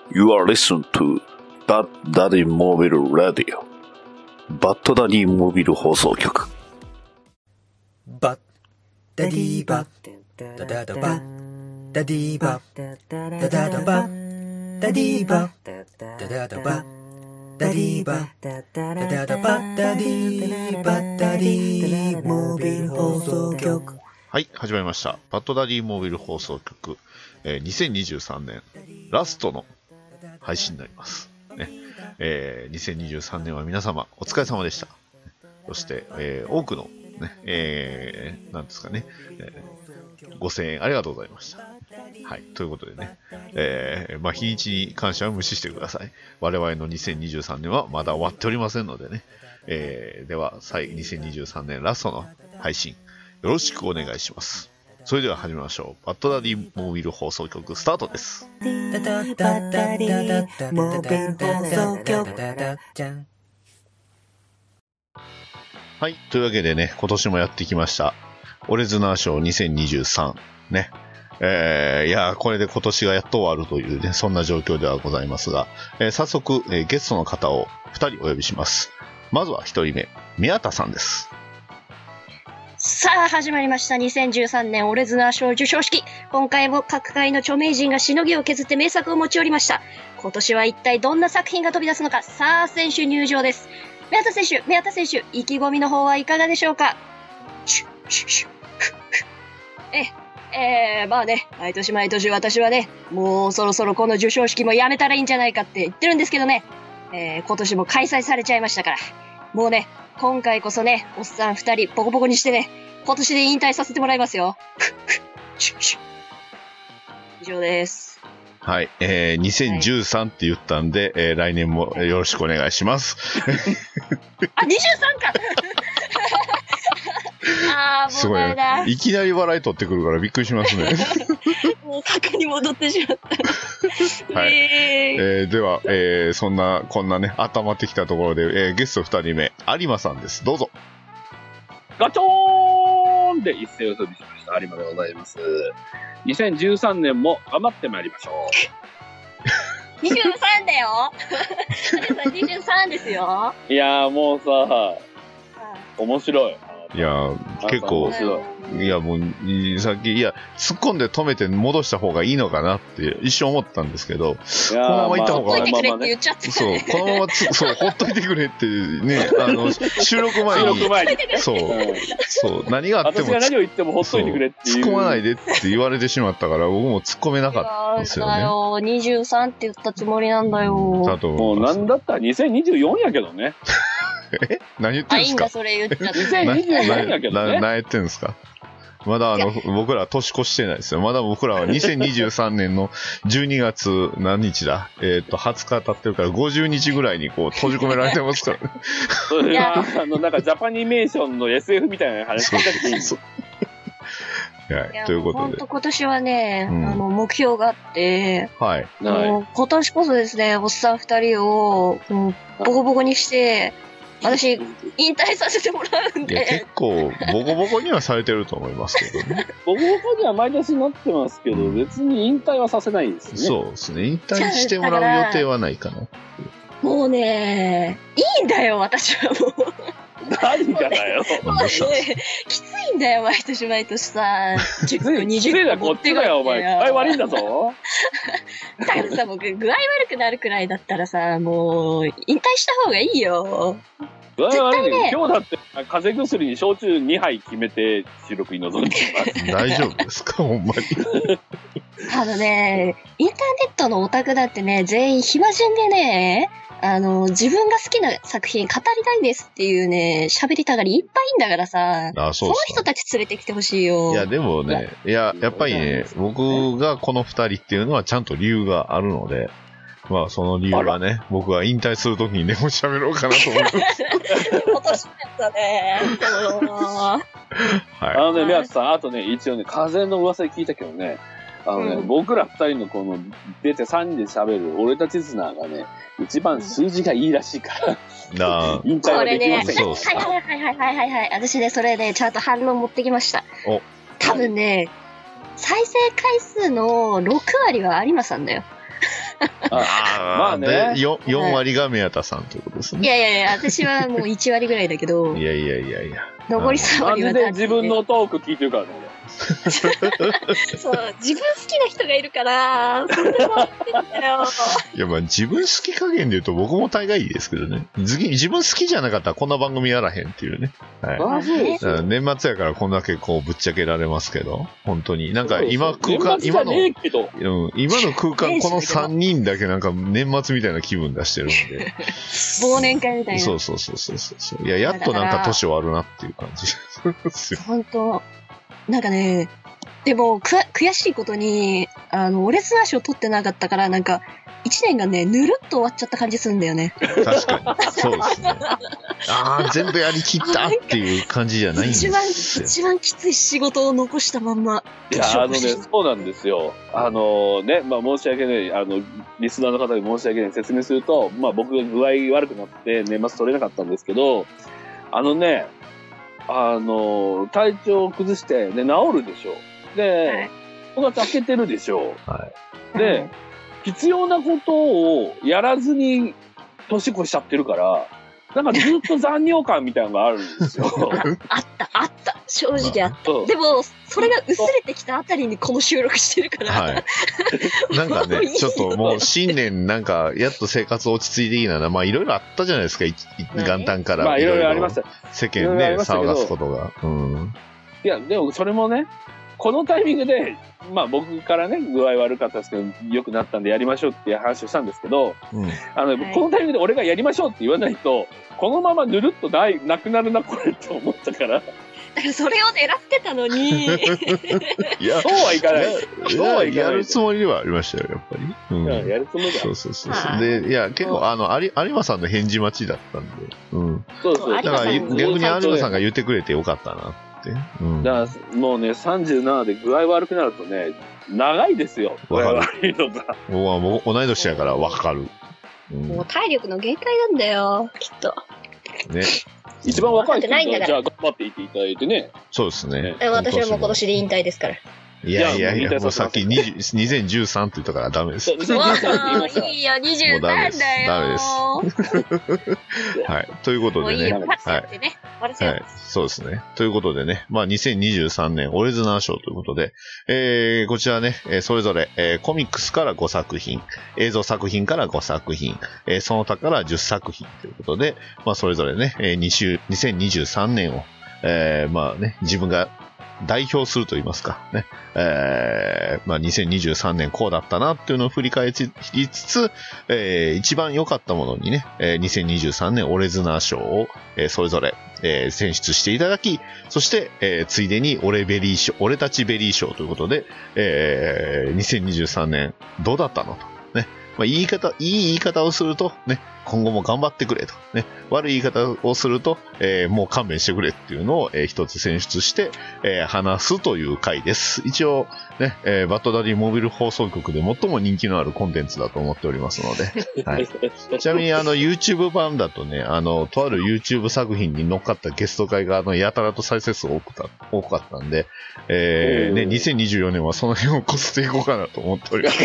You are listening to Bad Daddy Mobile Radio バッドダディモビル放送局。 バッダディバッダダダバッダディバッダダダバッダディバッダダダバッダディバッダダダバッダディバッダディモビル放送局。 はい、始まりました。バッドダディモビル放送局、2023年ラストの配信になります。ね2023年は皆様お疲れ様でした。そして、多くの、ねなんですかね、ご声援ありがとうございました。はい、ということでね、日にちに関しては無視してください。我々の2023年はまだ終わっておりませんのでね、では2023年ラストの配信よろしくお願いします。それでは始めましょう。バッドダディモビル放送局スタートです。はい、というわけでね、今年もやってきましたオレズナー賞2023ね。いやこれで今年がやっと終わるというね、そんな状況ではございますが、早速、ゲストの方を2人お呼びします。まずは1人目、宮田さんです。 さあ始まりました。2013年オレズナー賞授賞式。今回も各界の著名人がしのぎを削って名作を持ち寄りました。今年は一体どんな作品が飛び出すのか。さあ選手入場です。宮田選手、意気込みの方はいかがでしょうか。まあね、毎年私はね、もうそろそろこの授賞式もやめたらいいんじゃないかって言ってるんですけどね、今年も開催されちゃいましたから、もうね、今回こそね、おっさん二人ボコボコにしてね、今年で引退させてもらいますよ。以上です。 はい、2013って言ったんで、来年もよろしくお願いします。 あ、23かあー、もうダメだ。 いきなり笑い取ってくるからびっくりしますね。 もう過去に戻ってしまった。 はい。では、こんなね、温まってきたところで、ゲスト2人目、有馬さんです。どうぞ。 ガチョーンで一斉を飛びしました有馬でございます。2013年も頑張ってまいりましょう。23だよ。23ですよ。 いやーもうさ、面白い。 いや結構いやもうさっき突っ込んで止めて戻した方がいいのかなって一瞬思ったんですけど、このまま行った方が、 ほっといてくれって言っちゃってたね。 そうこのままそうほっといてくれってね、収録前にそう何があっても私が何を言ってもほっといてくれっていう突っ込まないでって言われてしまったから僕も突っ込めなかったんですよね。 だよ23って言ったつもりなんだよ。 もうなんだったら2024やけどね。 何言ってんすか。 いいんだそれ言っちゃって。 2024やけどね。 何言ってんすか。まだ僕ら年越してないですよ。まだ僕らは2023年の12月何日だ20日経ってるから50日ぐらいにこう閉じ込められてますからね。 それはなんかジャパニメーションの SF みたいな話聞いたけどいい。 はい、ということで。 本当今年はね、目標があって、 はい。 今年こそですね、おっさん二人を、ボコボコにして、私、引退させてもらうんで。 いや、結構、ボコボコにはされてると思いますけどね。 ボコボコには毎年なってますけど、別に引退はさせないですね。 そうですね。引退してもらう予定はないかな。 もうね、いいんだよ、私はもう。 何がだよ。 もうね、きついんだよ、毎年さ。10個、20個こっちだよ、お前。具合悪いんだぞ。 だからさ、僕、具合悪くなるくらいだったらさ、もう、引退した方がいいよ。 具合悪いね。今日だって、風邪薬に焼酎2杯決めて収録に臨んでいます。 大丈夫ですか、ほんまに。 ね、インターネットのオタクだってね、全員暇人でね、自分が好きな作品語りたいですっていうね、喋りたがりいっぱいいんだからさ、その人たち連れてきてほしいよ。 いや、でもね、やっぱりね、僕がこの2人っていうのはちゃんと理由があるので、まあその理由はね、僕が引退するときにでも喋ろうかなと思います。 今年だったね。 はい。ね、宮津さん、あとね、一応ね、風の噂で聞いたけどね、僕ら2人のこの出て3人で喋る俺たち綱がね、一番数字がいいらしいから、引退はできません。 はい。私ね、それね、ちゃんと反論持ってきました。多分ね、再生回数の6割は有馬さんだよ。 まあね。 で、4割が宮田さんということですね。 いや、私はもう1割ぐらいだけど、 いや。 残り3割はなんで自分のトーク聞いてるからね、 そう、自分好きな人がいるから、それでもってんだよ。 いや、まあ自分好き加減で言うと僕も大概いいですけどね。自分好きじゃなかったらこんな番組やらへんっていうね。はい。 あ、そうですよ。 年末やからこんだけこうぶっちゃけられますけど、本当に。なんか今空間、 今の空間、この3人だけなんか年末みたいな気分出してるんで。 忘年会みたいな。 そう。いや、やっとなんか年終わるなっていう感じですよ。 本当なんかね、でも、悔しいことに、俺綱賞取ってなかったから、なんか、1年がね、ぬるっと終わっちゃった感じするんだよね。 確かに。そうですね。全部やりきったっていう感じじゃないんですよ。 一番きつい仕事を残したまんま。 いや、そうなんですよ。まあ、申し訳ない、リスナーの方に申し訳ない説明すると、まあ、僕が具合悪くなって年末取れなかったんですけど、体調を崩して、で、治るでしょ。で、5月開けてるでしょ。 はい。 で、必要なことをやらずに年越しちゃってるから、なんかずっと残尿感みたいなのがあるんですよ。 あった。正直あった。でも、それが薄れてきたあたりにこの収録してるから。 はい。なんかね、ちょっともう新年なんか、やっと生活落ち着いていいな、まあいろいろあったじゃないですか、元旦から。 まあいろいろありました。 世間ね、騒がすことが。 いや、でもそれもね、このタイミングで、まあ僕からね、具合悪かったですけど、良くなったんでやりましょうっていう話をしたんですけど、このタイミングで俺がやりましょうって言わないと、このままぬるっとなくなるな、これって思ったから。 だからそれを狙ってたのに。いや、そうはいかない。そうはいかない。 やるつもりではありましたよ、やっぱり。 やるつもりだ。 そう。で、いや、結構、有馬さんの返事待ちだったんで。 そう。 だから逆に有馬さんが言ってくれてよかったなって。 だからもうね、37で具合悪くなるとね、長いですよ。具合悪いのが。 僕はもう同い年やから分かる。 もう体力の限界なんだよ、きっと。 ね。 一番若い人がじゃあ頑張っていていただいてね。 そうですね。 私はもう今年で引退ですから。 いや、もうさっき2013って言ったからダメです。 いいよ、23だよ。 ダメです。はい。ということでね。 はい。 そうですね。ということでね。まあ、2023年、オレズナー賞ということで、こちらね、それぞれ、コミックスから5作品、映像作品から5作品、その他から10作品ということで、まあ、それぞれね、2023年を、まあね、自分が代表すると言いますかね。まあ、2023年こうだったなっていうのを振り返りつつ、一番良かったものにね、2023年オレズナー賞を、それぞれ、選出していただき、そして、ついでに俺たちベリー賞ということで、2023年どうだったのと。ね。まあ、いい言い方をすると、ね、今後も頑張ってくれと。ね、悪い言い方をすると、もう勘弁してくれっていうのを、一つ選出して、話すという回です。一応、ね、バッドダディモビル放送局で最も人気のあるコンテンツだと思っておりますので。はい、ちなみに、YouTube 版だとね、とある YouTube 作品に乗っかったゲスト会が、やたらと再生数多かったんで、ね、2024年はその辺をこすっていこうかなと思っております。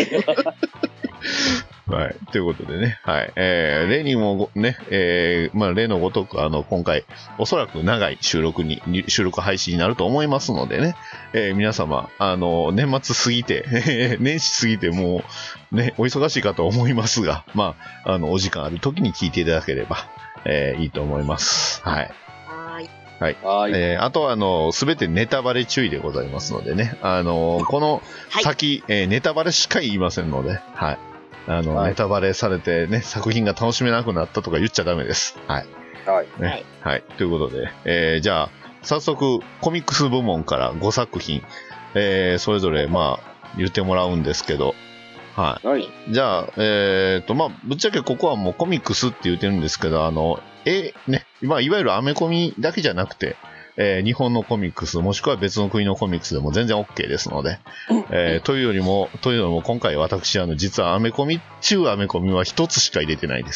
はい。ということでね。はい。例にもね、まあ、例のごとく、今回、おそらく長い収録配信になると思いますのでね。皆様、年末過ぎて、年始過ぎてもう、ね、お忙しいかと思いますが、まあ、お時間ある時に聞いていただければ、いいと思います。はい。はい。あとは、すべてネタバレ注意でございますのでね。この先、ネタバレしか言いませんので、はい。ネタバレされてね、作品が楽しめなくなったとか言っちゃダメです。はい。ね。はい。ということで、じゃあ、早速、コミックス部門から5作品、それぞれ、まあ、言ってもらうんですけど、はい。じゃあ、まあ、ぶっちゃけここはもうコミックスって言ってるんですけど、ね、まあ、いわゆるアメコミだけじゃなくて、日本のコミックス、もしくは別の国のコミックスでも全然 OK ですので、というのも今回私、実はアメコミは一つしか入れてないです。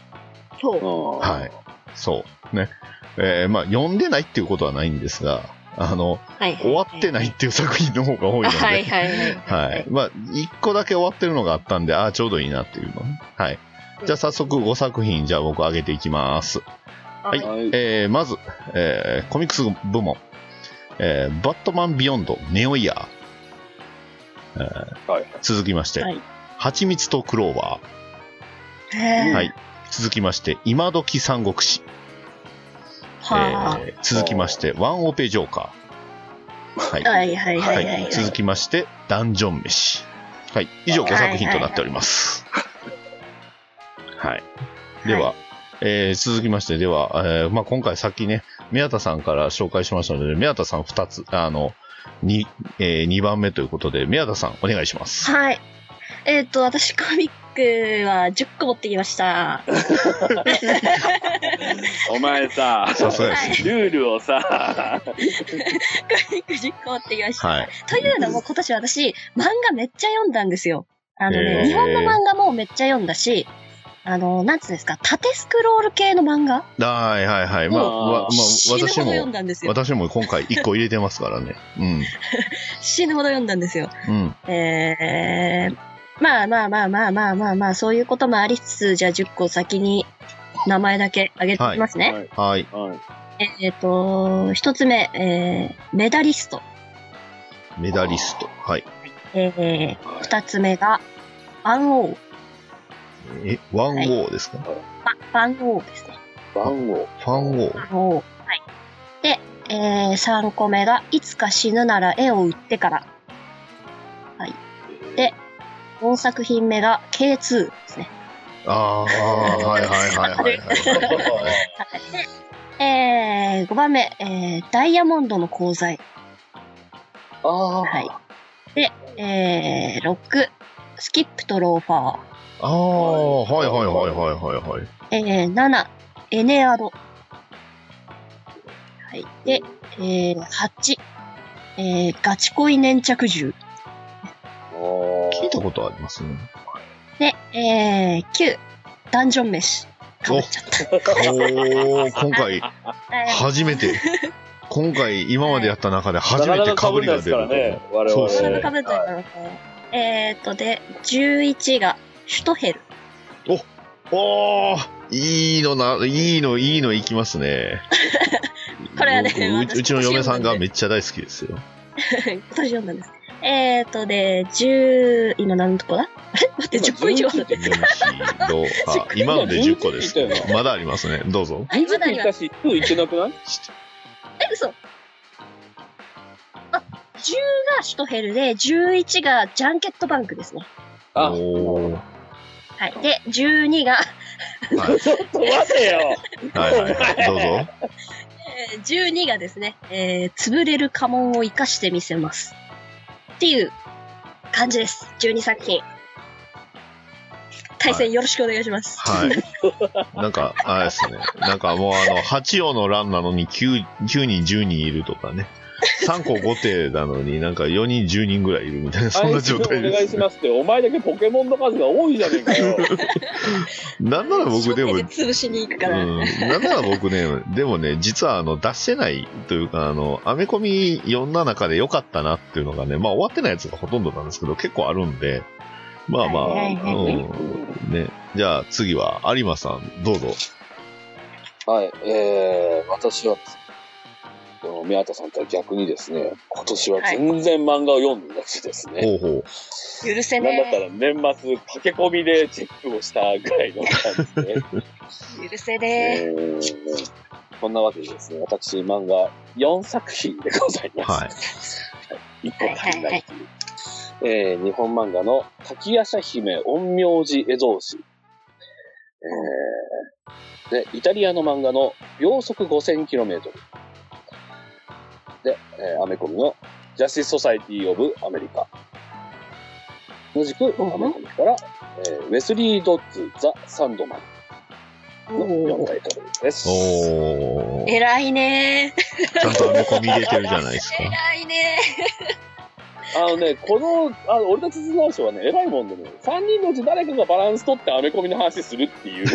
そう。 はい。そう。ね。まあ、読んでないっていうことはないんですが、 終わってないっていう作品の方が多いので。 はいはいはい。 はい。まあ、1個だけ終わってるのがあったんで、ちょうどいいなっていうのね。はい。じゃあ早速5作品、じゃあ僕上げていきます。はい。まず、コミックス部門。バットマンビヨンドネオイヤー。続きまして、蜂蜜とクローバー。はい。続きまして、今時三国志。続きまして、ワンオペジョーカー。はい。続きまして、ダンジョン飯。はい。以上5作品となっております。はい。では、続きまして、では、まあ、今回さっきね、宮田さんから紹介しましたので、宮田さん2つ、2番目ということで、宮田さんお願いします。 はい。私コミックは10個持ってきました。 お前さ、 さすがです。 ルールをさ、 コミック10個持ってきました。はい。というのも今年私、漫画めっちゃ読んだんですよ。日本の漫画もめっちゃ読んだし、なんつうんですか、縦スクロール系の漫画はいはいはい。まあ、私も今回1個入れてますからね。うん。 死ぬほど読んだんですよ。 うん。 まあ、そういうこともありつつ、じゃあ10個先に名前だけ挙げていきますね。 はい。 一つ目、メダリスト。 メダリスト。はい。 二つ目が、番王。 番号ですか？ 番号ですね。 番号。 はい。で、3個目が、いつか死ぬなら絵を売ってから。はい。で、4作品目が K2 ですね。 はい。 で、5番目、ダイヤモンドの功罪。はい。で、6、スキップとローファー。 はい。 7、エネアド。はい。で、8、ガチ恋粘着銃。 聞いたことありますね。 で、9、ダンジョン飯。かぶっちゃった。 今回、初めて。今回、今までやった中で初めて被りが出る。 そうですね。被ったからね。で、11が、シュトヘル。 いいのいきますね。 これはね、 うちの嫁さんがめっちゃ大好きですよ。 今年読んだんです。で、10、今何個だ？あれ待って、10個以上だって。 今ので10個です。まだありますね。どうぞ。 まだあります。10言ってなくない？ 嘘。10がシュトヘルで、11がジャンケットバンクですね。はい。で、12がちょっと待てよ。 はい。どうぞ。 12がですね、潰れる家紋を生かしてみせます。っていう感じです。12作品。対戦よろしくお願いします。 はい。なんか、あれですね。なんかもう8王の乱なのに9人10人いるとかね。3個5手なのになんか4人10人ぐらいいるみたいな、そんな状態です、ね。 お願いしますって、お前だけポケモンの数が多いじゃねえかよ。 なんなら僕でも、 潰しに行くから。 なんなら僕ね、でもね、実は出してないというか、アメコミ読んだ中で良かったなっていうのがね、まあ終わってないやつがほとんどなんですけど、結構あるんで、まあまあ、ね。じゃあ次は有馬さん、どうぞ。 はい、私はですね、宮田さんとは逆にですね、今年は全然漫画を読んでなくてですね。 許せねえ。なんだったら年末駆け込みでチェックをしたぐらいの感じで。 許せねえ。 こんなわけでですね、私漫画4作品でございます。はい、1個足りないという。日本漫画の滝夜叉姫陰陽師絵草子。で、イタリアの漫画の秒速 5000km。で、アメコミのジャスティス・ソサイティ・オブ・アメリカ。同じくアメコミから、ウェスリー・ドッズ・ザ・サンドマンの4タイトルです。 偉いねちゃんとアメコミ入れてるじゃないですか。 偉いね俺たちズナーショーはね、偉いもんでね、3人のうち誰かがバランス取ってアメコミの話するっていう。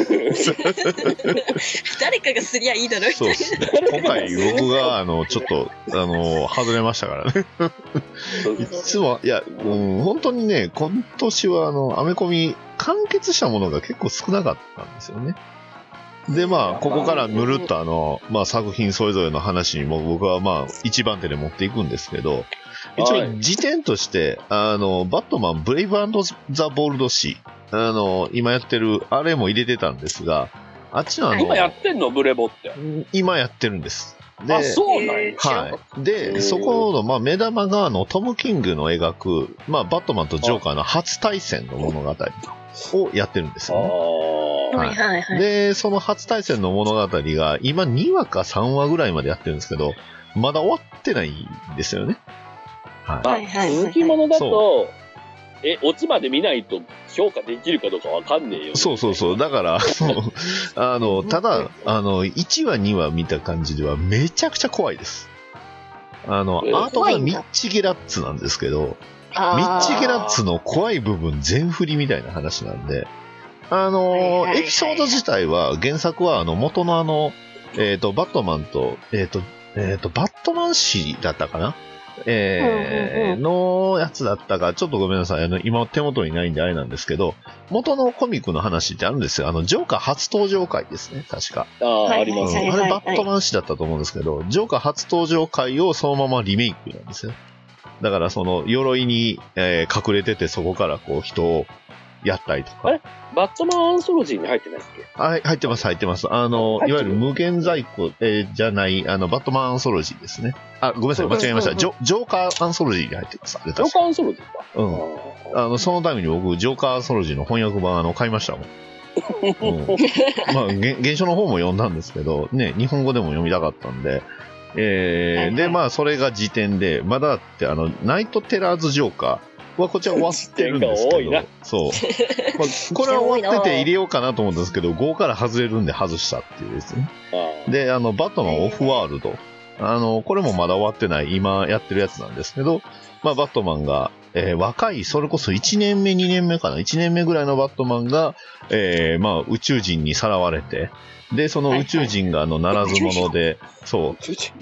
誰かがすりゃいいだろ、みたそういですね。今回僕が、ちょっと、外れましたからね。いつも、いや、本当にね、今年はアメコミ、完結したものが結構少なかったんですよね。で、まあ、ここからぬるっと作品それぞれの話にも僕は一番手で持っていくんですけど、一応、時点として、バットマン、ブレイブ&ザ・ボールド・シー、今やってる、あれも入れてたんですが、あっちの今やってんのブレボって。 今やってるんです。で、 あ、そうなんや。 はい。で、そこの、目玉がトム・キングの描く、バットマンとジョーカーの初対戦の物語をやってるんですよね。 はいはいはい。 で、その初対戦の物語が、今2話か3話ぐらいまでやってるんですけど、まだ終わってないんですよね。 はいはい。 続きものだと、オチまで見ないと評価できるかどうかわかんねえよ。 そうそうそう。だから、ただ、1話2話見た感じではめちゃくちゃ怖いです。アートがミッチ・ゲラッツなんですけど、ミッチ・ゲラッツの怖い部分全振りみたいな話なんで、エピソード自体は、原作は元のバットマンと、バットマン誌だったかなのやつだったか、ちょっとごめんなさい。今手元にないんであれなんですけど、元のコミックの話ってあるんですよ。ジョーカー初登場回ですね、確か。 あります。 あれバットマン誌だったと思うんですけど、ジョーカー初登場回をそのままリメイクなんですよ。だからその鎧に、隠れててそこからこう人をやったりとか。 あれバットマンアンソロジーに入ってないっけ？ はい、入ってます、入ってます。いわゆる無限在庫、じゃない、バットマンアンソロジーですね。あ、ごめんなさい、間違えました。ジョーカーアンソロジーに入ってます。 ジョーカーアンソロジーか。 うん。そのために僕、ジョーカーアンソロジーの翻訳版買いましたもん。原書の方も読んだんですけど、ね、日本語でも読みたかったんで、で、それが時点で、まだって、ナイトテラーズジョーカー、こちら終わってるんですけど、そう。これは終わってて入れようかなと思ったんですけど、5から外れるんで外したっていうですね。で、バットマンオフワールド。これもまだ終わってない、今やってるやつなんですけど、バットマンが、若い、それこそ1年目、2年目かな、1年目ぐらいのバットマンが、宇宙人にさらわれて、で、その宇宙人がならず者で、そう、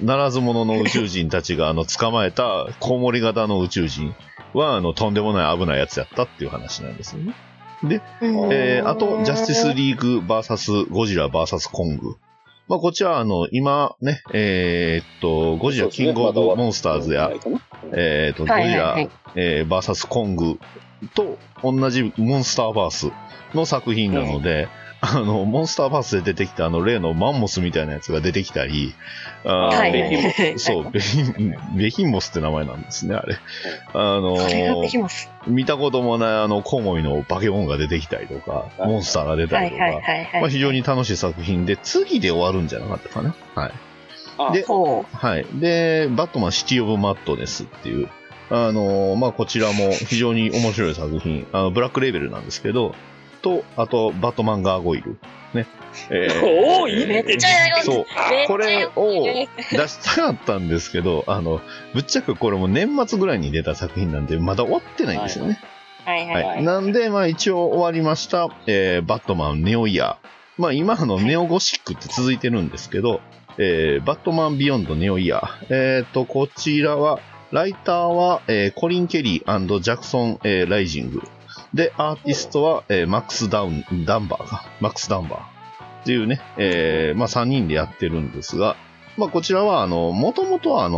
ならず者の宇宙人たちが捕まえたコウモリ型の宇宙人は、とんでもない危ないやつやったっていう話なんですよね。で、あと、ジャスティスリーグ VS ゴジラ VS コング。こちら今ね、ゴジラキングオブモンスターズや、ゴジラ、VS コングと同じモンスターバースの作品なので、モンスターバースで出てきた例のマンモスみたいなやつが出てきたり、そう、ベヒンモスって名前なんですね、あれ。見たこともないコウモリのバケモンが出てきたりとか、モンスターが出たりとか、非常に楽しい作品で、次で終わるんじゃなかったかな。はい。で、はい。で、バットマンシティオブマッドネスっていう、こちらも非常に面白い作品、ブラックレーベルなんですけど、と、あと、バットマンガーゴイル。ね。 めっちゃそう。これを出したかったんですけど、ぶっちゃけこれも年末ぐらいに出た作品なんで、まだ終わってないんですよね。なんで、一応終わりました、バットマンネオイヤー。今ネオゴシックって続いてるんですけど、バットマンビヨンドネオイヤー。こちらは、ライターは、コリン・ケリー&ジャクソン、ライジング。で、アーティストは、マックス・ダンバーっていうね、3人でやってるんですが、こちらは、もともとは、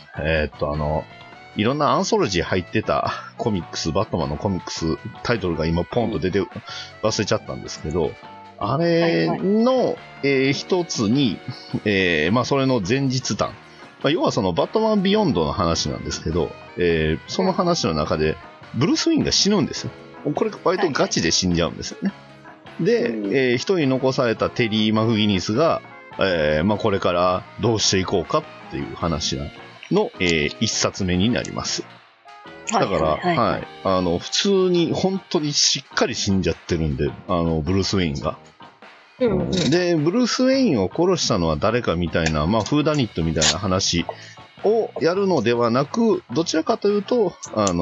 いろんなアンソロジー入ってたコミックス、バットマンのコミックス、タイトルが今ポンと出て、忘れちゃったんですけど、あれの、一つに、それの前日談。要はそのバットマンビヨンドの話なんですけど、その話の中で、ブルース・ウィンが死ぬんですよ。これ割とガチで死んじゃうんですよね。で、一人残されたテリー・マクギニスが、これからどうしていこうかっていう話の、一冊目になります。だから、普通に本当にしっかり死んじゃってるんで、ブルース・ウェインが。で、ブルース・ウェインを殺したのは誰かみたいな、フーダニットみたいな話をやるのではなく、どちらかというと、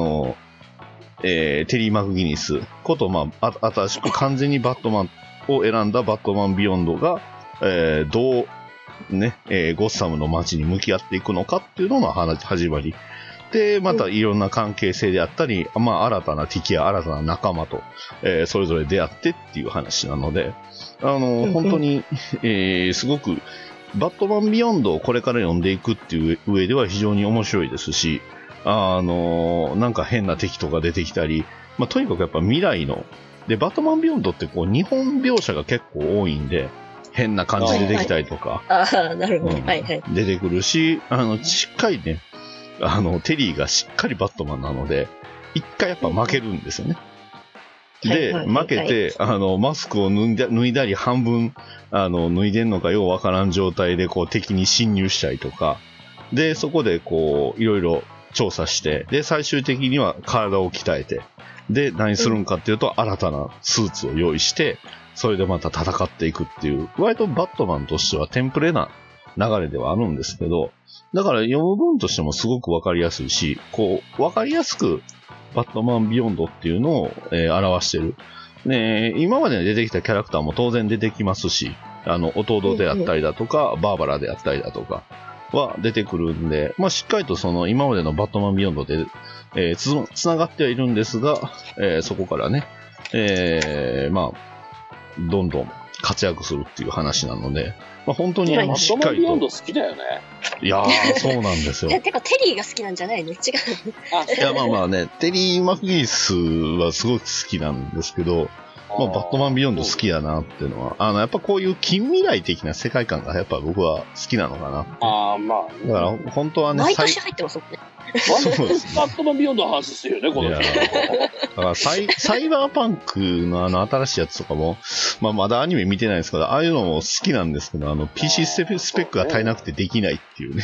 テリー・マクギニスこと、新しく完全にバットマンを選んだバットマンビヨンドが、どう、ね、ゴッサムの街に向き合っていくのかっていうのが始まり。で、またいろんな関係性であったり、新たな敵や新たな仲間と、それぞれ出会ってっていう話なので、本当に、すごく、バットマンビヨンドをこれから読んでいくっていう上では非常に面白いですし、なんか変な敵とか出てきたり、とにかくやっぱ未来の、で、バットマンビヨンドってこう、日本描写が結構多いんで、変な感じで出てきたりとか、 なるほど。はいはい。 出てくるし、しっかりね、テリーがしっかりバットマンなので、一回やっぱ負けるんですよね。で、負けて、マスクを脱いだり半分、脱いでんのかようわからん状態で、こう、敵に侵入したりとか、で、そこで、こう、いろいろ調査して、で、最終的には体を鍛えて、で、何するんかっていうと、新たなスーツを用意して、それでまた戦っていくっていう、割とバットマンとしてはテンプレな流れではあるんですけど、だから読む分としてもすごくわかりやすいし、こう、わかりやすく、バットマンビヨンドっていうのを、表してる。ね、今まで出てきたキャラクターも当然出てきますし、弟であったりだとか、バーバラであったりだとかは出てくるんで、しっかりとその今までのバットマンビヨンドで、つながってはいるんですが、そこからね、どんどん活躍するっていう話なので、本当にバットマンしっかりと。 ビヨンド好きだよね。 いやー、そうなんですよ。 てか、テリーが好きなんじゃないの？違う。 いや、ね、テリー・マクギニスはすごく好きなんですけど、バットマンビヨンド好きやなっていうのは、やっぱこういう近未来的な世界観がやっぱ僕は好きなのかな。だから本当はね、 毎年入ってますもんね。 そうですね。 バットマンビヨンドの話してるよね、この人。 だからサイバーパンクの新しいやつとかも、まだアニメ見てないんですけど、ああいうのも好きなんですけど、PC スペックが足りなくてできないっていうね。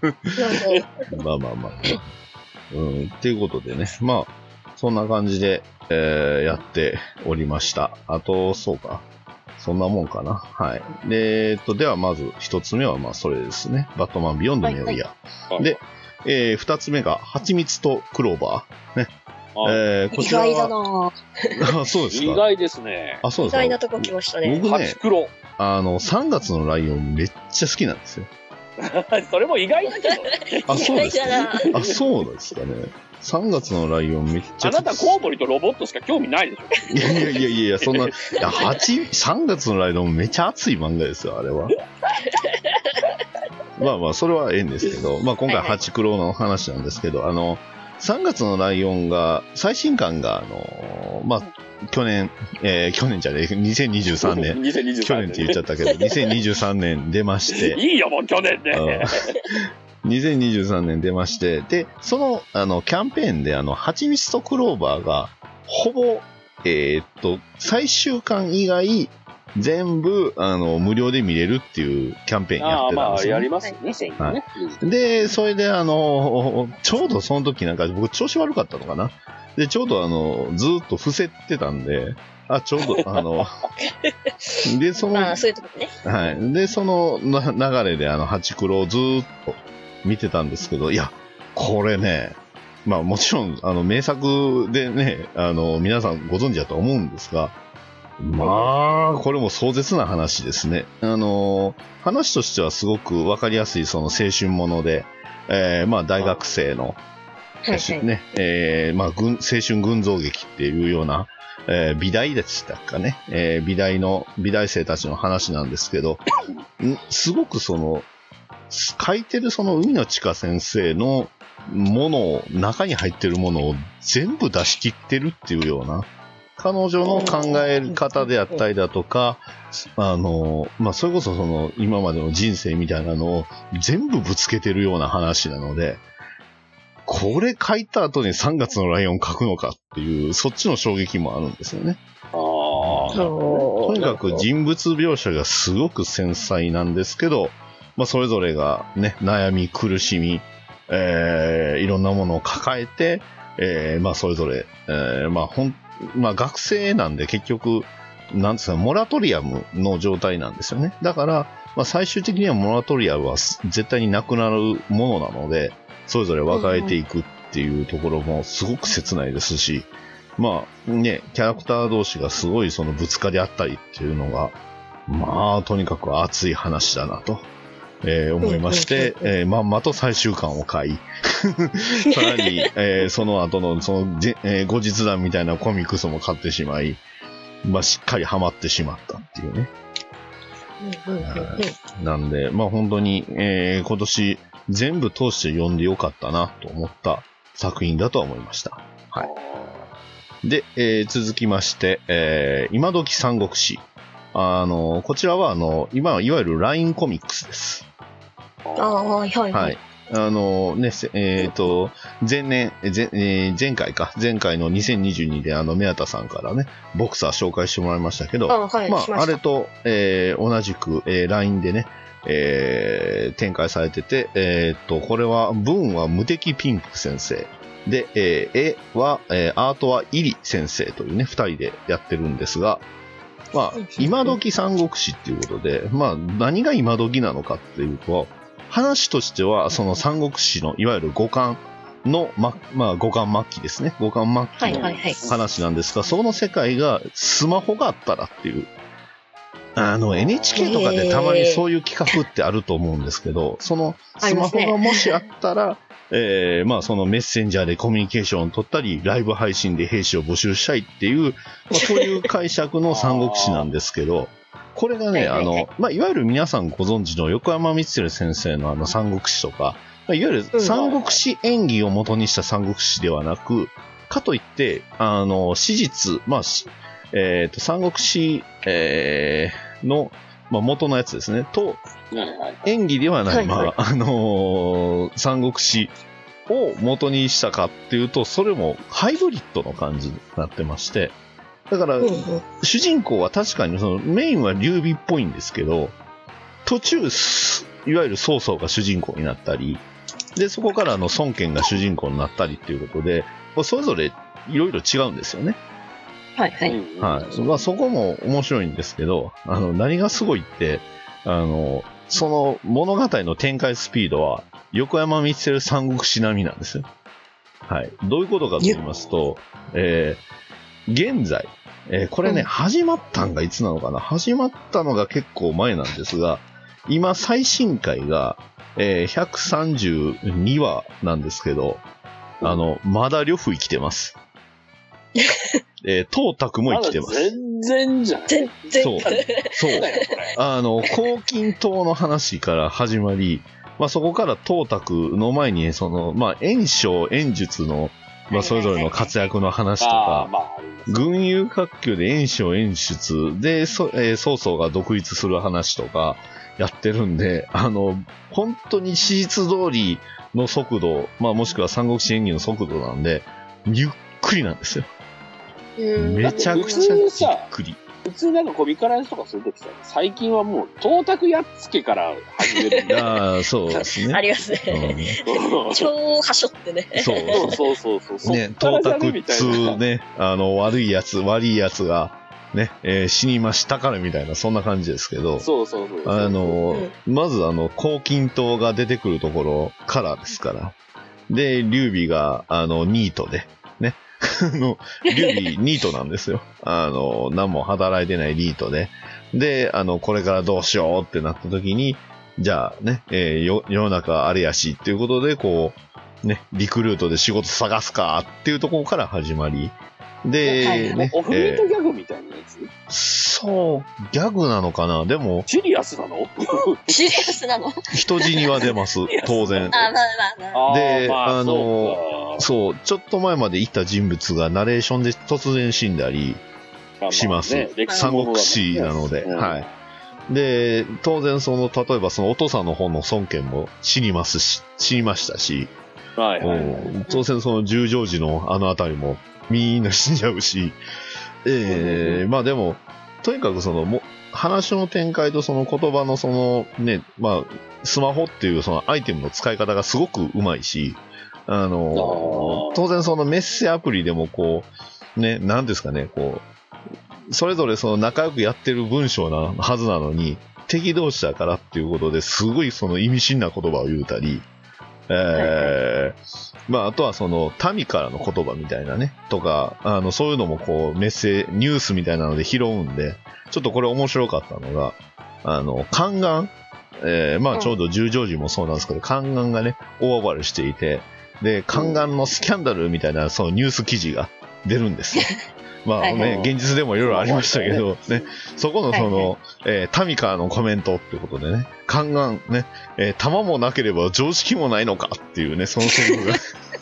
っていうことでね、そんな感じで、やっておりました。あと、そうか。そんなもんかな。はい。で、はまず一つ目はそれですね。バットマンビヨンドネオイヤ。で、二つ目が、蜂蜜とクローバー。ね。こちらは意外だなあ、そうですか。 意外ですね。 あ、そうですか。 意外なとこ来ましたね。 僕ね、 3 月のライオンめっちゃ好きなんですよ。 それも意外だけど。 あ、そうですか。あ、そうですかね。3月のライオンめっちゃ。 あなたコウモリとロボットしか興味ないでしょ。 いや、そんな、3月のライオンめっちゃ熱い漫画ですよ、あれは。それはええんですけど、今回ハチクロの話なんですけど、3月のライオンが、最新刊が、去年じゃねえ、2023年。去年って言っちゃったけど、2023年出まして。 いいよ、もう去年で。 2023年出まして、で、その、キャンペーンで、蜂蜜とクローバーが、ほぼ、最終巻以外、全部、無料で見れるっていうキャンペーンやってたんですよ、ね。 やりますね。 はい。で、それで、ちょうどその時なんか、僕調子悪かったのかな。で、ちょうどずーっと伏せてたんで、ちょうど、で、 そういうとこね。 はい。で、その流れで、ハチクロをずーっと見てたんですけど、いや、これね、もちろん、名作でね、皆さんご存知だと思うんですが、これも壮絶な話ですね。話としてはすごくわかりやすい、その青春もので、大学生の、ね、青春群像劇っていうような、美大でしたかね、美大生たちの話なんですけど、すごく書いてる海野千佳先生のものを、中に入ってるものを全部出し切ってるっていうような、彼女の考え方であったりだとか、それこそ今までの人生みたいなのを全部ぶつけてるような話なので、これ書いた後に3月のライオン書くのかっていう、そっちの衝撃もあるんですよね。とにかく人物描写がすごく繊細なんですけど、それぞれがね、悩み、苦しみ、いろんなものを抱えて、それぞれ、学生なんで結局、 なんですか、モラトリアムの状態なんですよね。だから、まあ、最終的にはモラトリアムは絶対になくなるものなので、それぞれ分かれていくっていうところもすごく切ないですし、まあね、キャラクター同士がすごいそのぶつかり合ったりっていうのが、まあとにかく熱い話だなと、思いまして、まんまと最終巻を買い、さらに、その後のその、後日談みたいなコミックスも買ってしまい、まあしっかりハマってしまったっていうね。なんで、まあ本当に、今年全部通して読んでよかったなと思った作品だとは思いました。はい。で、続きまして、今時三国志。こちらは、今はいわゆる LINE コミックスです。 はいはい。 はい。前回の2022で宮田さんからね、ボクサー紹介してもらいましたけど、 はい、 まあ、あれと、同じく、LINE でね、展開されてて、これは、文は無敵ピンク先生。で、絵は、アートはイリ先生というね、二人でやってるんですが、まあ、今時三国志っていうことで、まあ、何が今時なのかっていうと、話としては、その三国志の、いわゆる五冠の、まあ、五冠末期ですね。五冠末期の話なんですが、その世界がスマホがあったらっていう、NHK とかでたまにそういう企画ってあると思うんですけど、そのスマホがもしあったら、まあそのメッセンジャーでコミュニケーションを取ったり、ライブ配信で兵士を募集したいっていう、まあ、そういう解釈の三国志なんですけど、これがね、まあいわゆる皆さんご存知の横山光輝先生の三国志とか、まあ、いわゆる三国志演義を元にした三国志ではなく、かといって、史実、まあ、三国志、の、まあ、元のやつですね。と、演技ではない、まあ、三国志を元にしたかっていうと、それもハイブリッドの感じになってまして、だから、主人公は確かにそのメインは劉備っぽいんですけど、途中、いわゆる曹操が主人公になったり、で、そこから孫権が主人公になったりっていうことで、それぞれいろいろ違うんですよね。 はいはい。 はい。まあ、そこも面白いんですけど、何がすごいって、その物語の展開スピードは、横山光輝三国志並みなんですよ。はい。どういうことかと言いますと、現在、これね、始まったんがいつなのかな？始まったのが結構前なんですが、今最新回が、132話なんですけど、まだ呂布生きてます。董卓も生きてます。 全然じゃん。 全然。 そう。黄巾島の話から始まり、まあ、そこから董卓の前に、まあ、袁紹、袁術の、まあ、それぞれの活躍の話とか、群雄割拠で袁紹、袁術で、曹操が独立する話とかやってるんで、本当に史実通りの速度、まあ、もしくは三国志演義の速度なんで、ゆっくりなんですよ。めちゃくちゃゆっくり。 普通なんかコミカライズとかするときさ、最近はもう、董卓やっつけから始める。 ああ、そうですね。 ありますね。超はしょってね。 そう。ね、董卓2ね、悪いやつが、ね、死にましたからみたいな、そんな感じですけど。まず黄巾島が出てくるところからですから。で、劉備が、ニートで、ね。劉備、ニートなんですよ。何も働いてないニートで。で、これからどうしようってなった時に、じゃあね、世の中あれやしっていうことで、こう、ね、リクルートで仕事探すかっていうところから始まり、で、ね。 オフミートギャグみたいなやつ？ そう、ギャグなのかな？でも。 シリアスなの？ シリアスなの？ 人死には出ます、当然。で、そう、ちょっと前までいた人物がナレーションで突然死んだりします。三国志なので。はい。で、当然例えばお父さんの方の孫権も死にましたし、当然十条寺のあたりもみんな死んじゃうし、まあでも、とにかく話の展開と言葉のね、まあ、スマホっていうアイテムの使い方がすごくうまいし、当然メッセアプリでもこう、ね、なんですかね、こう、 それぞれその仲良くやってる文章なはずなのに、敵同士だからっていうことですごいその意味深な言葉を言うたり、まあ、あとはその民からの言葉みたいなね、とか、そういうのもこうニュースみたいなので拾うんで、ちょっとこれ面白かったのが、宦官、まあちょうど十条寺もそうなんですけど、宦官がね、大暴れしていて、で、宦官のスキャンダルみたいなそのニュース記事が出るんですよ。まあね、現実でもいろいろありましたけど、ね、そこのその、民からのコメントってことでね、宦官ね、弾もなければ常識もないのかっていうね、そのセリフが。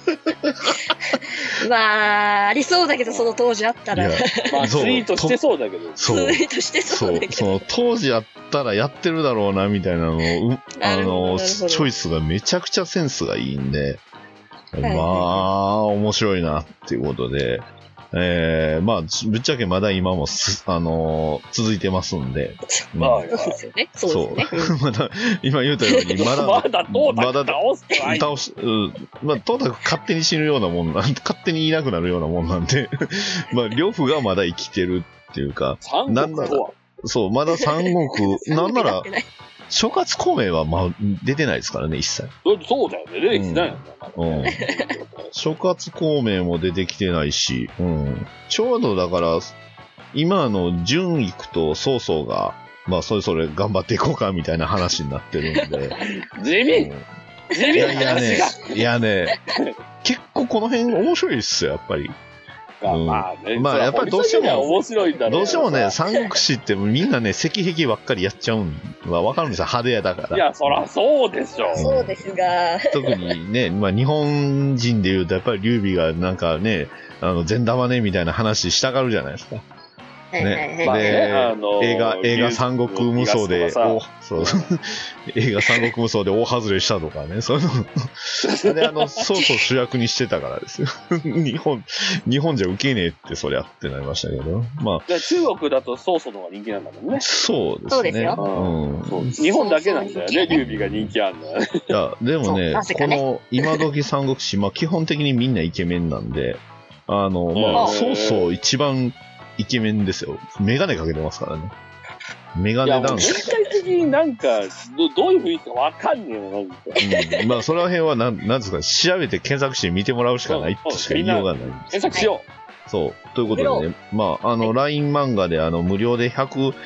まあ、ありそうだけど、その当時あったら。 まあ、ツイートしてそうだけど。 ツイートしてそうだけど。 その当時あったらやってるだろうな、みたいなのを、チョイスがめちゃくちゃセンスがいいんで、まあ、面白いなっていうことで、まあ、ぶっちゃけまだ今も続いてますんで。 まあ、 そうですよね。そうですね。 まだ、今言ったように、まだトータク倒すまあ、トータク勝手に死ぬようなもん勝手にいなくなるようなもんなんで、まあ、呂布がまだ生きてるっていうか、 なんなら、 そう、まだ三国、なんなら、諸葛孔明は、まあ、出てないですからね、一切。 そうだよね、出てきてないよね。 諸葛孔明も出てきてないし、ちょうどだから、今の純育と曹操が、まあ、それぞれ頑張っていこうか、みたいな話になってるんで。 地味いやね、結構この辺面白いっすよ、やっぱり。 まあね。 まあやっぱりどうしても、 面白いんだろう。 どうしてもね、三国志ってみんなね、石壁ばっかりやっちゃうんはわかるんですよ、派手やだから。 いや、そらそうでしょ。 そうですが。 特にね、まあ日本人で言うとやっぱり劉備がなんかね、善玉ねみたいな話したがるじゃないですか。ね、で、映画三国無双で、映画三国無双で大外れしたとかね、そういうの、で、曹操主役にしてたからですよ。日本じゃ受けねえってそりゃってなりましたけど、まあ。 中国だと曹操の方が人気なんだもんね。 そうですね。 そうですよ。 日本だけなんだよね、劉備が人気あるのは。いや、でもね、この今時三国志、まあ基本的にみんなイケメンなんで、まあ、曹操一番、イケメンですよ。メガネかけてますからね。メガネダンス。 全体的になんか、どういう雰囲気かわかんねえよ、なんか。 まあ、その辺はなんですか、調べて検索して見てもらうしかないとしか言いようがない。 検索しよう。そう。ということでね、まあ、LINE 漫画で無料で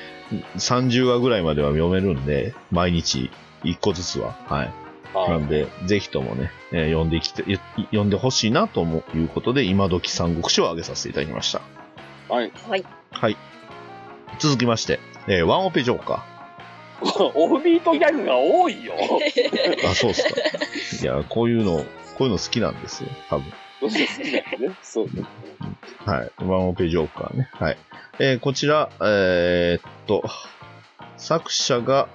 130話ぐらいまでは読めるんで、毎日1個ずつは。はい。なんで、ぜひともね、読んでほしいなということで、今時三国志を挙げさせていただきました。 はい。 はい。続きまして、ワンオペジョーカー。オフビートギャグが多いよ。 あ、そうっすか。いや、こういうの好きなんですよ、多分。 好きなんね。そうね。 はい。ワンオペジョーカーね。はい。こちら、作者が、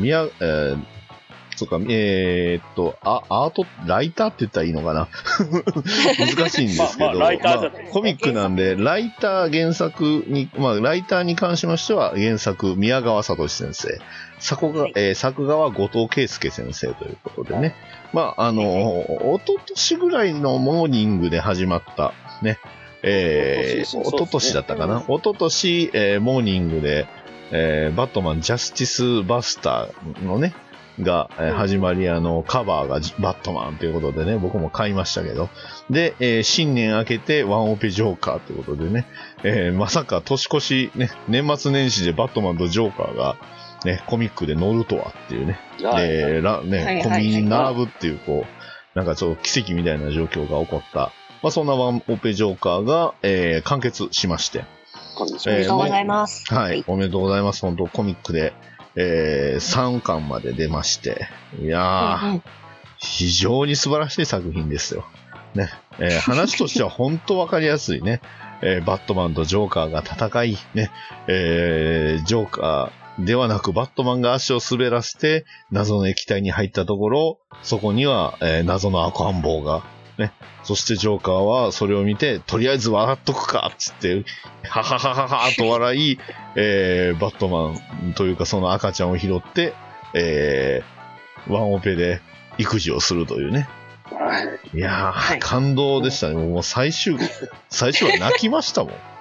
そうか、アート、ライターって言ったらいいのかな難しいんですけど、コミックなんで、ライターに関しましては、原作、宮川聡先生、作画は後藤圭介先生ということでね、まあ、一昨年ぐらいのモーニングで始まった、ね、一昨年だったかな、一昨年、モーニングで、バットマンジャスティスバスターのね、が、始まり、カバーがバットマンということでね、僕も買いましたけど。で、新年明けてワンオペジョーカーということでね、まさか年越し、ね、年末年始でバットマンとジョーカーが、ね、コミックで乗るとはっていうね。コンビニに並ぶっていう、こう、なんかちょっと奇跡みたいな状況が起こった。まあ、そんなワンオペジョーカーが、完結しまして。 おめでとうございます。 はい、おめでとうございます。本当コミックで。3巻まで出まして、いやー、非常に素晴らしい作品ですよ。ね、話としては本当わかりやすいね。バットマンとジョーカーが戦い、ね、ジョーカーではなくバットマンが足を滑らせて謎の液体に入ったところ、そこには、謎の赤ん坊が、ね、そしてジョーカーはそれを見て、とりあえず笑っとくかっつって、はははははと笑い、バットマンというかその赤ちゃんを拾って、ワンオペで育児をするというね。いやー、感動でしたね。もう最終話泣きましたもん。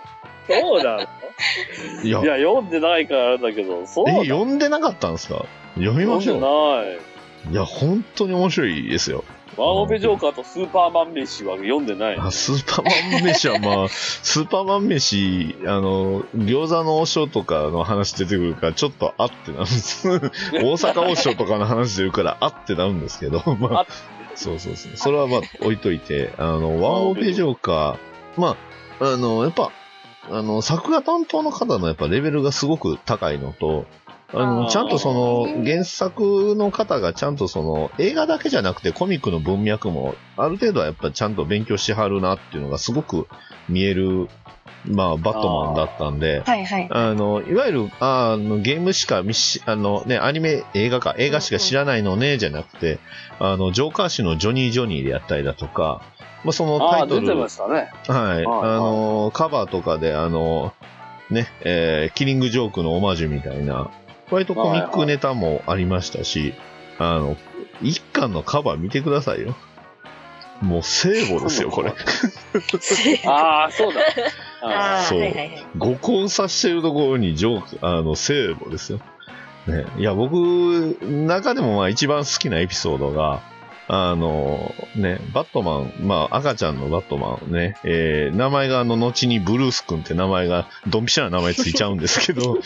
そうなの？ いや、 いや、読んでないからあれだけど、そうなの？ 読んでなかったんですか？読みましょう。 読んでない。 いや、本当に面白いですよ。 ワンオペジョーカーとスーパーマン飯は読んでない。 スーパーマン飯はまあ、スーパーマン飯、餃子の王将とかの話出てくるから、ちょっとあってなるんです。大阪王将とかの話出るから、あってなるんですけど、まあ、そう。それはまあ、置いといて、ワンオペジョーカー、まあ、やっぱ、作画担当の方のやっぱレベルがすごく高いのと、ちゃんとその原作の方がちゃんとその映画だけじゃなくてコミックの文脈もある程度はやっぱちゃんと勉強しはるなっていうのがすごく見える、まあバットマンだったんで、 はいはい。 いわゆるゲームしかアニメ映画しか知らないのねじゃなくて、ジョーカー誌のジョニーでやったりだとか、まあそのタイトル、 出てましたね。 はい、カバーとかでキリングジョークのオマージュみたいな。割とコミックネタもありましたし、一巻のカバー見てくださいよ。もう聖母ですよ、これ。 ああ、そうだ。 そう。 はいはいはい、 五婚させてるところに聖母ですよ。ね。いや、僕、中でもまあ一番好きなエピソードが、バットマン、まあ赤ちゃんのバットマンね、名前が後にブルース君って名前がドンピシャな名前ついちゃうんですけど、ブ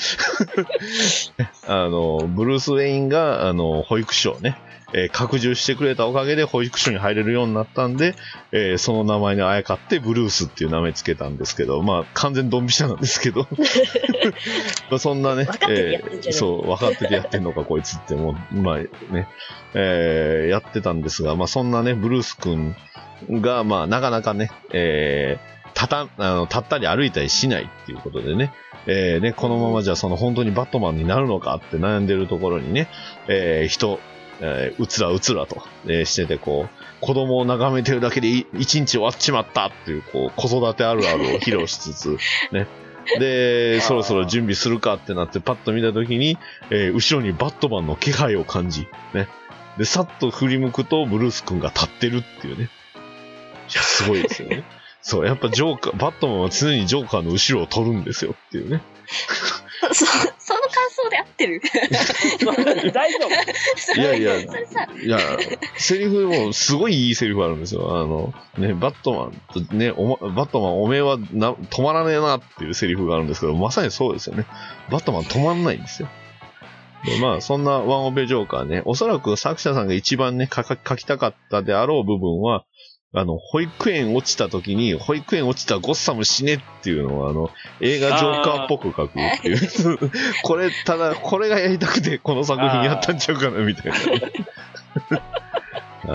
ルース・ウェインが、保育所をね、拡充してくれたおかげで保育所に入れるようになったんで、その名前にあやかってブルースっていう名前つけたんですけど、まあ完全ドンピシャなんですけど、まあそんなね、そう、分かっててやってんのかこいつってもう、まあね、やってたんですが、まあそんなね、ブルース君が、まあなかなかね、立ったり歩いたりしないっていうことでね、このままじゃその本当にバットマンになるのかって悩んでるところにね、うつらと、してて、こう、子供を眺めてるだけで一日終わっちまったっていう、こう、子育てあるあるを披露しつつ、ね。で、そろそろ準備するかってなってパッと見たときに、後ろにバットマンの気配を感じ、ね。で、さっと振り向くとブルース君が立ってるっていうね。いや、すごいですよね。そう、やっぱバットマンは常にジョーカーの後ろを取るんですよっていうね。 その感想で合ってる？ 大丈夫？いや、セリフもすごいいいセリフあるんですよ。バットマンとね、バットマンおめえは止まらねえなっていうセリフがあるんですけど、まさにそうですよね。バットマン止まんないんですよ。で、まあ、そんなワンオペジョーカーね、おそらく作者さんが一番ね、書きたかったであろう部分は、保育園落ちた時に、保育園落ちたゴッサム死ねっていうのを映画ジョーカーっぽく書くっていう。これがやりたくてこの作品やったんちゃうかな、みたいな、ね。はい。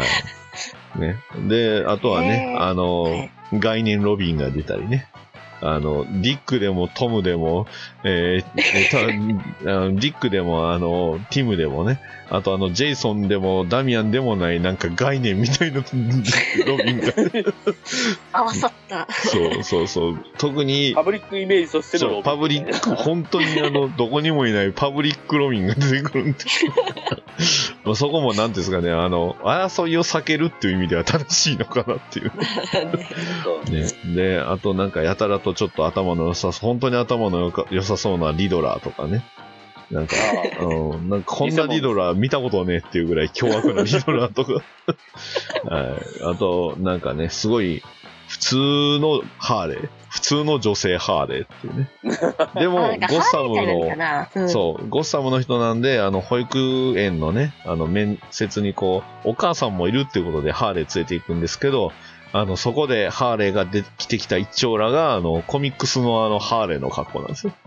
ね。で、あとはね、概念ロビンが出たりね。ディックでもトムでも、ディックでもティムでもね、あとジェイソンでもダミアンでもないなんか概念みたいなロビンが合わさった。 そう。特にパブリックイメージとしてのロビン、 パブリック、本当にどこにもいないパブリックロビンが出てくるんですそこもなんですかね、争いを避けるっていう意味では正しいのかなっていうね。で、あとなんかやたらとちょっと本当に頭の良さそうなリドラーとかね。なんかこんなリドラー見たことねえっていうぐらい凶悪なリドラーとか。はい。あと、なんかね、すごい普通のハーレー。普通の女性ハーレーっていうね。でも、ゴッサムの、そう、ゴッサムの人なんで、保育園のね、面接にこう、お母さんもいるっていうことでハーレー連れて行くんですけど、そこでハーレーが出てきた一丁らが、コミックスのハーレーの格好なんですよ。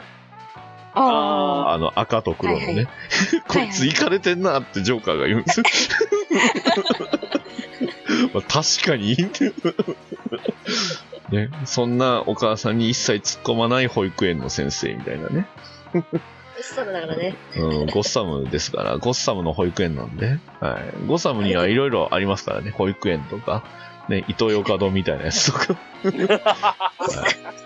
赤と黒のね。はいはい、こいつイカれてんなってジョーカーが言うんですよ。まあ、確かに。ね、そんなお母さんに一切突っ込まない保育園の先生みたいなね。 ゴッサムだからね。 ゴッサムですから、ゴッサムの保育園なんで。はい。ゴッサムにはいろいろありますからね。保育園とか、ね、イトーヨーカドーみたいなやつとか。はい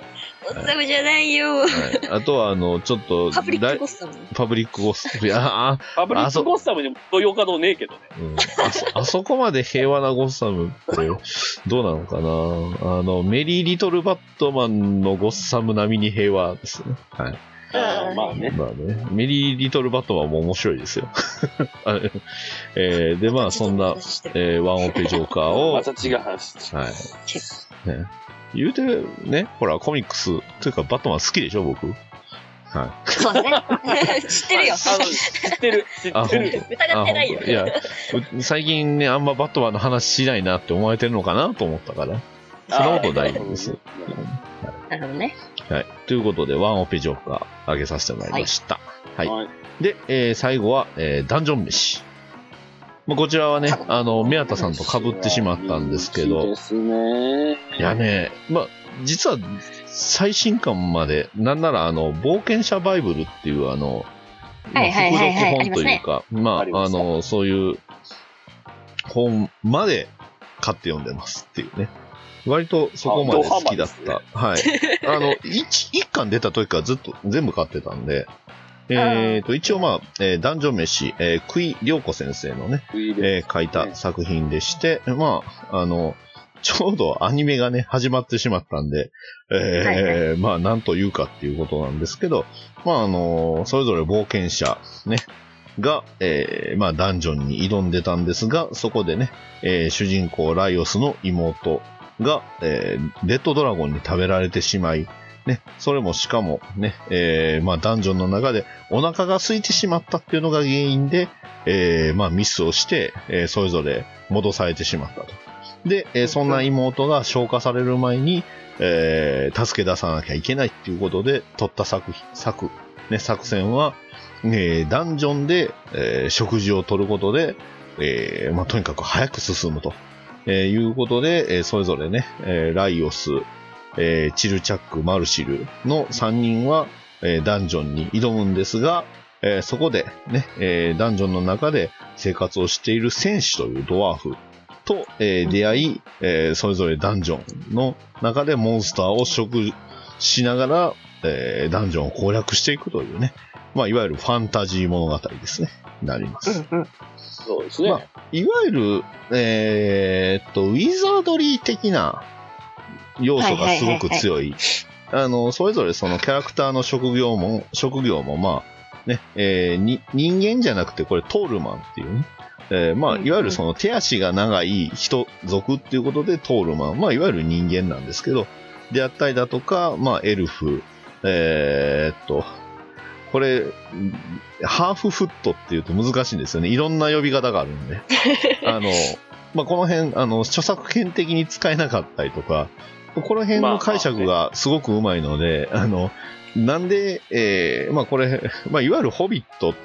ゴッサムじゃないよ。 はい。あとは、ちょっと、 パブリックゴッサム。 パブリックゴッサム。いや、 パブリックゴッサムにも豊華堂ねえけどね。 あそこまで平和なゴッサムって、どうなのかな。メリー・リトル・バットマンのゴッサム並みに平和ですね。はい。 まあね。 まあね。メリー・リトル・バットマンも面白いですよ。で、まあ、そんな、ワンオペジョーカーを。 また違う話。 はい。ね、言うて、ね、ほら、コミックス、というか、バットマン好きでしょ、僕。はい。 そうね。知ってるよ。 知ってる。 疑ってないよ。 いや、最近ね、あんまバットマンの話しないなって思われてるのかなと思ったから。そんなことないんです。 なるほどね。 はい。ということで、ワンオペジョーカー上げさせてもらいました。はい。 はい、 で、最後は、ダンジョン飯。まあ、こちらはね、宮田さんと被ってしまったんですけど。 ですね。 いやね、まあ、実は、最新刊まで、なんなら、冒険者バイブルっていう、まあ、付録本というか、まあ、そういう本まで買って読んでますっていうね。割とそこまで好きだった。はい。一巻出た時からずっと全部買ってたんで、一応まあ、ダンジョン飯、久井良子先生のね、書いた作品でして、まあ、ちょうどアニメがね、始まってしまったんで、まあ、なんというかっていうことなんですけど、まあ、それぞれ冒険者、ね、が、まあ、ダンジョンに挑んでたんですが、そこでね、主人公ライオスの妹が、レッドドラゴンに食べられてしまい、ね、それもしかもね、まあ、ダンジョンの中でお腹が空いてしまったっていうのが原因で、まあ、ミスをして、それぞれ戻されてしまったと。で、そんな妹が消化される前に、助け出さなきゃいけないっていうことで取った作戦は、ダンジョンで、食事を取ることで、まあ、とにかく早く進むと、いうことで、それぞれね、ライオス、チルチャック、マルシルの3人は、ダンジョンに挑むんですが、そこでね、ダンジョンの中で生活をしている戦士というドワーフと、出会い、それぞれダンジョンの中でモンスターを食しながら、ダンジョンを攻略していくというね、まあ、いわゆるファンタジー物語ですね、なります。 そうですね。まあ、 いわゆる、ウィザードリー的な要素がすごく強い。それぞれそのキャラクターの職業もまあ、ね、人間じゃなくてこれトールマンっていうね。まあ、いわゆるその手足が長い人族っていうことでトールマン。まあ、いわゆる人間なんですけど、であったりだとか、まあ、エルフ、これ、ハーフフットっていうと難しいんですよね。いろんな呼び方があるんで。まあ、この辺、著作権的に使えなかったりとか、この辺の解釈がすごくうまいので、なんで、まあこれ、まあいわゆるホビットって、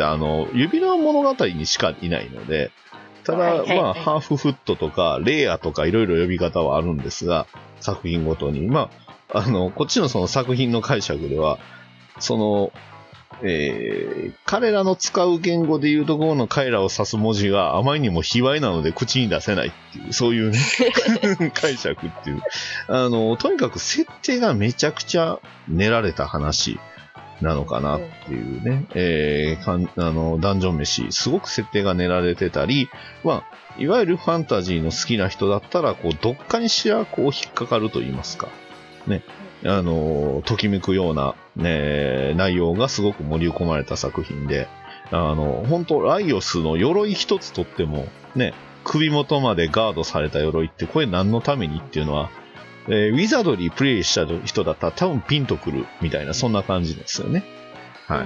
指の物語にしかいないので、ただ、まあ、ハーフフットとか、レイヤーとかいろいろ呼び方はあるんですが、作品ごとに。まあ、こっちのその作品の解釈では、その、彼らの使う言語でいうところの彼らを指す文字があまりにも卑猥なので口に出せないっていう、そういうね、解釈っていう。とにかく設定がめちゃくちゃ練られた話なのかなっていうね、ダンジョン飯、すごく設定が練られてたり、まあ、いわゆるファンタジーの好きな人だったら、こう、どっかにしらこう引っかかると言いますか、ね。ときめくような、ね、内容がすごく盛り込まれた作品で、本当ライオスの鎧一つとっても、ね、首元までガードされた鎧って、これ何のためにっていうのは、ウィザードリープレイした人だったら多分ピンとくるみたいな、そんな感じですよね。はい。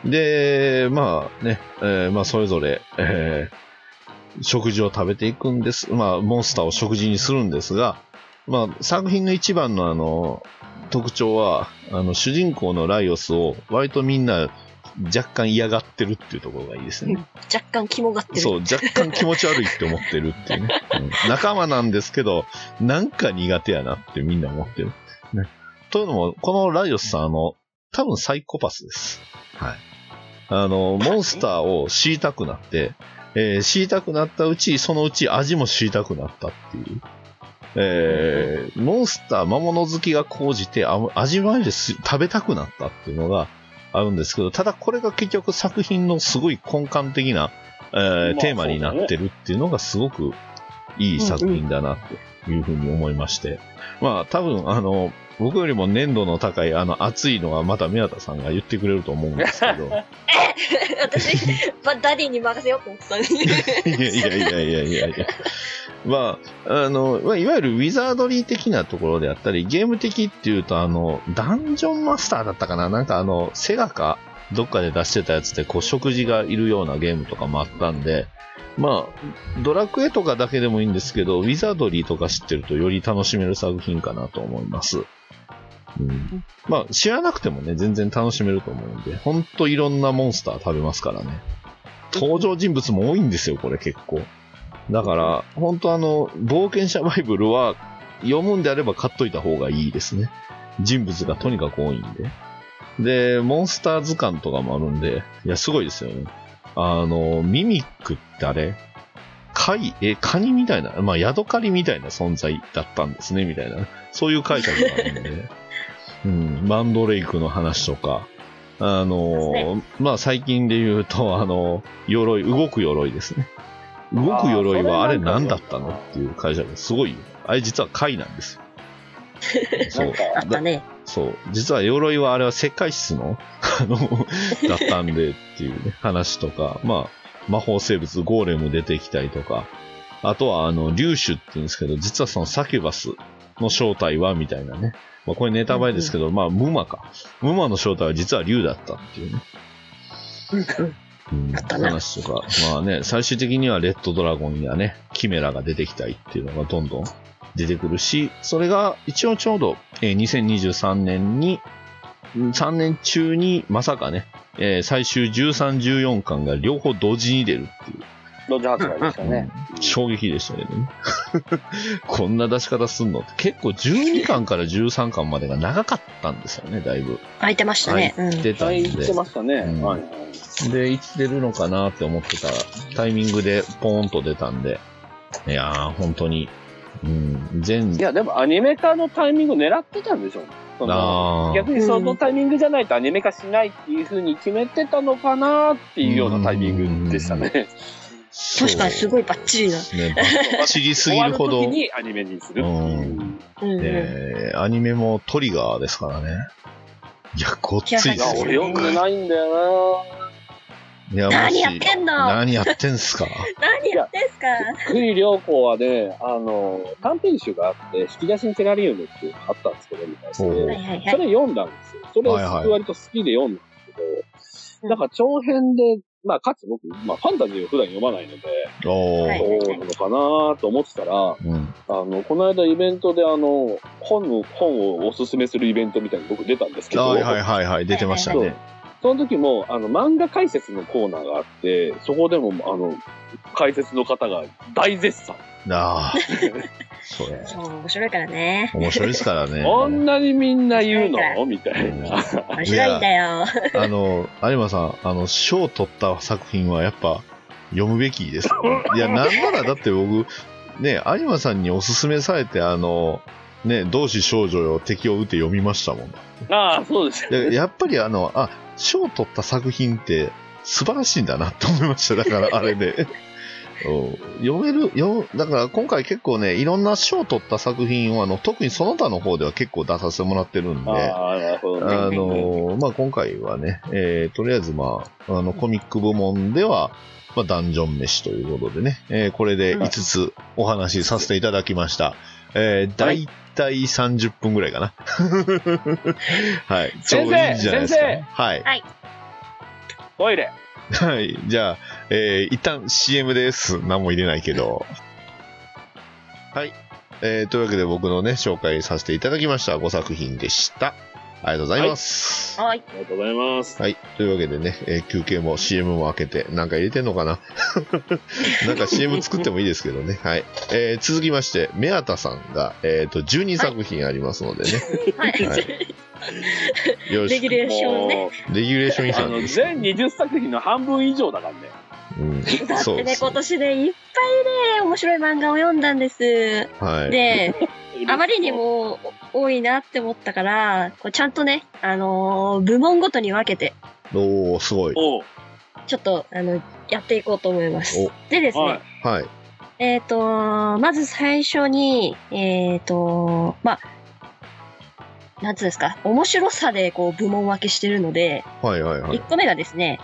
で、まあね、まあそれぞれ、食事を食べていくんです。まあ、モンスターを食事にするんですが、まあ、作品の一番の特徴は、主人公のライオスを割とみんな若干嫌がってるっていうところがいいですね。 若干肝がってる。 そう、若干気持ち悪いって思ってるっていうね。仲間なんですけど、なんか苦手やなってみんな思ってる。ね、というのも、このライオスさん、多分サイコパスです。はい。モンスターを知りたくなって、知りたくなったうち、そのうち味も知りたくなったっていう。 モンスター、魔物好きが高じて味わいで食べたくなったっていうのがあるんですけど、ただこれが結局作品のすごい根幹的な、テーマになってるっていうのがすごくいい作品だなというふうに思いまして。まあ多分僕よりも粘度の高い熱いのはまた宮田さんが言ってくれると思うんですけど。 私、ダディに任せようと思ってたんで。 いや。まあ、いわゆるウィザードリー的なところであったり、ゲーム的っていうと、ダンジョンマスターだったかな、なんかセガか、どっかで出してたやつで、こう、食事がいるようなゲームとかもあったんで、まあ、ドラクエとかだけでもいいんですけど、ウィザードリーとか知ってるとより楽しめる作品かなと思います。まあ、知らなくてもね、全然楽しめると思うんで、ほんといろんなモンスター食べますからね。登場人物も多いんですよ、これ結構。だから、本当冒険者バイブルは読むんであれば買っといた方がいいですね。人物がとにかく多いんで。で、モンスター図鑑とかもあるんで、いや、すごいですよね。ミミックってあれカニみたいな、まあ、ヤドカリみたいな存在だったんですね、みたいな。そういう書いてあるんで。マンドレイクの話とか。まあ、最近で言うと、鎧、動く鎧ですね。動く鎧はあれ何だったのっていう会社がすごいよ。あれ実は貝なんですよ。そう。 あったね。 そう。実は鎧はあれは石灰質の、だったんでっていうね、話とか、まあ、魔法生物ゴーレム出てきたりとか、あとは竜種って言うんですけど、実はそのサキュバスの正体はみたいなね。まあこれネタバレですけど、まあムマか。ムマの正体は実は竜だったっていうね。話とか、まあね、最終的にはレッドドラゴンやね、キメラが出てきたりっていうのがどんどん出てくるし、それが一応ちょうど、2023年に、3年中にまさかね、最終13、14巻が両方同時に出るっていう。 同時発売でしたね。 衝撃でしたけどね。こんな出し方すんのって結構12巻から13巻までが長かったんですよね、だいぶ。 空いてましたね。 空いてたんで。 空いてましたね。はい。 で、いつ出るのかなって思ってたタイミングでポーンと出たんで、いやー、本当に、 いや、でもアニメ化のタイミング狙ってたんでしょうね。逆にそのタイミングじゃないとアニメ化しないっていう風に決めてたのかなっていうようなタイミングでしたね。 確かにすごいバッチリな。 ね、バッチリすぎるほど。 終わる時にアニメにするっていう。 アニメもトリガーですからね。いや、ごっついですよ。 俺読んでないんだよな。いや、 何やってんの？ 何やってんすか？ 何やってんすか？ 福井良子はね、短編集があって、引き出しにテラリウムっていうのがあったんですけど、みたいですね。それ読んだんですよ。それを割と好きで読んだんですけど、なんか長編で、まあ、かつ僕、まあ、ファンタジーを普段読まないので、そうなのかなと思ってたら、この間イベントで本をおすすめするイベントみたいに僕出たんですけど、 はい、出てましたね。 その時も、漫画解説のコーナーがあって、そこでも、解説の方が大絶賛。 そうね。 面白いからね。 面白いですからね。 こんなにみんな言うのみたいな。 面白いんだよ。 有馬さん、賞を取った作品はやっぱ読むべきです。いや、なんならだって僕、ね、有馬さんにおすすめされて、ね、同志少女よ敵を撃て読みましたもん。 ああ、そうですね。 やっぱり賞を取った作品って素晴らしいんだなって思いました。だからあれで。だから今回結構ね、いろんな賞を取った作品を特にその他の方では結構出させてもらってるんで、まあ今回はね、とりあえずまあ、コミック部門では、まあダンジョン飯ということでね、これで5つお話しさせていただきました。だいたい30分ぐらいかな。はい。ちょうどいいんじゃないですか。はい。 トイレ。 はい。じゃあ、一旦 CM です。何も入れないけど。はい。というわけで僕のね、紹介させていただきました5作品でした。ありがとうございます。 はい。 ありがとうございます。 はい。というわけでね、休憩も CM も開けて、なんか入れてんのかななんか CM 作ってもいいですけどね。はい。続きまして、メアタさんが、12作品ありますのでね。 はい。 よろしく。 レギュレーションね。 レギュレーション違反です。 全20作品の半分以上だからね。 だってね、 そうです今年ね、いっぱいね、面白い漫画を読んだんです。 はい。 で、あまりにも多いなって思ったから、こうちゃんとね、部門ごとに分けて、 おー、すごい。 おうちょっと、やっていこうと思います。でですね、 はい。 はい。 まず最初に、なんつうんですか、面白さでこう部門分けしてるので、 はいはいはい。 1個目がですね、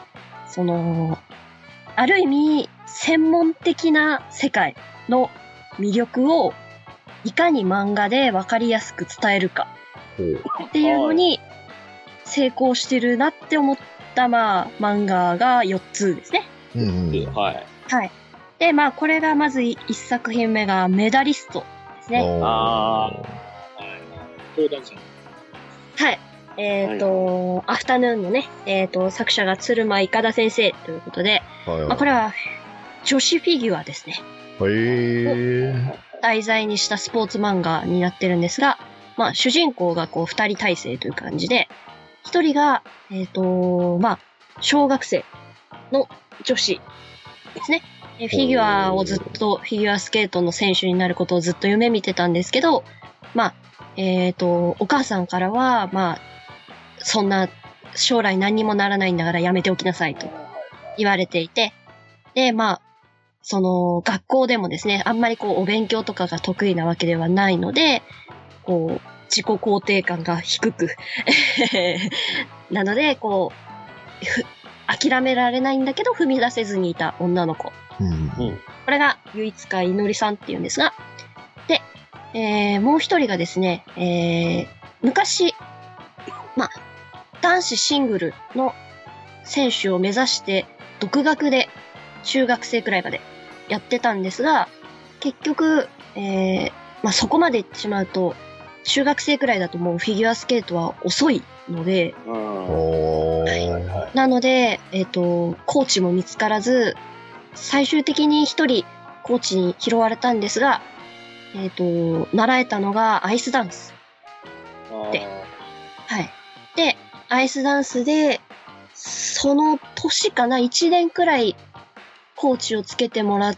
ある意味、専門的な世界の魅力をいかに漫画で分かりやすく伝えるかっていうのに成功してるなって思った漫画が4つですね。 うんうん。 はい。 はい。で、これがまず1作品目がメダリストですね。 あ登壇者。 はい。アフタヌーンのね、作者が鶴間いかだ先生ということで、 はいはい。 これは女子フィギュアですね。 へー。 題材にしたスポーツ漫画になってるんですが、主人公がこう二人体制という感じで、一人が、小学生の女子ですね。フィギュアをずっと、フィギュアスケートの選手になることをずっと夢見てたんですけど、お母さんからは、そんな将来何にもならないんだからやめておきなさいと言われていて、で、その学校でもですね、あんまりこうお勉強とかが得意なわけではないので、こう自己肯定感が低くなので、こう諦められないんだけど踏み出せずにいた女の子。これが唯一かいのりさんっていうんですが、で、もう一人がですね、昔、男子シングルの選手を目指して独学で中学生くらいまでやってたんですが、結局、そこまで行ってしまうと、中学生くらいだともうフィギュアスケートは遅いので、なので、コーチも見つからず、最終的に一人コーチに拾われたんですが、習えたのがアイスダンス。で、はい。で、アイスダンスで、その年かな、1年くらいコーチをつけてもらって、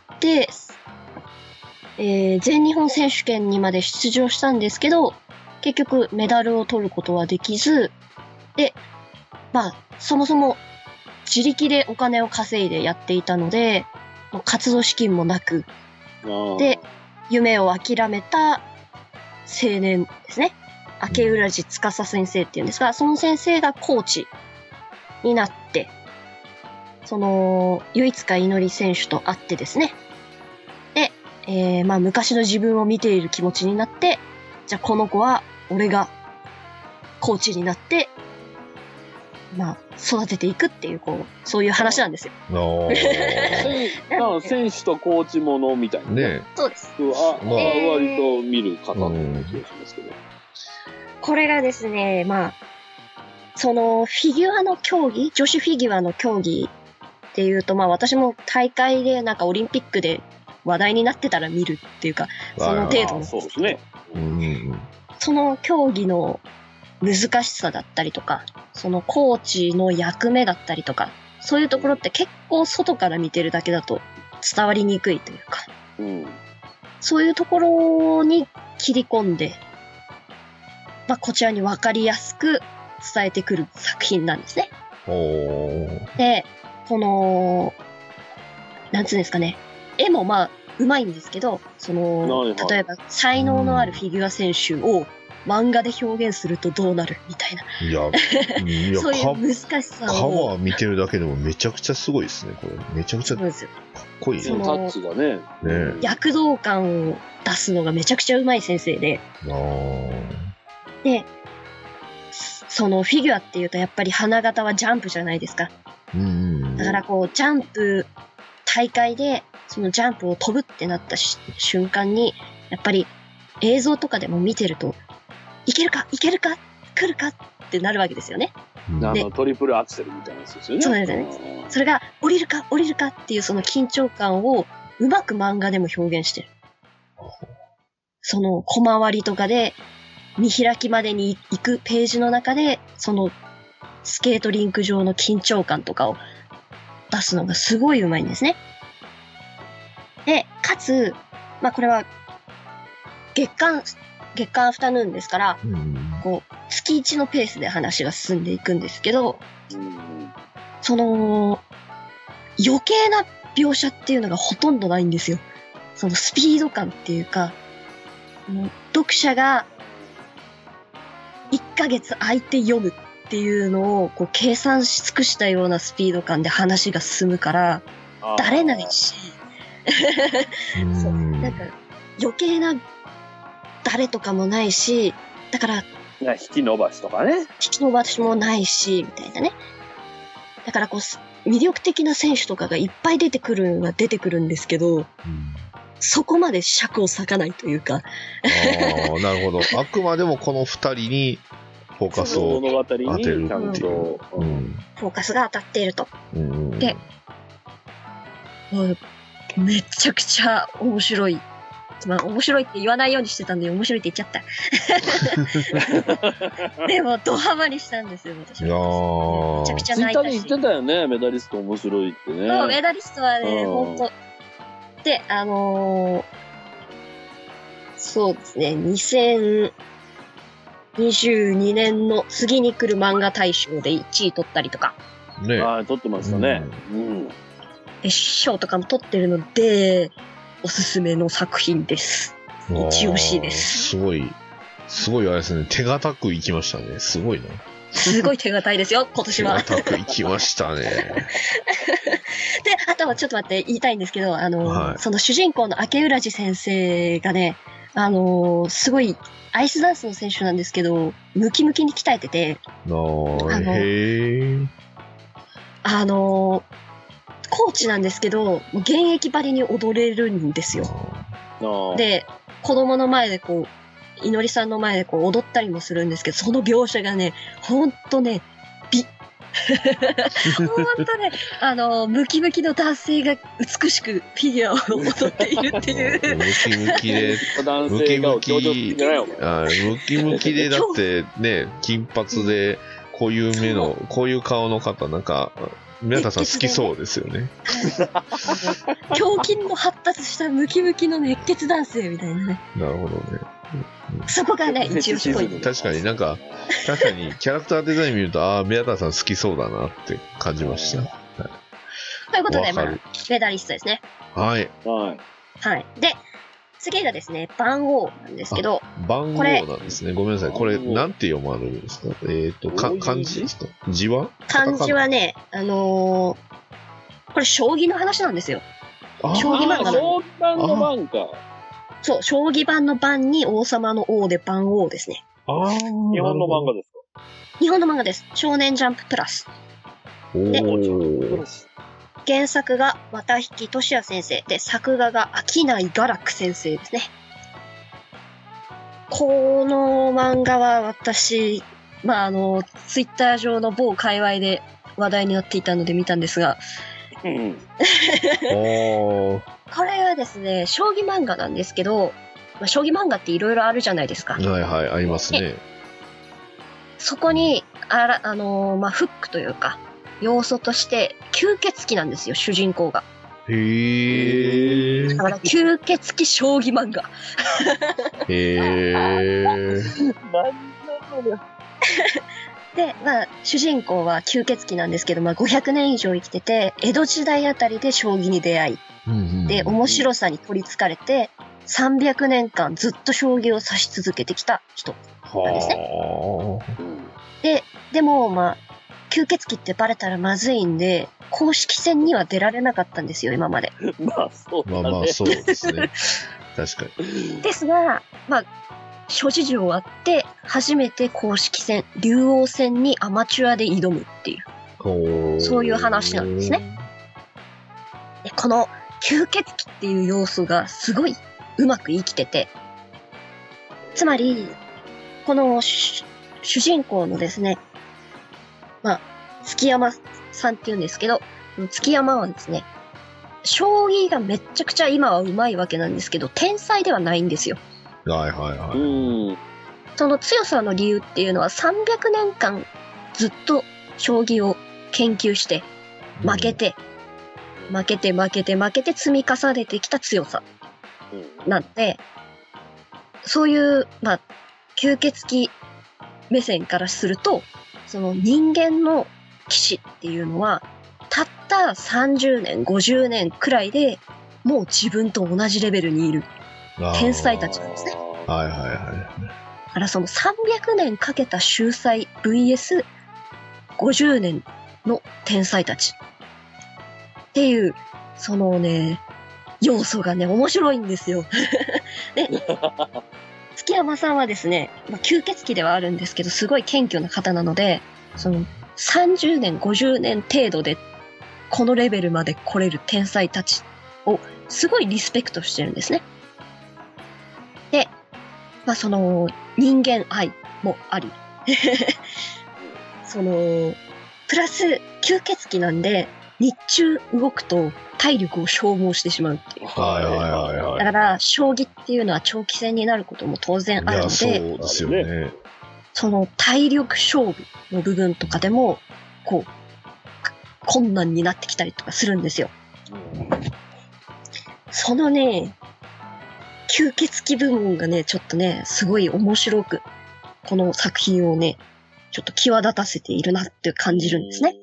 全日本選手権にまで出場したんですけど、結局メダルを取ることはできず、で、そもそも自力でお金を稼いでやっていたので、活動資金もなく、で、夢を諦めた青年ですね。明浦路司先生っていうんですが、その先生がコーチになって、その、唯一かいのり選手と会ってですね。で、昔の自分を見ている気持ちになって、じゃあこの子は俺がコーチになって、育てていくっていう、そういう話なんですよ。 選手とコーチものみたいな。ね。 そうです。 割と見る方の気がしますけど。 これがですね、そのフィギュアの競技、女子フィギュアの競技っていうと、私も大会でなんかオリンピックで話題になってたら見るっていうか、その程度の。 そうですね。 その競技の難しさだったりとか、そのコーチの役目だったりとか、そういうところって結構外から見てるだけだと伝わりにくいというか、そういうところに切り込んで、こちらに分かりやすく伝えてくる作品なんですね。で、この、なんつうんですかね、絵もうまいんですけど、その、例えば才能のあるフィギュア選手を漫画で表現するとどうなるみたいな。そういう難しさを。 カバー見てるだけでもめちゃくちゃすごいですね、これ。めちゃくちゃかっこいいね。 そのタッチがね。 躍動感を出すのがめちゃくちゃうまい先生で。で、そのフィギュアっていうとやっぱり花形はジャンプじゃないですか。だからジャンプ、大会でそのジャンプを飛ぶってなった瞬間に、やっぱり映像とかでも見てると、いけるか来るかってなるわけですよね。 トリプルアクセルみたいなやつですよね。 そうですね。それが降りるかっていうその緊張感をうまく漫画でも表現してる。その小回りとかで見開きまでに行くページの中で、そのスケートリンク上の緊張感とかを出すのがすごい上手いんですね。で、かつ、まあこれは月間アフタヌーンですから、こう、月1のペースで話が進んでいくんですけど、その、余計な描写っていうのがほとんどないんですよ。そのスピード感っていうか、読者が1ヶ月空いて読むっていうのをこう計算し尽くしたようなスピード感で話が進むから、だれないし、そう、なんか余計な誰とかもないし、だから、 引き伸ばしとかね。 引き伸ばしもないし、みたいなね。だからこう、魅力的な選手とかがいっぱい出てくるんですけど、そこまで尺を割かないというか。 なるほど。あくまでもこの二人にフォーカスを当てるっていう。フォーカスが当たっていると。で、めちゃくちゃ面白い。まあ、面白いって言わないようにしてたんで、面白いって言っちゃった。でも、ドハマりしたんですよ、私は。めちゃくちゃ泣いたし。 ツイッターに言ってたよね、メダリスト面白いってね。 そう、メダリストはね、ほんと。で、そうですね、2022年の次に来る漫画大賞で1位取ったりとか。 ね。 取ってましたね。 賞とかも取ってるので、おすすめの作品です。一押しです。 すごいあれですね。手堅くいきましたね。すごいな。 すごい手堅いですよ、今年は。 手堅くいきましたね。で、 あとはちょっと待って言いたいんですけど、その主人公の明浦路先生がね、すごいアイスダンスの選手なんですけど、ムキムキに鍛えてて、コーチなんですけど、現役ばりに踊れるんですよ。で、子供の前でこう、いのりさんの前でこう踊ったりもするんですけど、その描写がね、ほんとね、ほんとね、ムキムキの男性が美しくフィギュアを踊っているっていう。 ムキムキで、ムキムキで、だってね、金髪で、こういう顔の方、なんか、宮田さん好きそうですよね。 胸筋の発達したムキムキの熱血男性みたいなね。 なるほどね。 そこがね、一押しポイント。 確かにキャラクターデザイン見ると、宮田さん好きそうだなって感じました。 ということで、メダリストですね。 はい。 で、次がですね、番号なんですけど。 番号なんですね。ごめんなさい。これ、なんて読まれるんですか？漢字ですか？字は？ 漢字はね、これ、将棋の話なんですよ。将棋漫画将棋版の番か。 そう、将棋版の番に王様の王で番王ですね。 日本の漫画ですか？ 日本の漫画です。少年ジャンププラス。で、原作が綿引俊也先生で、作画が秋内画楽先生ですね。この漫画は私、ツイッター上の某界隈で話題になっていたので見たんですが、これはですね、将棋漫画なんですけど、将棋漫画っていろいろあるじゃないですか。 はいはい、ありますね。 そこに、フックというか、要素として吸血鬼なんですよ、主人公が。 へー。 だから吸血鬼将棋漫画。 へー。 で、主人公は吸血鬼なんですけど、500年以上生きてて、江戸時代あたりで将棋に出会い、で、面白さに取り憑かれて、300年間ずっと将棋を指し続けてきた人なんですね。でも、吸血鬼ってバレたらまずいんで、公式戦には出られなかったんですよ、今まで。 そうだね。 そうですね。確かに。 ですが、諸事情あって、初めて公式戦、竜王戦にアマチュアで挑むっていう、そういう話なんですね。で、この吸血鬼っていう要素がすごいうまく生きてて、つまり、この主人公のですね、月山さんって言うんですけど、月山はですね、将棋がめっちゃくちゃ今は上手いわけなんですけど、天才ではないんですよ。 はいはいはい。 その強さの理由っていうのは300年間ずっと将棋を研究して、負けて、 負けて積み重ねてきた強さ。なんで、そういう、まあ、吸血鬼目線からすると、その人間の騎士っていうのは、たった30年、50年くらいでもう自分と同じレベルにいる天才たちなんですね。 はいはいはい。 だからその300年かけた秀才 VS50 年の天才たちっていう、そのね、要素がね、面白いんですよ。で、月山さんはですね、吸血鬼ではあるんですけど、すごい謙虚な方なので、その30年、50年程度でこのレベルまで来れる天才たちをすごいリスペクトしてるんですね。で、まあその人間愛もあり、その、プラス吸血鬼なんで日中動くと体力を消耗してしまうっていう。 はいはいはいはい。 だから将棋っていうのは長期戦になることも当然あるので、 そうですよね。 その体力勝負の部分とかでも、こう、困難になってきたりとかするんですよ。そのね、吸血鬼部門がね、ちょっとね、すごい面白く、この作品をね、ちょっと際立たせているなって感じるんですね。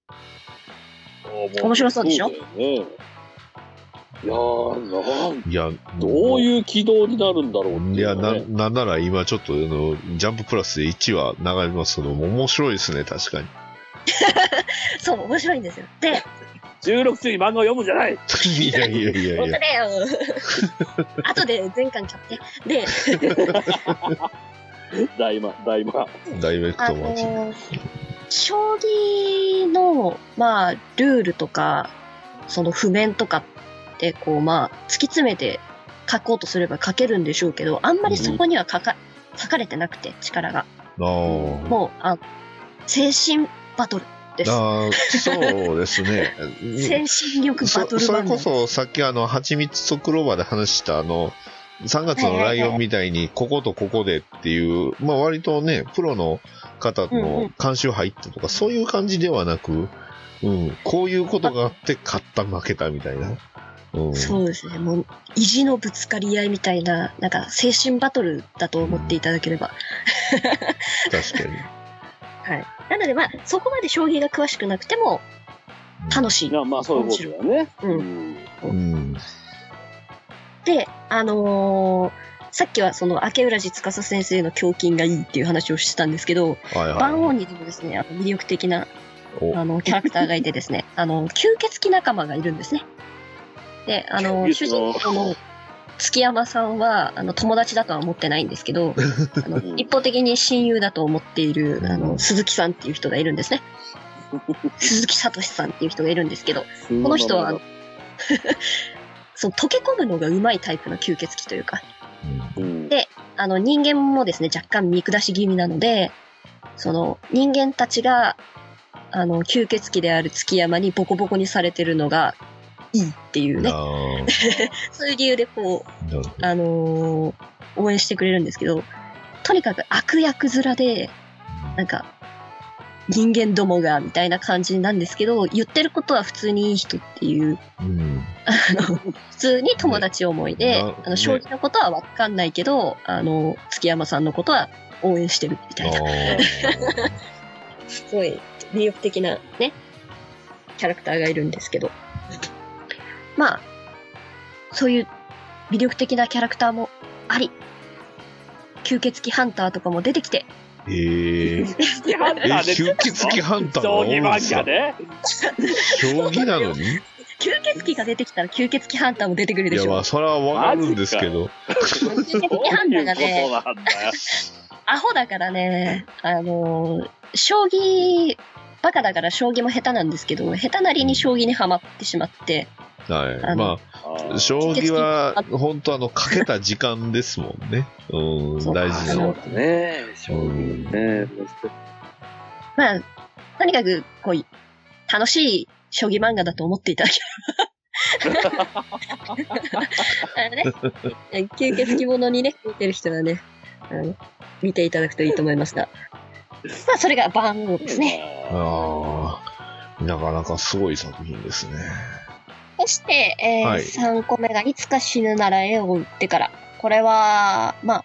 面白そうでしょ？ いやー、 いや、 どういう軌道になるんだろうっていや、 いうのね。 なんなら今ちょっとジャンププラスで1話流れますけども、面白いですね、確かに。 そう、面白いんですよ。で、 16中に漫画を読むんじゃない。 いやいやいやいや。 本当だよ。後で全巻買って。で、 大魔。 ダイレクトマッチ。 将棋の、まあ、ルールとか、その譜面とかって、こう、まあ、突き詰めて書こうとすれば書けるんでしょうけど、あんまりそこには書かれてなくて、力が。もう、精神バトルです。 そうですね。 精神力バトルそれこそ、さっき蜂蜜とクローバーで話した3月のライオンみたいに、こことここでっていう、まあ割とね、プロの方の監修入ってとか、そういう感じではなく、こういうことがあって勝った負けたみたいな。 そうですね。もう、意地のぶつかり合いみたいな、なんか精神バトルだと思っていただければ。 確かに。 はい。なのでまあ、そこまで将棋が詳しくなくても、楽しい。 まあそういうことだよね。 で、さっきはその明浦寺司先生の胸筋がいいっていう話をしてたんですけど、盤王にでもですね、魅力的なキャラクターがいてですね、吸血鬼仲間がいるんですね。で、主人公の月山さんは友達だとは思ってないんですけど、一方的に親友だと思っている鈴木さんっていう人がいるんですね。鈴木聡さんっていう人がいるんですけど、この人はその溶け込むのがうまいタイプの吸血鬼というか。で、人間もですね、若干見下し気味なので、その人間たちが、吸血鬼である月山にボコボコにされてるのがいいっていうね。そういう理由でこう、応援してくれるんですけど、とにかく悪役面で、なんか、人間どもが、みたいな感じなんですけど、言ってることは普通にいい人っていう、普通に友達思いで、将棋のことはわかんないけど、月山さんのことは応援してるみたいな。すごい魅力的なね、キャラクターがいるんですけど。まあ、そういう魅力的なキャラクターもあり、吸血鬼ハンターとかも出てきて、 吸血鬼ハンター将棋漫画で将棋なのに吸血鬼が出てきたら吸血鬼ハンターも出てくるでしょ。 いや、まあ、それはわかるんですけど。 吸血鬼ハンターがね、アホだからね、将棋、バカだから将棋も下手なんですけど、下手なりに将棋にはまってしまって、 はい。まあ、将棋は、本当かけた時間ですもんね。大事なの。 そうね。将棋ね。 まあ、とにかく、こう、楽しい将棋漫画だと思っていただければ。吸血鬼ものにね、見てる人はね、見ていただくといいと思いますが。まあ、それが盤王ですね。 なかなかすごい作品ですね。 そして、 はい 3個目がいつか死ぬなら絵を売ってから。これは、ま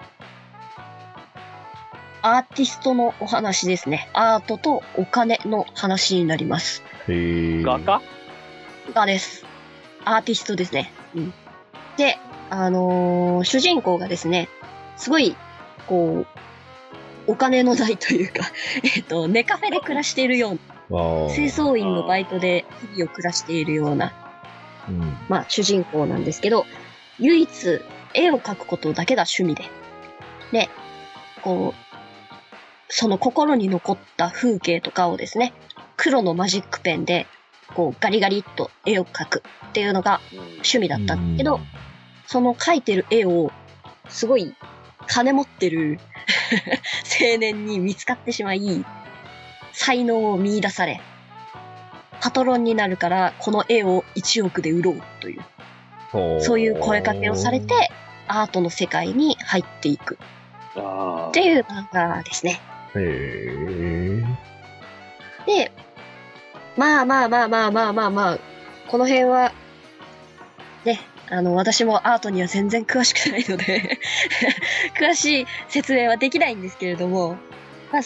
あ、アーティストのお話ですね。アートとお金の話になります。 へえ。 画家画です。アーティストですね。うん。で、主人公がですね、すごい、こう、お金のないというか、ネカフェで暮らしているような、清掃員のバイトで日々を暮らしているような、まあ、主人公なんですけど、唯一絵を描くことだけが趣味で、で、こう、その心に残った風景とかをですね、黒のマジックペンで、こう、ガリガリっと絵を描くっていうのが趣味だったんだけど、その描いてる絵を、すごい金持ってる青年に見つかってしまい、才能を見出され、パトロンになるからこの絵を1億で売ろうという、そういう声かけをされて、アートの世界に入っていくっていう漫画ですね。 へー。 で、まあ、この辺は、ね、私もアートには全然詳しくないので、詳しい説明はできないんですけれども、まあ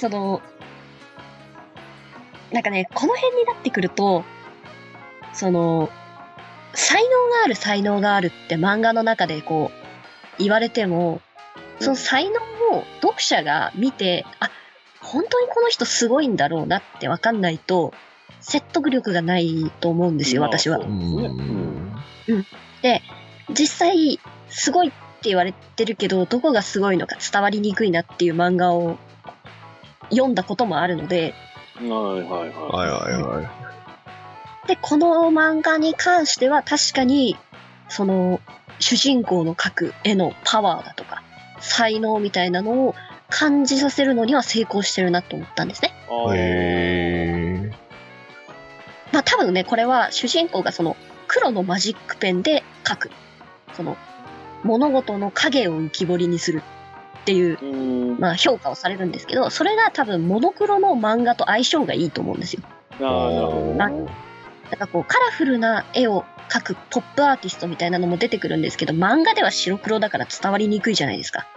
なんかね、この辺になってくると、才能があるって漫画の中でこう、言われても、その才能を読者が見て、あ、本当にこの人すごいんだろうなってわかんないと、説得力がないと思うんですよ、私は。で、実際、すごいって言われてるけど、どこがすごいのか伝わりにくいなっていう漫画を読んだこともあるので、で、この漫画に関しては確かに、主人公の描く絵のパワーだとか、才能みたいなのを感じさせるのには成功してるなと思ったんですね。まあ多分ね、これは主人公が黒のマジックペンで描く。物事の影を浮き彫りにするっていう、まあ評価をされるんですけど、それが多分モノクロの漫画と相性がいいと思うんですよ。なんかこうカラフルな絵を描くポップアーティストみたいなのも出てくるんですけど、漫画では白黒だから伝わりにくいじゃないですか。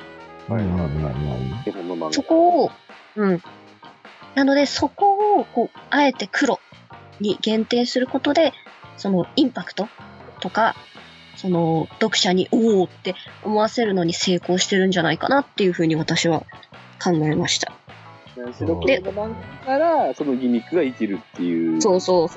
そこを、なのでそこをこうあえて黒に限定することで、インパクトとか、読者におーって思わせるのに成功してるんじゃないかなっていうふうに私は考えました。 白黒の漫画からそのギミックが生きるっていう。 そう。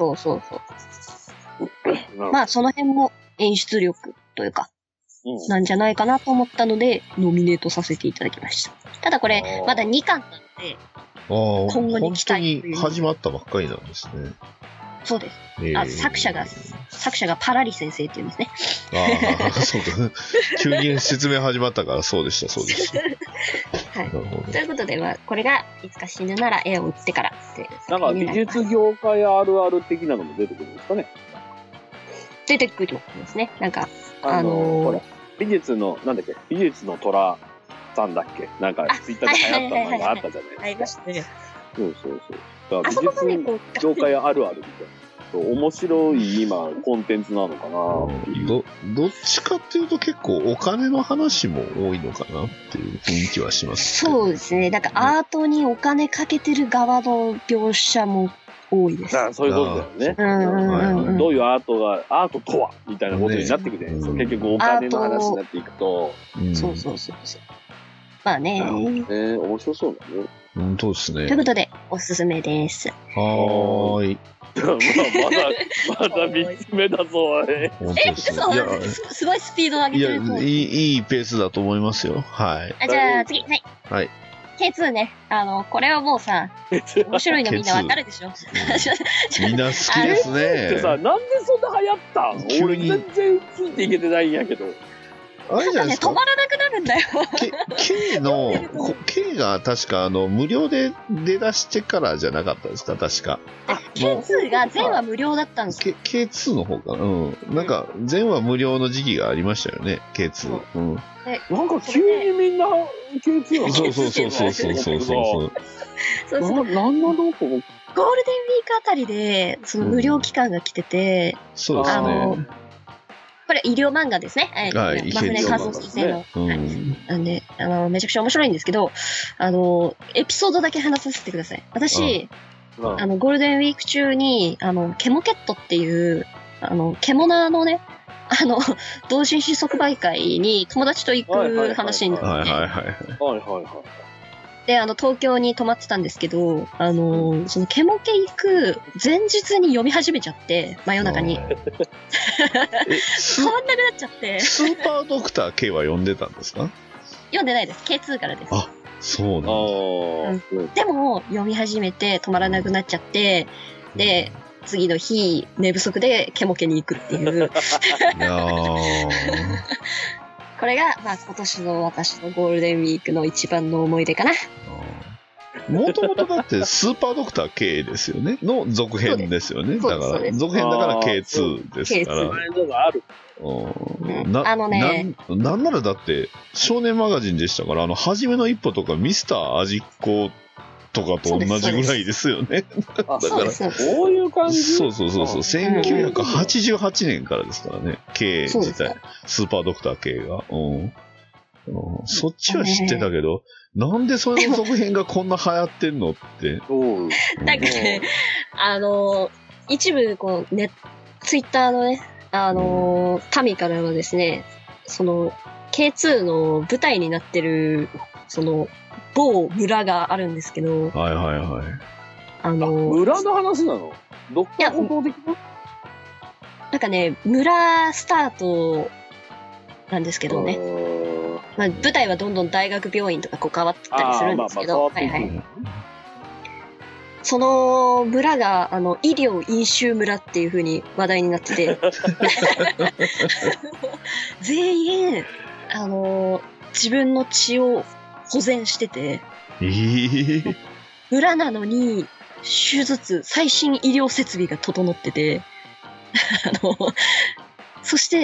まあその辺も演出力というか、なんじゃないかなと思ったので、ノミネートさせていただきました。ただこれ、まだ2巻なので、今後に期待という。 本当に始まったばっかりなんですね。 そうです。作者がパラリ先生っていうんですね。 そうだ。急に説明始まったからそうでした。 はい。ということで、まあ、これがいつか死ぬなら絵を売ってからっていう。 なんか美術業界あるある的なのも出てくるんですかね。 出てくるんですね。なんか、 ほら、美術の虎さんだっけ、なんかツイッターで流行ったのがあったじゃないですか。 ありましたね。 そう。だから美術業界あるあるみたいな。面白い今コンテンツなのかなっていう。 どっちかっていうと結構お金の話も多いのかなっていう雰囲気はします。 そうですね。なんかアートにお金かけてる側の描写も多いです。 そういうことだよね。どういうアートとはみたいなことになってくるじゃないですか。結局お金の話になっていくと。 そう。まあね。 面白そうだね。 そうですね。 ということで、おすすめです。 はーい。 まだ3つ目だぞ、 すごいスピード上げてると。 いいペースだと思いますよ。はい。 じゃあ次、 はい。 K2 ね。これはもうさ、面白いのみんなわかるでしょ。 みんな好きですね。 なんでそんな流行ったの？俺全然ついていけてないんやけど。 あれじゃないですか。 止まらなくなるんだよ。 K が確か無料で出だしてからじゃなかったですか、確か。 K2 が全話無料だったんですよ。 K2 の方かな。なんか全話無料の時期がありましたよね、K2。 なんか急にみんな K2 のそう。 なんなのこゴールデンウィークあたりで、無料期間が来てて、 そうですね。 これ医療漫画ですね。 はいマフネカソ先生の。なんで、めちゃくちゃ面白いんですけど、エピソードだけ話させてください。私、ゴールデンウィーク中に、ケモケットっていう、獣のね、同人誌即売会に友達と行く話になって、で、東京に泊まってたんですけど、そのケモケ行く前日に読み始めちゃって、真夜中に。変わんなくなっちゃって。 スーパードクター K は読んでたんですか？ 読んでないです。K2 からです。 あ、そうなんだ。 でも、読み始めて止まらなくなっちゃって、で、次の日、寝不足でケモケに行くっていう。 いやこれが、まあ、今年の私のゴールデンウィークの一番の思い出かな。 もともとだってスーパードクター K ですよねの続編ですよね。だから続編だから K2 ですから。なんならだって少年マガジンでしたから、初めの一歩とかミスター味っ子とかと同じぐらいですよね。だからそういう感じ。 そう1988年からですからね。K 自体スーパードクター K が。そっちは知ってたけど、なんでその続編がこんな流行ってんのって。 なんかね、一部、ツイッターのね、民からはですね、その、K2 の舞台になってる、その、某村があるんですけど、 はいはいはい。 村の話なの？どっか本当的な？ なんかね、村スタートなんですけどね。まあ、舞台はどんどん大学病院とか変わってたりするんですけど、その村が、医療飲酒村っていう風に話題になってて、全員、自分の血を保全してて、村なのに、手術、最新医療設備が整ってて、そして、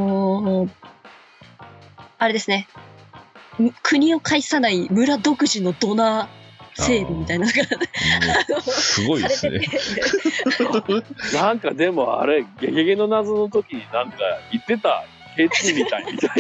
あれですね。国を介さない村独自のドナー制度みたいなのがすごいですね。 なんかでもあれ、ゲゲゲの謎の時になんか言ってたケツみたいな。だ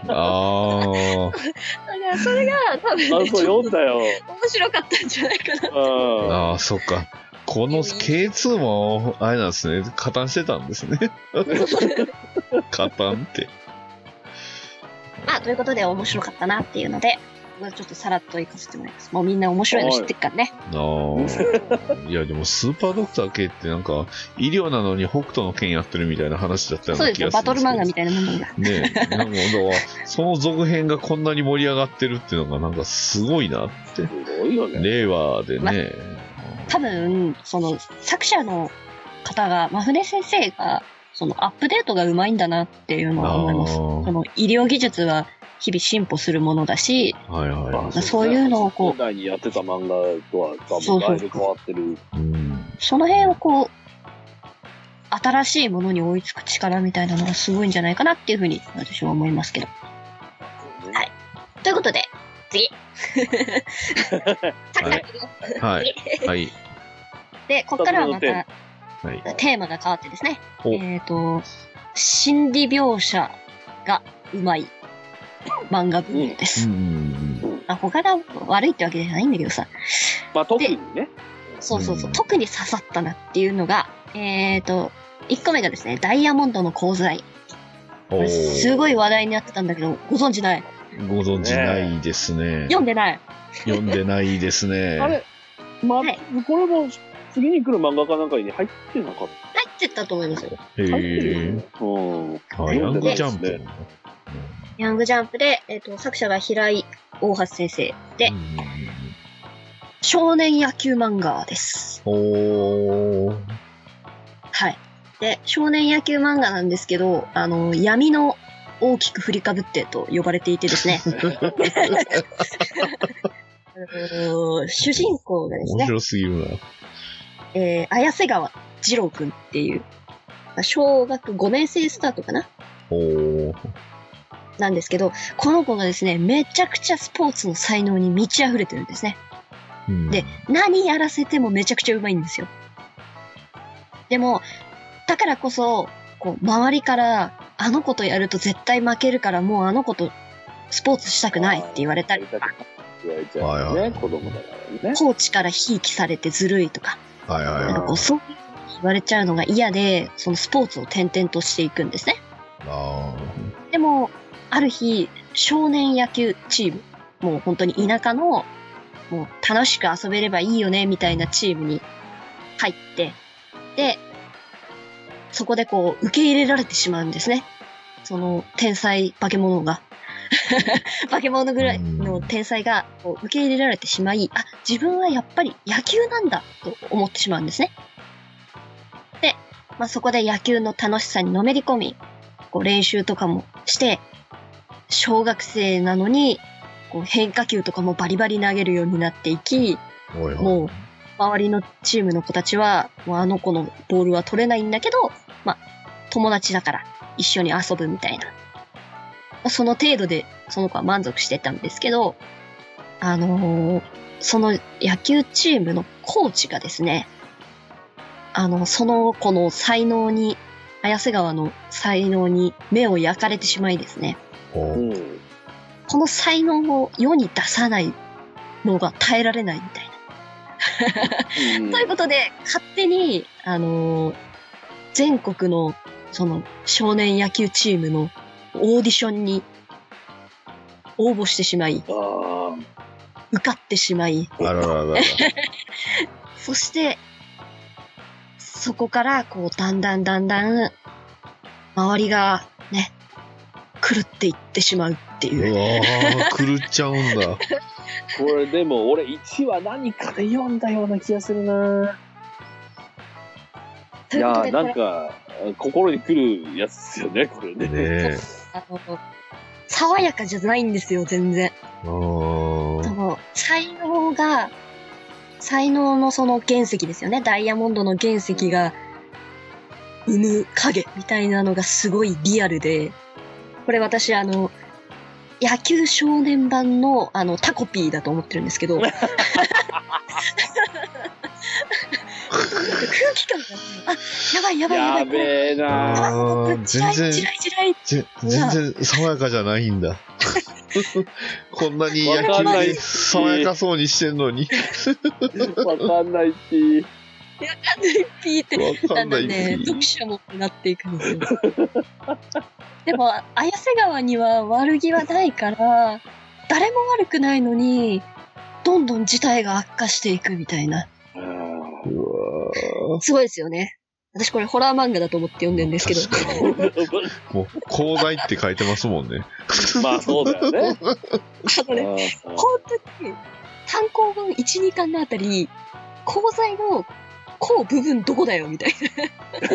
からそれが多分ね、 そう読んだよ。 面白かったんじゃないかなって。 ああ、そっか。この K2 もあれなんですね。加担してたんですね。加担って。 まあ、ということで面白かったなっていうので、ちょっとさらっと行かせてもらいます。もうみんな面白いの知ってっからね。 いや、でもスーパードクター K ってなんか、医療なのに北斗の拳やってるみたいな話だったような気がするんですけど。 そうですよ、バトル漫画みたいなもんなんだ。 ねえ、なんかその続編がこんなに盛り上がってるっていうのがなんかすごいなって。 すごいよね。 令和でね。 多分、その、作者の方が、真船先生が、そのアップデートがうまいんだなっていうのは思います。その医療技術は日々進歩するものだし、そういうのをこう。 現代にやってた漫画とは多分だいぶ変わってる。 その辺をこう、新しいものに追いつく力みたいなのがすごいんじゃないかなっていうふうに私は思いますけど。はい。ということで、次。 はい。はい。 で、こっからはまた、テーマが変わってですね。心理描写がうまい漫画分野です。他が悪いってわけじゃないんだけどさ。 まあ特にね。 そう、特に刺さったなっていうのが、1個目がですね、ダイヤモンドの功罪。これすごい話題になってたんだけど、ご存知ない？ ご存知ないですね。 読んでない？ 読んでないですね。 あれ、これも、次に来る漫画家なんかに入ってなかった？ 入ってたと思いますよ。 へぇー。ヤングジャンプ。 ヤングジャンプで、作者が平井大橋先生で、少年野球漫画です。はい。で、少年野球漫画なんですけど、闇の大きく振りかぶってと呼ばれていてですね。主人公がですね。 面白すぎるな。 綾瀬川二郎くんっていう、小学5年生スタートかななんですけど、この子がですね、めちゃくちゃスポーツの才能に満ち溢れてるんですね。で、何やらせてもめちゃくちゃうまいんですよ。でも、だからこそ、こう、周りからあの子とやると絶対負けるからもうあの子とスポーツしたくないって言われたりとか、 言われちゃうね、子供だからね。 コーチからひいきされてずるいとか、 はいはいはい。 なんかこうそういうふうに言われちゃうのが嫌で、そのスポーツを転々としていくんですね。 あでも、ある日、少年野球チーム、もう本当に田舎の、もう楽しく遊べればいいよね、みたいなチームに入って、で、そこでこう、受け入れられてしまうんですね。その、天才化け物が。化け物ぐらいの天才がこう受け入れられてしまい、あ、自分はやっぱり野球なんだと思ってしまうんですね。で、まあ、そこで野球の楽しさにのめり込み、こう練習とかもして、小学生なのに、こう変化球とかもバリバリ投げるようになっていき、 あ。おいおい。 もう、周りのチームの子たちは、もうあの子のボールは取れないんだけど、まあ、友達だから一緒に遊ぶみたいな。その程度でその子は満足してたんですけど、その野球チームのコーチがですね、その子の才能に、綾瀬川の才能に目を焼かれてしまいですね、この才能を世に出さないのが耐えられないみたいな。ということで、勝手に、全国のその少年野球チームのオーディションに応募してしまい、受かってしまい、 あらららら。 そして、そこから、こう、だんだん、周りが、ね、狂っていってしまうっていう。 うわー、狂っちゃうんだ。 これでも、俺1話何かで読んだような気がするないやー、なんか、心に来るやつですよね、これね。 ね爽やかじゃないんですよ、全然。才能のその原石ですよね。ダイヤモンドの原石が生む影みたいなのがすごいリアルで、これ私野球少年版のタコピーだと思ってるんですけど、空気感が、やばい。 やべえなー。全然爽やかじゃないんだ。こんなに野球で爽やかそうにしてんのに。 わかんないって。 だんだんね、読者もなっていくんですよ。でも、綾瀬川には悪気はないから、誰も悪くないのに、どんどん事態が悪化していくみたいな。すごいですよね。私これホラー漫画だと思って読んでるんですけど。 もう、功罪って書いてますもんね。 まあそうだよね。 本当に、単行本1、2巻のあたり、功罪のこう部分どこだよみたいな。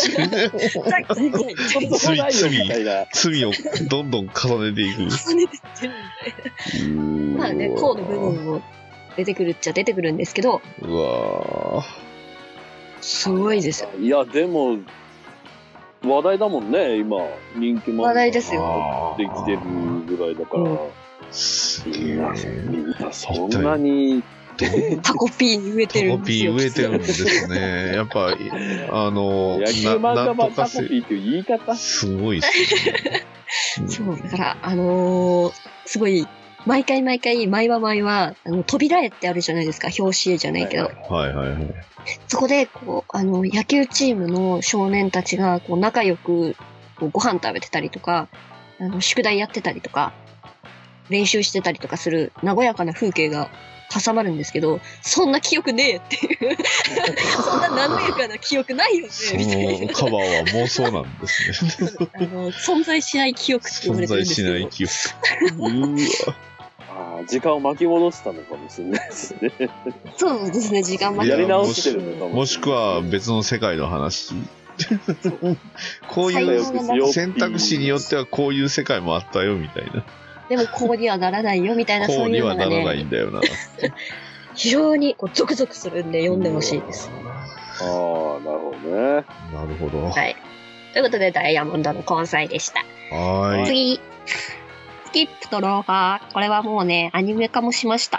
罪をどんどん重ねていく。 重ねていってるみたいな。まあね、こうの部分も出てくるっちゃ出てくるんですけど。 うわー。 すごいですよ。 いや、でも、話題だもんね、今。人気も。 話題ですよ。 できてるぐらいだから。 すげえ。 みんなそんなに。 タコピーに植えてるんですよ。 タコピー植えてるんですね。やっぱ、 野球漫画版タコピーっていう言い方すごいっすね。 そう、だから、すごい、毎回、毎話、扉絵ってあるじゃないですか。表紙絵じゃないけど。 はい。 そこで、こう、野球チームの少年たちが、こう、仲良く、こうご飯食べてたりとか、宿題やってたりとか、練習してたりとかする、和やかな風景が挟まるんですけど、そんな記憶ねえっていう。そんな和やかな記憶ないよね、みたいな。 そのカバーは妄想なんですね。 存在しない記憶って言われてるんですけど。 存在しない記憶。うわ。 時間を巻き戻したのかもしれないですね。 そうですね、時間巻き戻やり直してるのかもしくは別の世界の話。こういう選択肢によってはこういう世界もあったよみたいな。 でもこうにはならないよみたいな、そういうのがね。こうにはならないんだよな。 非常にこうゾクゾクするんで読んでほしいです。 なるほどね。 なるほど。 はい。ということでダイヤモンドの交際でした。 はい。 次。スキップとローファー。これはもうね、アニメ化もしました。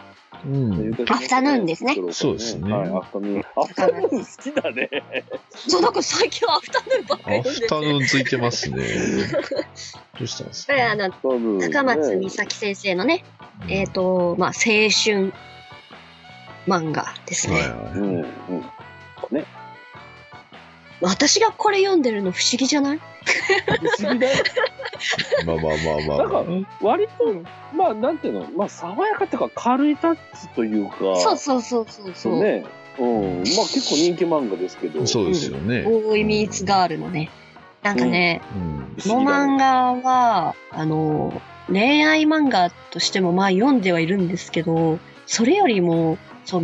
うん。 アフタヌーンですね。 そうですねはい、アフタヌーン。アフタヌーン好きだね。 そう、なんか最近アフタヌーンばっかりアフ読んでて。 タヌーンついてますね。どうしたんですか？ これ高松美咲先生のね、まあ、青春漫画ですね。 はいはいうん、うん。ね。 私がこれ読んでるの不思議じゃない？ 不思議だよ。 まあまあまあまあ。 なんか、割と、まあ、なんていうの、まあ、爽やかっていうか、軽いタッチというか。 そうそうそうそうそう。 ね。うん。まあ、結構人気漫画ですけど。 そうですよね。 ボーイミーツガールのね。なんかね、 うん。 この漫画は、恋愛漫画としてもまあ読んではいるんですけど、それよりも、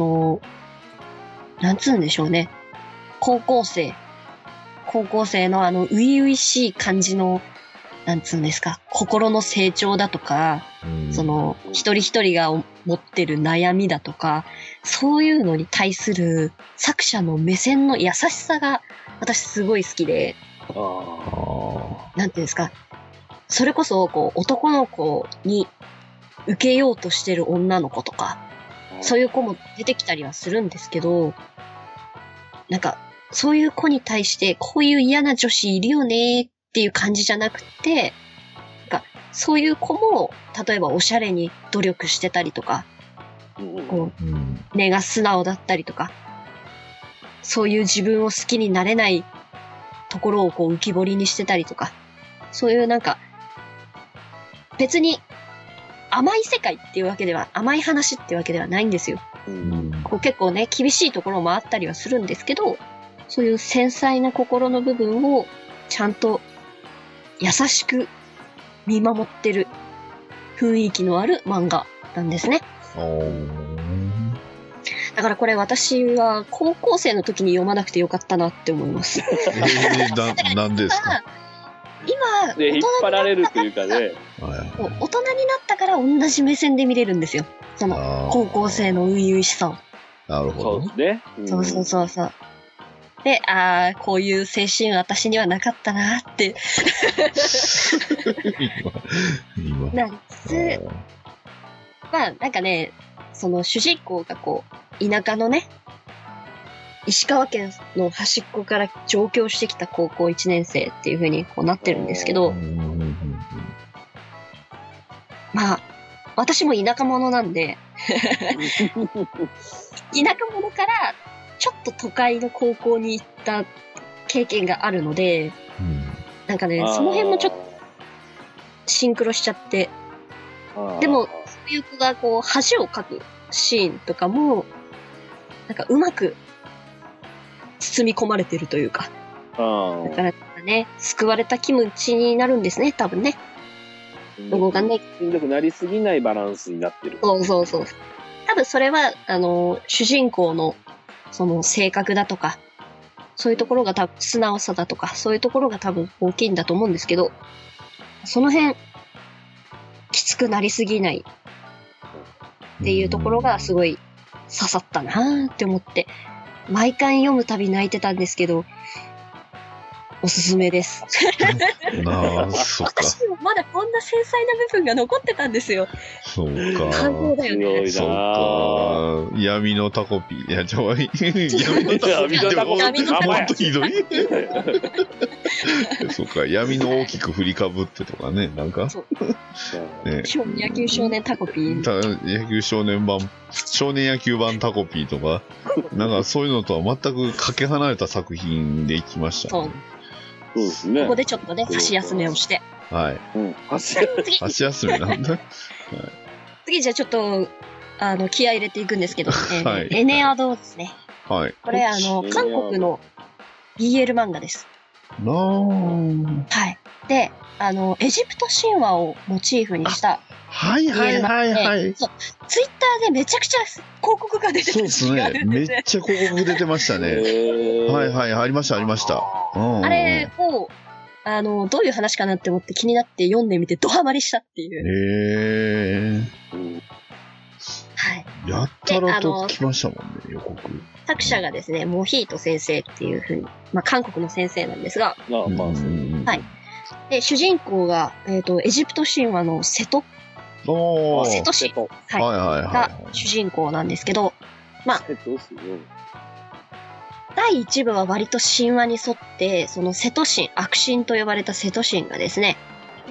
なんつうんでしょうね。高校生の初々しい感じの、なんつうんですか、心の成長だとか、 うん一人一人が持ってる悩みだとか、そういうのに対する作者の目線の優しさが私すごい好きで、 ああ。 なんていうんですか、それこそ、男の子に受けようとしてる女の子とか、そういう子も出てきたりはするんですけど、なんか、そういう子に対して、こういう嫌な女子いるよねっていう感じじゃなくて、なんかそういう子も、例えばおしゃれに努力してたりとか、こう、 うん。 根が素直だったりとか、そういう自分を好きになれないところを浮き彫りにしてたりとか、そういうなんか、別に甘い世界っていうわけでは、甘い話っていうわけではないんですよ。 うん。 結構ね、厳しいところもあったりはするんですけど、そういう繊細な心の部分をちゃんと優しく見守ってる雰囲気のある漫画なんですね。だからこれ私は高校生の時に読まなくてよかったなって思います。 なんですか？ 今、 で、引っ張られるというかね。 大人になったから同じ目線で見れるんですよ。その高校生の初々しさを。 なるほど。 そうですね。 そうそうそうそう。で、こういう精神私にはなかったなって今。 なりつつ、まあなんかね、その主人公が田舎のね、石川県の端っこから上京してきた高校1年生っていう風になってるんですけど、まあ、私も田舎者なんで、田舎者からちょっと都会の高校に行った経験があるので、なんかね、その辺もちょっとシンクロしちゃって、でも、そういう子が恥をかくシーンとかも、なんかうまく包み込まれてるというか、だからね、救われた気持ちになるんですね、多分ね。動かね。 しんどくなりすぎないバランスになってる。 そうそうそう。多分それは、主人公の、その性格だとか、そういうところが多分素直さだとか、そういうところが多分大きいんだと思うんですけど、その辺、きつくなりすぎないっていうところがすごい刺さったなーって思って、毎回読むたび泣いてたんですけど、おすすめです。 そっか。 私もまだこんな繊細な部分が残ってたんですよ。 そうか。 感動だよね。 強いなそうか。闇のタコピー。いや、闇のタコピー。 闇のタコピーもっとひどい。そうか。闇の大きく振りかぶってとかね。なんか。 ね、野球少年タコピー。 野球少年野球版タコピーとか、なんかそういうのとは全くかけ離れた作品でいきました、 ね。 そうですね。 ここでちょっとね、箸休めをして。 はい。箸休めなんだ。 次じゃあちょっと、気合い入れていくんですけど、 はい、 エネアドですね。 はい。 これ韓国の BL 漫画です。 はい。 で、エジプト神話をモチーフにしたはいはいはいはい。 ツイッターでめちゃくちゃ広告が出てるそうですね。めっちゃ広告出てましたね。はいはい、ありましたありました。 あれを、どういう話かなって思って気になって読んでみてドハマりしたっていう。はい。 やったらと来ましたもんね、予告。 作者がですね、モヒート先生っていう風に、まあ韓国の先生なんですが、 はい。 で、主人公が、エジプト神話のセトっおー。 瀬戸神、 はいはいはが主人公なんですけど、まあ、 瀬戸市よ。 第1部は割と神話に沿って、その瀬戸神、悪神と呼ばれた瀬戸神がですね、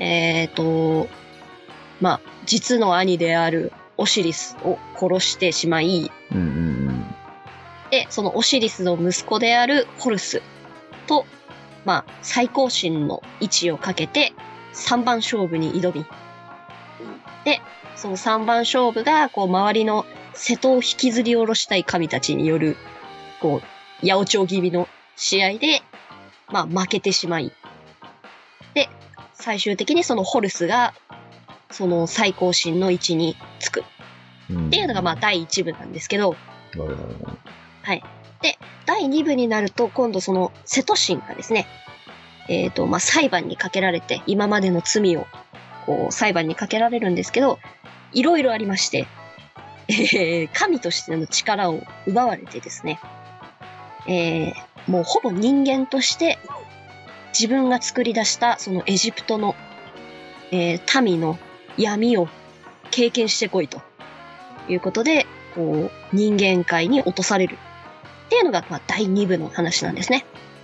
まあ、実の兄であるオシリスを殺してしまい、 い。うんうんで、そのオシリスの息子であるホルスと、まあ、最高神の位置をかけて、3番勝負に挑み、で、その3番勝負が、こう、周りの瀬戸を引きずり下ろしたい神たちによる、こう、八百長気味の試合で、まあ、負けてしまい、で、最終的にそのホルスが、その最高神の位置につく。 うん。 っていうのが、まあ、第1部なんですけど、 はいはいはい。 はい。で、第2部になると、今度その瀬戸神がですね、まあ、裁判にかけられて、今までの罪を、こう、裁判にかけられるんですけど、いろいろありまして、神としての力を奪われてですね、もうほぼ人間として、自分が作り出したそのエジプトの、民の闇を経験してこいということで、こう、人間界に落とされるっていうのが、まあ、第2部の話なんですね。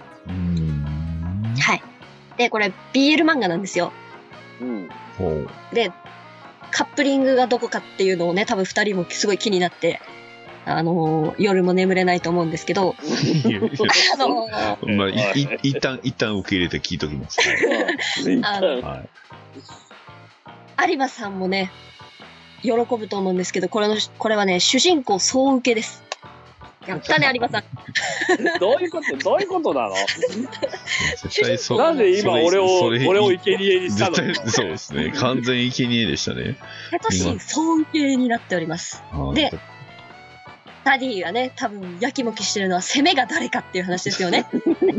はい。で、これ BL 漫画なんですよ。 うん。 ほう。 で、カップリングがどこかっていうのをね、多分二人もすごい気になって、夜も眠れないと思うんですけど、 まあ、一旦受け入れて聞いときます。はい。 有馬さんもね、喜ぶと思うんですけど、これはね、主人公総受けです。やったね、有馬さん。 どういうことなの？ 絶対そう。 なんで今俺を生贄にしたの？ 絶対そうですね。完全生贄でしたね。 瀬戸神総受けになっております。で、ダディがね、多分やきもきしてるのは攻めが誰かっていう話ですよね。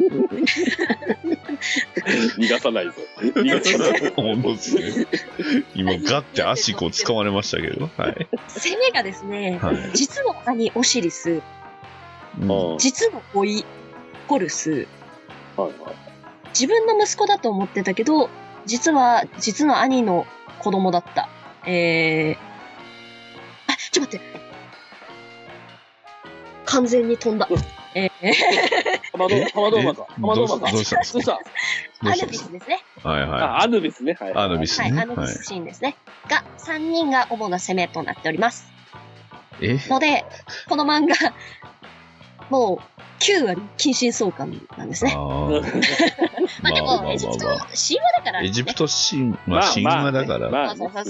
逃がさないぞ。逃がさない。 本当ですね。今ガッて足こう掴まれましたけど。はい。 攻めがですね、 はい実の兄オシリス、 うん実の甥ホルス、 はいはい。 自分の息子だと思ってたけど、実の兄の子供だった。ちょっと待って。完全に飛んだ。 浜道馬か。浜道馬か。 どうしたんですか？ アヌビスですね。 はいはい。 アヌビスね。はい。 アヌビスはい、 ね。 アヌビスシーンですね。が、3人が主な攻めとなっております。 えので、この漫画、もう、9割近親相関なんですね。まあでも、エジプト、神話だから、ね。 エジプト神話だから。 まあ、 そう。だ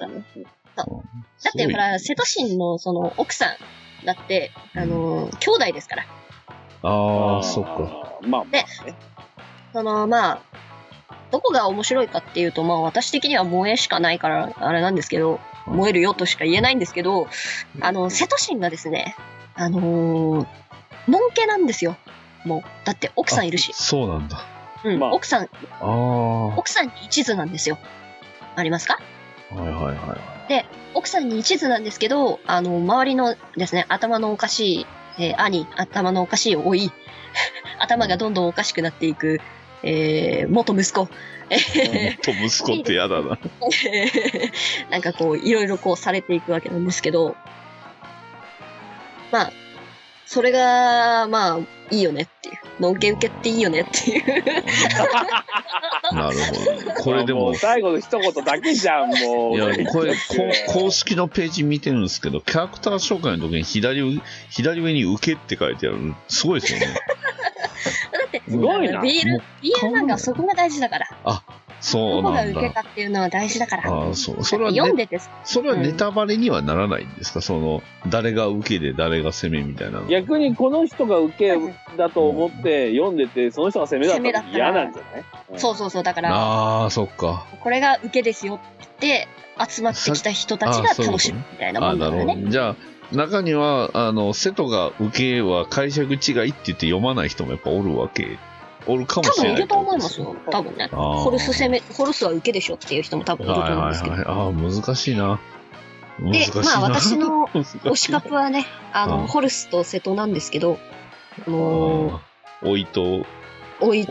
ってほら、瀬戸神のその奥さんだって、兄弟ですから。 ああ、そっか。 まあ、 で、まあ、どこが面白いかっていうと、まあ私的には萌えしかないから、あれなんですけど、萌えるよとしか言えないんですけど、瀬戸神がですね、のんけなんですよ。もう、だって奥さんいるし。 そうなんだ。 うん、 まあ奥さんあに一途なんですよ。ありますか？ あ。はいはいはい。 で、奥さんに一途なんですけど、周りのですね、頭のおかしい、頭のおかしい老い、頭がどんどんおかしくなっていく、元息子。 息子ってやだな。 なんかこう、いろいろこうされていくわけなんですけど、まあ、それが、まあ、いいよねっていう。のんけ受けっていいよねっていう。 なるほど。これでも、 最後の一言だけじゃん、もう。 いや、これ、公式のページ見てるんですけど、キャラクター紹介の時に左上に受けって書いてある。すごいですよね。 だって、 すごいな。 BL 漫画はそこが大事だから。 そうどこがなんだ。 受けかっていうのは大事だから。 ああ、そう。それは、 読んでて、 それはネタバレにはならないんですか？誰が受けで誰が攻めみたいなの。 逆にこの人が受けだと思って読んでて、その人が攻めだったら嫌なんじゃない？ そう。だから、 ああ、そっか。 これが受けですよって集まってきた人たちが楽しむみたいなもんだからね。 じゃあ、中には、瀬戸が受けは解釈違いって言って読まない人もやっぱおるわけ。おるかもしれない。 多分いると思いますよ。多分ね。ホルスは受けでしょっていう人も多分いると思うんですけど。 ああ、難しいな。 で、まあ私の推しカプはね、ホルスと瀬戸なんですけど、 おいとね、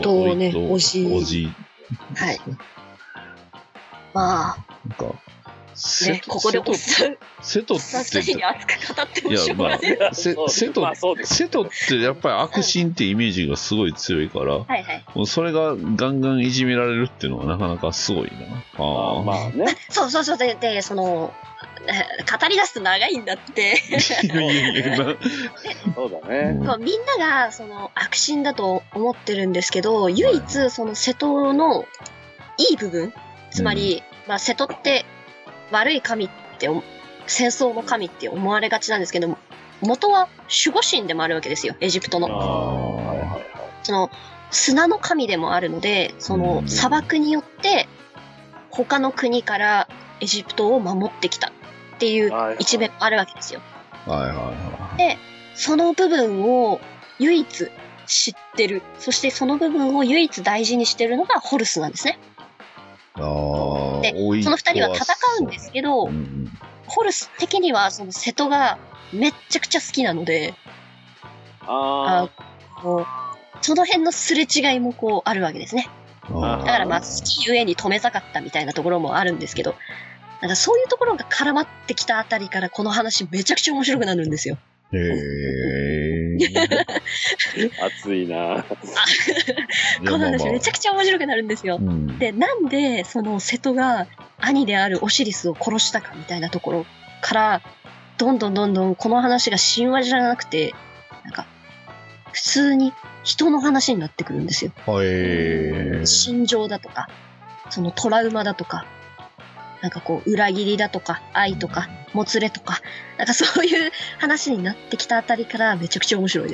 おじ。はい。まあ。 なんか、 ね、ここでおっさん瀬戸って 2人に熱く語ってもしょうがない。 瀬戸ってやっぱり悪心ってイメージがすごい強いから、 はいはい。 もうそれがガンガンいじめられるっていうのはなかなかすごいな。 まあね。 そうで、その、語り出すと長いんだって。 いやそうだね。 そうみんながその悪心だと思ってるんですけど、唯一その瀬戸のいい部分、つまり、まあ瀬戸って悪い神って戦争の神って思われがちなんですけども、元は守護神でもあるわけですよ、エジプトの。その砂の神でもあるので、その砂漠によって他の国からエジプトを守ってきたっていう一面もあるわけですよ。で、その部分を唯一知ってる、そしてその部分を唯一大事にしてるのがホルスなんですね。で、その二人は戦うんですけど、ホルス的にはその瀬戸がめっちゃくちゃ好きなので、その辺のすれ違いもこうあるわけですね。だからまあ好きゆえに止めたかったみたいなところもあるんですけど、なんかそういうところが絡まってきたあたりからこの話めちゃくちゃ面白くなるんですよ。 熱いな。 この話めちゃくちゃ面白くなるんですよ。で、なんでその瀬戸が兄であるオシリスを殺したかみたいなところから、どんどんこの話が神話じゃなくて、なんか普通に人の話になってくるんですよ。心情だとか、そのトラウマだとか、なんかこう裏切りだとか愛とかもつれとか、なんかそういう話になってきたあたりからめちゃくちゃ面白いです。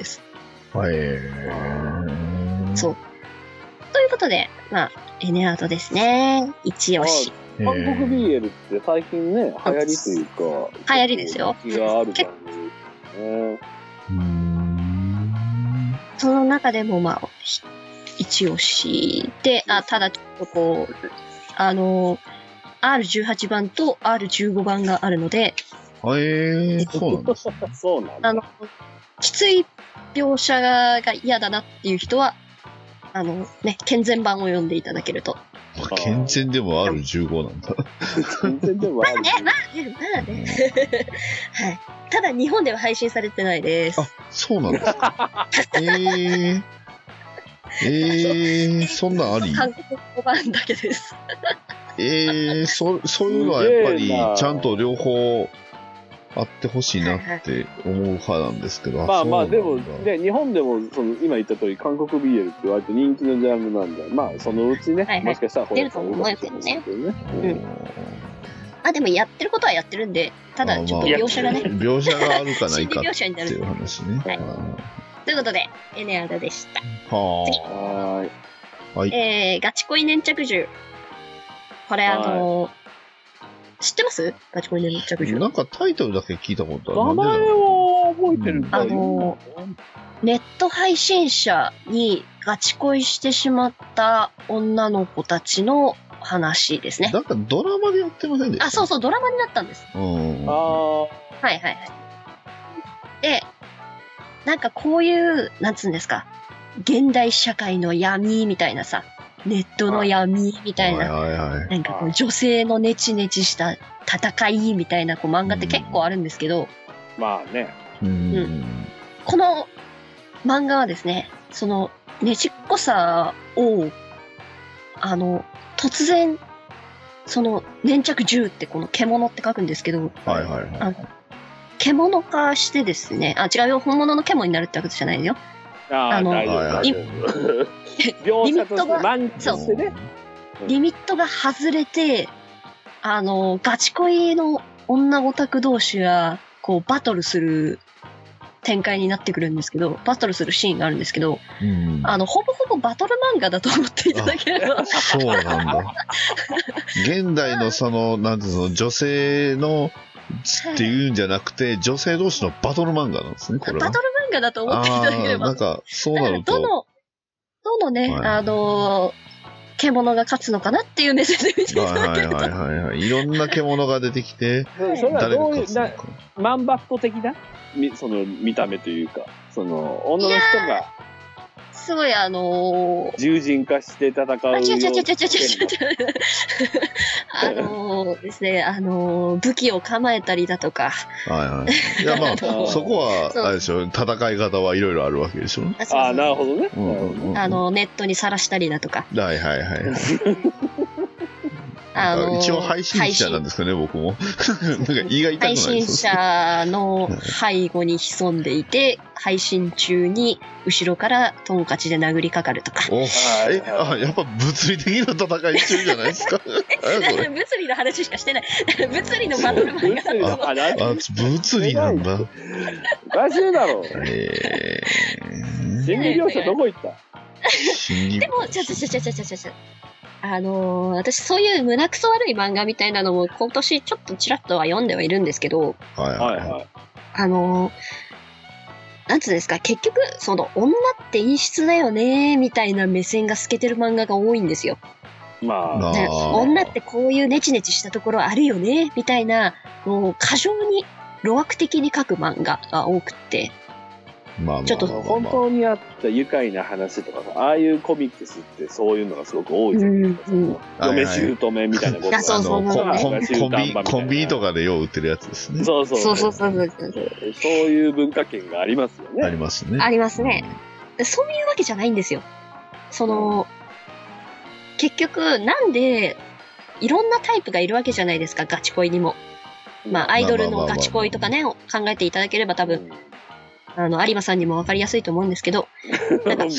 そう。ということで、まあエネアートですね。一押し。 韓国 BL って最近ね、流行りというか、 流行りですよ。 人気がある感じですね。 その中でもまあ一押しで、ただちょっとこうR18 番と R15 番があるので、 そうなんですね。 そうなんだ。 きつい描写が嫌だなっていう人は、健全版を読んでいただけると。 健全でも R15 なんだ。 健全でもまあね。はい。ただ日本では配信されてないです。 そうなんですか。そんなんあり？ 韓国語版だけです。 そういうのはやっぱりちゃんと両方あってほしいなって思う派なんですけど。 まあでもね、日本でもその今言った通り韓国 BL って割と人気のジャンルなんで、まあそのうちね、もしかしたら出ると思うけどね。でもやってることはやってるんで、ただちょっと描写がね、 描写があるかないかって心理描写になるいう話ね。 ということでエネアダでした。 次。 ガチ恋粘着銃。これ知ってます？ガチ恋粘着銃。 なんかタイトルだけ聞いたことある。 名前を覚えてるんだよ。ネット配信者にガチ恋してしまった女の子たちの話ですね。 なんかドラマでやってませんでした？ そう、ドラマになったんです。はい。で、なんかこういう、なんつうんですか、現代社会の闇みたいなさ、ネットの闇みたいな、なんかこう女性のネチネチした戦いみたいなこう漫画って結構あるんですけど、 まあね。 この漫画はですね、そのねちっこさを、突然、その粘着銃ってこの獣って書くんですけど、獣化してですね、違うよ、本物の獣になるってわけじゃないよ。 描写として満喫してね。 リミットが外れて、ガチ恋の女オタク同士が、こう、バトルする展開になってくるんですけど、バトルするシーンがあるんですけど、ほぼほぼバトル漫画だと思っていただければ。 そうなんだ。現代のなんていうの、女性のっていうんじゃなくて、女性同士のバトル漫画なんですね、これは。 バトル漫画だと思っていただければ。 なんか、そうなると。 どのね、獣が勝つのかなっていう目線で見ていただけると。 いろんな獣が出てきて、 それはどういう、マンバット的なその見た目というか、その女の人がすごい従人化して戦うような。 ですね、武器を構えたりだとか。 はいはい。いやまあ、そこは、あれでしょ、戦い方はいろいろあるわけでしょ。 ああ、なるほどね。 ネットにさらしたりだとか。 はいはいはい。一応配信者なんですかね、僕も。なんか胃が痛くなりそう。 配信者の背後に潜んでいて、配信中に後ろからトンカチで殴りかかるとか。 やっぱ物理的な戦い中じゃないですか。 物理の話しかしてない。物理のバトル漫画。 物理なんだ。 おかしいだろ。心理描写どこ行った？ でも、私そういう胸くそ悪い漫画みたいなのも今年ちょっとちらっとは読んではいるんですけど、なんつうんですか、結局、その女って陰湿だよね、みたいな目線が透けてる漫画が多いんですよ。 まあ、 ね、女ってこういうネチネチしたところあるよね、みたいな、もう過剰に、路悪的に書く漫画が多くって、ちょっと本当にあった愉快な話とか、ああいうコミックスってそういうのがすごく多いじゃないですか。嫁姑みたいなことが。 コンビニとかでよう売ってるやつですね。 そう。 そういう文化圏がありますよね。 ありますね。 ありますね。そういうわけじゃないんですよ。結局、なんで、いろんなタイプがいるわけじゃないですか、ガチ恋にも。まあ、アイドルのガチ恋とかね、考えていただければ多分、有馬さんにも分かりやすいと思うんですけど、なんか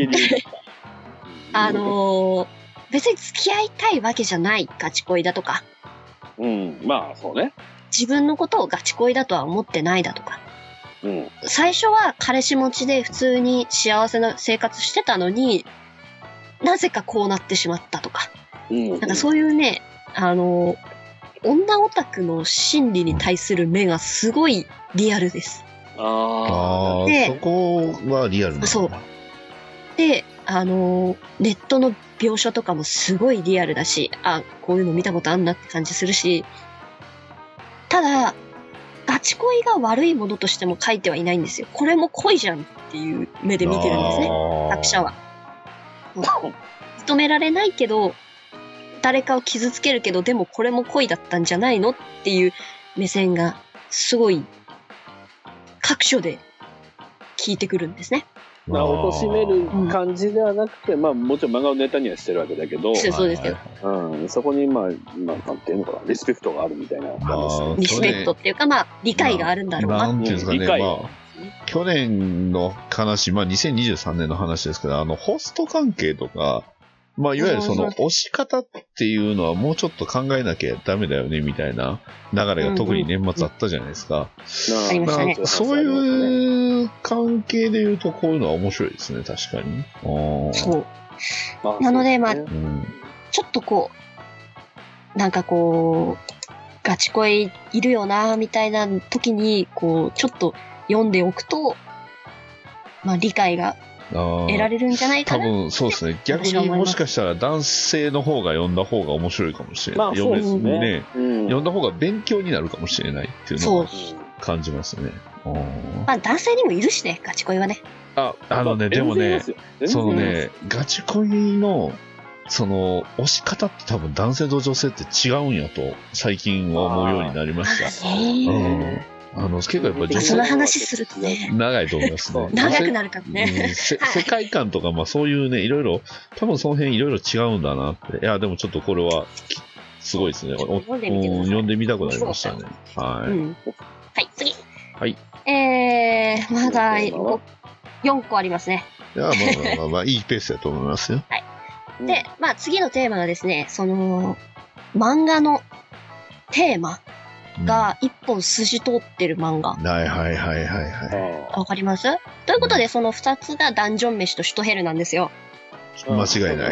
別に付き合いたいわけじゃないガチ恋だとか、 まあそうね。 自分のことをガチ恋だとは思ってないだとか、最初は彼氏持ちで普通に幸せな生活してたのに、なぜかこうなってしまったとか、なんかそういうね、女オタクの心理に対する目がすごいリアルです。 そこはリアルなんだ。 そう。で、ネットの描写とかもすごいリアルだし、こういうの見たことあんなって感じするし、ただ、ガチ恋が悪いものとしても書いてはいないんですよ。これも恋じゃんっていう目で見てるんですね、作者は。認められないけど、誰かを傷つけるけど、でもこれも恋だったんじゃないのっていう目線がすごい各所で聞いてくるんですね。 貶める感じではなくて、まあもちろん漫画をネタにはしてるわけだけど、 そうですけど、 そこになんていうのかな、リスペクトがあるみたいな話。 リスペクトっていうか、まあ理解があるんだろうな。 なんていうんですかね、去年の話、2023年の話ですけど、ホスト関係とか、いわゆるその押し方っていうのはもうちょっと考えなきゃダメだよねみたいな流れが特に年末あったじゃないですか。 ありましたね。 そういう関係で言うとこういうのは面白いですね、確かに。 そう。なので、ちょっとなんかガチ恋いるよなみたいな時に、ちょっと読んでおくと、理解が得られるんじゃないかな。 多分そうですね。逆にもしかしたら男性の方が読んだ方が面白いかもしれない。 そうですね。 読んだ方が勉強になるかもしれないっていうのを感じますね。 男性にもいるしね、ガチ恋はね。 でもね、ガチ恋の押し方って多分男性と女性って違うんやと最近は思うようになりました。結構やっぱ女性その話するとね、 長いと思いますね。 長くなるかもね。 世界観とか、そういうね、いろいろ、多分その辺いろいろ違うんだなって。いや、でもちょっとこれは、すごいですね。読んでみたくなりましたね。はい。 はい、次。 はい。 まだ4個ありますね。 いや、いいペースだと思いますよ。 はい。で、次のテーマがですね、漫画のテーマが一本筋通ってる漫画。わかります？ということで、その2つがダンジョン飯とシュトヘルなんですよ。 間違いない。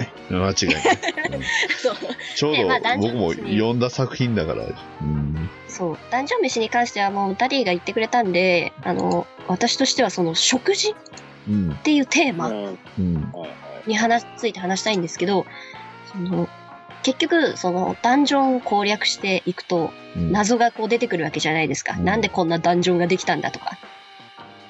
ちょうど僕も読んだ作品だから。 そう。ダンジョン飯に関してはもうダディが言ってくれたんで、私としてはその食事っていうテーマについて話したいんですけど、結局、ダンジョンを攻略していくと、謎が出てくるわけじゃないですか。なんでこんなダンジョンができたんだとか。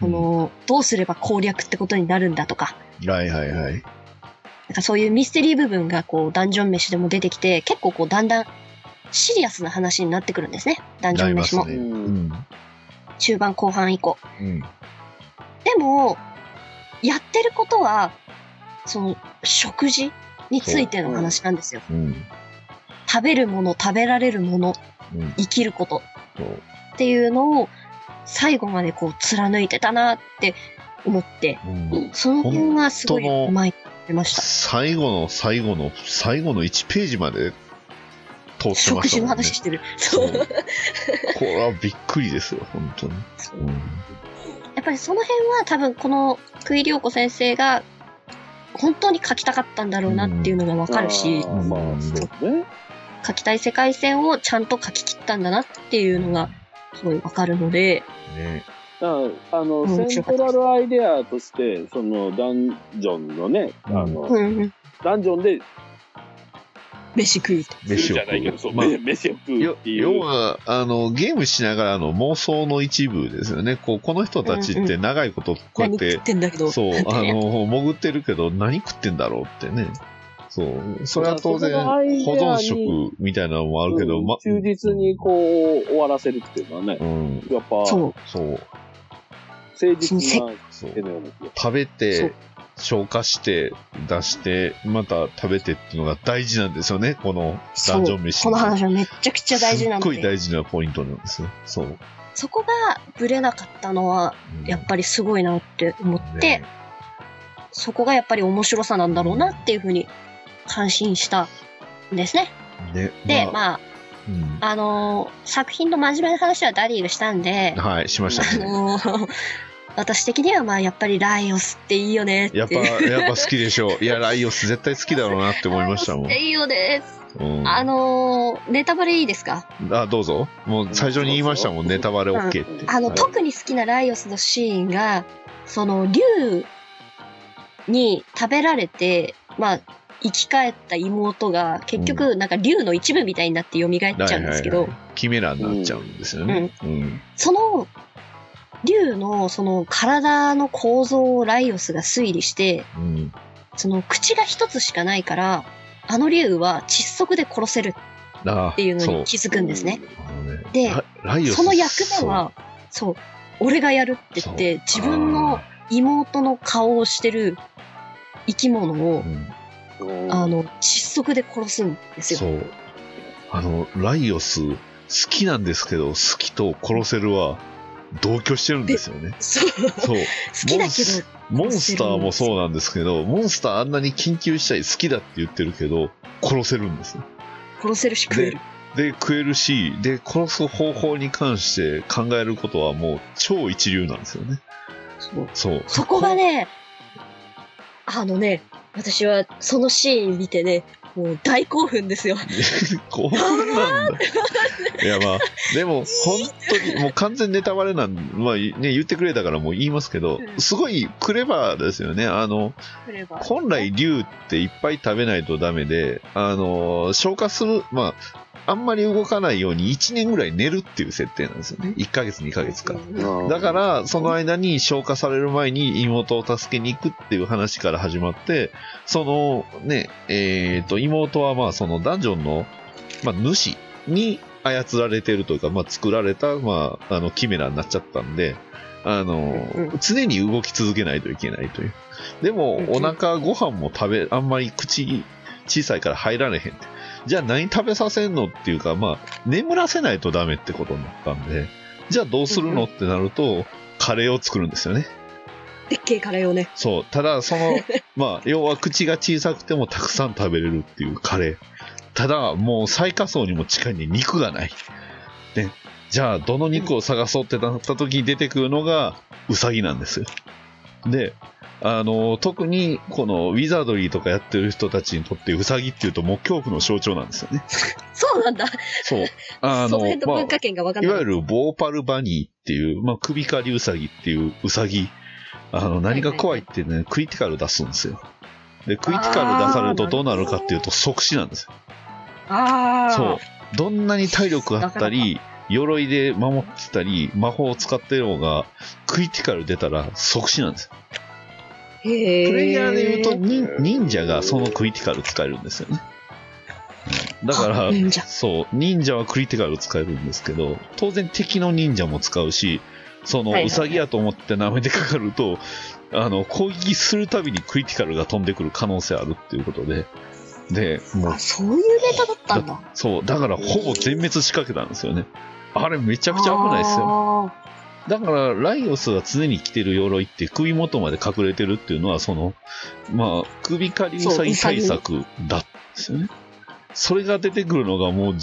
どうすれば攻略ってことになるんだとか、 はいはいはい。 なんかそういうミステリー部分がダンジョン飯でも出てきて、結構だんだんシリアスな話になってくるんですね。ダンジョン飯も。 なりますね。 中盤後半以降。 うん。 でも、やってることは、食事についての話なんですよ。食べるもの、食べられるもの、生きることっていうのを最後まで貫いてたなって思って、その辺はすごいうまいと思いました。 最後の1ページまで通ってましたもんね。 食事の話してる。 そう。これはびっくりですよ、本当に。 やっぱりその辺は多分この久井涼子先生が本当に書きたかったんだろうなっていうのがわかるし、書きたい世界線をちゃんと書き切ったんだなっていうのがすごいわかるので、 セントラルアイデアとして、ダンジョンのね、ダンジョンで、 飯食うって。 飯を食う。飯を食うっていう。 要は、ゲームしながらの妄想の一部ですよね。この人たちって長いことこうやって、 何食ってんだけど。 そう、潜ってるけど、何食ってんだろうってね。そう。それは当然、保存食みたいなのもあるけど、 忠実に終わらせるっていうのはね、やっぱ、 そう。 誠実な手の食べて、消化して出してまた食べてっていうのが大事なんですよね、このダンジョン飯。 この話はめっちゃくちゃ大事なんで、 すっごい大事なポイントなんですよ。 そこがブレなかったのはやっぱりすごいなって思って、そこがやっぱり面白さなんだろうなっていうふうに感心したんですね。で、作品の真面目な話はダディがしたんで、 はい、しましたね。 私的にはやっぱりライオスっていいよねって。 やっぱ好きでしょう。いや、ライオス絶対好きだろうなって思いましたもん。 ライオスっていいよね。ネタバレいいですか？ どうぞ。もう最初に言いましたもん、ネタバレ OK って。 特に好きなライオスのシーンが、竜に食べられて、生き返った妹が結局竜の一部みたいになって蘇っちゃうんですけど、 キメラになっちゃうんですよね。 その竜の体の構造をライオスが推理して、口が一つしかないから、竜は窒息で殺せるっていうのに気づくんですね。で、その役目は、俺がやるって言って、自分の妹の顔をしてる生き物を、窒息で殺すんですよ。 そう。ライオス、好きなんですけど、好きと殺せるは、同居してるんですよね。 そう。好きだけど。 モンスターもそうなんですけど、モンスターあんなに緊急したい好きだって言ってるけど、殺せるんですよ。 殺せるし食える。 で、食えるし、で、殺す方法に関して考えることはもう超一流なんですよね。そう。 そこがね、私はそのシーン見てね、もう大興奮ですよ。 興奮なんだ。いやでも本当にもう完全ネタバレ言ってくれたからもう言いますけど、すごいクレバーですよね。本来竜っていっぱい食べないとダメで、消化する、あんまり動かないように1年ぐらい寝るっていう設定なんですよね。1ヶ月2ヶ月か。だからその間に消化される前に妹を助けに行くっていう話から始まって、妹はそのダンジョンの、主に操られているというか、作られた、キメラになっちゃったんで、常に動き続けないといけないという。でも、お腹ご飯もあんまり口小さいから入られへんって。じゃあ何食べさせんのっていうか、眠らせないとダメってことになったんで、じゃあどうするのってなると、カレーを作るんですよね。 でっけえカレーをね。 そう。ただ、要は口が小さくてもたくさん食べれるっていうカレー。ただ、もう最下層にも近いに肉がない。で、じゃあどの肉を探そうってなった時に出てくるのが、ウサギなんですよ。で、特にこのウィザードリーとかやってる人たちにとってウサギっていうともう恐怖の象徴なんですよね。 そうなんだ。 そう。 その辺の文化圏が分かんない。 いわゆるボーパルバニーっていう、首狩りウサギっていうウサギ。何が怖いってね、クリティカル出すんですよ。で、クリティカル出されるとどうなるかっていうと即死なんですよ。そう。どんなに体力があったり、 鎧で守ってたり、魔法を使ってる方が、クリティカル出たら即死なんですよ。 へー。 プレイヤーで言うと、忍者がそのクリティカル使えるんですよね。だから、そう、忍者はクリティカル使えるんですけど、当然敵の忍者も使うし、その、ウサギやと思って舐めてかかると、攻撃するたびにクリティカルが飛んでくる可能性あるっていうことで、で、もう、 そういうネタだったんだ。 そう、だからほぼ全滅しかけたんですよね。あれめちゃくちゃ危ないですよ。だから、ライオスが常に着てる鎧って首元まで隠れてるっていうのは、その、まあ、首狩りウサギ対策だったんですよね。それが出てくるのがもう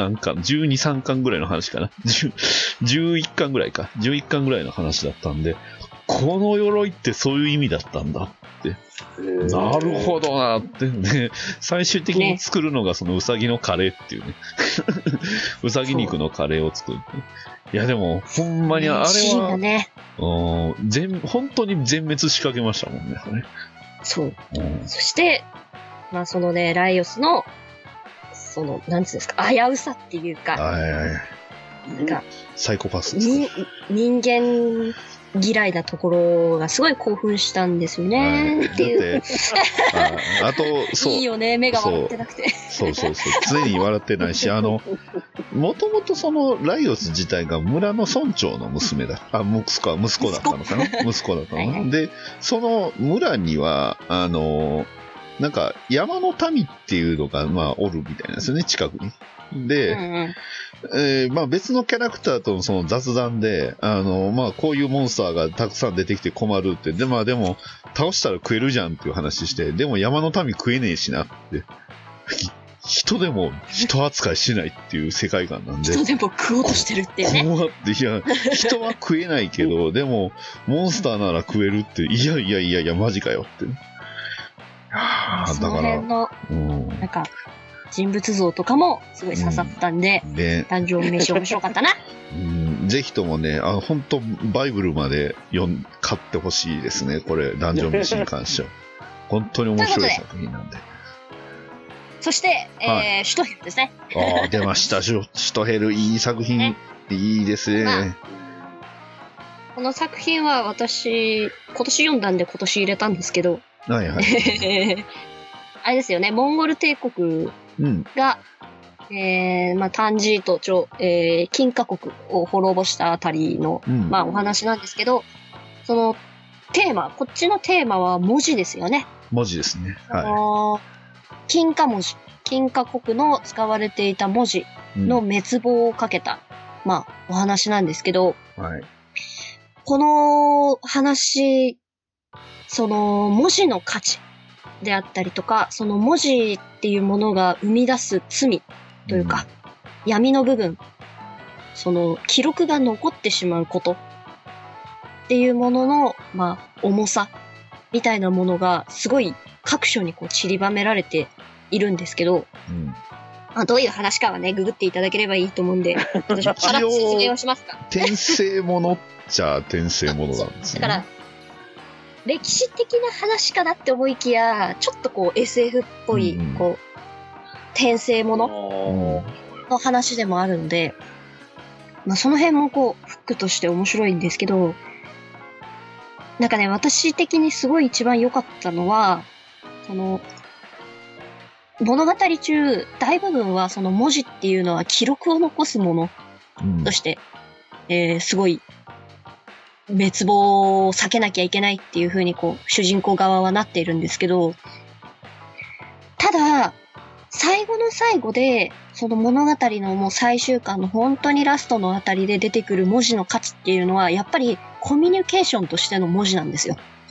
12、3巻ぐらいの話かな。11巻ぐらいか。11巻ぐらいの話だったんで、この鎧ってそういう意味だったんだって。なるほどなってね。最終的に作るのがそのウサギのカレーっていうね。ウサギ肉のカレーを作る。いやでも、ほんまにあれは、 ね、 本当に全滅しかけましたもんね。 そう。そして、まあそのね、ライオスの、その、なんつうんですか、危うさっていうか、なんか、 サイコパスです。 人間嫌いなところがすごい興奮したんですよね、っていう。 あと、そう。 いいよね、目が笑ってなくて。 そう。常に笑ってないし、もともとその、ライオス自体が村の村長の娘だ。息子だったのかな息子だったのかなで、その村には、なんか、山の民っていうのが、まあ、おるみたいなんですよね、近くに。で、まあ別のキャラクターとのその雑談で、まあこういうモンスターがたくさん出てきて困るって、で、まあでも、倒したら食えるじゃんっていう話して、でも山の民食えねえしなって、人でも人扱いしないっていう世界観なんで。 人でも食おうとしてるっていうね。 怖って、いや、人は食えないけど、でも、モンスターなら食えるって、いや、マジかよって。 その辺の、なんか、人物像とかもすごい刺さったんで、誕生日飯面白かったな。 ぜひともね、本当バイブルまで買ってほしいですね、これ、誕生飯に関しては。本当に面白い作品なんで。 そして、シュトヘルですね。 出ました、シュトヘル、いい作品、いいですね。まあ、 この作品は私、今年読んだんで今年入れたんですけど、あれですよね、モンゴル帝国が、まあ、タンジート金華国を滅ぼしたあたりの、まあ、お話なんですけど、そのテーマ、こっちのテーマは文字ですよね。 文字ですね。 金華文字、金華国の使われていた文字の滅亡をかけた、まあ、お話なんですけど、この話、その文字の価値であったりとか、その文字っていうものが生み出す罪というか、闇の部分、その記録が残ってしまうことっていうものの、まあ、重さみたいなものがすごい各所にこう散りばめられているんですけど、まあ、どういう話かはね、ググっていただければいいと思うんで、私はから説明をしますか。 転生ものっちゃ転生ものなんですね。 だから、歴史的な話かなって思いきや、ちょっとこう SF っぽい、こう、転生ものの話でもあるので、まあその辺もこう、フックとして面白いんですけど、なんかね、私的にすごい一番良かったのは、その、物語中、大部分はその文字っていうのは記録を残すものとして、すごい、滅亡を避けなきゃいけないっていう風にこう、主人公側はなっているんですけど、ただ、最後の最後で、その物語のもう最終巻の本当にラストのあたりで出てくる文字の価値っていうのは、やっぱりコミュニケーションとしての文字なんですよ。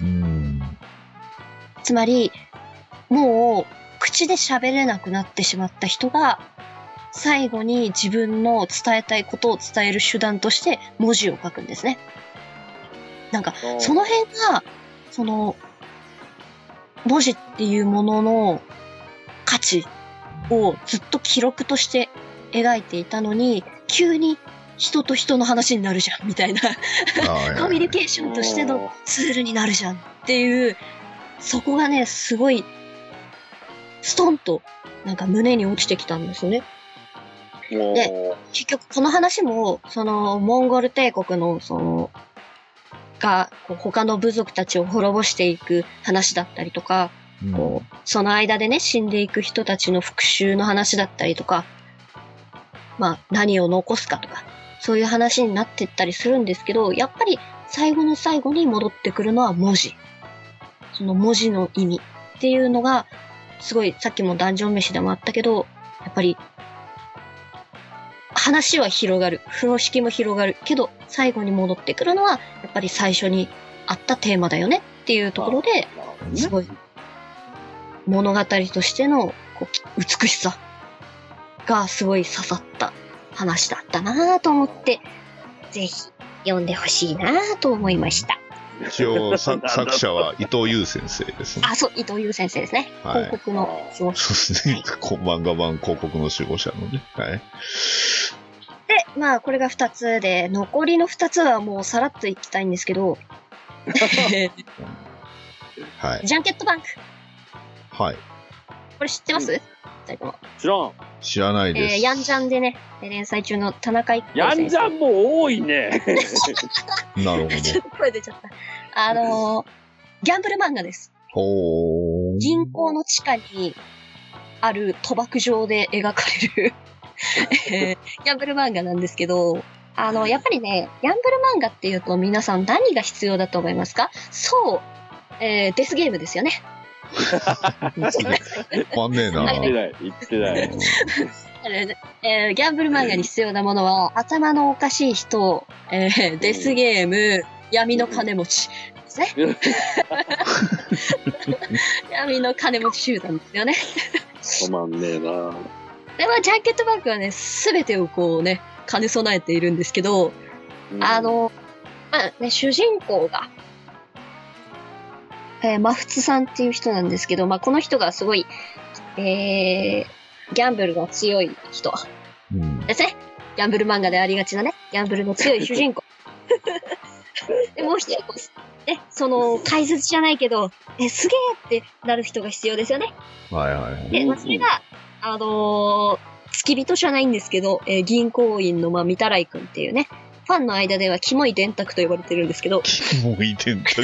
つまり、もう、口で喋れなくなってしまった人が、最後に自分の伝えたいことを伝える手段として文字を書くんですね。なんか、その辺が、その、文字っていうものの価値をずっと記録として描いていたのに、急に人と人の話になるじゃん、みたいな。コミュニケーションとしてのツールになるじゃんっていう、そこがね、すごい、ストンと、なんか胸に落ちてきたんですよね。 で、結局この話も、モンゴル帝国の、他の部族たちを滅ぼしていく話だったりとか、その間でね、死んでいく人たちの復讐の話だったりとか、まあ、何を残すかとか、そういう話になってったりするんですけど、やっぱり最後の最後に戻ってくるのは文字。その文字の意味っていうのが、すごい、さっきもダンジョン飯でもあったけど、やっぱり、話は広がる。風呂敷も広がる。けど、最後に戻ってくるのは、やっぱり最初にあったテーマだよねっていうところで、すごい、物語としての美しさがすごい刺さった話だったなぁと思って、ぜひ読んでほしいなぁと思いました。 一応作者は伊藤優先生ですね。 あ、そう、伊藤優先生ですね。はい、広告の守護者。 そうですね。はい、漫画版広告の守護者のね。はい。 で、まあ、これが2つで、残りの2つはもうさらっといきたいんですけど、 はい。 ジャンケットバンク。 はい。 これ知ってます？ 知らないです。 ヤンジャンでね、連載中の田中一行ヤンジャンも多いね。 なるほど。 ちょっと声出ちゃった。ギャンブル漫画です。銀行の地下にある賭博場で描かれるギャンブル漫画なんですけど、やっぱりね、ギャンブル漫画っていうと皆さん何が必要だと思いますか？そう、デスゲームですよね。 わんねえな。 言ってない。 ギャンブル漫画に必要なものは、頭のおかしい人、デスゲーム、闇の金持ちですね。闇の金持ち集団ですよね。 止まんねえな。 で、まあ、ジャンケットバンクはね、すべてをこうね、兼ね備えているんですけど、まあね、主人公が、マフツさんっていう人なんですけど、まあ、この人がすごい、ギャンブルが強い人ですね。ギャンブル漫画でありがちなね、ギャンブルの強い主人公。で、もう一人、ね、解説じゃないけど、すげーってなる人が必要ですよね。 はいはいはい。 で、まあ、それが、付き人じゃないんですけど、銀行員の、まあ、御手洗くんっていうね、ファンの間ではキモい電卓と呼ばれてるんですけど。 キモい電卓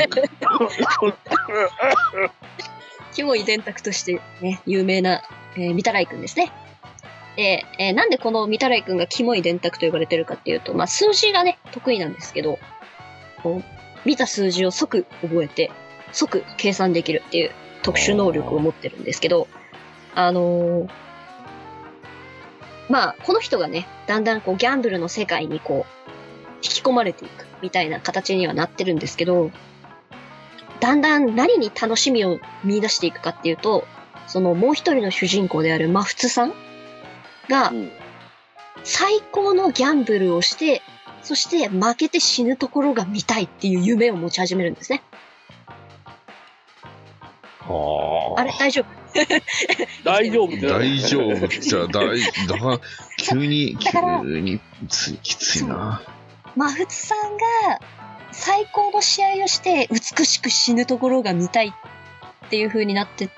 キモい電卓としてね、有名な、御手洗くんですね。なんでこの御手洗くんがキモい電卓と呼ばれてるかっていうと、まあ、数字がね、得意なんですけど、見た数字を即覚えて、即計算できるっていう特殊能力を持ってるんですけど、まあ、この人がね、だんだんギャンブルの世界に引き込まれていくみたいな形にはなってるんですけど、だんだん何に楽しみを見出していくかっていうと、もう一人の主人公であるマフツさんが、最高のギャンブルをして、そして負けて死ぬところが見たいっていう夢を持ち始めるんですね。あれ大丈夫大丈夫大丈夫じゃ急にきついな。 マフツさんが最高の試合をして美しく死ぬところが見たいっていう風になってって、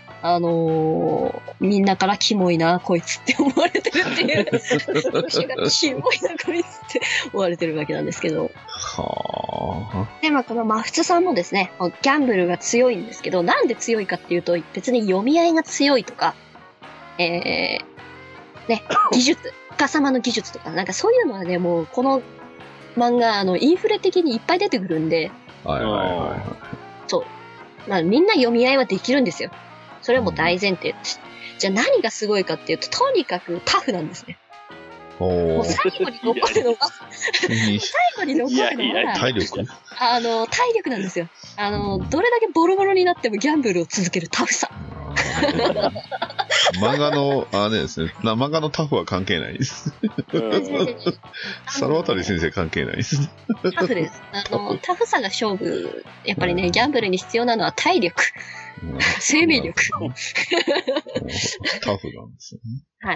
みんなからキモいなこいつって思われてるっていうキモいなこいつって思われてるわけなんですけど。で、まあ、このマフツさんもですね、ギャンブルが強いんですけど、なんで強いかっていうと、別に読み合いが強いとか、ね、技術、イカ様の技術とか、なんかそういうのはね、もうこの漫画、インフレ的にいっぱい出てくるんで、そう。まあ、みんな読み合いはできるんですよ。それはもう大前提です。じゃあ何がすごいかっていうと、とにかくタフなんですね。もう最後に残るのは体力体力なんですよ。どれだけボロボロになってもギャンブルを続けるタフさ。 漫画の、ですね、漫画のタフは関係ないです。猿渡先生関係ないです。 タフです。タフさが勝負。やっぱりね、ギャンブルに必要なのは体力。生命力。 タフなんですよね。 はい。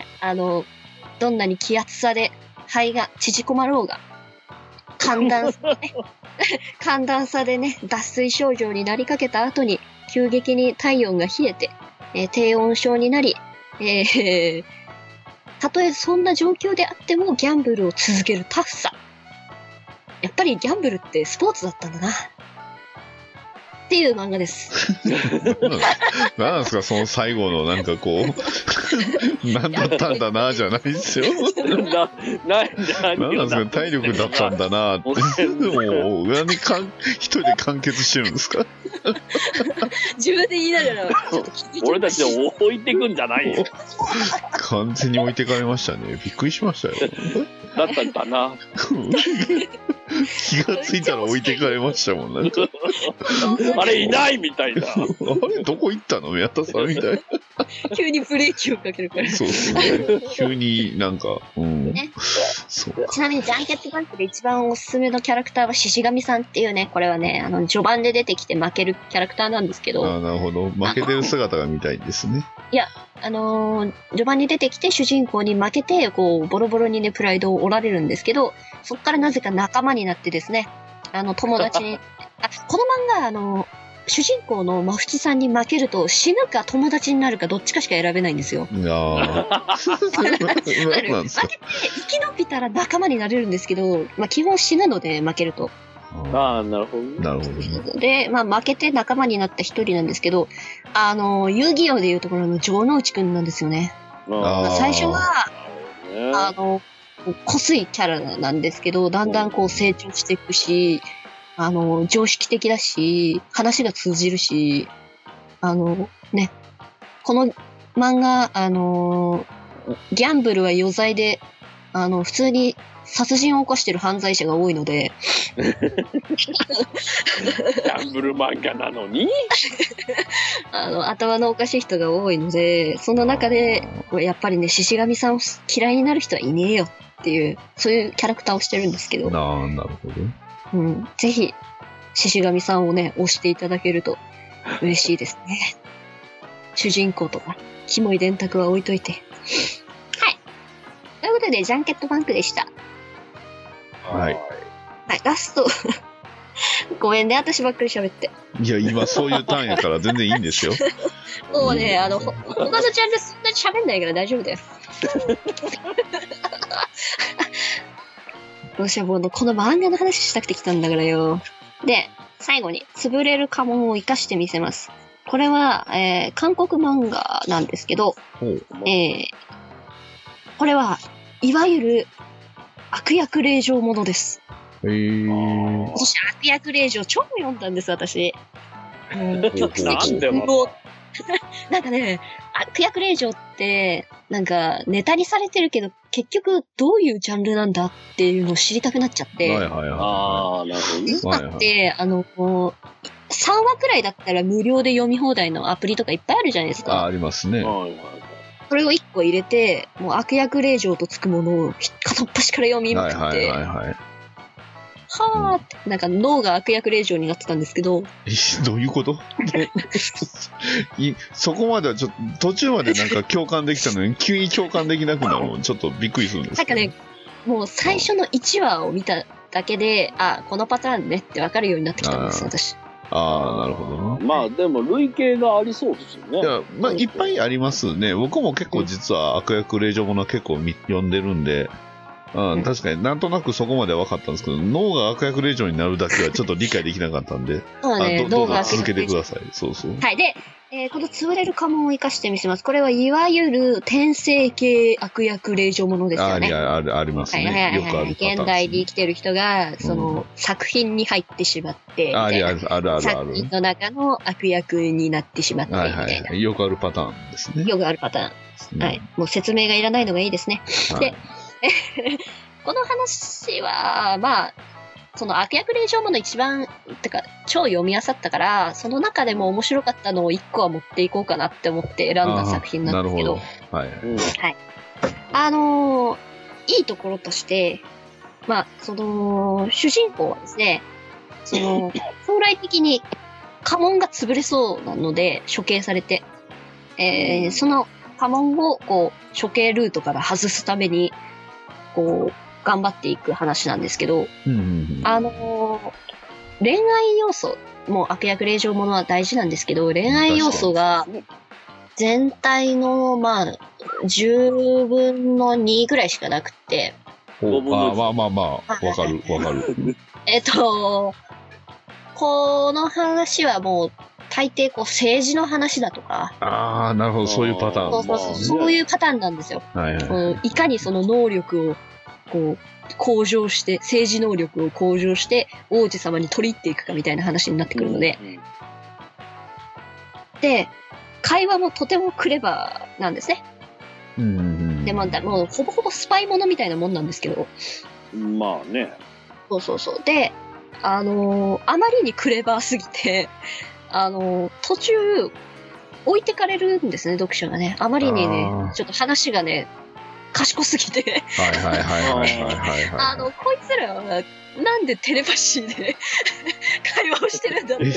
どんなに気圧差で肺が縮こまろうが、寒暖差でね、脱水症状になりかけた後に、急激に体温が冷えて、低温症になり、 たとえそんな状況であってもギャンブルを続けるタフさ。やっぱりギャンブルってスポーツだったんだな。っていう漫画です。 なんですか、その最後のなんかこう、なんだったんだな、じゃないですよ。なんですか、体力だったんだなって。もう、裏に一人で完結してるんですか？ 自分で言いながら、 俺たちを置いてくんじゃないよ。 完全に置いてかれましたね。びっくりしましたよ。 だったんだな。 気がついたら置いてかれましたもん、なんか。 あれいないみたいな。 あれどこ行ったの宮田さんみたいな。 急にブレーキをかけるから。 そうですね。急になんか、ね、 そうちなみにジャンケットバンクで一番おすすめのキャラクターは獅子神さんっていうね、これはね、序盤で出てきて負けるキャラクターなんですけど。 ああ、なるほど。負けてる姿が見たいんですね。 いや、序盤に出てきて主人公に負けて、こう、ボロボロにね、プライドを折られるんですけど、そっからなぜか仲間になってですね、友達に、この漫画、主人公のマフチさんに負けると死ぬか友達になるかどっちかしか選べないんですよ。 いやー。 負けて生き延びたら仲間になれるんですけど、まあ、基本死ぬので負けると。 ああ、なるほど。 なるほど。 で、まあ、負けて仲間になった一人なんですけど、遊戯王でいうところの城之内くんなんですよね。最初は、濃いキャラなんですけど、だんだんこう成長していくし、常識的だし、話が通じるし、ね、この漫画、ギャンブルは余罪で、普通に殺人を起こしてる犯罪者が多いので、 ギャンブル漫画なのに頭のおかしい人が多いので、その中で、やっぱりね、獅子神さんを嫌いになる人はいねえよっていう、そういうキャラクターをしてるんですけど。 なるほど。 うん。ぜひ、獅子神さんをね、押していただけると嬉しいですね。主人公とか、キモい電卓は置いといて。はい。ということで、ジャンケットバンクでした。 はい。 はい、ラスト。ごめんね、私ばっかり喋って。 いや、今そういうターンやから全然いいんですよ。 もうね、他のチャンネルそんなに喋んないから大丈夫だよ。どうしよう、もうこの漫画の話したくて来たんだからよ。で、最後に、潰れる家紋を活かしてみせます。これは、韓国漫画なんですけど、これは、いわゆる悪役令嬢ものです。そして悪役令嬢超読んだんです、私。なんかね、悪役令嬢って、なんかネタにされてるけど、結局どういうジャンルなんだっていうのを知りたくなっちゃって。 ああ、なるほど。今って、3話くらいだったら無料で読み放題のアプリとかいっぱいあるじゃないですか。 ありますね。 それを1個入れて、もう悪役令嬢とつくものを片っ端から読みまくって。はーって、なんか脳が悪役令嬢になってたんですけど。 どういうことそこまではちょっと、途中までなんか共感できたのに、急に共感できなくなるのちょっとびっくりするんですなんかね、もう最初の1話を見ただけで、このパターンねって分かるようになってきたんです、私。 ああ、なるほどな。 まあでも類型がありそうですよね。 いや、まあいっぱいありますね。僕も結構実は悪役令嬢ものは結構読んでるんで、確かになんとなくそこまでは分かったんですけど、脳が悪役令嬢になるだけはちょっと理解できなかったんで、どうぞ続けてください。そうそう。 はい。で、この潰れる家紋を生かしてみせます。これはいわゆる転生系悪役令嬢ものですよね。 ありますね。よくあるパターンですね。 現代に生きてる人が、作品に入ってしまって、 ある。 作品の中の悪役になってしまって、みたいな。 よくあるパターンですね。 よくあるパターンです。はい。もう説明がいらないのがいいですね。で、この話は、まあ、その悪役令嬢もの一番、超読み漁ったから、その中でも面白かったのを一個は持っていこうかなって思って選んだ作品なんですけど。 はい。 はい。いいところとして、まあ、主人公はですね、将来的に家紋が潰れそうなので、処刑されて、その家紋を、処刑ルートから外すために、頑張っていく話なんですけど、恋愛要素も悪役令嬢ものは大事なんですけど、恋愛要素が全体の、まあ、 10分の2ぐらいしかなくて。 おまあ、わかる。 この話はもう、大抵こう政治の話だとか。 ああ、なるほど、そういうパターン。 そういうパターンなんですよ。いかにその能力を、こう、向上して、政治能力を向上して、王子様に取り入っていくかみたいな話になってくるので。で、会話もとてもクレバーなんですね。で、もうほぼほぼスパイものみたいなもんなんですけど。 まあね。 そう。で、あまりにクレバーすぎて、途中、置いてかれるんですね、読者がね。あまりにね、ちょっと話がね、賢すぎて。こいつらは、なんでテレパシーで会話をしてるんだろうって。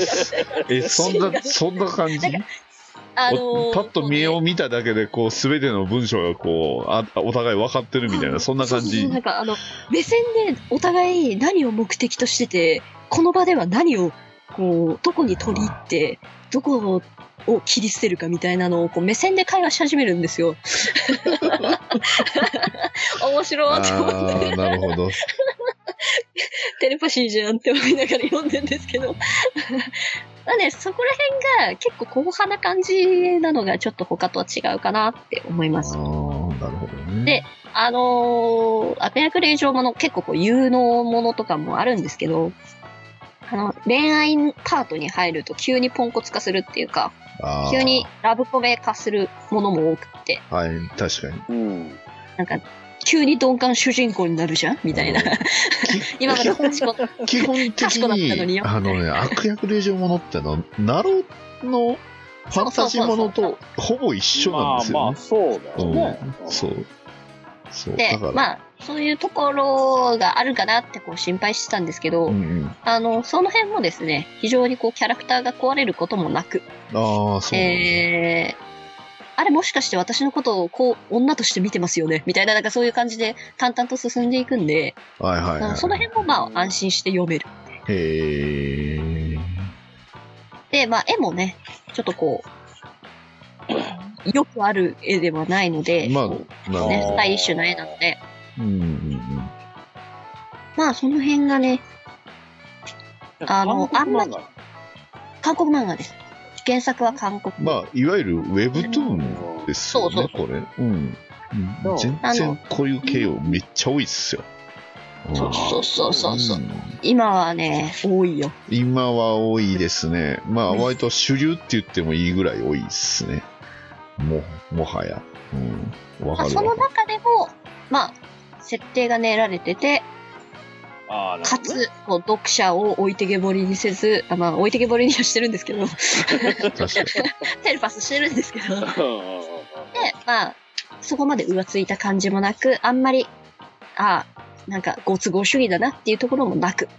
そんな感じ？パッと目を見ただけで、こう、すべての文章がこう、お互い分かってるみたいな、そんな感じ。 なんか目線でお互い何を目的としてて、この場では何を、こう、どこに取り入って、どこを切り捨てるかみたいなのを、こう、目線で会話し始めるんですよ。面白いと思って。 なるほど。 テレパシーじゃんって思いながら読んでんですけど。なんで、そこら辺が結構硬派な感じなのがちょっと他とは違うかなって思います。 なるほどね。 で、悪役令嬢もの、結構こう有能ものとかもあるんですけど、恋愛パートに入ると急にポンコツ化するっていうか、急にラブコメ化するものも多くて。 はい、確かに。 なんか、急に鈍感主人公になるじゃんみたいな。今まで基本的に、悪役令嬢ものってナロのファンタジーものとほぼ一緒なんですよね。 まあ、そうだよね。 そう。 で、まあ、そういうところがあるかなってこう心配してたんですけど、その辺もですね、非常にこうキャラクターが壊れることもなく、あれもしかして私のことをこう女として見てますよねみたいな、なんかそういう感じで淡々と進んでいくんで、その辺もまあ安心して読める。で、まあ絵もね、ちょっとこう、よくある絵ではないので、スタイリッシュな絵なので、まあその辺がね、あんまり、韓国漫画です。原作は韓国。 まあ、いわゆるウェブトゥーンですよね、これ。全然こういう系をめっちゃ多いっすよ。 そう。今はね、多いよ。 今は多いですね。まあ、割と主流って言ってもいいぐらい多いっすね。もはや。 その中でも、まあ、設定が練られてて、かつ、読者を置いてけぼりにせず、まあ、置いてけぼりにはしてるんですけど、テレパスしてるんですけど、で、まあ、そこまで浮ついた感じもなく、あんまり、なんか、ご都合主義だなっていうところもなく、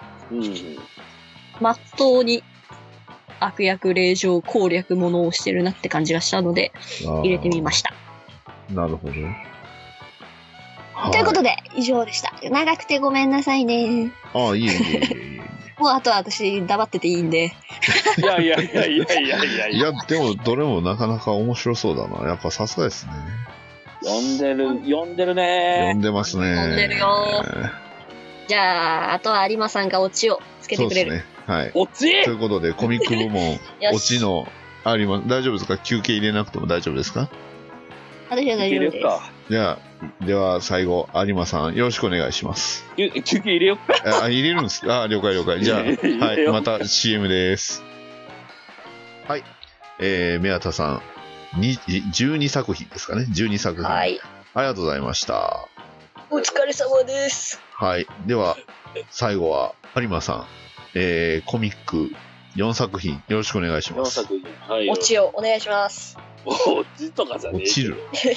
まっとうに、悪役令嬢攻略ものをしてるなって感じがしたので、入れてみました。 なるほど。 ということで、以上でした。長くてごめんなさいね。 いえ。 もうあとは私、黙ってていいんで。 いや、 でも、どれもなかなか面白そうだな。やっぱさすがですね。 読んでるね。 読んでますね。 読んでるよ。じゃあ、あとは有馬さんがオチをつけてくれる。 そうですね。はい。 オチということで、コミック部門、オチの有馬、大丈夫ですか？休憩入れなくても大丈夫ですか？ 私は大丈夫です。 じゃあ、では最後、有馬さん、よろしくお願いします。 休憩入れよっか。 入れるんですか？了解。じゃあ、はい、また CM です。はい。宮田さん、12作品ですかね。12作品。はい。ありがとうございました。 お疲れ様です。 はい。では、最後は、有馬さん、コミック4作品、よろしくお願いします。 4作品。はい。 オチをお願いします。 オチとかじゃねえ。 落ちる。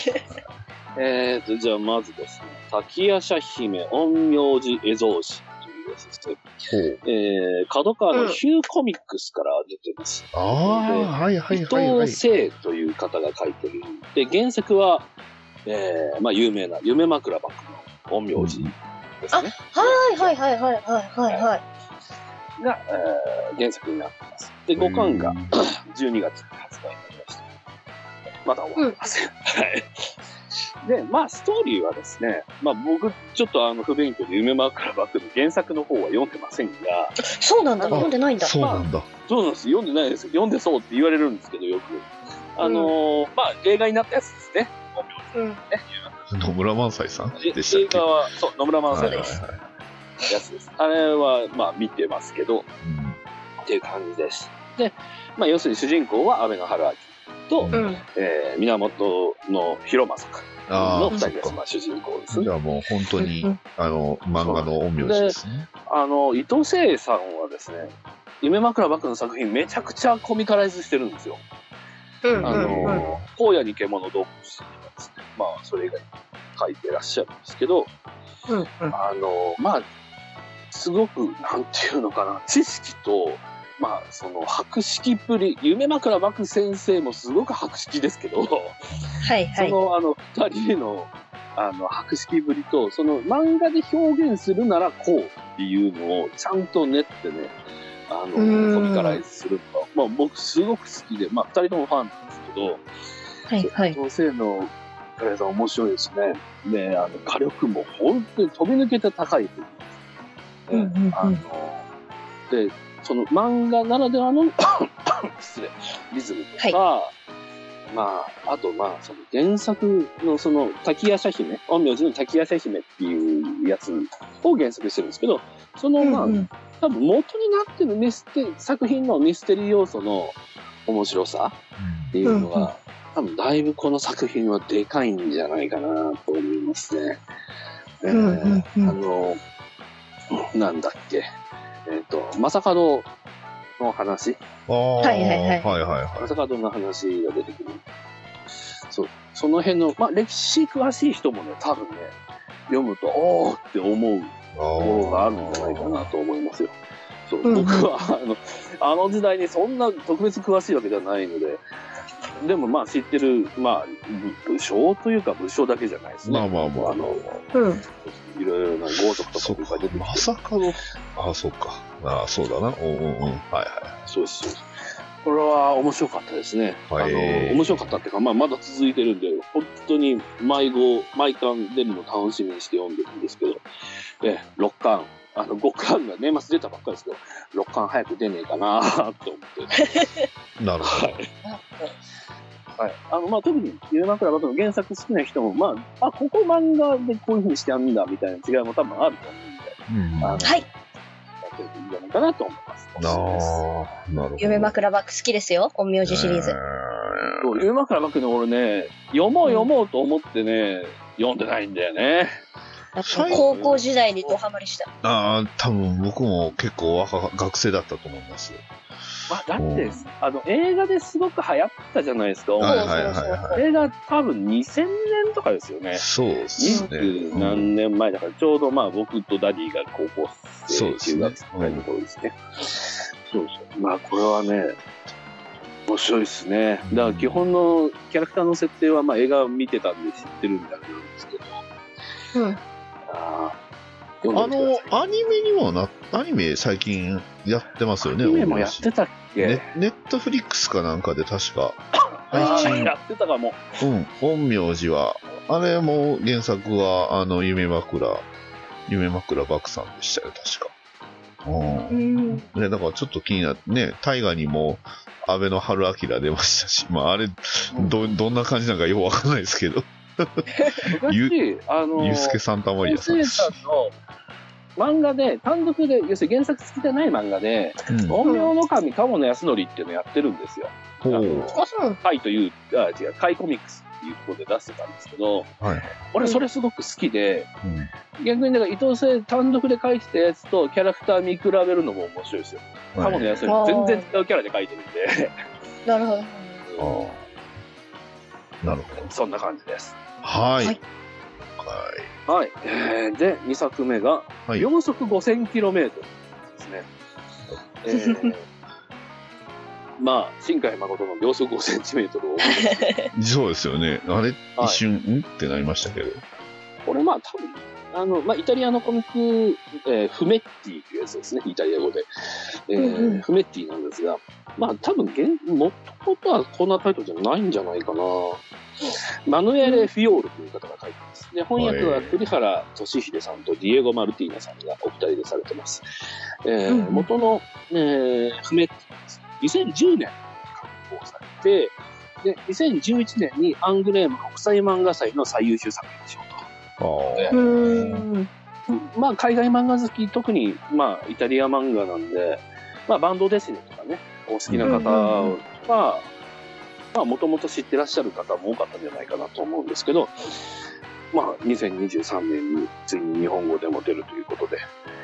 じゃあまずですね、滝夜叉姫陰陽師絵草子というやつですね。角川のヒューコミックスから出てます。 はい。 伊藤聖という方が書いてる。で、原作は、まあ有名な夢枕幕の陰陽師ですね。 はい。 が、原作になってます。で、5巻が12月に発売になりました。 まだ終わりません。はい。で、まあ、ストーリーはですね、まあ、僕、ちょっと不勉強で夢枕バックの原作の方は読んでませんが。 そうなんだ、読んでないんだ。 そうなんだ。 そうなんです。読んでないです。読んでそうって言われるんですけど、よく。まあ、映画になったやつですね。 野村萬斎さんでしたっけ？ 映画は、そう、野村萬斎です。やつです。あれは、まあ、見てますけど、っていう感じです。で、まあ、要するに主人公は安倍春明と、源広政の二人です。まあ、主人公です。 じゃあもう本当に、漫画の陰陽師ですね。 伊藤聖さんはですね、夢枕バックの作品めちゃくちゃコミカライズしてるんですよ。荒野に獣動物とかですね。まあ、それ以外に書いてらっしゃるんですけど、まあ、すごく、なんていうのかな、知識と、まあ、その、博識っぷり、夢枕幕先生もすごく博識ですけど、 はいはい。 その、二人の、博識ぶりと、その、漫画で表現するならこうっていうのを、ちゃんと練ってね、コミカライズするのが、まあ、僕すごく好きで、まあ、二人ともファンなんですけど、 はいはい。 先生のカレーさん面白いですね。で、火力も本当に飛び抜けて高いという。で、その漫画ならではの失礼、リズムとか、まあ、あとまあ、その原作のその滝夜叉姫、陰陽師の滝夜叉姫っていうやつを原作してるんですけど、そのまあ、多分元になってる作品のミステリー要素の面白さっていうのが、多分だいぶこの作品はでかいんじゃないかなと思いますね。なんだっけ。正門の話。 はいはいはい。 正門の話が出てくる。そう。その辺の、まあ、歴史詳しい人もね、多分ね、読むと、おーって思うところがあるんじゃないかなと思いますよ。そう、僕は、あの時代にそんな特別詳しいわけではないので、でもまあ知ってる、まあ、武将というか武将だけじゃないですね。 まあ。 いろいろな豪族とかいっぱい出てきて。 まさかの、そうか。そうだな。はいはい。 そうです。これは面白かったですね。面白かったっていうか、まあまだ続いてるんで、本当に毎巻出るの楽しみにして読んでるんですけど、6巻、5巻が年末出たばっかりですけど、6巻早く出ねえかなと思って。 なるほど。 はい。まあ、特に、夢枕バトの原作好きな人も、まあ、ここ漫画でこういう風にしてやるんだ、みたいな違いも多分あると思うんで、 はい。 やってるといいんじゃないかなと思います。 なるほど。 夢枕バック好きですよ、陰陽師シリーズ。 夢枕バックの俺ね、読もうと思ってね、読んでないんだよね。 高校時代にドハマりした。 多分僕も結構学生だったと思います。 だって、映画ですごく流行ったじゃないですか。映画多分2000年とかですよね。 そうですね。 20何年前だから、ちょうどまあ僕とダディが高校生、中学生ぐらいの頃ですね。そう。まあこれはね、面白いですね。だから基本のキャラクターの設定はまあ映画を見てたんで知ってるんだけどですけど。 アニメにもアニメ最近やってますよね。 アニメもやってたっけ？ ネットフリックスかなんかで確か。 やってたかも。 陰陽師は、あれも原作は、夢枕漠さんでしたよ、確か。だからちょっと気になってね、大河にも、安倍春明出ましたし、まああれ、どんな感じなんかよくわかんないですけど。ゆうすけサンタマリアさん。 先生さんの漫画で、単独で、要するに原作好きじゃない漫画で、陰陽の神鴨野康則っていうのをやってるんですよ。怪という、怪コミックスっていうところで出してたんですけど、俺それすごく好きで、逆にだから伊藤聖単独で書いてたやつとキャラクター見比べるのも面白いですよ。鴨野康則全然違うキャラで書いてるんで。 なるほど。 なるほど。 そんな感じです。 はい。 で、2作目が、秒速 5000km ですね。まあ、新海誠の秒速 5cm を。 そうですよね。あれ、一瞬、ってなりましたけど。 これまあ多分、 イタリアのコミック、フメッティというやつですね、イタリア語で。フメッティなんですが、多分、もともとはこんなタイトルじゃないんじゃないかな。マヌエレ・フィオールという方が書いてます。で、翻訳は栗原俊秀さんとディエゴ・マルティーナさんがお二人でされてます。元の、フメッティです。2010年に刊行されて、で、2011年にアングレーム国際漫画祭の最優秀作品賞と。海外漫画好き、特に、イタリア漫画なんで、バンドデシネとかね、お好きな方は、もともと知ってらっしゃる方も多かったんじゃないかなと思うんですけど、2023年についに日本語でも出るということで、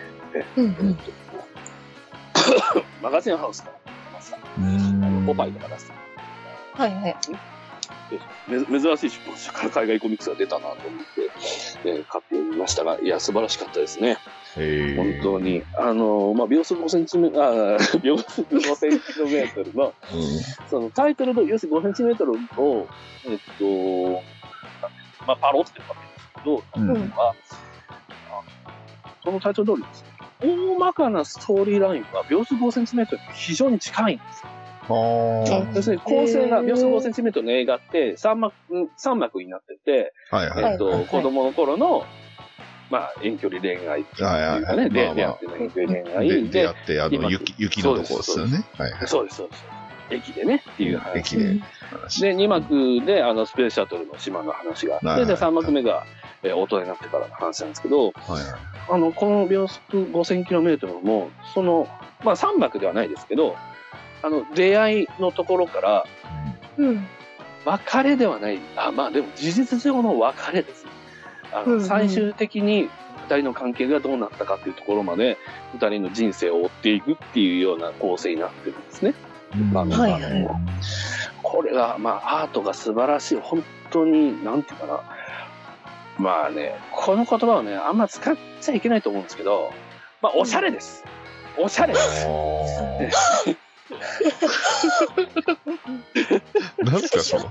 マガジンハウスから出ました。ポパイとか出した。 はいはい。 珍しい出版社から海外コミックスが出たなと思って、買ってみましたが、いや、素晴らしかったですね。本当に。秒速5センチメートルの、そのタイトルの、要するに5センチメートルを、パロってるわけですけど、そのタイトル通りですね。大まかなストーリーラインは秒速5センチメートルに非常に近いんです。要するに構成が秒速5センチメートルの映画って3幕になってて、子供の頃の、遠距離恋愛っていうかね、出会っての遠距離恋愛で、 出会って雪のとこですよね。 そうです、そうです。駅でねっていう話。で、2幕でスペースシャトルの島の話があって、で、3幕目が大人になってからの話なんですけど、この秒速 5000km も、3幕ではないですけど、出会いのところから、別れではない、でも事実上の別れですね。最終的に二人の関係がどうなったかっていうところまで、二人の人生を追っていくっていうような構成になってるんですね。これが、アートが素晴らしい。本当に、なんていうかな。この言葉をね、あんま使っちゃいけないと思うんですけど、おしゃれです。おしゃれです。 何すか、その。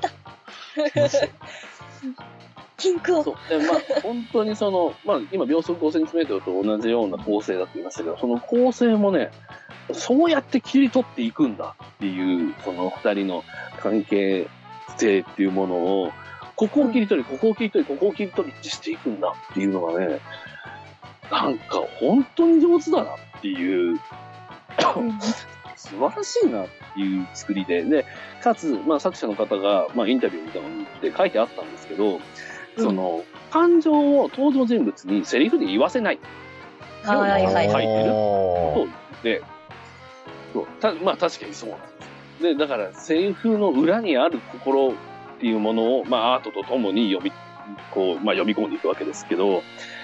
キンクを。 本当に今、秒速5センチメートルと同じような構成だって言いましたけど、その構成もね、そうやって切り取っていくんだっていう、その二人の関係性っていうものを、ここを切り取り、ここを切り取り、ここを切り取りしていくんだっていうのがね、なんか本当に上手だなっていう、素晴らしいなっていう作りで、かつ、作者の方が、インタビューみたいなので書いてあったんですけど、感情を登場人物にセリフで言わせない。書いてるとで、確かにそうなんです。で、だからセリフの裏にある心っていうものを、アートとともに読み込んでいくわけですけど、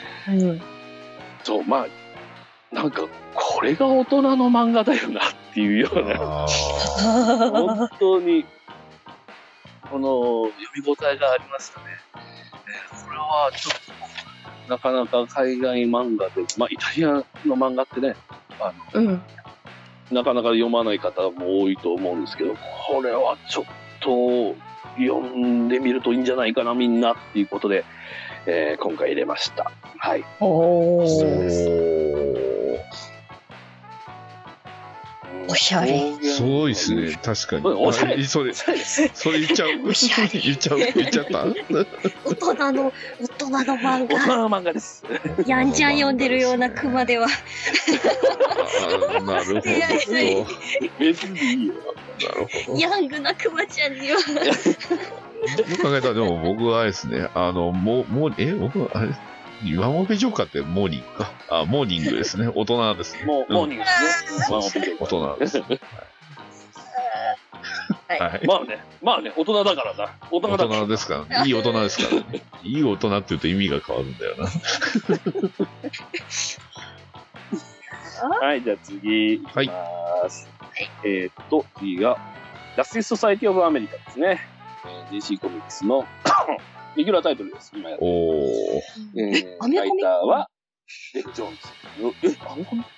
なんか、これが大人の漫画だよなっていうような、本当に、読み応えがありましたね。これはちょっと、なかなか海外漫画で、イタリアの漫画ってね、なかなか読まない方も多いと思うんですけど、これはちょっと読んでみるといいんじゃないかな、みんなっていうことで、今回入れました。はい。 おしゃれ。 すごいですね。確かに。 おしゃれ。 それ言っちゃう。言っちゃった。 大人の漫画。 大人の漫画です。 やんちゃん読んでるようなクマでは。 なるほど。 別にいいよ。 なるほど。 ヤングなクマちゃんには。 よく考えたら、でも僕はあれですね、僕あれ、岩モベジョーカーってモーニングか。モーニングですね。大人ですね。 モーニングですね。 大人です。 はい。 まあね、大人だからな。大人ですからね。いい大人ですからね。いい大人って言うと意味が変わるんだよな。 はい、じゃあ次いきます。次が、ラスティス・ソサイティ・オブ・アメリカですね。DC コミックスのレギュラータイトルです。今やってる。ライターは、デフ・ジョーンズ。アメコミ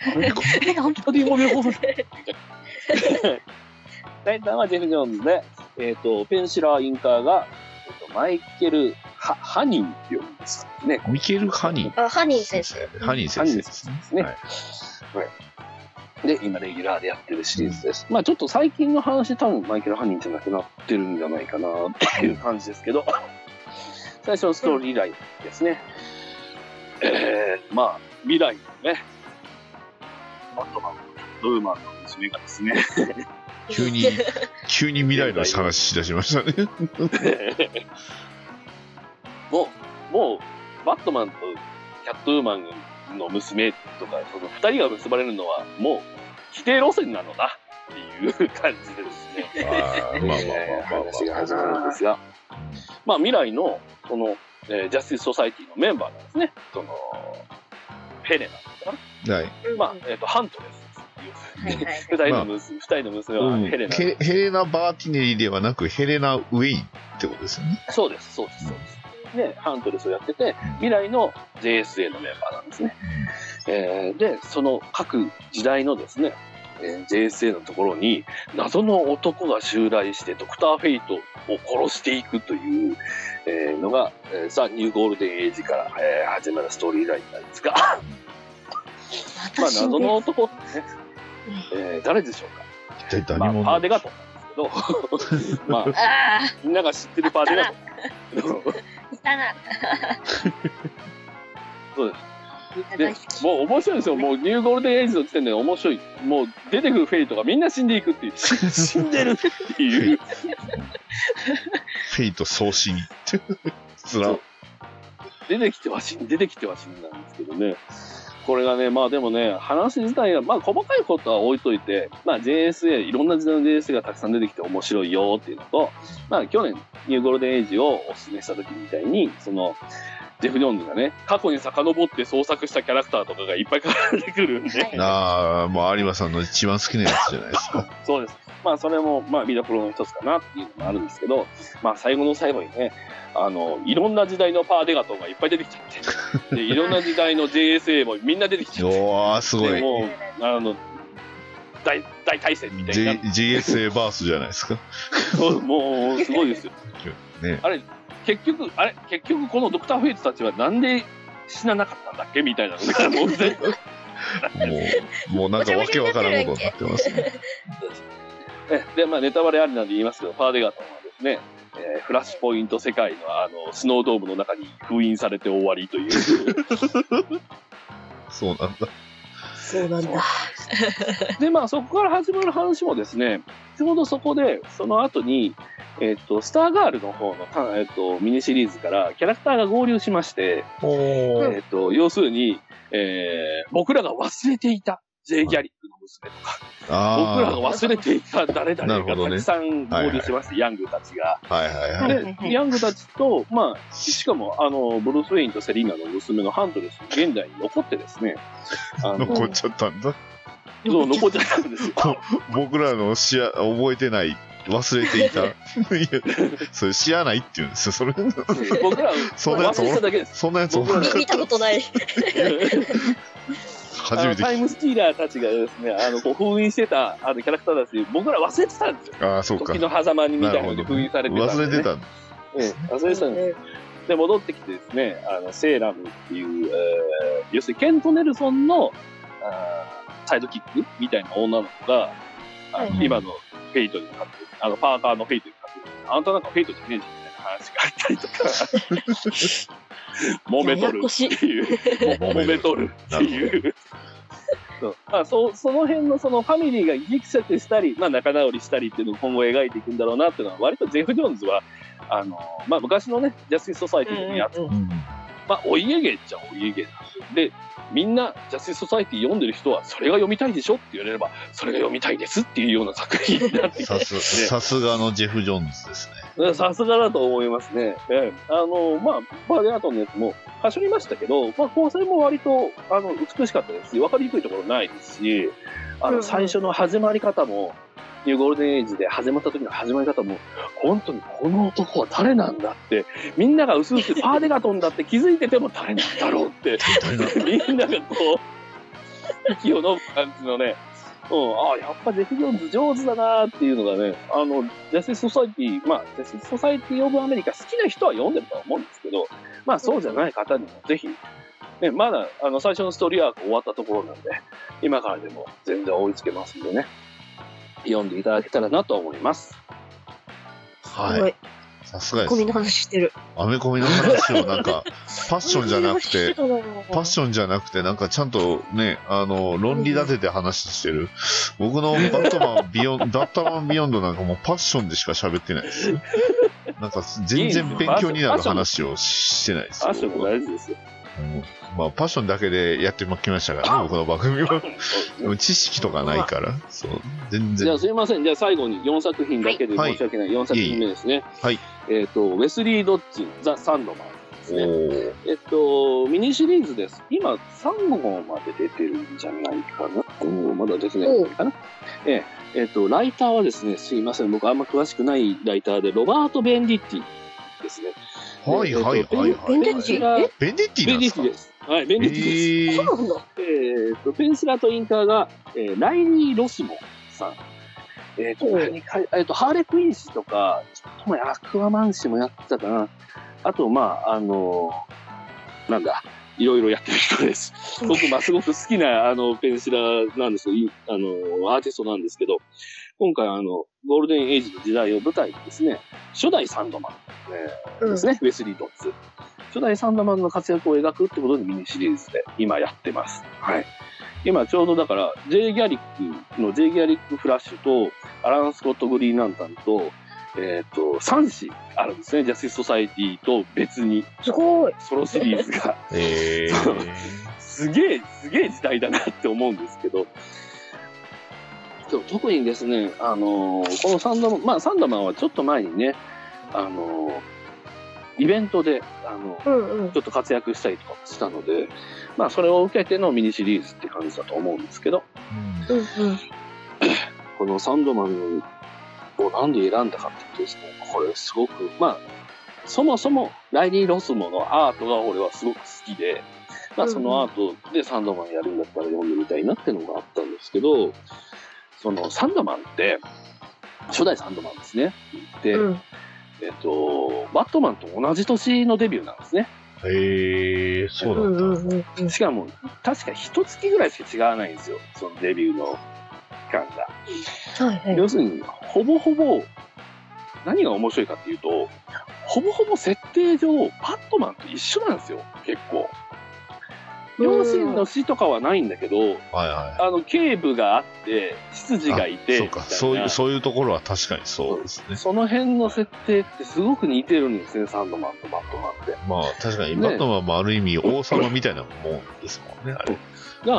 ライターはジェフ・ジョーンズで、ペンシラー・インカーが、マイケル・ハニーって呼ぶんですね。 ミケル・ハニー。 あ、ハニー先生。 ハニー先生ですね。はい。 で、今レギュラーでやってるシリーズです。まあちょっと最近の話、多分マイケル・ハニーじゃなくなってるんじゃないかなっていう感じですけど、最初のストーリーラインですね。まあ未来のね、バットマン、ドゥーマンの娘がですね、 急に未来の話しだしましたね。 もう、バットマンとキャットウーマンの娘とか、その二人が結ばれるのは、もう、規定路線なのだっていう感じでですね、話が始まるんですが、まあ未来の、その、ジャスティス・ソサイティのメンバーなんですね。その、ヘレナかな。 はい。 まあ、ハントレス。二人の娘はヘレナ。 ヘレナ・バーティネリではなく、ヘレナ・ウェインってことですよね。 そうです。で、ハントレスをやってて、未来の JSA のメンバーなんですね。で、その各時代のですね、JSA のところに謎の男が襲来してドクター・フェイトを殺していくというのが、ザ・ニューゴールデン・エイジから、始まるストーリーラインなんですが、まあ謎の男ってね、誰でしょうか。 一体誰も、 パーデガトンなんですけど、まあ、みんなが知ってるパーデガトン。 いたな。 そうです。で、もう面白いですよ。もうニューゴールデンエイジの時点で面白い。もう出てくるフェイトがみんな死んでいくっていう。死んでるっていう。 フェイト送信。つら。 出てきては死んなんですけどね。これがね、まあでもね、話自体が、まあ細かいことは置いといて、まあ JSA、いろんな時代の JSA がたくさん出てきて面白いよっていうのと、まあ去年、ニューゴールデンエイジをお勧めした時みたいに、その、ジェフ・ジョーンズがね、過去に遡って創作したキャラクターとかがいっぱい書かれてくるんで。 ああ、もう有馬さんの一番好きなやつじゃないですか。 そうです。まあそれも、まあ見どころの一つかなっていうのもあるんですけど、まあ最後の最後にね、いろんな時代のパーデガトンがいっぱい出てきちゃって、で、いろんな時代の JSA もみんな出てきちゃって。 おー、すごい。 もう、大対戦みたいな。 JSA バースじゃないですか。 もう、すごいですよ。 ね、 結局このドクター・フェイトたちはなんで死ななかったんだっけみたいなのが、もう全部。 もうなんかわけわからんことになってますね。 で、まあネタバレありなんで言いますけど、パーデガトンはですね、フラッシュポイント世界のスノードームの中に封印されて終わりという。 そうなんだ。 そうなんだ。 で、まあそこから始まる話もですね、ちょうどそこで、その後に、スターガールの方の、ミニシリーズからキャラクターが合流しまして、要するに、僕らが忘れていた J ギャリックの娘とか、僕らが忘れていた誰々がたくさん合流しまして、ヤングたちが。で、ヤングたちと、まあ、しかも、ブルース・ウェインとセリーナの娘のハントレス、現代に残ってですね。 残っちゃったんだ。 そう、残っちゃったんですよ。 僕らの覚えてない、忘れていた。それ知らないって言うんですよ、それ。 僕らそんなやつ忘れただけです。 そんなやつ見たことない。 初めてタイムスティーラーたちがですね、封印してたキャラクターたち、僕ら忘れてたんですよ。 ああ、そうか。 時の狭間にみたいなので封印されてた、ね。 忘れてたんだ。 忘れてたんです。で、戻ってきてですね、セーラムっていう、要するにケント・ネルソンのサイドキックみたいな女の子が、今のフェイトに勝ってる、パーカーのフェイトに勝ってる。あんたなんかフェイトじゃねえじゃんみたいな話があったりとか、揉めとるっていう、揉めとるっていう。その辺のそのファミリーがギクシャクしたり、まあ仲直りしたりっていうのを今後描いていくんだろうなっていうのは、割とジェフ・ジョーンズは、まあ昔のね、ジャスティス・ソサイティのやつ、まあお家芸っちゃお家芸なんですよ。で、みんなジャスティス・ソサイティ読んでる人は、それが読みたいでしょって言われれば、それが読みたいですっていうような作品になってきて、 さすがのジェフ・ジョーンズですね。さすがだと思いますね。まあ、バーデアートのやつも、はしょりましたけど、まあ、構成も割と、美しかったですし、わかりにくいところないですし、最初の始まり方も、ニューゴールデンエイジで始まった時の始まり方も、本当にこの男は誰なんだって、みんながうすうすパーデガトンだって気づいてても誰なんだろうって、みんながこう、息を飲む感じのね、 やっぱジェフ・ジョーンズ上手だなっていうのがね、ジャスティス・ソサイティ、ジャスティス・ソサイティ・オブ・アメリカ好きな人は読んでるとは思うんですけど、そうじゃない方にもぜひ、ね、まだ、最初のストーリーアーク終わったところなんで、今からでも全然追いつけますんでね、読んでいただけたらなと思います。 はい。さすがです。 アメコミの話してる。 アメコミの話をなんか、パッションじゃなくて、なんかちゃんとね、論理立てて話してる。僕のバットマンビヨンドなんかもうパッションでしか喋ってないです。なんか全然勉強になる話をしてないです。 パッションも大事ですよ。 パッションだけでやってきましたからね、僕の番組は。知識とかないから、そう、全然。 じゃあすいません。じゃあ最後に4作品だけで申し訳ない。4作品目ですね。 はい。 ウェスリー・ドッジ、ザ・サンドマンですね。ミニシリーズです。今、3号まで出てるんじゃないかな。まだ出てないかな。ライターはですね、すいません。僕あんま詳しくないライターで、ロバート・ベンディッティですね。 はい。ベンディッティベンディッティなんですか？ ベンディッティです。はい、ベンディッティです。そうなんだ。ペンスラとインカーが、ライニー・ロスモさん。ハーレクイン氏とか、ちょっと前アクアマン氏もやってたかな。あと、いろいろやってる人です。僕、すごく好きな、ペンシラなんですよ。アーティストなんですけど、今回、ゴールデンエイジの時代を舞台にですね、初代サンドマン、ですね、ウェスリー・ドッツ。初代サンドマンの活躍を描くってことでミニシリーズで今やってます。はい。今ちょうどだから、ジェイ・ギャリック・フラッシュと、アラン・スコット・グリーン・ランタンと、3誌あるんですね。ジャスティス・ソサイティと別に。 すごい。 ソロシリーズが。すげえ時代だなって思うんですけど。特にですね、このサンドマンはちょっと前にね、イベントで、ちょっと活躍したりとかしたので、それを受けてのミニシリーズって感じだと思うんですけど、このサンドマンをなんで選んだかっていうとですね、これすごく、そもそもライニー・ロスモのアートが俺はすごく好きで、そのアートでサンドマンやるんだったら読んでみたいなっていうのがあったんですけど、そのサンドマンって、初代サンドマンですね。で、バットマンと同じ年のデビューなんですね。 そうなんだ。 しかも、確か一月ぐらいしか違わないんですよ。そのデビューの期間が。要するに、ほぼほぼ、何が面白いかっていうと、ほぼほぼ設定上、バットマンと一緒なんですよ、結構。両親の死とかはないんだけど、警部があって、執事がいて、 そういうところは確かにそうですね。 その辺の設定ってすごく似てるんですね、サンドマンとバットマンって。 確かに、バットマンもある意味王様みたいなもんですもんね、あれ。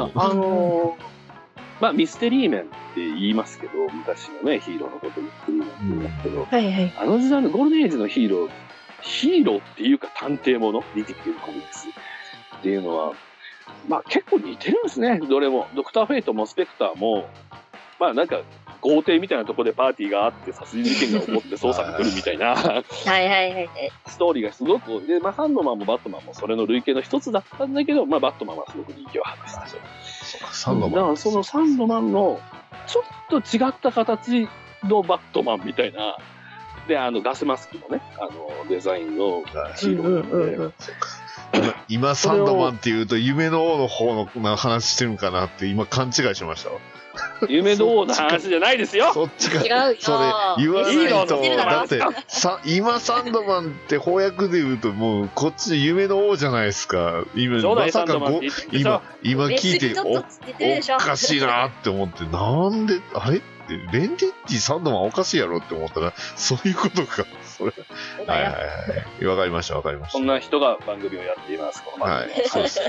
が、ミステリーメンって言いますけど、昔のね、ヒーローのことミステリーメンって言いますけど、あの時代のゴールデンエイジのヒーローっていうか探偵もの、ディティクティブコミックスっていうのは、結構似てるんですね、どれも。ドクター・フェイトもスペクターも、なんか、豪邸みたいなところでパーティーがあって殺人事件が起こって捜査が来るみたいなストーリーがすごく、で、サンドマンもバットマンもそれの類型の一つだったんだけど、バットマンはすごく人気を博した。だからそのサンドマンのちょっと違った形のバットマンみたいな、で、ガスマスクのね、デザインのヒーローなんで、 今サンドマンって言うと夢の王の方の話してるんかなって今勘違いしましたわ。 夢の王の話じゃないですよ。 そっちか。 違うよ。 それ言わないと。だって今サンドマンって翻訳で言うともうこっち夢の王じゃないですか。今まさか今聞いておかしいなって思ってなんであれってベンディッティサンドマンおかしいやろって思ったらそういうことか。それわかりました。 そんな人が番組をやっています。この番組。そうです。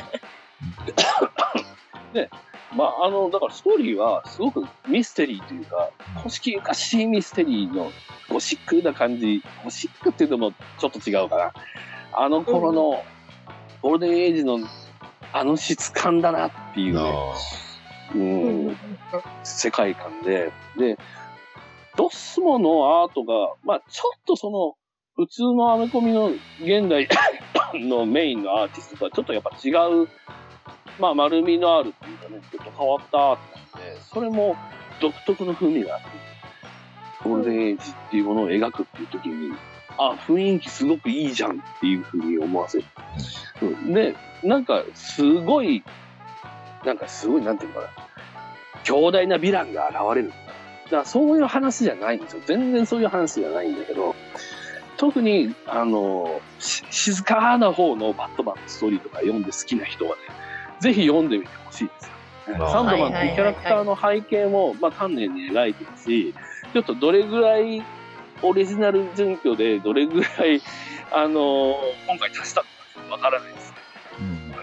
で。だからストーリーはすごくミステリーというか、古式ゆかしいミステリーのゴシックな感じ、ゴシックっていうのもちょっと違うかな。あの頃のゴールデンエイジの質感だなっていうね、世界観で、ドスモのアートが、ちょっとその普通のアメコミの現代のメインのアーティストとはちょっとやっぱ違う、丸みのあるっていうかね、ちょっと変わったアートなんで、 それも独特の風味があって、ゴールデンエイジっていうものを描くっていう時に、雰囲気すごくいいじゃんっていう風に思わせる。で、なんかすごい、なんていうのかな、強大なヴィランが現れる。だからそういう話じゃないんですよ。全然そういう話じゃないんだけど、特に、静かな方のバットマンのストーリーとか読んで好きな人はね、ぜひ読んでみてほしいですよ。サンドマンっていうキャラクターの背景も、丹念に描いてるし、ちょっとどれぐらいオリジナル準拠で、どれぐらい、今回足したのかわからないですけど、でも、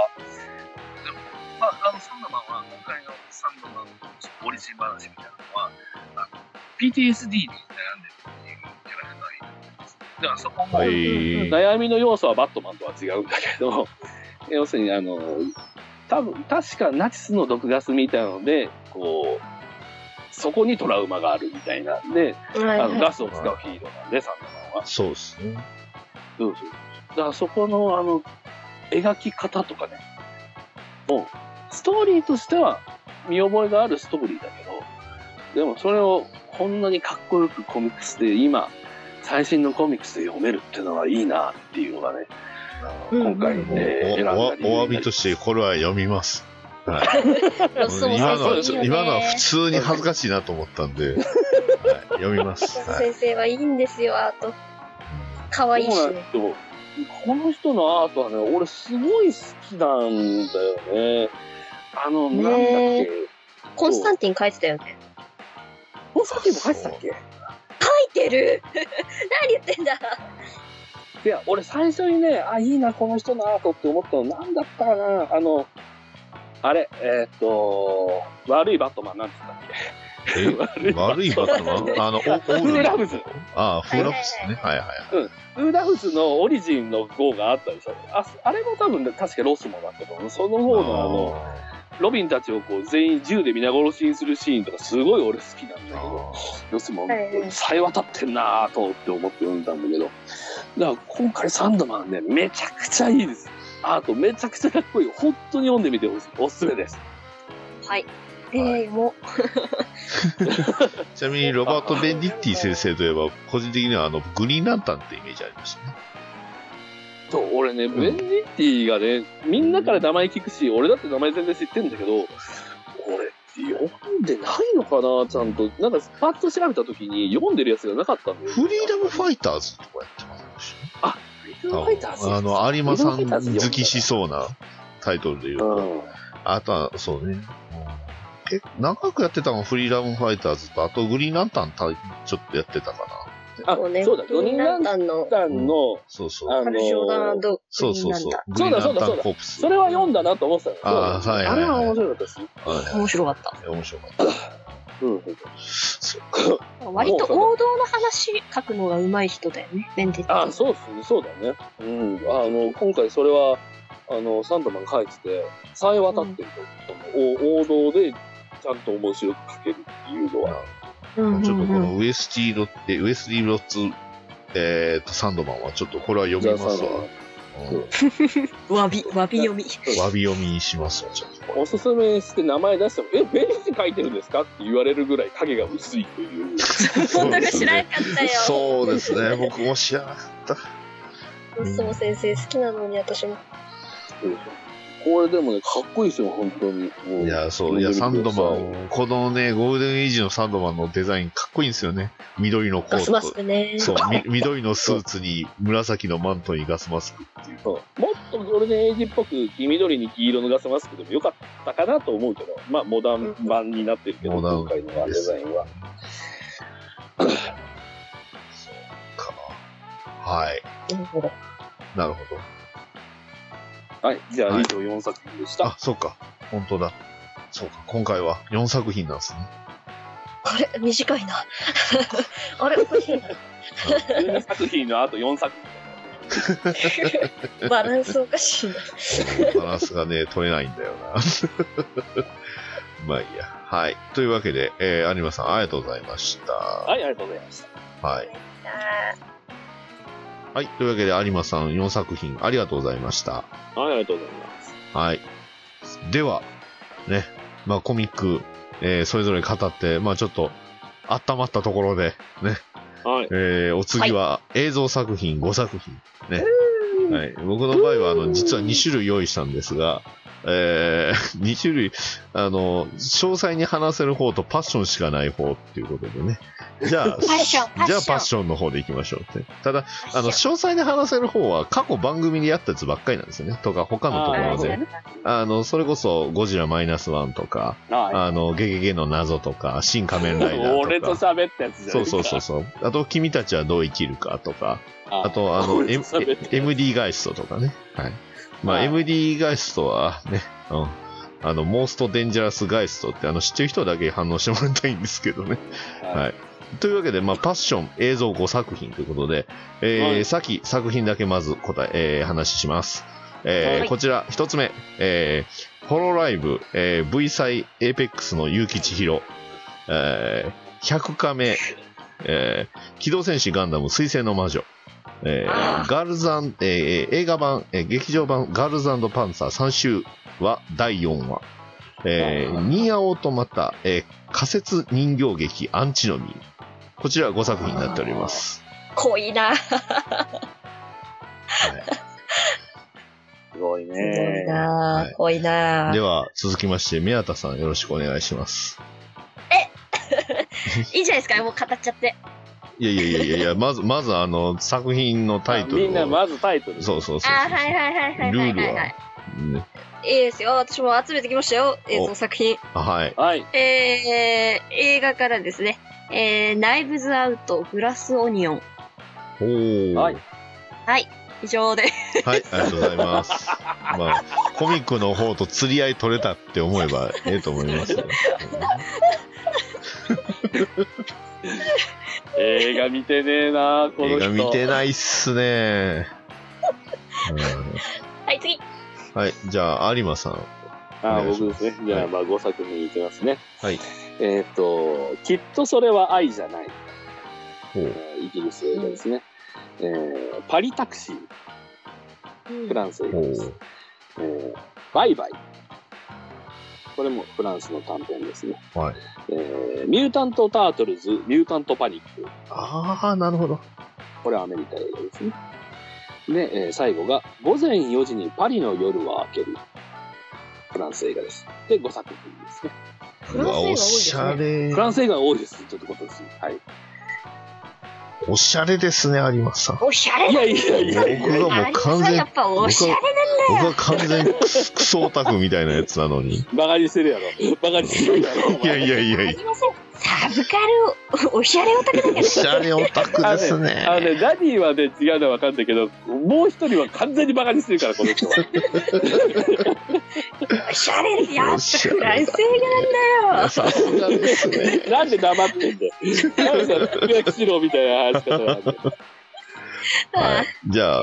サンドマンは、今回のサンドマンのオリジン話みたいなのは、PTSD に悩んでるっていうキャラクターなんです。だからそこも、悩みの要素はバットマンとは違うんだけど、要するに、確かナチスの毒ガスみたいなので、こう、そこにトラウマがあるみたいなんで、ガスを使うヒーローなんで、サンドマンは。 そうですね。 そう。だからそこの、描き方とかね、もう、ストーリーとしては見覚えがあるストーリーだけど、でもそれをこんなにかっこよくコミックスで今、最新のコミックスで読めるっていうのはいいなっていうのがね、今回選んだお詫びとしてこれは読みます。はい、今のは普通に恥ずかしいなと思ったんで、はい、読みます。 先生はいいんですよ、アート。可愛いしね。 この人のアートはね、俺すごい好きなんだよね。なんだっけ。 コンスタンティン書いてたよね。 コンスタンティンも書いてたっけ？ 書いてる何言ってんだ。 いや、俺最初にね、いいな、この人のアートって思ったの、なんだったかな、悪いバットマンなんて言ったっけ？ 悪いバットマンフーラフズ。 フーラフズね。はいはい。 フーラフズのオリジンの号があったでしょ。あれも多分、確かロスモだけど、その方のロビンたちをこう全員銃で皆殺しにするシーンとかすごい俺好きなんだけど、ロスモさえ渡ってんなぁとって思って読んだんだけど、だから今回サンドマンね、めちゃくちゃいいです。アートめちゃくちゃかっこいい。本当に読んでみてほしい。おすすめです。 はい。もちなみにロバート・ベンディッティ先生といえば、個人的にはグリーンランタンってイメージありましたね。 そう、俺ね、ベンディッティがね、みんなから名前聞くし、俺だって名前全然知ってるんだけど、俺、読んでないのかな、ちゃんと。なんか、パッと調べた時に読んでるやつがなかったんだよ。 フリーダムファイターズとかやってますね。 フリーダムファイターズ有馬さん好きしそうなタイトルで言うと。あとは、そうね。長くやってたのはフリーダムファイターズと、あとグリーンランタンちょっとやってたかな。 そうだ、グリーンランタンの、 そうそう。 ハル・ジョーダン&グリーンランタン。 そう。 そうだ。それは読んだなと思ってたの。 はい。 あれは面白かったです。 面白かった。 面白かった。 割と王道の話書くのが上手い人だよね、ベンディット。 そうですね、そうだね。今回それは、サンドマン書いてて、さえ渡ってると、王道でちゃんと面白く書けるっていうのは、 ちょっとこのウエスティーロッツ、サンドマンはちょっとこれは読みますわ。 わび読み。 わび読みしますわ、ちょっと。 おすすめして名前出しても、ベンジ書いてるんですかって言われるぐらい影が薄いという。 本当が知らなかったよ。 そうですね、僕も知らなかった。 そう先生好きなのに私も。 これでもね、かっこいいですよ、本当に。 いや、サンドマン、このね、ゴールデンエイジのサンドマンのデザインかっこいいんですよね。緑のコート。 ガスマスクね。 そう、緑のスーツに紫のマントにガスマスクっていう。 もっとゴールデンエイジっぽく黄緑に黄色のガスマスクでもよかったかなと思うけど、モダン版になってるけど、今回のデザインは。 そうか。はい。なるほど。 はい。じゃあ、以上4作品でした。 そうか。本当だ。そうか。今回は4作品なんですね。 あれ短いな。あれおかしいな。 12作品の後4作品。バランスおかしいな。 バランスがね、取れないんだよな。まあいいや。はい。というわけで、有馬さん、ありがとうございました。 はい、ありがとうございました。 はい。はい。というわけで、有馬さん4作品ありがとうございました。 はい、ありがとうございます。 はい。では、ね、コミックそれぞれ語って、まあちょっと、温まったところで、ね。 はい。 お次は映像作品5作品。ね。はい。僕の場合は、実は2種類用意したんですが、2種類、詳細に話せる方とパッションしかない方っていうことでね。じゃあ、パッションの方でいきましょうって。ただ、詳細に話せる方は過去番組でやったやつばっかりなんですよね。とか、他のところで。それこそ、ゴジラマイナスワンとか、ゲゲゲの謎とか、新仮面ライダーとか。 俺と喋ったやつじゃないですか。 そう。あと、君たちはどう生きるかとか、あと、MD ガイストとかね。はい。まあ、MD ガイストはね、モーストデンジャラスガイストって知ってる人だけ反応してもらいたいんですけどね。はい。というわけで、まあ、パッション映像5作品ということで、先作品だけまず話します。こちら、一つ目、ホロライブ、V 祭エーペックスの結城千尋、100カメ、機動戦士ガンダム水星の魔女、ガールズ映画版、劇場版ガールズ&パンサー3週は第4話、ニーアオートマタ、仮説人形劇アンチノミー、こちら5作品になっております。 濃いな。 すごいね。 濃いな。 では続きまして宮田さんよろしくお願いします。 いいじゃないですか、もう語っちゃって。 いや、まず作品のタイトルを。 みんなまずタイトル。 そう。 はい。 ルールは。 いいですよ。私も集めてきましたよ。映像作品。 はい。 映画からですね。ナイブズアウト、グラスオニオン。 はい。 以上で。 はい、ありがとうございます。まあ、コミックの方と釣り合い取れたって思えばと思います、ね。 映画見てねえなこの人。 映画見てないっすね。 はい、次。 はい、じゃあ、有馬さん。 僕ですね。じゃあ、まあ、5作品いきますね。 はい。 きっとそれは愛じゃない。イギリス映画ですね。パリタクシー。フランス映画です。バイバイ。これもフランスの短編ですね。 はい。 ミュータント・タートルズ、ミュータント・パニック。 ああ、なるほど。 これはアメリカ映画ですね。で、最後が、午前4時にパリの夜は明ける。フランス映画です。で、5作品ですね。 フランス映画多いですね。 フランス映画多いです。ちょっとことです。はい。 おしゃれですね、有馬さん。 おしゃれだね。 いや。 僕がもう完全に。 やっぱおしゃれなんだよ。 僕は完全にクソオタクみたいなやつなのに。 バカにしてるやろ。バカにしてるやろ。 いや。 サブカル、おしゃれオタクだけど。 おしゃれオタクですね。 ダディはね、違うのはわかんないけど、もう一人は完全にバカにしてるから、この人は。 おしゃれ、やっぱフランス映画なんだよ。 さすがですね。 なんで黙ってんだよ。なんでさ、福焼しろみたいな話し方なんだよ。 はい。じゃあ、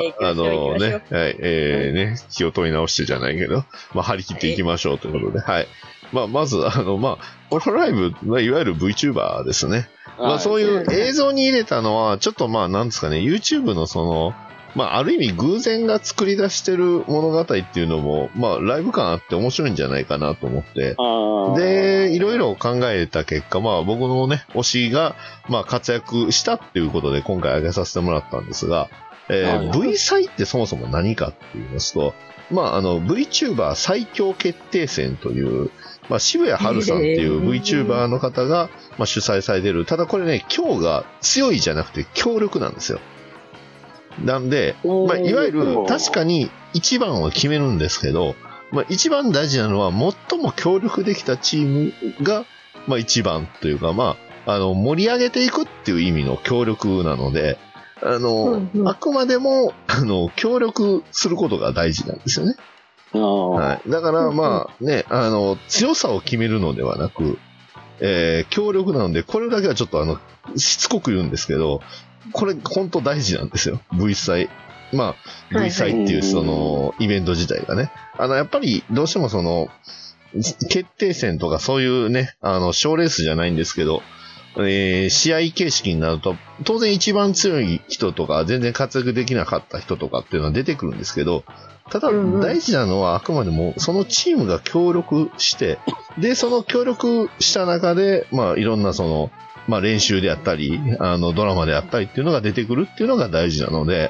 気を取り直してじゃないけど、まあ、張り切っていきましょうということで、はい。まあ、まず、ホロライブはいわゆる VTuber ですね。まあ、そういう映像に入れたのは、ちょっとまあ、なんですかね、YouTube のまあ、ある意味偶然が作り出してる物語っていうのも、まあ、ライブ感あって面白いんじゃないかなと思って、で、いろいろ考えた結果、まあ、僕のね、推しが、まあ、活躍したっていうことで今回挙げさせてもらったんですが、V 祭ってそもそも何かって言いますと、まあ、VTuber 最強決定戦という、まあ、渋谷春さんっていう VTuber の方が、まあ、主催されてる。ただこれね、強が強いじゃなくて強力なんですよ。なんで、まあ、いわゆる確かに一番は決めるんですけど、まあ、一番大事なのは最も協力できたチームが、まあ、一番というか、まあ、盛り上げていくっていう意味の協力なので、あくまでも、協力することが大事なんですよね。はい。だから、まあね、強さを決めるのではなく、協力なので、これだけはちょっとしつこく言うんですけど、これ本当大事なんですよ。V 祭。まあ、V 祭っていうイベント自体がね。やっぱりどうしても決定戦とかそういうね、賞レースじゃないんですけど、 試合形式になると、当然一番強い人とか、全然活躍できなかった人とかっていうのは出てくるんですけど、ただ大事なのはあくまでもそのチームが協力して、で、その協力した中で、まあいろんなその、まあ練習であったり、ドラマであったりっていうのが出てくるっていうのが大事なので、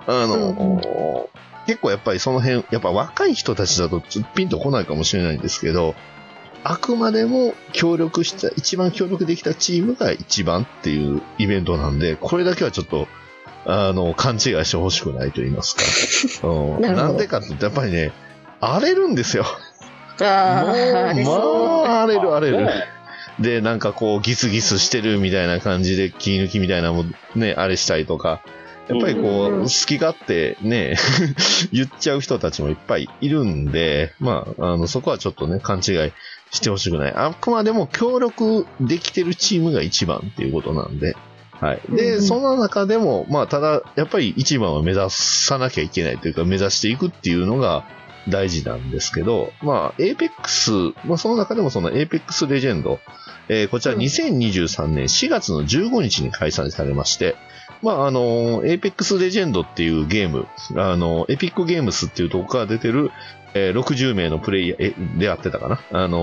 結構やっぱりその辺、やっぱ若い人たちだとピンとこないかもしれないんですけど、あくまでも一番協力できたチームが一番っていうイベントなんで、これだけはちょっと、勘違いしてほしくないと言いますか。なんでかって言うと、やっぱりね、荒れるんですよ。荒れる。で、なんかこう、ギスギスしてるみたいな感じで、気抜きみたいなもね、あれしたりとか、やっぱりこう、好き勝手ね、言っちゃう人たちもいっぱいいるんで、まあ、そこはちょっとね、勘違いしてほしくない。あくまでも協力できてるチームが一番っていうことなんで、はい。で、その中でも、まあ、ただ、やっぱり一番を目指さなきゃいけないというか、目指していくっていうのが大事なんですけど、まあ、APEX、まあ、その中でもその APEX レジェンド、こちら2023年4月の15日に開催されまして、まあ、APEX レジェンドっていうゲーム、エピックゲームスっていうところから出てる、60名のプレイヤー、であってたかな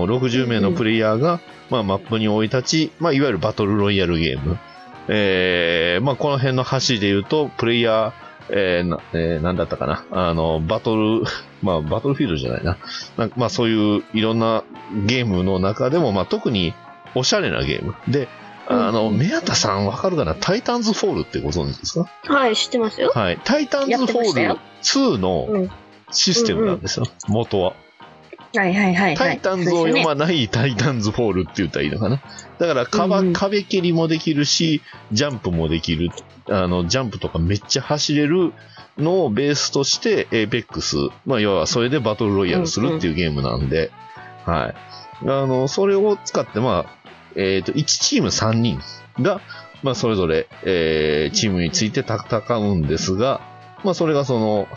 60名のプレイヤーが、まあ、マップに追い立ち、まあ、いわゆるバトルロイヤルゲーム。まあ、この辺の端で言うと、プレイヤー、なんだったかなバトルフィールドじゃないな。まあ、そういういろんなゲームの中でも、まあ、特におしゃれなゲーム。で、宮田さんわかるかな？タイタンズフォールってご存知ですか？ はい、知ってますよ。 はい。タイタンズフォール2のシステムなんですよ、元は。 はいはいはい。 タイタンズを読まないタイタンズフォールって言ったらいいのかな。だから壁蹴りもできるし、ジャンプもできる。ジャンプとかめっちゃ走れるのをベースとして、APEX、まあ要はそれでバトルロイヤルするっていうゲームなんで、はい。それを使って、まあ、1チーム3人が、まあそれぞれ、チームについて戦うんですが、まあそれがその、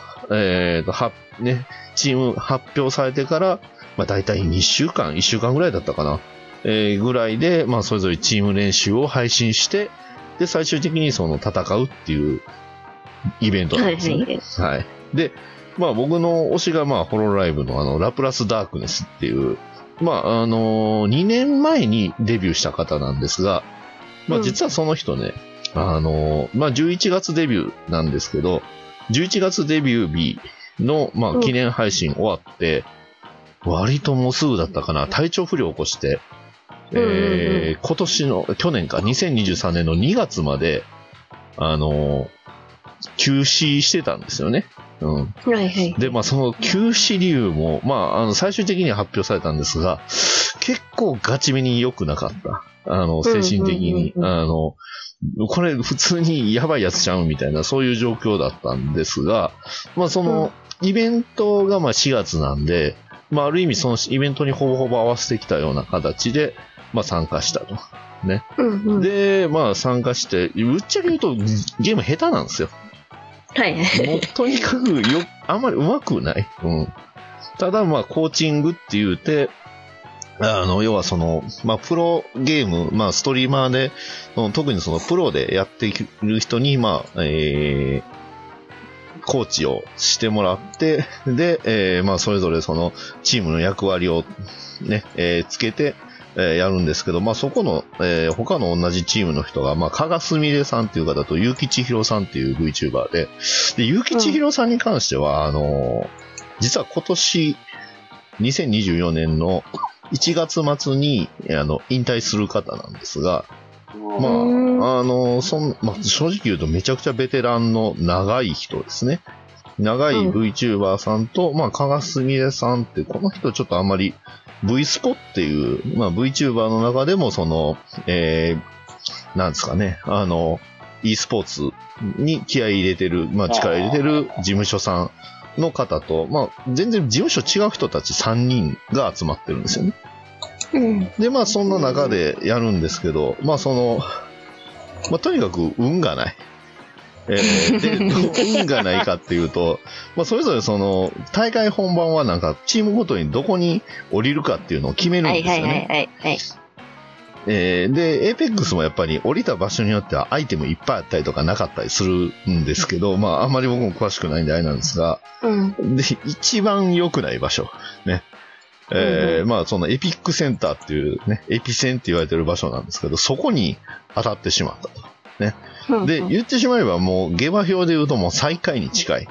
チーム発表されてから、まあ大体1週間ぐらいだったかな。ぐらいで、まあそれぞれチーム練習を配信して、で、最終的にその戦うっていうイベントなんですよね。はい。で、まあ僕の推しがまあホロライブのラプラスダークネスっていう、まあ2年前にデビューした方なんですが、まあ実はその人ね、まあ11月デビューなんですけど、11月デビュー日の、まあ記念配信終わって、割ともうすぐだったかな、体調不良を起こして、去年か、2023年の2月まで、休止してたんですよね。はいはい。で、まあ、その休止理由も、まあ、最終的には発表されたんですが、結構ガチめに良くなかった。精神的に。これ普通にやばいやつちゃうみたいな、そういう状況だったんですが、まあ、その、イベントがまあ4月なんで、まあ、ある意味そのイベントにほぼほぼ合わせてきたような形で、まあ、参加したと。ね。で、まあ、参加して、ぶっちゃけ言うと、ゲーム下手なんですよ。はい。もう、とにかくあんまり上手くない。ただ、まあ、コーチングって言うて、要はその、まあ、プロゲーム、まあ、ストリーマーで、特にそのプロでやっている人に、まあ、コーチをしてもらって、で、まあ、それぞれそのチームの役割をね、つけて、やるんですけど、まあ、そこの、他の同じチームの人が、まあ、加賀すみれさんっていう方と、結城千尋さんっていう VTuber で、結城千尋さんに関しては、実は今年、2024年の1月末に、引退する方なんですが、まあ、まあ、正直言うとめちゃくちゃベテランの長い人ですね。長い VTuber さんと、まあ、加賀すみれさんって、この人ちょっとあんまり、V スポっていう、まあ、VTuber の中でも、その、なんですかね、e スポーツに気合い入れてる、まあ、力入れてる事務所さんの方と、まあ、全然事務所違う人たち3人が集まってるんですよね。で、まあ、そんな中でやるんですけど、まあ、その、まあ、とにかく運がない。で、運がないかっていうと、まあ、それぞれその、大会本番はなんか、チームごとにどこに降りるかっていうのを決めるんですよね。 で、エーペックスもやっぱり降りた場所によってはアイテムいっぱいあったりとかなかったりするんですけど、まあ、あんまり僕も詳しくないんであれなんですが、で、一番良くない場所、ね。まあ、そのエピックセンターっていうね、エピセンって言われてる場所なんですけど、そこに当たってしまったと。ね。で、言ってしまえばもう、下馬評で言うともう最下位に近い。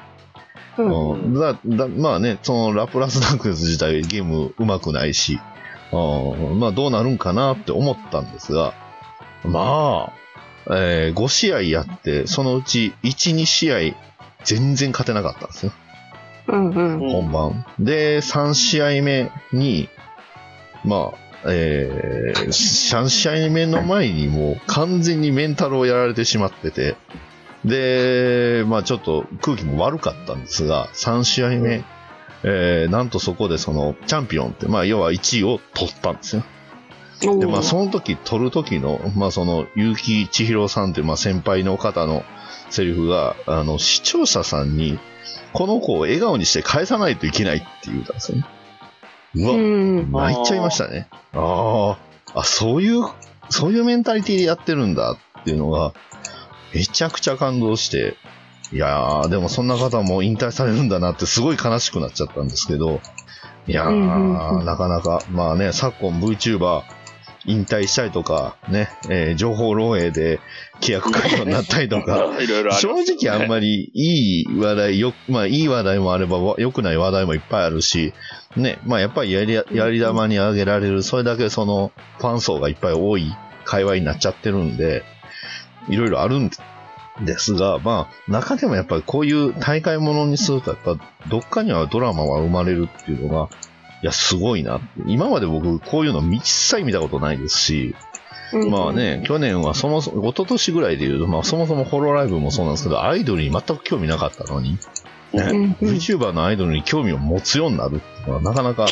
まあね、そのラプラスダンクス自体ゲーム上手くないし、まあどうなるんかなって思ったんですが、まあ、5試合やって、そのうち1、2試合全然勝てなかったんですよ。本番。で、3試合目に、まあ、3試合目の前にもう完全にメンタルをやられてしまってて、で、まあちょっと空気も悪かったんですが、3試合目、なんとそこでそのチャンピオンって、まあ要は1位を取ったんですよ。で、まあその時取る時の、まあその結城千尋さんってまあ先輩の方のセリフが、視聴者さんに、この子を笑顔にして返さないといけないって言ったんですよね。うわ、泣いちゃいましたね。そういうメンタリティでやってるんだっていうのが、めちゃくちゃ感動して、いやー、でもそんな方も引退されるんだなってすごい悲しくなっちゃったんですけど、いやー、なかなか、まあね、昨今 VTuber 引退したりとか、ね、情報漏洩で契約解除になったりとか、正直あんまりいい話題、まあいい話題もあれば良くない話題もいっぱいあるし、ね、まあやっぱりやり玉にあげられる、それだけそのファン層がいっぱい多い界隈になっちゃってるんで、いろいろあるんですが、まあ、中でもやっぱりこういう大会ものにすると、やっぱ、どっかにはドラマは生まれるっていうのが、いや、すごいな。今まで僕、こういうの一切見たことないですし、まあね、去年は一昨年ぐらいで言うと、まあそもそもホロライブもそうなんですけど、アイドルに全く興味なかったのに、ね、VTuber のアイドルに興味を持つようになるっていうのは、なかなか、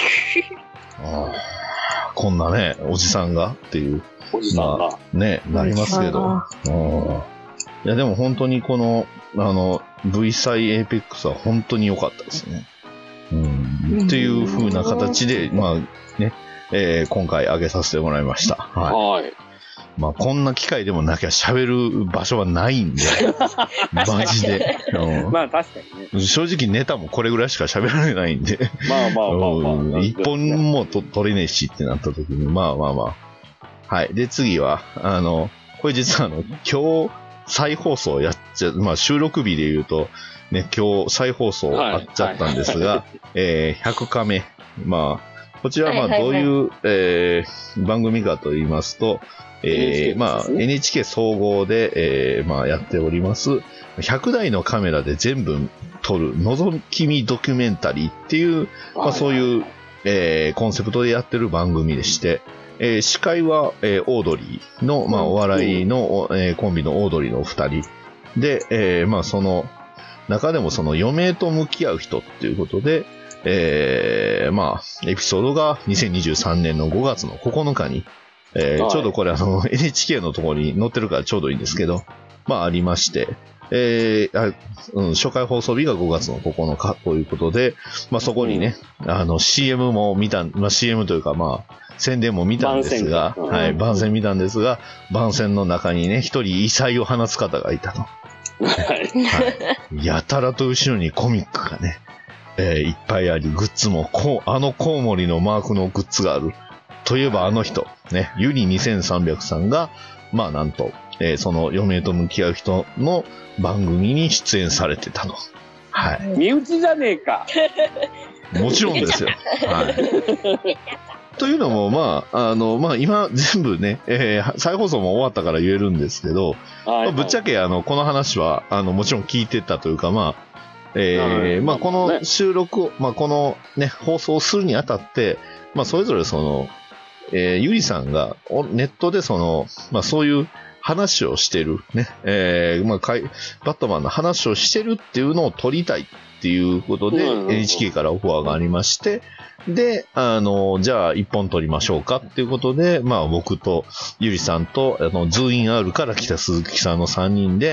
こんなね、おじさんがっていう、まあね、なりますけど、いやでも本当にこの、V 祭エーペックスは本当に良かったですね。っていう風な形で、まあね、今回上げさせてもらいました。はい。まあこんな機会でもなきゃ喋る場所はないんで、マジで。 まあ確かにね。 正直ネタもこれぐらいしか喋られないんで、 まあ一本も取れねえしってなった時に、まあ。はい。で次は、これ実は今日再放送やっちゃ、まあ収録日で言うと、ね、今日再放送あっちゃったんですが、100カメ。まあ、こちらはまあどういう、番組かと言いますと、まあ NHK 総合で、まあやっております、100台のカメラで全部撮る覗き見ドキュメンタリーっていう、まあそういう、コンセプトでやってる番組でして、司会は、オードリーの、まあお笑いの、コンビのオードリーのお二人で、まあその、中でもその余命と向き合う人っていうことで、まあ、エピソードが2023年の5月の9日に、ちょうどこれNHK のところに載ってるからちょうどいいんですけど、まあありまして、初回放送日が5月の9日ということで、まあそこにね、CM も見た、まあ CM というかまあ、宣伝も見たんですが、はい、番宣見たんですが、番宣の中にね、一人異彩を放つ方がいたと。はい、やたらと後ろにコミックがね、いっぱいあり、グッズも、コウモリのマークのグッズがある。といえばあの人、ね、ゆり2300さんが、まあなんと、その余命と向き合う人の番組に出演されてたの。はい。 身内じゃねえか。 もちろんですよ。はい。というのも、まあ、まあ、今、全部ね、再放送も終わったから言えるんですけど、まあ、ぶっちゃけ、この話は、もちろん聞いてたというか、まあ、まあ、この収録を、まあ、このね、放送するにあたって、まあ、それぞれその、ゆりさんが、ネットでその、まあ、そういう話をしてる、ね、まあ、バットマンの話をしてるっていうのを撮りたいっていうことで、NHK からオファーがありまして、で、じゃあ一本撮りましょうかっていうことで、まあ僕とゆりさんと、ズーイン R から来た鈴木さんの3人で、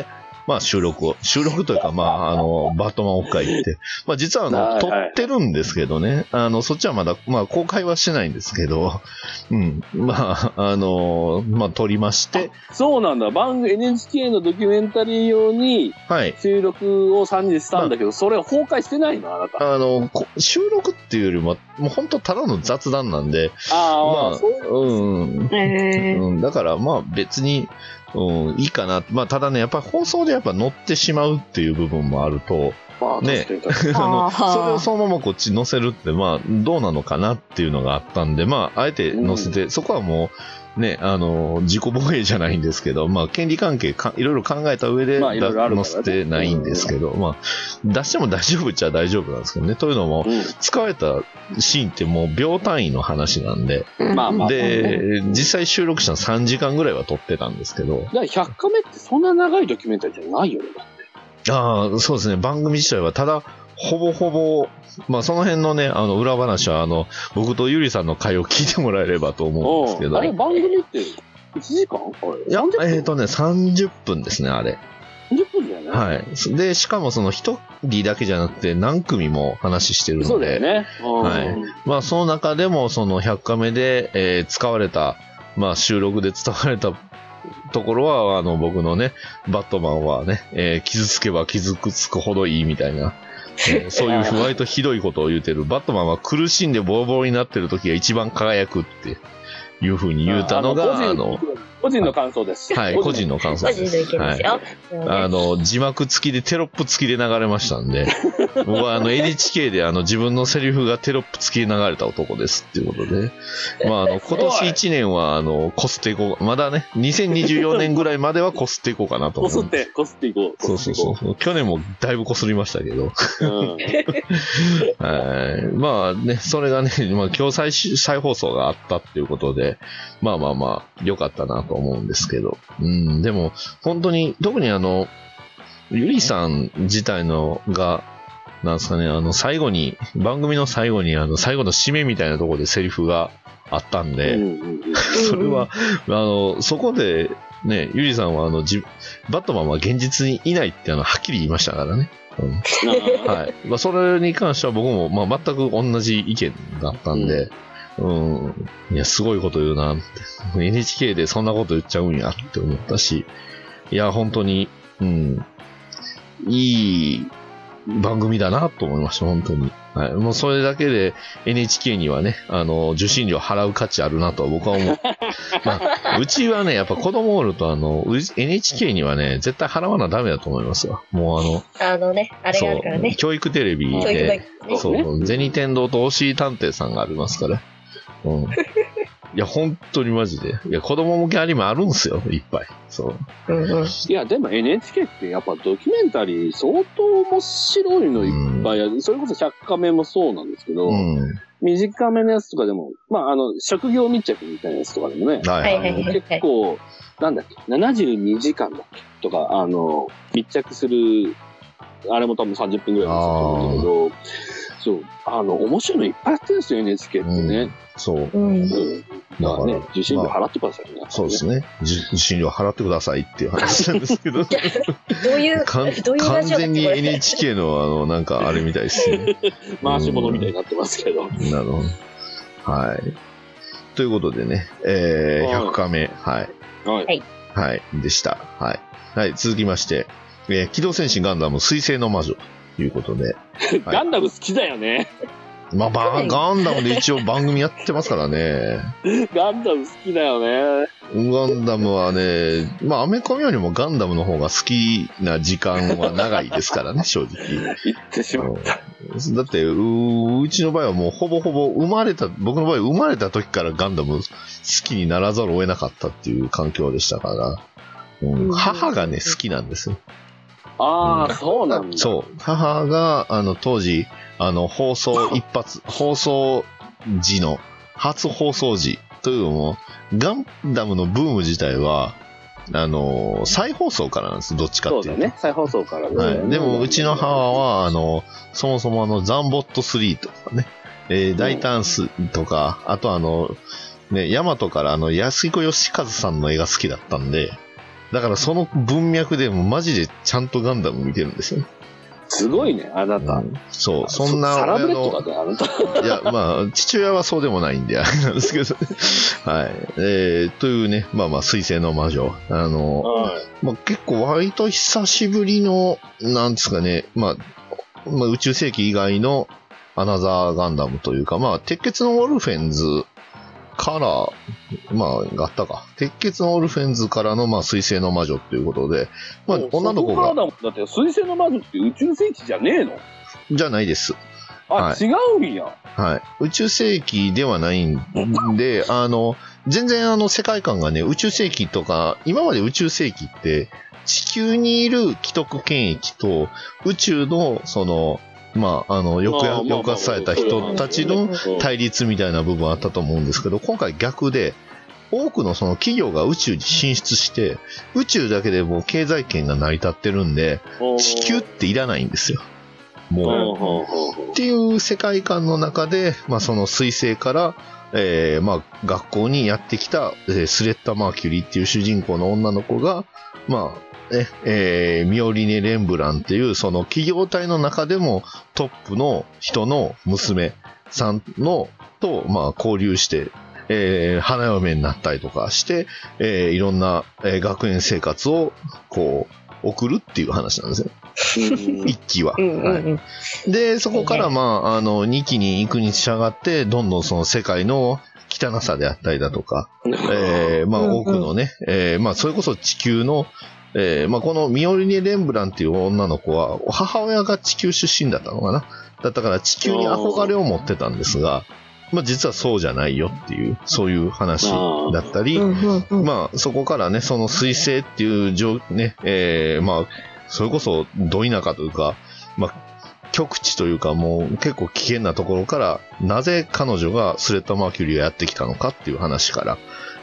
まあ収録というか、まあバットマンオフ会行って、まあ実は撮ってるんですけどね、そっちはまだ、まあ公開はしてないんですけど、うん、まあ、まあ撮りまして。 そうなんだ、NHK のドキュメンタリー用に、収録を3人したんだけど、それを公開してないのあなた。 収録っていうよりも、もう本当ただの雑談なんで、まあ、だからまあ別に、いいかな。まあただね、やっぱり放送でやっぱ乗ってしまうっていう部分もあると、ね、それをそのままこっち載せるって、まあどうなのかなっていうのがあったんで、まああえて載せて、そこはもう、ね、自己防衛じゃないんですけど、まあ、権利関係いろいろ考えた上で、載せてないんですけど、まあ、出しても大丈夫っちゃ大丈夫なんですけどね。というのも、使われたシーンってもう秒単位の話なんで、で、実際収録したの3時間ぐらいは撮ってたんですけど。 だから100カメってそんな長いドキュメンタリーじゃないよね、だって。 ああ、そうですね。番組自体は、ただ、ほぼほぼ、まあその辺のね、裏話は僕とゆりさんの会を聞いてもらえればと思うんですけど。 あれ、番組って1時間いや、30分ですね、あれ。 30分だよね。 はい。で、しかもその一人だけじゃなくて何組も話してるので。 そうだよね。 はい。まあその中でもその100カメで、使われた、まあ収録で伝われたところは、僕のね、バットマンはね、傷つけば傷つくほどいいみたいな。そういう割とひどいことを言うてる。バットマンは苦しんでボロボロになってる時が一番輝くっていう風に言うたのが、 個人の感想です。 はい、個人の感想です。 個人の意見ですよ。 はい、字幕付きでテロップ付きで流れましたんで、僕はNHK で自分のセリフがテロップ付きで流れた男ですっていうことで、まあ今年1年はこすっていこう。まだね、2024年ぐらいまではこすっていこうかなと思う。 こすっていこう。 そう。去年もだいぶこすりましたけど。はい。まあね、それがね、まあ今日再放送があったっていうことで、まあ、良かったなと思うんですけど。でも、本当に、特にゆりさん自体のが、なんですかね、最後に、番組の最後に、最後の締めみたいなところでセリフがあったんで、それは、そこで、ね、ゆりさんは、バットマンは現実にいないってはっきり言いましたからね。はい。まあ、それに関しては僕も、まあ、全く同じ意見だったんで、いや、すごいこと言うなって。NHK でそんなこと言っちゃうんやって思ったし、いや、本当に、いい番組だなと思いました、本当に。はい。もうそれだけで NHK にはね、受信料払う価値あるなと僕は思う。まあ、うちはね、やっぱ子供おるとNHK にはね、絶対払わなダメだと思いますわ。もうあれがあるからね。 教育テレビで、そう、銭天堂とおしり探偵さんがありますから。いや、本当にマジで。いや、子供向けアニメあるんすよ、いっぱい。そう。 いや、でも NHK ってやっぱドキュメンタリー相当面白いのいっぱいある。それこそ100カメもそうなんですけど、短めのやつとかでも、まあ、職業密着みたいなやつとかでもね、結構、なんだっけ、72時間だっけとか、密着する、あれも多分30分ぐらいだと思うんだけど、そう、面白いのいっぱいやってるんですよ、NHK ってね。 そう。 だからね、受信料払ってくださいね。 そうですね。受信料払ってくださいっていう話なんですけど。どういう完全に NHK の、なんかあれみたいですね。 回し物みたいになってますけど。 なるほど。はい。ということでね、100カメ、はい。はい。でした。はい。はい、続きまして、機動戦士ガンダム水星の魔女ということで。 ガンダム好きだよね。 まあ、ガンダムで一応番組やってますからね。 ガンダム好きだよね。 ガンダムはね、まあ、アメコミよりもガンダムの方が好きな時間は長いですからね、正直。 言ってしまった。 だって、うちの場合はもうほぼほぼ僕の場合生まれた時からガンダム好きにならざるを得なかったっていう環境でしたから、母がね、好きなんですよ。 ああ、そうなんだ。 そう。母が、当時、放送時の、初放送時というのも、ガンダムのブーム自体は、再放送からなんです、どっちかっていうと。 そうだね、再放送からね。 はい。でも、うちの母は、そもそもザンボット3とかね、大胆スとか、あとね、ヤマトから安彦義和さんの絵が好きだったんで、 だからその文脈でもマジでちゃんとガンダム見てるんですよね。 すごいね、あなた。 そう、そんなサラブレッドだね、あなた。 いや、まあ、父親はそうでもないんで、あれなんですけど、はい。というね、まあまあ、水星の魔女。まあ、結構割と久しぶりの、なんですかね、まあ、宇宙世紀以外のアナザーガンダムというか、まあ、鉄血のオルフェンズから、まあ、があったか。鉄血のオルフェンズからの、まあ、水星の魔女っていうことで、まあ、女の子が。 だって、水星の魔女って宇宙世紀じゃねえの？ じゃないです。 はい、違うんや。 はい。宇宙世紀ではないんで、全然世界観がね、宇宙世紀とか、今まで宇宙世紀って、地球にいる既得権益と、宇宙の、まあ、抑圧された人たちの対立みたいな部分あったと思うんですけど、今回逆で、多くのその企業が宇宙に進出して、宇宙だけでもう経済圏が成り立ってるんで、地球っていらないんですよ。もう。っていう世界観の中で、まあその水星から、まあ学校にやってきた、スレッタ・マーキュリーっていう主人公の女の子が、まあ、ミオリネ・レンブランっていうその企業体の中でもトップの人の娘さんのと、まあ交流して、花嫁になったりとかして、いろんな、学園生活をこう送るっていう話なんですよ。一期は、はい。で、そこからまあ、二期に行くに従って、どんどんその世界の汚さであったりだとか、まあ多くのね、まあそれこそ地球のまあ、このミオリネ・レンブランっていう女の子は、母親が地球出身だったのかな。だったから地球に憧れを持ってたんですが、まあ、実はそうじゃないよっていう、そういう話だったり、まあ、そこからね、その水星っていうね、まあ、それこそ、ど田舎というか、まあ、極地というか、もう結構危険なところから、なぜ彼女がスレッタ・マーキュリーをやってきたのかっていう話から、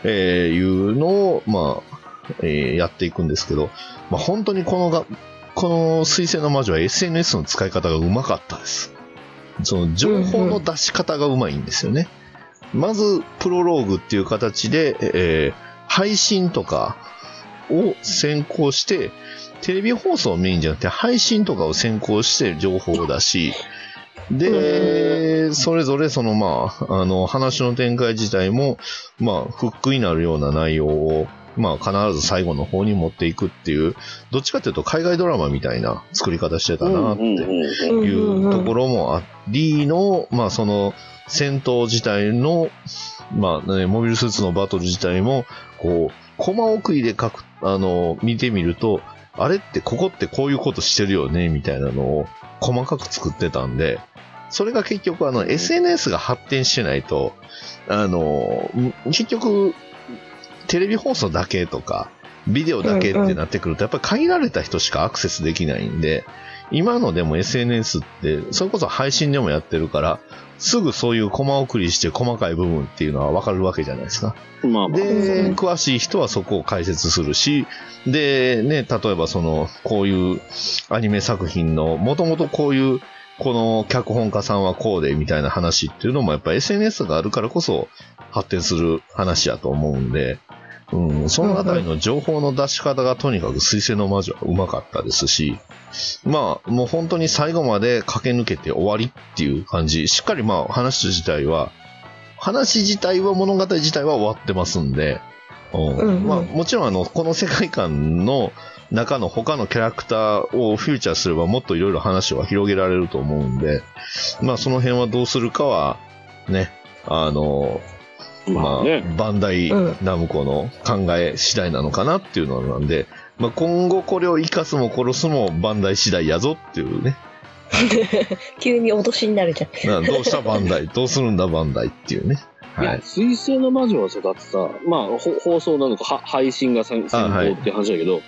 いうのを、まあ、やっていくんですけど、まあ、本当にこの水星の魔女は SNS の使い方がうまかったです。その情報の出し方がうまいんですよね。まず、プロローグっていう形で、配信とかを先行して、テレビ放送メインじゃなくて配信とかを先行して情報を出し、で、それぞれそのまあ、話の展開自体も、まあ、フックになるような内容を、まあ必ず最後の方に持っていくっていう、どっちかというと海外ドラマみたいな作り方してたなっていうところもありの、まあその戦闘自体の、まあね、モビルスーツのバトル自体も、こう、コマ送りで見てみると、あれってここってこういうことしてるよね、みたいなのを細かく作ってたんで、それが結局SNS が発展してないと、結局、テレビ放送だけとか、ビデオだけってなってくると、やっぱり限られた人しかアクセスできないんで、今のでも SNS って、それこそ配信でもやってるから、すぐそういうコマ送りして細かい部分っていうのはわかるわけじゃないですか。まあまあ、で、詳しい人はそこを解説するし、で、ね、例えばこういうアニメ作品の、もともとこういう、この脚本家さんはこうでみたいな話っていうのもやっぱ SNS があるからこそ発展する話やと思うんで、そのあたりの情報の出し方がとにかく水星の魔女はうまかったですし、まあもう本当に最後まで駆け抜けて終わりっていう感じ、しっかりまあ話自体は物語自体は終わってますんで、まあもちろんこの世界観の中の他のキャラクターをフューチャーすればもっといろいろ話は広げられると思うんで、まあその辺はどうするかはね、まあ、バンダイナムコの考え次第なのかなっていうのなんで、まあ今後これを生かすも殺すもバンダイ次第やぞっていうね。 急に脅しになるじゃん。 どうしたバンダイ、どうするんだバンダイっていうね。 はい。いや、水星の魔女はさ、だってさ、まあ放送なのか配信が先行っていう話だけど、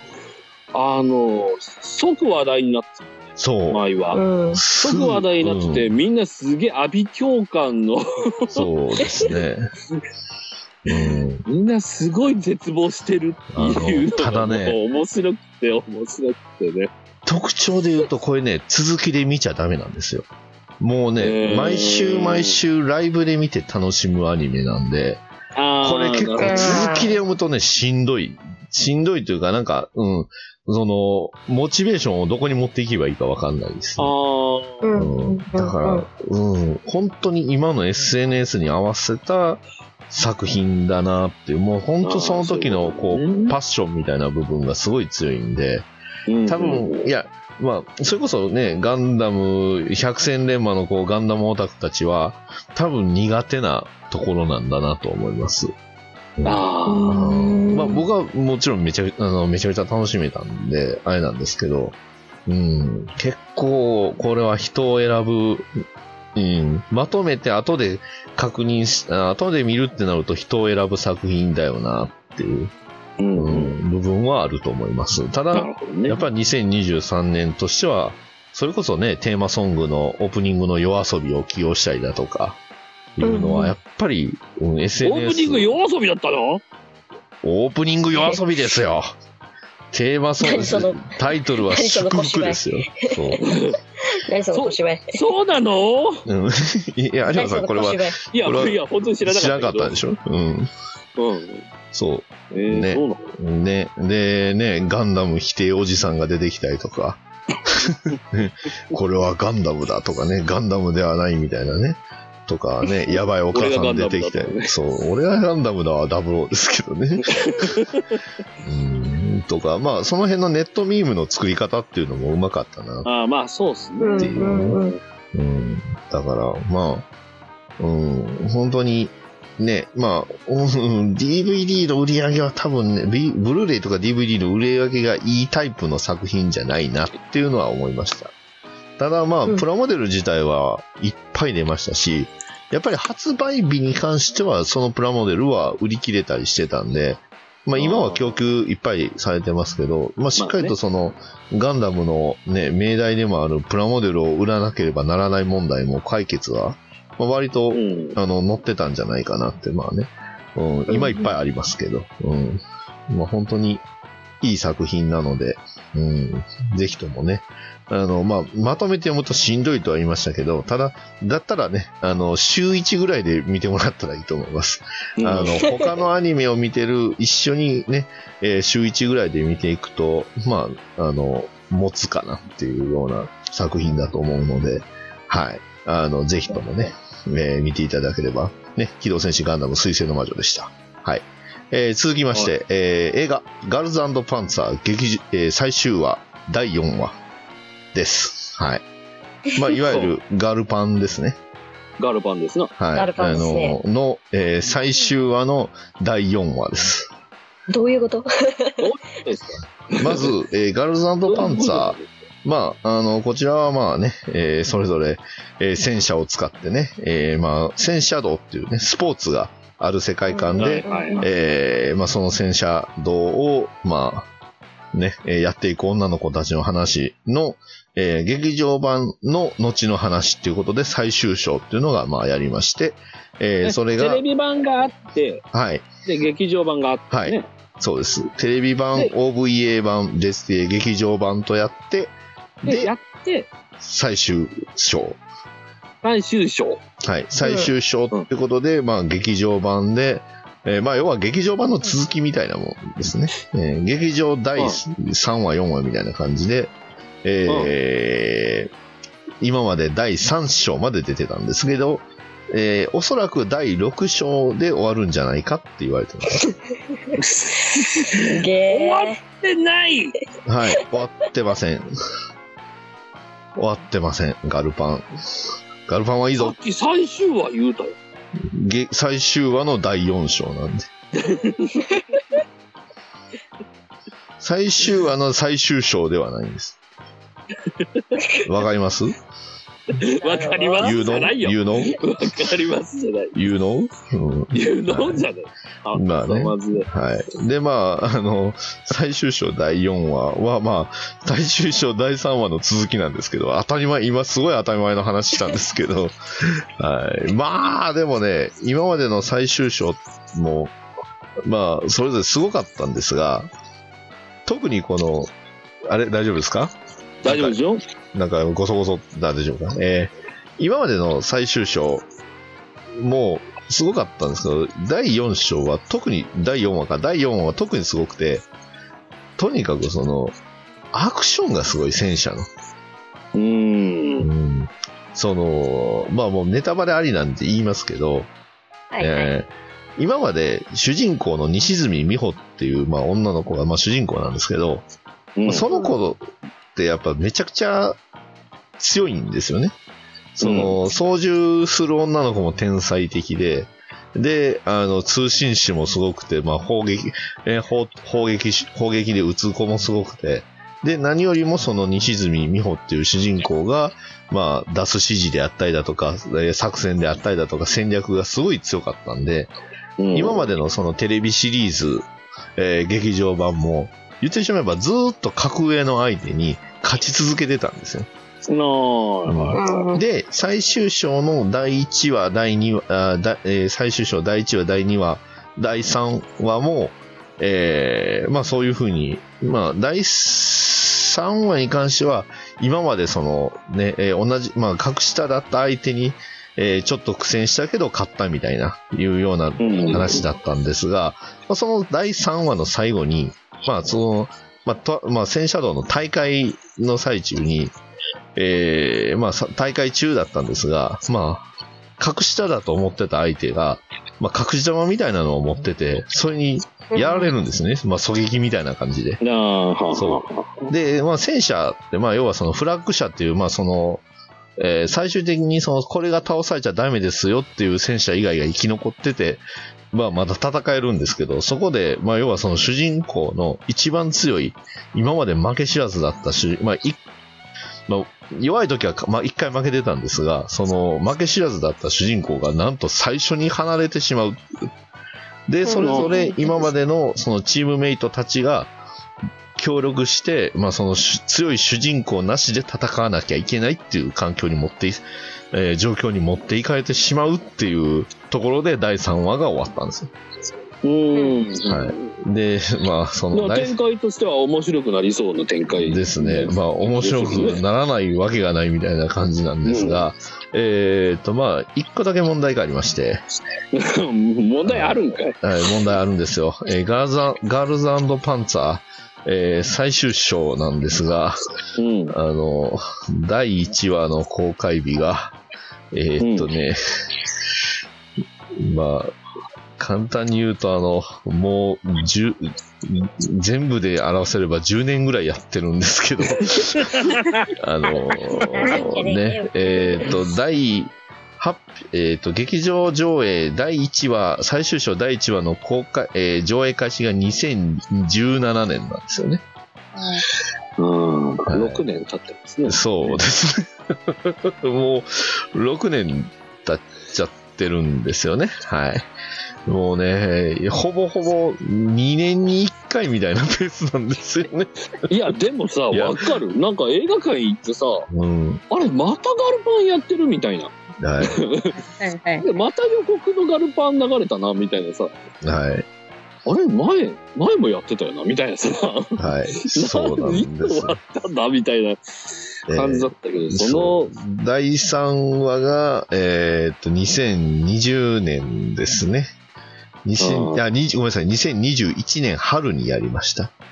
即話題になってた。 そう。 前は。即話題になってて、みんなすげえ阿鼻教官の。 そうですね。 みんなすごい絶望してるっていうのが、ただね、面白くてね。 特徴で言うと、これね、続きで見ちゃダメなんですよ。もうね、毎週ライブで見て楽しむアニメなんで、これ結構続きで読むとね、しんどいしんどいというか、なんか、モチベーションをどこに持っていけばいいかわかんないです、ね。だから、本当に今の SNS に合わせた作品だなっていう、もう本当その時のこう、パッションみたいな部分がすごい強いんで、多分、いや、まあ、それこそね、ガンダム、百戦錬磨のこう、ガンダムオタクたちは、多分苦手なところなんだなと思います。まあ、僕はもちろんめちゃめちゃ楽しめたんで、あれなんですけど、結構、これは人を選ぶ、まとめて後で後で見るってなると人を選ぶ作品だよなっていう、部分はあると思います。ただ、やっぱり2023年としては、それこそね、テーマソングのオープニングの夜遊びを起用したりだとか、いうのは、やっぱり、SNS。 オープニング夜遊びだったの？ オープニング夜遊びですよ。テーマソング、タイトルは祝福ですよ。そう。 何その小芝居。 そうなの？ いや、有馬さん、これは、 いや、本当に知らなかった。 知らなかったでしょ？そう。ね。ね。で、ね、ガンダム否定おじさんが出てきたりとか、これはガンダムだとかね、ガンダムではないみたいなね。とかね、やばいお母さん出てきて、そう、俺はガンダムだわ、00ですけどね。とか、まあ、その辺のネットミームの作り方っていうのもうまかったな。 まあ、そうっすね。っていう。 だから、まあ、本当に、ね、まあ、DVD の売り上げは多分ね、ブルーレイとか DVD の売り上げがいいタイプの作品じゃないなっていうのは思いました。ただまあ、プラモデル自体はいっぱい出ましたし、やっぱり発売日に関してはそのプラモデルは売り切れたりしてたんで、まあ今は供給いっぱいされてますけど、まあしっかりとそのガンダムのね、命題でもあるプラモデルを売らなければならない問題も解決は、まあ、割と、載ってたんじゃないかなって、まあね、今いっぱいありますけど、まあ本当にいい作品なので、ぜひともね、まあ、まとめて読むとしんどいとは言いましたけど、ただ、だったらね、週1ぐらいで見てもらったらいいと思います。他のアニメを見てる、一緒にね、週1ぐらいで見ていくと、まあ、持つかなっていうような作品だと思うので、はい。ぜひともね、見ていただければ、ね、機動戦士ガンダム水星の魔女でした。はい。続きまして、映画、ガールズ&パンツァー最終話、第4話です。はい。まあ、いわゆるガールパンですね。 ガールパンですな。 はい。ガールパンですね。最終話の第4話です。 どういうことですか？ まず、ガールズ&パンツァー。まあ、こちらはまあね、それぞれ、戦車を使ってね、まあ、戦車道っていうね、スポーツがある世界観で、まあ、その戦車道を、まあ、ね、やっていく女の子たちの話の、劇場版の後の話っていうことで最終章っていうのが、まあ、やりまして、それが。 テレビ版があって、 はい。 で、劇場版があって、ね。 はい。そうです。テレビ版、OVA 版です。劇場版とやって、 で、やって、 最終章。 最終章。 はい。最終章ってことで、まあ、劇場版で、まあ、要は劇場版の続きみたいなもんですね。劇場第3話、4話みたいな感じで、今まで第3章まで出てたんですけど、おそらく第6章で終わるんじゃないかって言われてます。 すげー。 終わってない。 はい、終わってません。終わってません、ガルパン。ガルパンはいいぞ。 さっき最終話言うたよ。 最終話の第4章なんで。最終話の最終章ではないんです。わかります？ わかりますじゃないよ。 言うの？わかりますじゃない。 言うの？ 言うのじゃない。 まあね。はい。で、まあ、最終章第4話は、まあ、最終章第3話の続きなんですけど、当たり前、今すごい当たり前の話したんですけど、はい。まあ、でもね、今までの最終章も、まあ、それぞれすごかったんですが、特にこの、あれ、大丈夫ですか？ 大丈夫ですよ。 なんか、ごそごそ、大丈夫か？今までの最終章もすごかったんですけど、第4章は特に、第4話は特にすごくて、 とにかくその、アクションがすごい戦車の。その、まあもうネタバレありなんて言いますけど、今まで主人公の西住美穂っていう、まあ、女の子が、まあ、主人公なんですけど、その子ってやっぱめちゃくちゃ強いんですよね。その、操縦する女の子も天才的で、で、通信士もすごくて、まあ、砲撃で撃つ子もすごくて、で、何よりもその西住美穂っていう主人公が、まあ、出す指示であったりだとか、作戦であったりだとか、戦略がすごい強かったんで、今までのそのテレビシリーズ、劇場版も、言ってしまえばずーっと格上の相手に勝ち続けてたんですよ。で、最終章の第1話、第2話、最終章第1話、第2話、第3話も、まあそういう風に、まあ第3話に関しては、今までそのね、同じ、まあ格下だった相手に、ちょっと苦戦したけど勝ったみたいな、いうような話だったんですが、まあ、その第3話の最後に、まあその、まあ戦車道の大会の最中に、まあ大会中だったんですが、まあ、格下だと思ってた相手が、まあ格下玉みたいなのを持ってて、それにやられるんですね。まあ狙撃みたいな感じで。そう。で、まあ戦車って、まあ要はそのフラッグ車っていう、まあその、最終的にその、これが倒されちゃダメですよっていう戦車以外が生き残ってて、まあまだ戦えるんですけど、そこで、まあ要はその主人公の一番強い、今まで負け知らずだったまあ弱い時は、まあ一回負けてたんですが、その負け知らずだった主人公がなんと最初に離れてしまう。で、それぞれ今までのそのチームメイトたちが、協力して、まあその強い主人公なしで戦わなきゃいけないっていう環境に状況に持っていかれてしまうっていうところで第3話が終わったんですよ。はい。で、まあその展開としては面白くなりそうな展開ですね。まあ面白くならないわけがないみたいな感じなんですが、まあ一個だけ問題がありまして。 問題あるんかい？ はい、問題あるんですよ。ガールズ&パンツァー。最終章なんですが、第1話の公開日が、まあ、簡単に言うと、もう、全部で表せれば10年ぐらいやってるんですけど、劇場上映第1話、最終章第1話の公開、上映開始が2017年なんですよね。 6年経ってますね。 そうですね。もう、6年経っちゃってるんですよね。はい。もうね、ほぼほぼ2年に1回みたいなペースなんですよね。 いや、でもさ、わかる。なんか映画館行ってさ、あれ、またガルパンやってるみたいな。 はい。 また予告のガルパン流れたな、みたいなさ。 はい。 あれ、前もやってたよな、みたいなさ。 はい。そうなんです。いつ終わったんだ、みたいな感じだったけど、その。 第3話が、2020年ですね。ごめんなさい、2021年春にやりました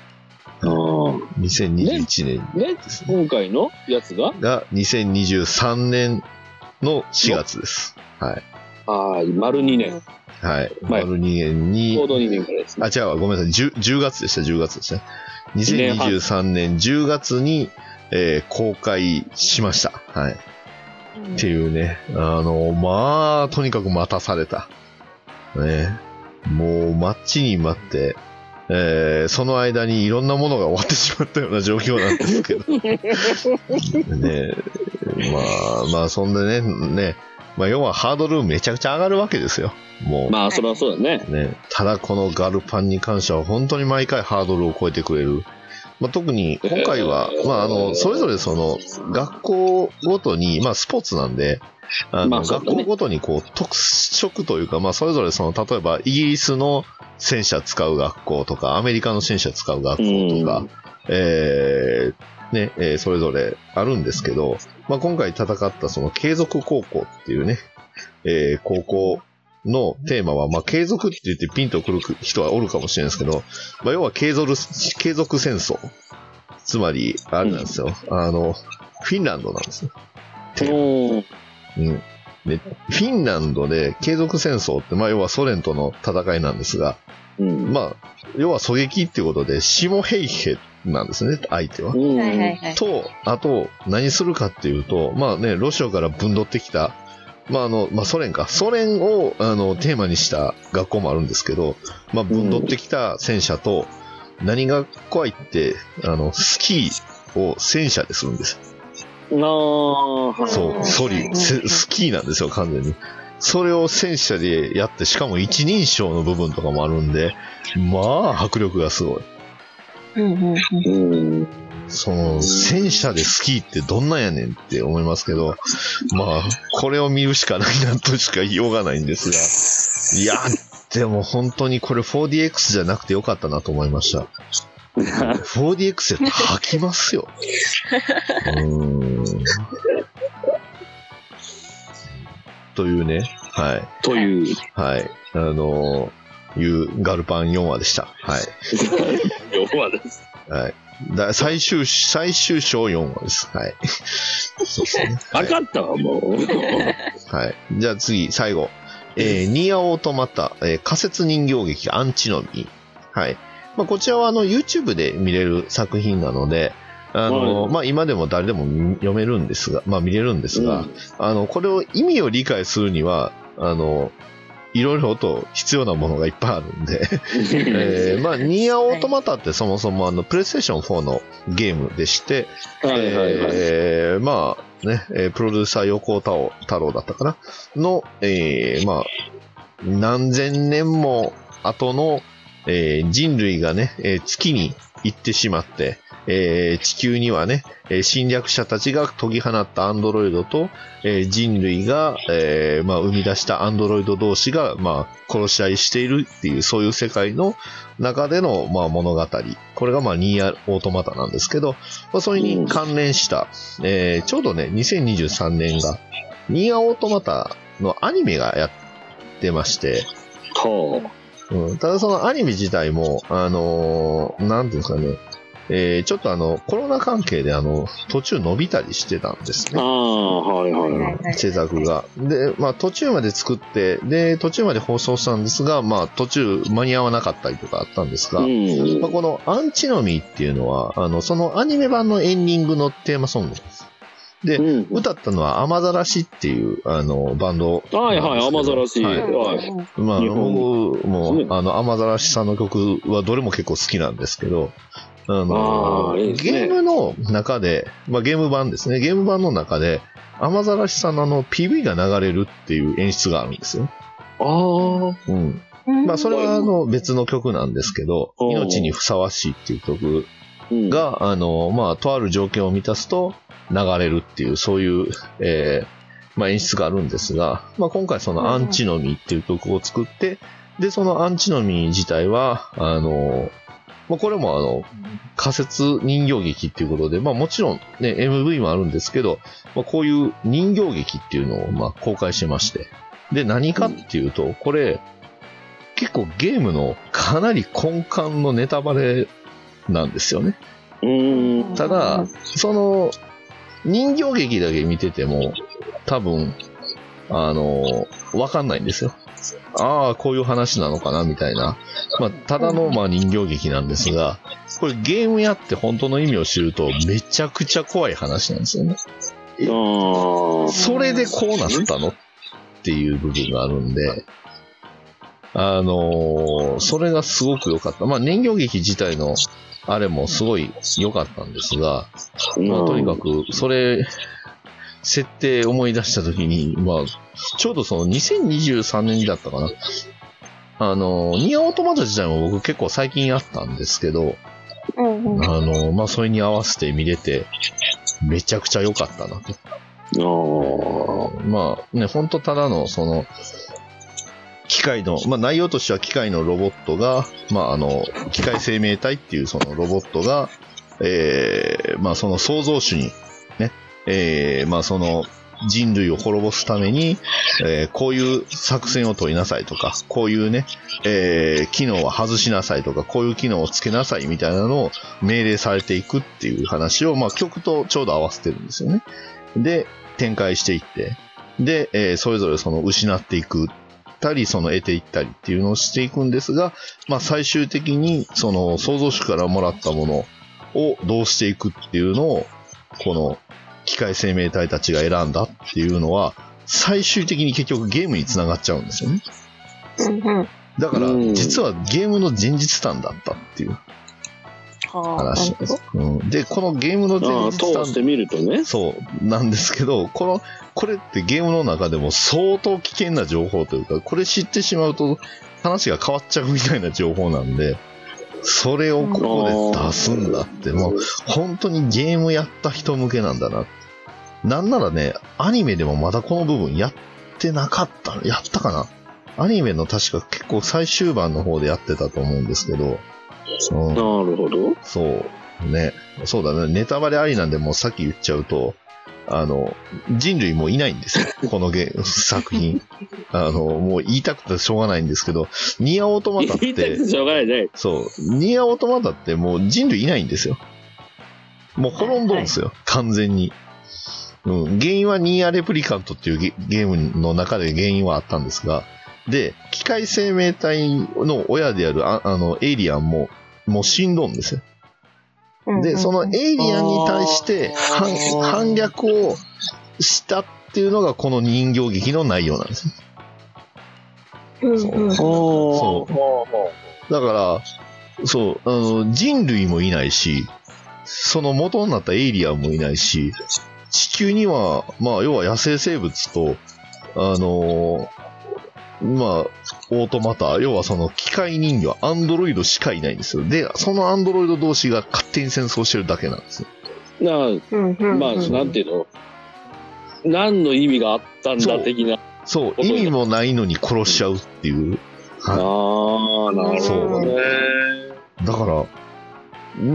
。2021年ですね。 今回のやつが 2023年の4月です。はい。 丸2年。 はい。丸2年に。 ちょうど2年からですね。 違うわ、ごめんなさい。10月でした、10月でした。2023年10月に、公開しました。はい。っていうね。まあ、とにかく待たされた。ね。もう、待ちに待って、その間にいろんなものが終わってしまったような状況なんですけど。ね。まあ、そんでね、まあ、要はハードルめちゃくちゃ上がるわけですよ。もう。 まあ、それはそうだね。 ただ、このガルパンに関しては本当に毎回ハードルを超えてくれる。まあ、特に今回は、まあ、それぞれその、学校ごとに、まあ、スポーツなんで、学校ごとにこう、特色というか、まあ、それぞれその、例えば、イギリスの戦車使う学校とか、アメリカの戦車使う学校とか、それぞれあるんですけど、まあ、今回戦ったその継続高校っていうね、高校のテーマは、まあ、継続って言ってピンとくる人はおるかもしれないですけど、まあ、要は継続戦争。つまり、あれなんですよ。フィンランドなんですね。で、フィンランドで継続戦争って、まあ、要はソ連との戦いなんですが、まあ、要は狙撃っていうことで、下平兵なんですね、相手は。と、あと、何するかっていうと、まあね、ロシアからぶんどってきた、まあ、ソ連を、テーマにした学校もあるんですけど、まあ、ぶんどってきた戦車と、何が怖いって、スキーを戦車でするんです。そう、スキーなんですよ、完全に。それを戦車でやって、しかも一人称の部分とかもあるんで、まあ、迫力がすごい。戦車でスキーってどんなんやねんって思いますけど、まあ、これを見るしかないなとしか言いようがないんですが、いや、でも本当にこれ 4DX じゃなくてよかったなと思いました。4DX やって吐きますよ。というね、はい。はい。いうガルパン4話でした。はい。 4話です。 はい。最終章4話です。はい。そうですね。 分かったわ、もう。 はい。じゃあ次、最後。ニアオートマタ、仮説人形劇アンチノミー。はい。まあ、こちらはYouTube で見れる作品なので、まあ、今でも誰でも読めるんですが、まあ、見れるんですが、これを意味を理解するには、いろいろと必要なものがいっぱいあるんで、まあ、ニアオートマタってそもそもプレイステーション4のゲームでして、まあ、ね、プロデューサー横尾太郎だったかなの、まあ、何千年も後の、人類がね、月に行ってしまって、地球にはね、侵略者たちが研ぎ放ったアンドロイドと、人類が、まあ、生み出したアンドロイド同士が、まあ、殺し合いしているっていう、そういう世界の中での、まあ、物語。これが、まあ、ニーアオートマタなんですけど、まあ、それに関連した、ちょうどね、2023年が、ニーアオートマタのアニメがやってまして、ただそのアニメ自体も、なんていうんですかね、ちょっとコロナ関係で途中伸びたりしてたんですね。制作が。で、まあ途中まで作って、で、途中まで放送したんですが、まあ途中間に合わなかったりとかあったんですが、まあ、このアンチノミーっていうのは、そのアニメ版のエンディングのテーマソングです。で、歌ったのは雨ざらしっていうバンド。 雨ざらし。 まあ、僕も雨ざらしさんの曲はどれも結構好きなんですけど、ゲームの中で、まあゲーム版ですね。ゲーム版の中で、雨ざらしさんのPV が流れるっていう演出があるんですよ。まあそれは別の曲なんですけど、命にふさわしいっていう曲が、まあとある条件を満たすと流れるっていう、そういう、まあ演出があるんですが、まあ今回そのアンチノミーっていう曲を作って、で、そのアンチノミー自体は、まあ、これも仮説人形劇っていうことで、まあもちろんね、MV もあるんですけど、まあこういう人形劇っていうのをまあ公開してまして。で、何かっていうと、これ、結構ゲームのかなり根幹のネタバレなんですよね。ただ、その、人形劇だけ見てても、多分、わかんないんですよ。ああ、こういう話なのかな、みたいな。まあ、ただの、まあ、人形劇なんですが、これゲームやって本当の意味を知ると、めちゃくちゃ怖い話なんですよね。それでこうなったのっていう部分があるんで、それがすごく良かった。まあ、人形劇自体の、あれもすごい良かったんですが、まあ、とにかく、それ、設定思い出したときに、まあ、ちょうどその2023年だったかな。ニアオートマタ自体も僕結構最近あったんですけど、まあ、それに合わせて見れて、めちゃくちゃ良かったなと。まあ、ね、ほんとただの、その、機械の、まあ、内容としては機械のロボットが、まあ、機械生命体っていうそのロボットが、まあ、その創造主に、ね、まあ、その、 人類を滅ぼすために、こういう作戦を取りなさいとか、こういうね、機能は外しなさいとか、こういう機能をつけなさいみたいなのを命令されていくっていう話を、まあ、曲とちょうど合わせてるんですよね。で、展開していって、で、それぞれその失っていくたり、その得ていったりっていうのをしていくんですが、まあ、最終的にその創造主からもらったものをどうしていくっていうのを、この機械生命体たちが選んだっていうのは、最終的に結局ゲームにつながっちゃうんですよね。だから、実はゲームの前日談だったっていう話です。で、このゲームの前日談、 通してみるとね。 そうなんですけど、これってゲームの中でも相当危険な情報というか、これ知ってしまうと話が変わっちゃうみたいな情報なんで、それをここで出すんだって、もう本当にゲームやった人向けなんだな。なんならね、アニメでもまだこの部分やってなかった。やったかな？アニメの確か結構最終盤の方でやってたと思うんですけど。 なるほど。 そう。ね。そうだね。ネタバレありなんでもうさっき言っちゃうと、人類もいないんですよ。この作品。もう言いたくてしょうがないんですけど、ニアオートマタって、 言いたくてしょうがないね。 そう。ニアオートマタってもう人類いないんですよ。もう滅んどんですよ。完全に。原因はニアレプリカントっていうゲームの中で原因はあったんですが、で、機械生命体の親であるエイリアンもう死んどんですよ。で、そのエイリアンに対して反逆をしたっていうのがこの人形劇の内容なんです。そう。だから、そう、人類もいないし、その元になったエイリアンもいないし、地球には、まあ、要は野生生物と、まあ、オートマタ、要はその機械人形、アンドロイドしかいないんですよ。で、そのアンドロイド同士が勝手に戦争してるだけなんですよ。 まあ、なんていうの、何の意味があったんだ的な。 そう、意味もないのに殺しちゃうっていう。 なるほどね。 だから、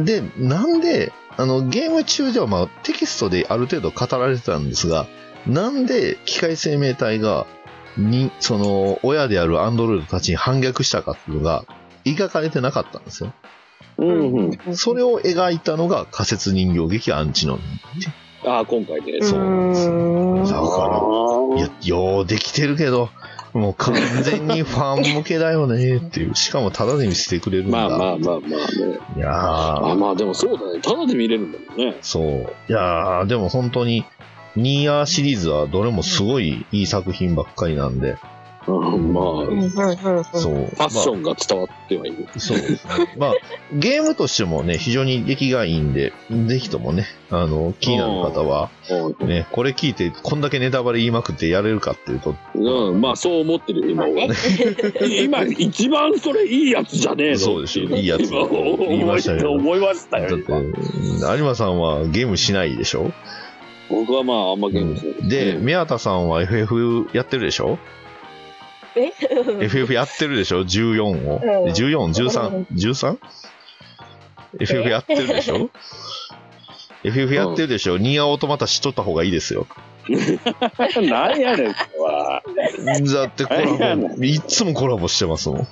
で、なんで、ゲーム中ではまあテキストである程度語られてたんですが、なんで機械生命体がその親であるアンドロイドたちに反逆したかっていうのが描かれてなかったんですよ。それを描いたのが仮説人形劇アンチノミ。 今回で。 そうなんですよ。だから、ようできてるけど、もう完全にファン向けだよねっていう。しかもタダで見せてくれるんだ。 まあね。 いやー。 まあでもそうだね。タダで見れるんだもんね。 そう。いやー、でも本当に、ニーアーシリーズはどれもすごいいい作品ばっかりなんで。 まあ、そう。ファッションが伝わってはいる。 そうですね。まあ、ゲームとしてもね、非常に出来がいいんで、ぜひともね、気になる方は、ね、これ聞いて、こんだけネタバレ言いまくってやれるかっていうと。 まあ、そう思ってるよ、今は。今、一番それいいやつじゃねえの。 そうでしょ、いいやつ。言いましたよ。 思いましたよ。 だって、有馬さんはゲームしないでしょ？ 僕はまあ、あんまゲームしない。 で、宮田さんは FF やってるでしょ？FF やってるでしょ ?14 を。14、13?13?FF やってるでしょ ?FF やってるでしょ、ニーアオートマタ知っとった方がいいですよ。 何やねん、 だってコラボ、いつもコラボしてますもん。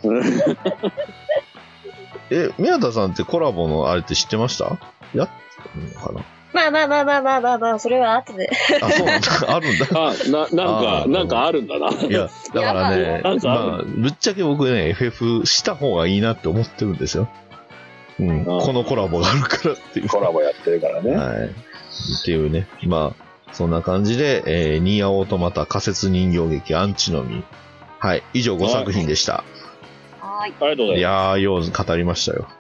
宮田さんってコラボのあれって知ってました？やってるのかな？ まあ、それは後で。 あ、そうなんだ。あるんだ。 なんかあるんだな。 いや、だからね、まあ、ぶっちゃけ僕ね、FF した方がいいなって思ってるんですよ。このコラボがあるからっていう。 コラボやってるからね。 はい。っていうね。まあ、そんな感じで、ニーアオートマタ仮説人形劇アンチノミ。はい。以上5作品でした。 はい。 ありがとうございます。 いやー、よう語りましたよ。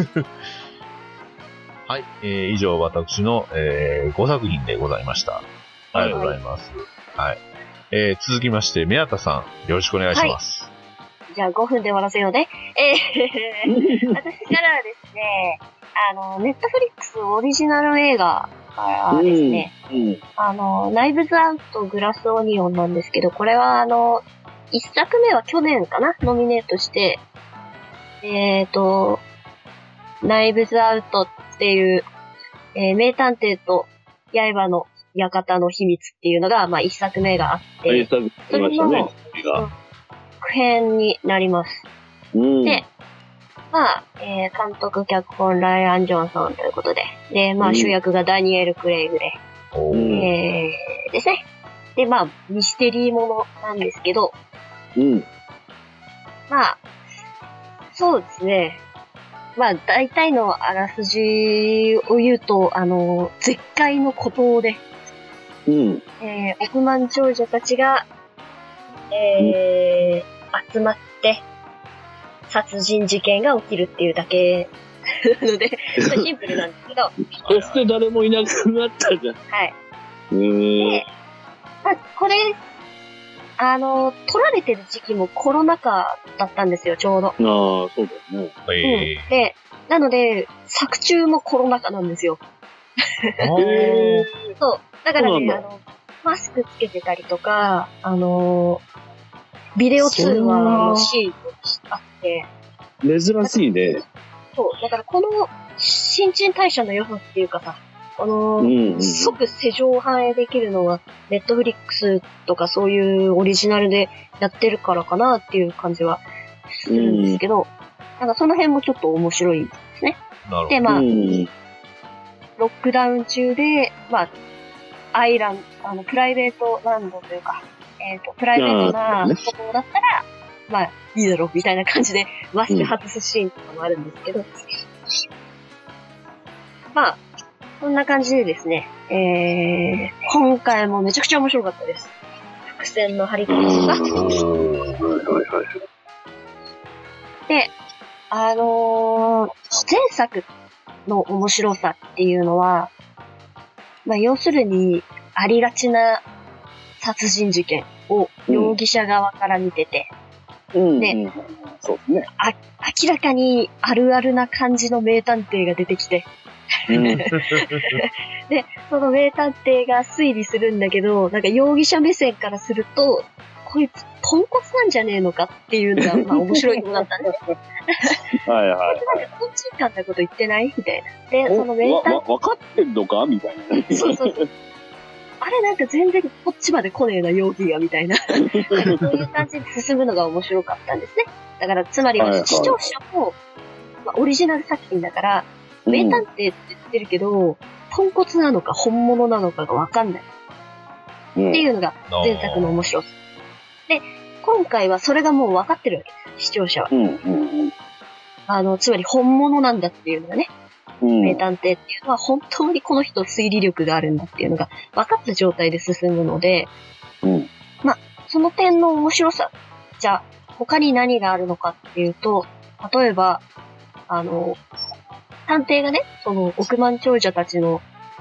はい、以上私の、5作品でございました。ありがとうございます。はい。続きまして、宮田さん、よろしくお願いします。 はい、じゃあ5分で終わらせようね。私からはですね、ネットフリックスオリジナル映画からですね、ナイブズアウトグラスオニオンなんですけど、これは1作目は去年かな、ノミネートして、ナイブズアウトっていう、名探偵と刃の館の秘密っていうのが、まあ一作目があって、 それの苦編になります。で、まあ、監督、脚本、ライアン・ジョンソンということで、で、まあ主役がダニエル・クレイグで、ですね。で、まあ、ミステリーものなんですけど、まあ、そうですね。まあ、大体のあらすじを言うと、絶海の孤島で、億万長者たちが、集まって、殺人事件が起きるっていうだけなので、シンプルなんですけど。 そして誰もいなくなったじゃん。 はい。で、まあ、これ、撮られてる時期もコロナ禍だったんですよ、ちょうど。ああ、 そうだよね。で、なので、作中もコロナ禍なんですよ。そう。だからね、マスクつけてたりとか、ビデオ通話のシーンがあって。 珍しいね。 そう。だからこの新陳代謝の良さっていうかさ、即施錠反映できるのは、ネットフリックスとかそういうオリジナルでやってるからかなっていう感じはするんですけど、なんかその辺もちょっと面白いですね。で、まあ、ロックダウン中で、まあ、プライベートランドというか、プライベートなことだったら、まあ、いいだろうみたいな感じで、マスク外すシーンとかもあるんですけど、まあ、こんな感じでですね、今回もめちゃくちゃ面白かったです。伏線の張り付けとか。で、前作の面白さっていうのは、まあ、要するに、ありがちな殺人事件を容疑者側から見てて、で、 そうですね。 明らかにあるあるな感じの名探偵が出てきて、で、その名探偵が推理するんだけど、なんか容疑者目線からすると、こいつ、ポンコツなんじゃねえのかっていうのが、まあ面白いとこだったんですよ。 はい。 なんか、トンチンカンなこと言ってないみたいな。で、その名探偵。 わかってんのかみたいな。 そう。あれなんか全然こっちまで来ねえな、容疑が、みたいな。そういう感じで進むのが面白かったんですね。だから、つまりは視聴者も、まあ、オリジナル作品だから、名探偵って言ってるけど、ポンコツなのか本物なのかがわかんない。っていうのが前作の面白さ。で、今回はそれがもうわかってるわけです、視聴者は。つまり本物なんだっていうのがね、名探偵っていうのは本当にこの人推理力があるんだっていうのが分かった状態で進むので、まあ、その点の面白さ。じゃあ、他に何があるのかっていうと、例えば、探偵がね、その億万長者たちの、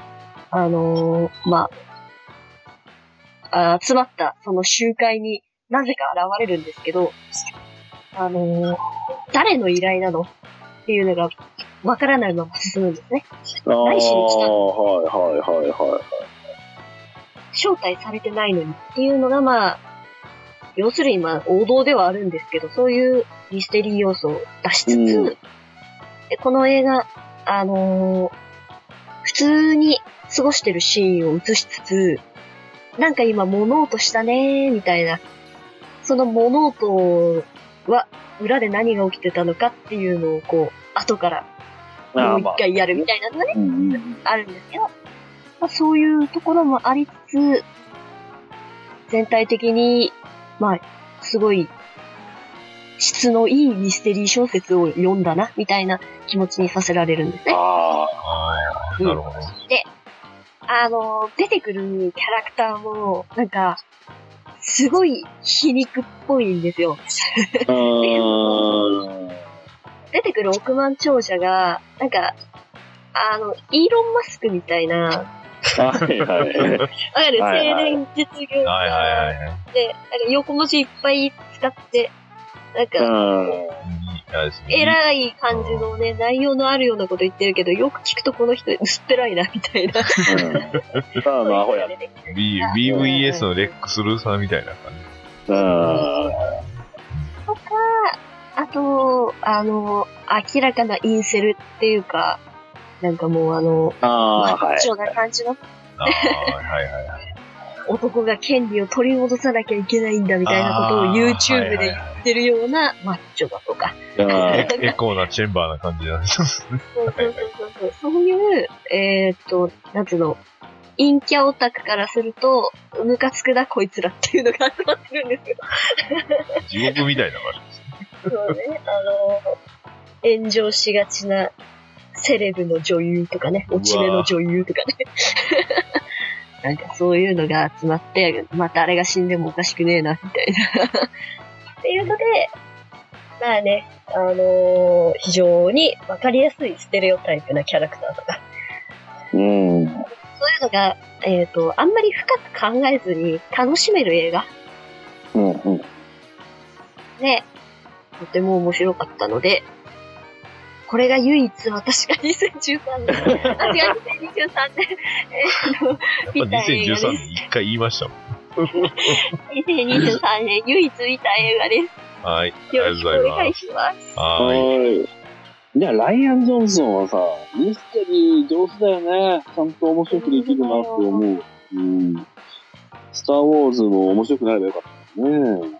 まあ、集まったその集会になぜか現れるんですけど、誰の依頼なのっていうのがわからないまま進むんですね。何しに来たの？はい。招待されてないのにっていうのがまあ、要するにまあ王道ではあるんですけど、そういうミステリー要素を出しつつ、でこの映画、普通に過ごしてるシーンを映しつつ、なんか今物音したねーみたいな、その物音は裏で何が起きてたのかっていうのをこう、後からもう一回やるみたいなのがね、あるんですけど、まあ、そういうところもありつつ、全体的に、まあ、すごい、質のいいミステリー小説を読んだな、みたいな気持ちにさせられるんですね。 なるほど。 で、出てくるキャラクターも、なんか、すごい皮肉っぽいんですよ。出てくる億万長者が、なんか、イーロン・マスクみたいな、わかる青年実業家で、なんか横文字いっぱい使って、なんか、偉い感じのね、内容のあるようなこと言ってるけど、よく聞くとこの人薄っぺらいな、みたいな。 BVS のレックス・ルーサーみたいな感じ。 とか、あと、明らかなインセルっていうか、なんかもうマッチョな感じの、 はいはいはい。 男が権利を取り戻さなきゃいけないんだみたいなことを YouTube で言ってるようなマッチョだとか。 結構なチェンバーな感じなんですね。 そういう、なんつうの、陰キャオタクからすると、ムカつくなこいつらっていうのが集まってるんですよ。 地獄みたいな感じですね。 そうね、炎上しがちなセレブの女優とかね、落ち目の女優とかね。なんかそういうのが集まって、また誰が死んでもおかしくねえな、みたいな。っていうので、まあね、非常にわかりやすいステレオタイプなキャラクターとか。そういうのが、あんまり深く考えずに楽しめる映画。ね、とても面白かったので、これが唯一私が2013年、2023年、見た映画です。 2013年一回言いましたもん。 2023年唯一見た映画です。 はい。 よろしくお願いします。 はい。 いや、ライアン・ジョンソンはさ、ミステリー上手だよね。ちゃんと面白くできるなって思う。スター・ウォーズも面白くなればよかったね。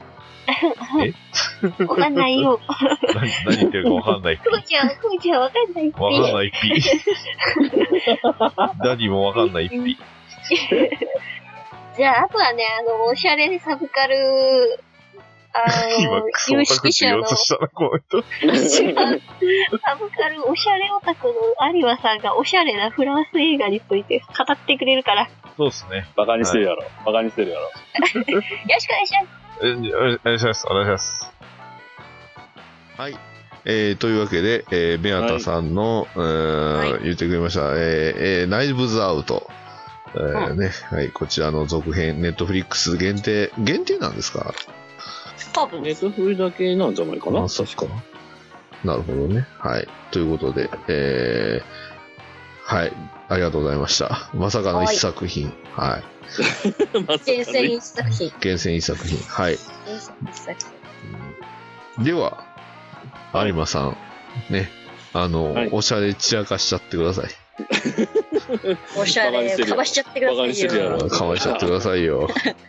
わかんないよ。 何言ってるかわかんない。 ふーちゃんわかんない。 わかんないピ。何もわかんないピ。 じゃあ、あとはね、おしゃれサブカル、有識者の、サブカルおしゃれオタクの有馬さんがおしゃれなフランス映画について語ってくれるから。 そうですね。 バカにしてるやろ。バカにしてるやろ。 よろしくお願いします。 お願いします。お願いします。はい。というわけで、ベアタさんの、言ってくれました、ナイブズアウト。ね、はい、こちらの続編、ネットフリックス限定なんですか？ 多分。 ネットフリだけなんじゃないかな、確か。 なるほどね。はい。ということで、はい。ありがとうございました。まさかの一作品。はい。 厳選一作品。 厳選一作品。はい。では、有馬さん、ね、おしゃれ散らかしちゃってください。 おしゃれかわしちゃってくださいよ。 かわしちゃってくださいよ。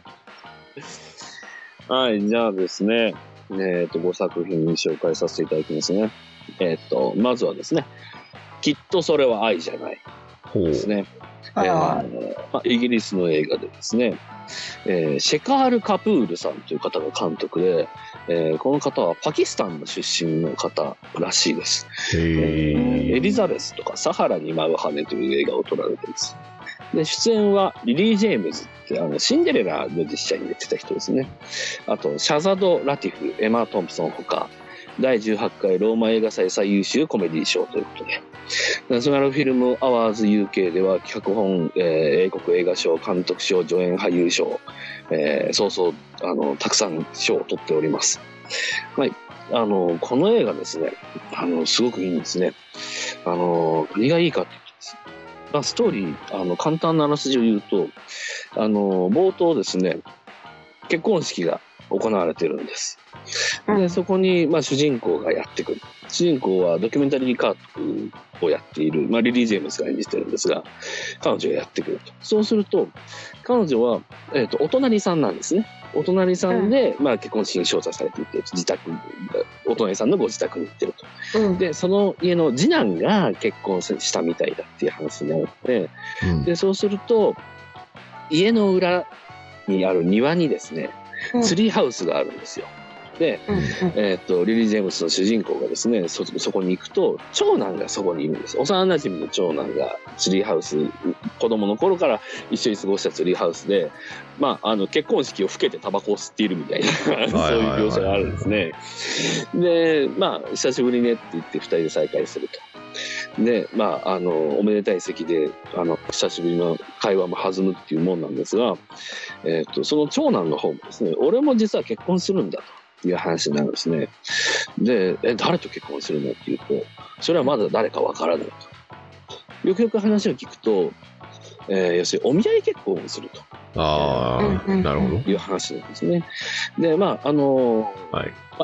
はい、じゃあですね、5作品紹介させていただきますね。まずはですね、きっとそれは愛じゃない。ですね。イギリスの映画でですね、シェカール・カプールさんという方が監督で、この方はパキスタンの出身の方らしいです。エリザベスとかサハラに舞う羽という映画を撮られています。で、出演はリリー・ジェームズってシンデレラの実写に出てた人ですね。あと、シャザド・ラティフ、エマ・トンプソンほか、第18回ローマ映画祭最優秀コメディ賞ということで、ナショナルフィルムアワーズ UK では脚本、英国映画賞、監督賞、助演俳優賞、たくさん賞を取っております。はい。この映画ですね、すごくいいんですね。何がいいかって言って、ストーリー、簡単なあらすじを言うと、冒頭ですね、結婚式が行われているんです。で、そこに、主人公がやってくる。主人公はドキュメンタリー監督をやっている、リリー・ジェームズが演じてるんですが、彼女がやってくると。そうすると、彼女は、お隣さんなんですね。お隣さんで、結婚式に招待されていて、お隣さんのご自宅に行ってると。で、その家の次男が結婚したみたいだっていう話になって、で、そうすると、家の裏にある庭にですね、ツリーハウスがあるんですよ。で、リリー・ジェームスの主人公がですね、そこに行くと、長男がそこにいるんです。幼馴染の長男がツリーハウス、子供の頃から一緒に過ごしたツリーハウスで、結婚式をふけてタバコを吸っているみたいな、そういう描写があるんですね。で、久しぶりねって言って二人で再会すると。で、おめでたい席で、久しぶりの会話も弾むっていうもんなんですが、その長男の方もですね、俺も実は結婚するんだという話になるんですね。で、誰と結婚するのっていうと、それはまだ誰かわからないと。よくよく話を聞くと、 要するにお見合い結婚をすると。 ああ、なるほど。 いう話なんですね。で、はい。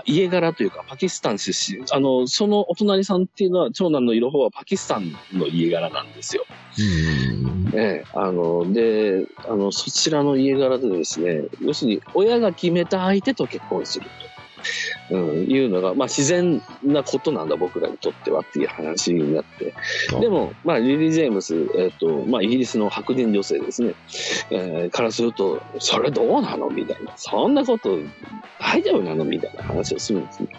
家柄というか、パキスタン出身、そのお隣さんっていうのは、長男のいる方はパキスタンの家柄なんですよ。そちらの家柄でですね、要するに親が決めた相手と結婚すると、いうのが、自然なことなんだ、僕らにとってはっていう話になって。でも、リリー・ジェームス、イギリスの白人女性ですね、からすると、それどうなのみたいな。そんなこと大丈夫なのみたいな話をするんですね。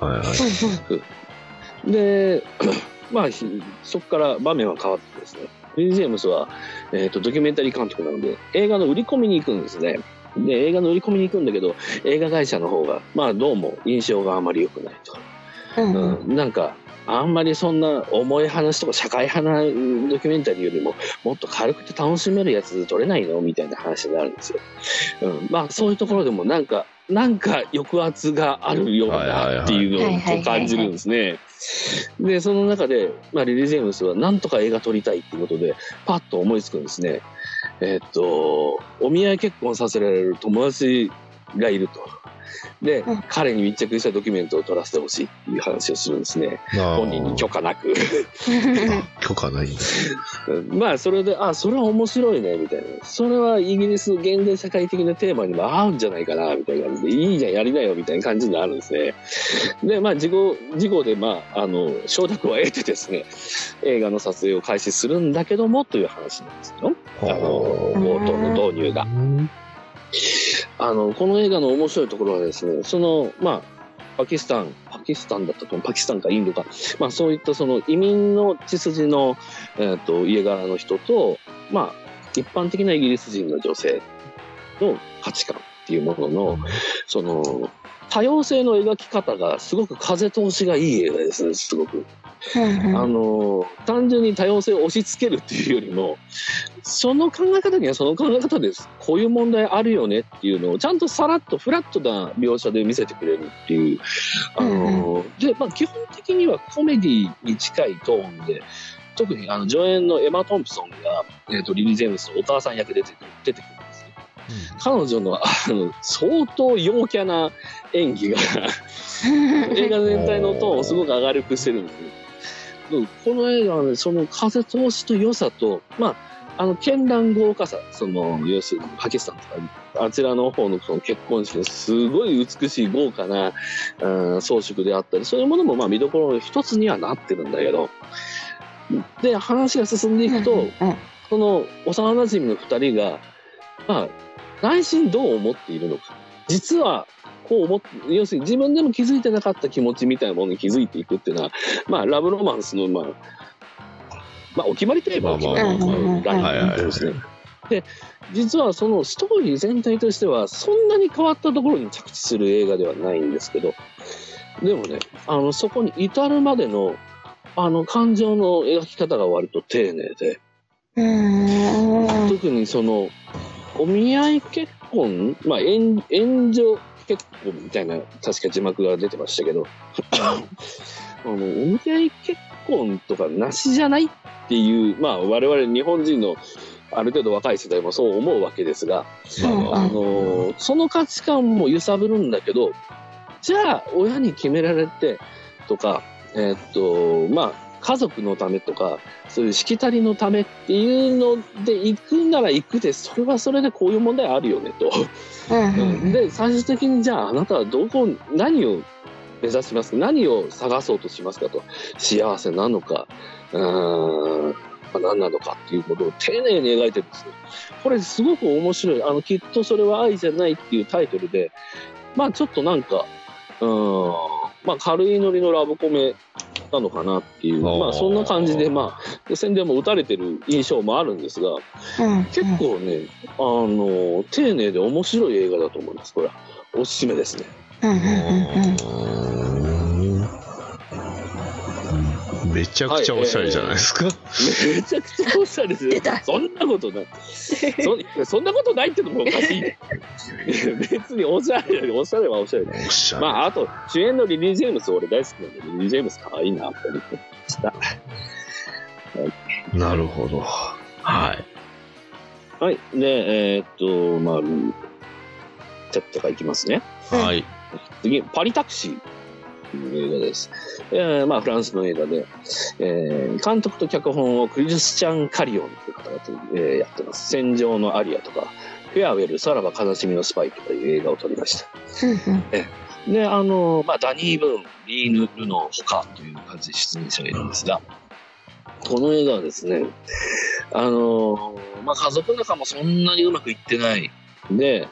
で、そこから場面は変わってですね、リリー・ジェームスは、ドキュメンタリー監督なので、映画の売り込みに行くんですね。で、映画の売り込みに行くんだけど、映画会社の方が、どうも印象があまり良くないと。なんか、あんまりそんな重い話とか社会派なドキュメンタリーよりも、もっと軽くて楽しめるやつ撮れないのみたいな話になるんですよ。そういうところでもなんか抑圧があるようなっていうのを感じるんですね。で、その中で、リリー・ジェームスはなんとか映画撮りたいっていうことで、パッと思いつくんですね。お見合い結婚させられる友達がいると。で、彼に密着したドキュメントを撮らせてほしいっていう話をするんですね。本人に許可なく。 許可ない。 それで、それは面白いね、みたいな。それはイギリスの現代社会的なテーマにも合うんじゃないかな、みたいな感じで、いいじゃん、やりなよ、みたいな感じになるんですね。で、事故で、承諾を得てですね、映画の撮影を開始するんだけども、という話なんですよ。冒頭の導入が。この映画の面白いところはですね、パキスタンだったと思う、パキスタンかインドか、そういったその移民の血筋の、家柄の人と、一般的なイギリス人の女性の価値観っていうものの、その、多様性の描き方がすごく風通しがいい映画ですね、すごく。単純に多様性を押し付けるっていうよりも、その考え方にはその考え方です。こういう問題あるよねっていうのをちゃんとさらっとフラットな描写で見せてくれるっていう。で、基本的にはコメディに近いトーンで、特に助演のエマ・トンプソンが、リリー・ジェームスのお母さん役で出てくるんですね。彼女の相当陽キャな演技が映画全体のトーンをすごく明るくしてるんですね。この映画はね、その風通しと良さと、絢爛豪華さ、要するにパキスタンとか、あちらの方のその結婚式のすごい美しい豪華な、装飾であったり、そういうものも見どころの一つにはなってるんだけど、で、話が進んでいくと、その幼馴染の二人が、内心どう思っているのか。実は、要するに自分でも気づいてなかった気持ちみたいなものに気づいていくっていうのは、ラブロマンスの、お決まりといえばお決まりのラインですね。で、実はそのストーリー全体としては、そんなに変わったところに着地する映画ではないんですけど、でもね、そこに至るまでの、感情の描き方が割と丁寧で、特にその、お見合い結婚、援助結婚みたいな、確か字幕が出てましたけど、お見合い結婚とかなしじゃないっていう、我々日本人のある程度若い世代もそう思うわけですが、その価値観も揺さぶるんだけど、じゃあ親に決められてとか、家族のためとか、そういうしきたりのためっていうので行くなら行くで、それはそれでこういう問題あるよねと。で、最終的にじゃああなたは何を目指しますか、何を探そうとしますかと。幸せなのか、何なのかっていうことを丁寧に描いてるんですよ。これすごく面白い。きっとそれは愛じゃないっていうタイトルで、ちょっとなんか、軽いノリのラブコメなのかなっていう、そんな感じで、宣伝も打たれてる印象もあるんですが、結構ね、丁寧で面白い映画だと思います。これはおすすめですね。 めちゃくちゃおしゃれじゃないですか。 めちゃくちゃおしゃれですよ。そんなことない。そんなことないってのもおかしい。別におしゃれはおしゃれ。あと、主演のリリー・ジェームス、俺大好きなんで、リリー・ジェームス可愛いなって思ってました。 なるほど。はい。 はい。で、まあ、ちゃっちゃかいきますね。 はい。 次、パリタクシーという映画です。まあ、フランスの映画で、監督と脚本をクリスチャン・カリオンという方が、やってます。戦場のアリアとか、フェアウェル、さらば悲しみのスパイという映画を撮りました。で、まあ、ダニー・ブーン、リーヌ・ルノー、他という感じで出演者がいるんですが、この映画はですね、まあ、家族仲もそんなにうまくいってないで、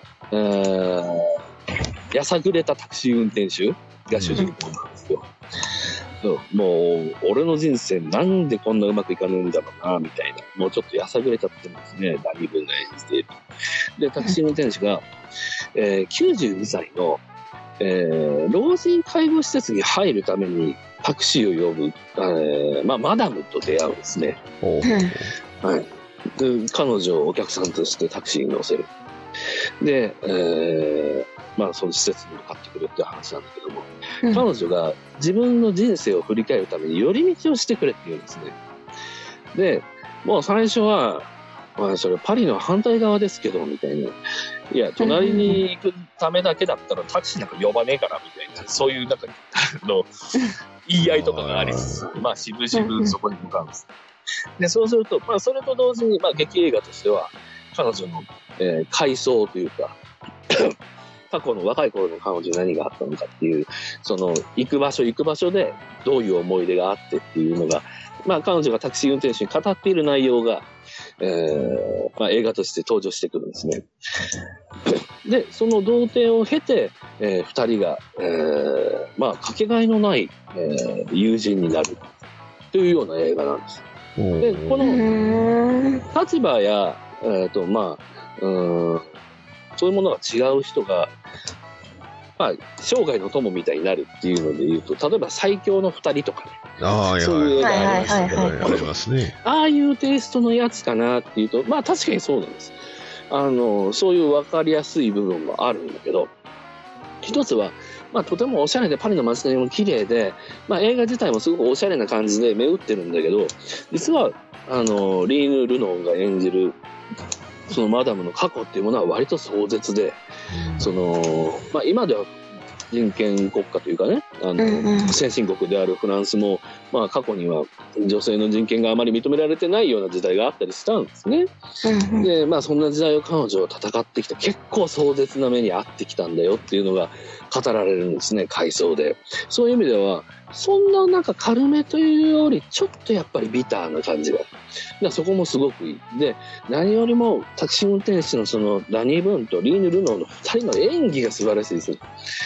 やさぐれたタクシー運転手が主人公なんですよ。もう、俺の人生なんでこんなうまくいかねえんだろうな、みたいな。もうちょっとやさぐれちゃってるんですね、ダニー・ブーンが演じている。で、タクシー運転手が、92歳の、老人介護施設に入るためにタクシーを呼ぶ、まあ、マダムと出会うんですね。はい。で、彼女をお客さんとしてタクシーに乗せる。で、まあ、その施設に向かってくるっていう話なんだけども、彼女が自分の人生を振り返るために寄り道をしてくれって言うんですね。で、もう最初は、まあ、それパリの反対側ですけど、みたいな。いや、隣に行くためだけだったらタクシーなんか呼ばねえから、みたいな、そういうなんか、言い合いとかがありつつ、まあ、渋々そこに向かうんです。で、そうすると、まあ、それと同時に、まあ、劇映画としては、彼女の、回想というか、過去の若い頃の彼女に何があったのかっていう、その、行く場所でどういう思い出があってっていうのが、まあ、彼女がタクシー運転手に語っている内容が、まあ、映画として登場してくるんですね。で、その童貞を経て、二人が、まあ、かけがえのない、友人になるというような映画なんです。で、この立場や、まあ、そういうものが違う人が、まあ、生涯の友みたいになるっていうので言うと、例えば最強の二人とかね。そういう映画ありましたけど、 ありますね。 ああいうテイストのやつかなっていうと、まあ確かにそうなんです。そういう分かりやすい部分もあるんだけど、一つは、まあとてもおしゃれでパリの街並みも綺麗で、まあ映画自体もすごくおしゃれな感じで目打ってるんだけど、実は、リーヌ・ルノーが演じる、そのマダムの過去っていうものは割と壮絶で、まあ今では人権国家というかね、先進国であるフランスも、まあ過去には女性の人権があまり認められてないような時代があったりしたんですね。で、まあそんな時代を彼女は戦ってきた、結構壮絶な目に遭ってきたんだよっていうのが語られるんですね、回想で。そういう意味では、そんななんか軽めというより、ちょっとやっぱりビターな感じが。そこもすごくいい。で、何よりもタクシー運転手のそのダニー・ブーンとリーヌ・ルノーの2人の演技が素晴らしいですね。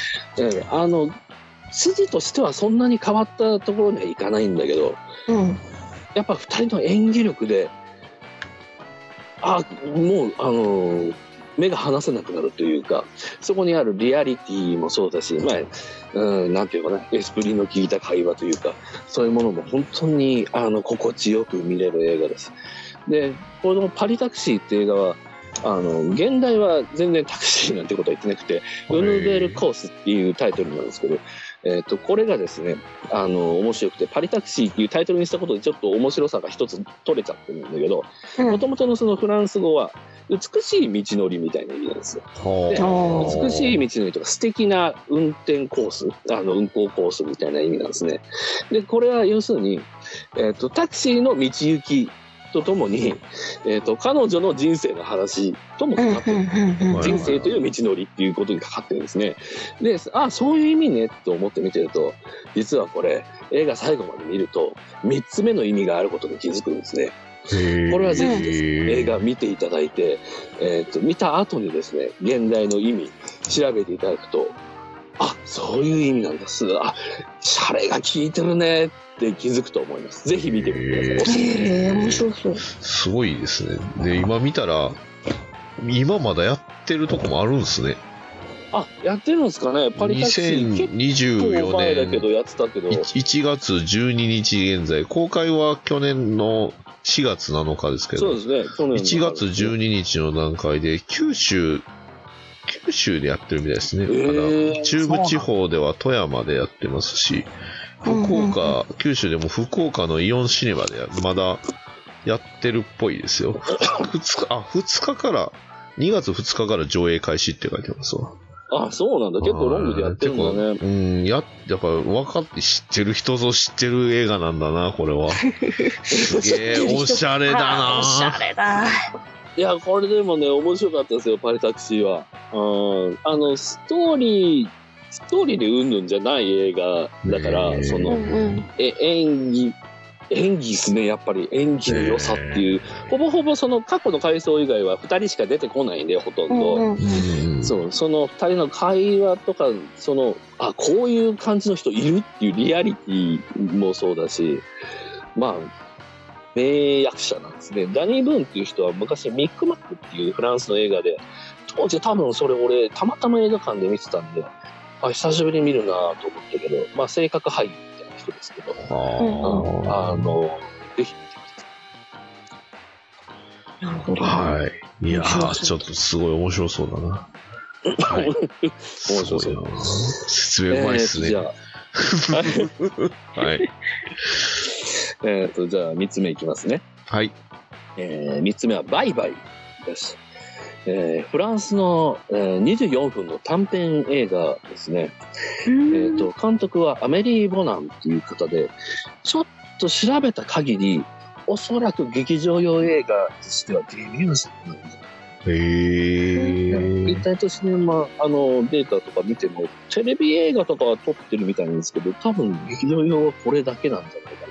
筋としてはそんなに変わったところにはいかないんだけど、やっぱ2人の演技力で、もう、目が離せなくなるというか、そこにあるリアリティもそうだし、まあ、なんていうかな、エスプリの効いた会話というか、そういうものも本当に、心地よく見れる映画です。で、このパリタクシーって映画は、現代は全然タクシーなんてことは言ってなくて、ウヌベルコースっていうタイトルなんですけど、これがですね、面白くて、パリタクシーっていうタイトルにしたことでちょっと面白さが一つ取れちゃってるんだけど、もともとのそのフランス語は、美しい道のりみたいな意味なんですよ。で、美しい道のりとか素敵な運転コース、運行コースみたいな意味なんですね。で、これは要するに、タクシーの道行きとともに、彼女の人生の話ともかかってる。人生という道のりっていうことにかかってるんですね。で、そういう意味ねと思って見てると、実はこれ、映画最後まで見ると、3つ目の意味があることに気づくんですね。これはぜひですね、映画見ていただいて、見た後にですね、現代の意味調べていただくと、そういう意味なんです。シャレが効いてるねって気づくと思います。ぜひ見てみてください。 面白そう。 すごいですね。で、今見たら、今まだやってるとこもあるんですね。 やってるんですかね。パリタクシー 2024年前だけどやってたけど 1月12日現在、公開は去年の4月7日ですけど、 そうですね、去年 1月12日の段階で九州でやってるみたいですね。まだ中部地方では富山でやってますし、九州でも福岡のイオンシネマでまだやってるっぽいですよ。2日から、2月2日から上映開始って書いてますわ。 あ、そうなんだ。結構ロングでやってるんだね。 やっぱ知ってる人ぞ知ってる映画なんだな、これは。すげえ、おしゃれだな。 おしゃれだ。 いや、これでもね、面白かったですよ、パリタクシーは。ストーリーでうんぬんじゃない映画だから、演技ですね、やっぱり演技の良さっていう、ほぼほぼその過去の回想以外は2人しか出てこないんで、ほとんど。その2人の会話とか、こういう感じの人いるっていうリアリティもそうだし、まあ、名役者なんですね。ダニー・ブーンっていう人は昔ミック・マックっていうフランスの映画で、当時多分それ俺たまたま映画館で見てたんで、久しぶりに見るなと思ったけど、まあ性格俳優みたいな人ですけど、ぜひ見てください。 はい。いやー、ちょっとすごい面白そうだな。はい。面白そう。 説明うまいっすね。 じゃあ、 はい。 じゃあ3つ目いきますね。 はい。 3つ目はバイバイです。フランスの、24分の短編映画ですね。監督はアメリー・ボナンっていう方で、ちょっと調べた限り、おそらく劇場用映画としてはデビュー作なんです。立体都市ネマデータとか見ても、テレビ映画とかは撮ってるみたいなんですけど、多分劇場用はこれだけなんじゃないかな。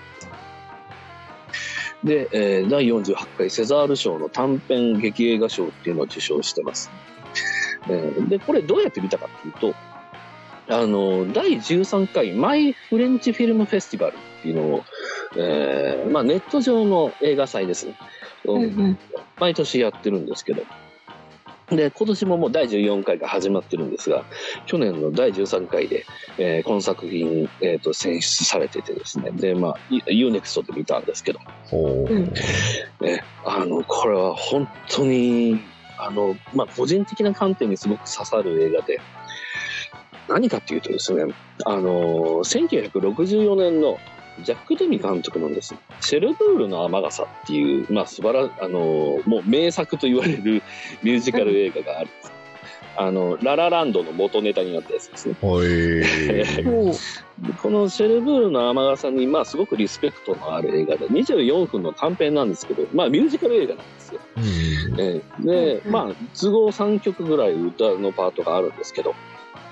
で、第48回セザール賞の短編劇映画賞っていうのを受賞してます。で、これどうやって見たかっていうと、第13回マイフレンチフィルムフェスティバルっていうのを、ネット上の映画祭ですね。毎年やってるんですけど。で、今年ももう第14回が始まってるんですが、去年の第13回で、この作品、選出されててですね。で、UNEXT で見たんですけど。これは本当に、個人的な観点にすごく刺さる映画で、何かっていうとですね、1964年のジャック・デミ監督のですね、シェルブールの雨傘っていう、もう名作と言われるミュージカル映画があるんです。ララランドの元ネタになったやつですね。このシェルブールの雨傘に、すごくリスペクトのある映画で、24分の短編なんですけど、ミュージカル映画なんですよ。で、都合3曲ぐらい歌のパートがあるんですけど、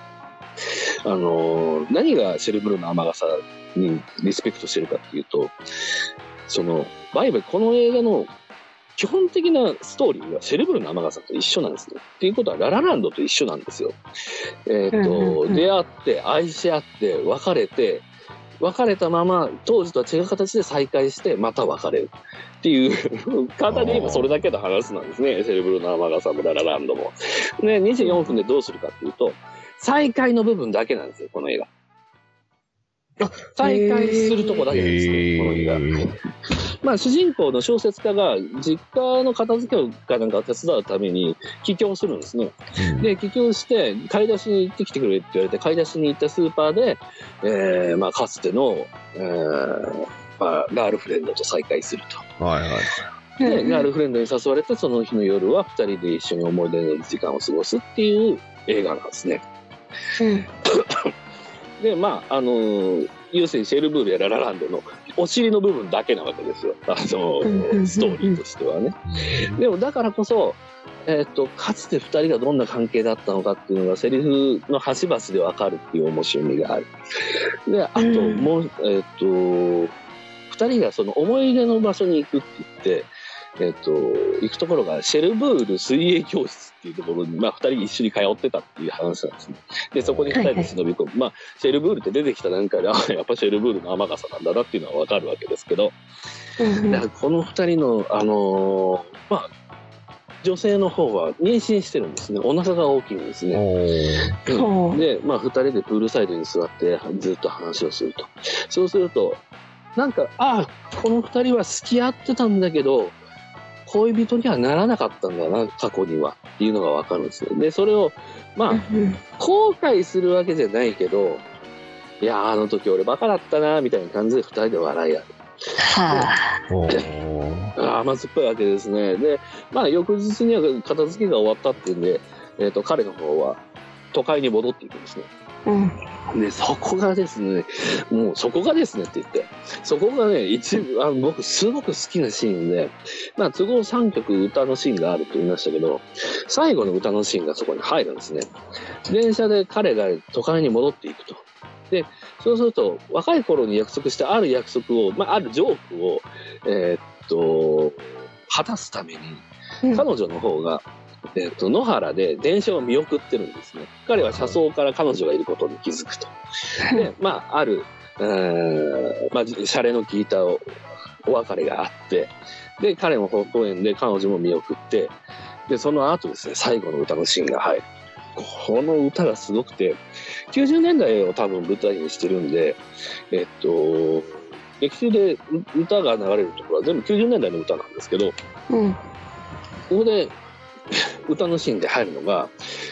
何がシェルブールの雨傘にリスペクトしてるかっていうと、バイバイこの映画の基本的なストーリーはシェルブールの雨傘と一緒なんですね。っていうことはララランドと一緒なんですよ。出会って愛し合って別れたまま当時とは違う形で再会してまた別れるっていう簡単に言えばそれだけの話なんですね。シェルブールの雨傘もララランドも。で、24分でどうするかっていうと、再会の部分だけなんですよ、この映画。再会するとこだけなんですね、この映画。主人公の小説家が実家の片付けをかなんか手伝うために帰郷するんですね。で、帰郷して買い出しに行ってきてくれって言われて、買い出しに行ったスーパーで、かつての、ガールフレンドと再会すると。で、ガールフレンドに誘われて、その日の夜は2人で一緒に思い出の時間を過ごすっていう映画なんですね。で、要するにシェルブールやララランドのお尻の部分だけなわけですよ。ストーリーとしてはね。でもだからこそ、かつて2人がどんな関係だったのかっていうのがセリフの端々でわかるっていう面白みがある。で、あともう、2人がその思い出の場所に行くって言って、行くところがシェルブール水泳教室っていうところに、2人一緒に通ってたっていう話なんですね。で、そこに2人で忍び込む。シェルブールって出てきた段階で、やっぱシェルブールの雨傘なんだなっていうのはわかるわけですけど、この2人の、女性の方は妊娠してるんですね。お腹が大きいんですね。で、2人でプールサイドに座ってずっと話をすると。そうすると、この2人は付き合ってたんだけど、恋人にはならなかったんだな、過去にはっていうのが分かるんですよ。で、それを後悔するわけじゃないけど、いやあの時俺バカだったなみたいな感じで2人で笑い合う。 甘酸っぱいわけですね。で、まあ翌日には片付けが終わったっていうんで、彼の方は都会に戻っていくんですね。で、そこがですね、もうそこがですねって言って、そこがね、僕すごく好きなシーンで、まあ都合3曲歌のシーンがあると言いましたけど、最後の歌のシーンがそこに入るんですね。電車で彼が都会に戻っていくと。で、そうすると、若い頃に約束したある約束を、まああるジョークを、果たすために、彼女の方が、野原で電車を見送ってるんですね。彼は車窓から彼女がいることに気づくと。で、まあ、ある、まあ、シャレの効いたお別れがあって、で、彼も方向園で彼女も見送って、で、その後ですね、最後の歌のシーンが入る。この歌がすごくて、90年代を多分舞台にしてるんで、劇中で歌が流れるところは全部90年代の歌なんですけど、ここで、歌のシーンで入るのが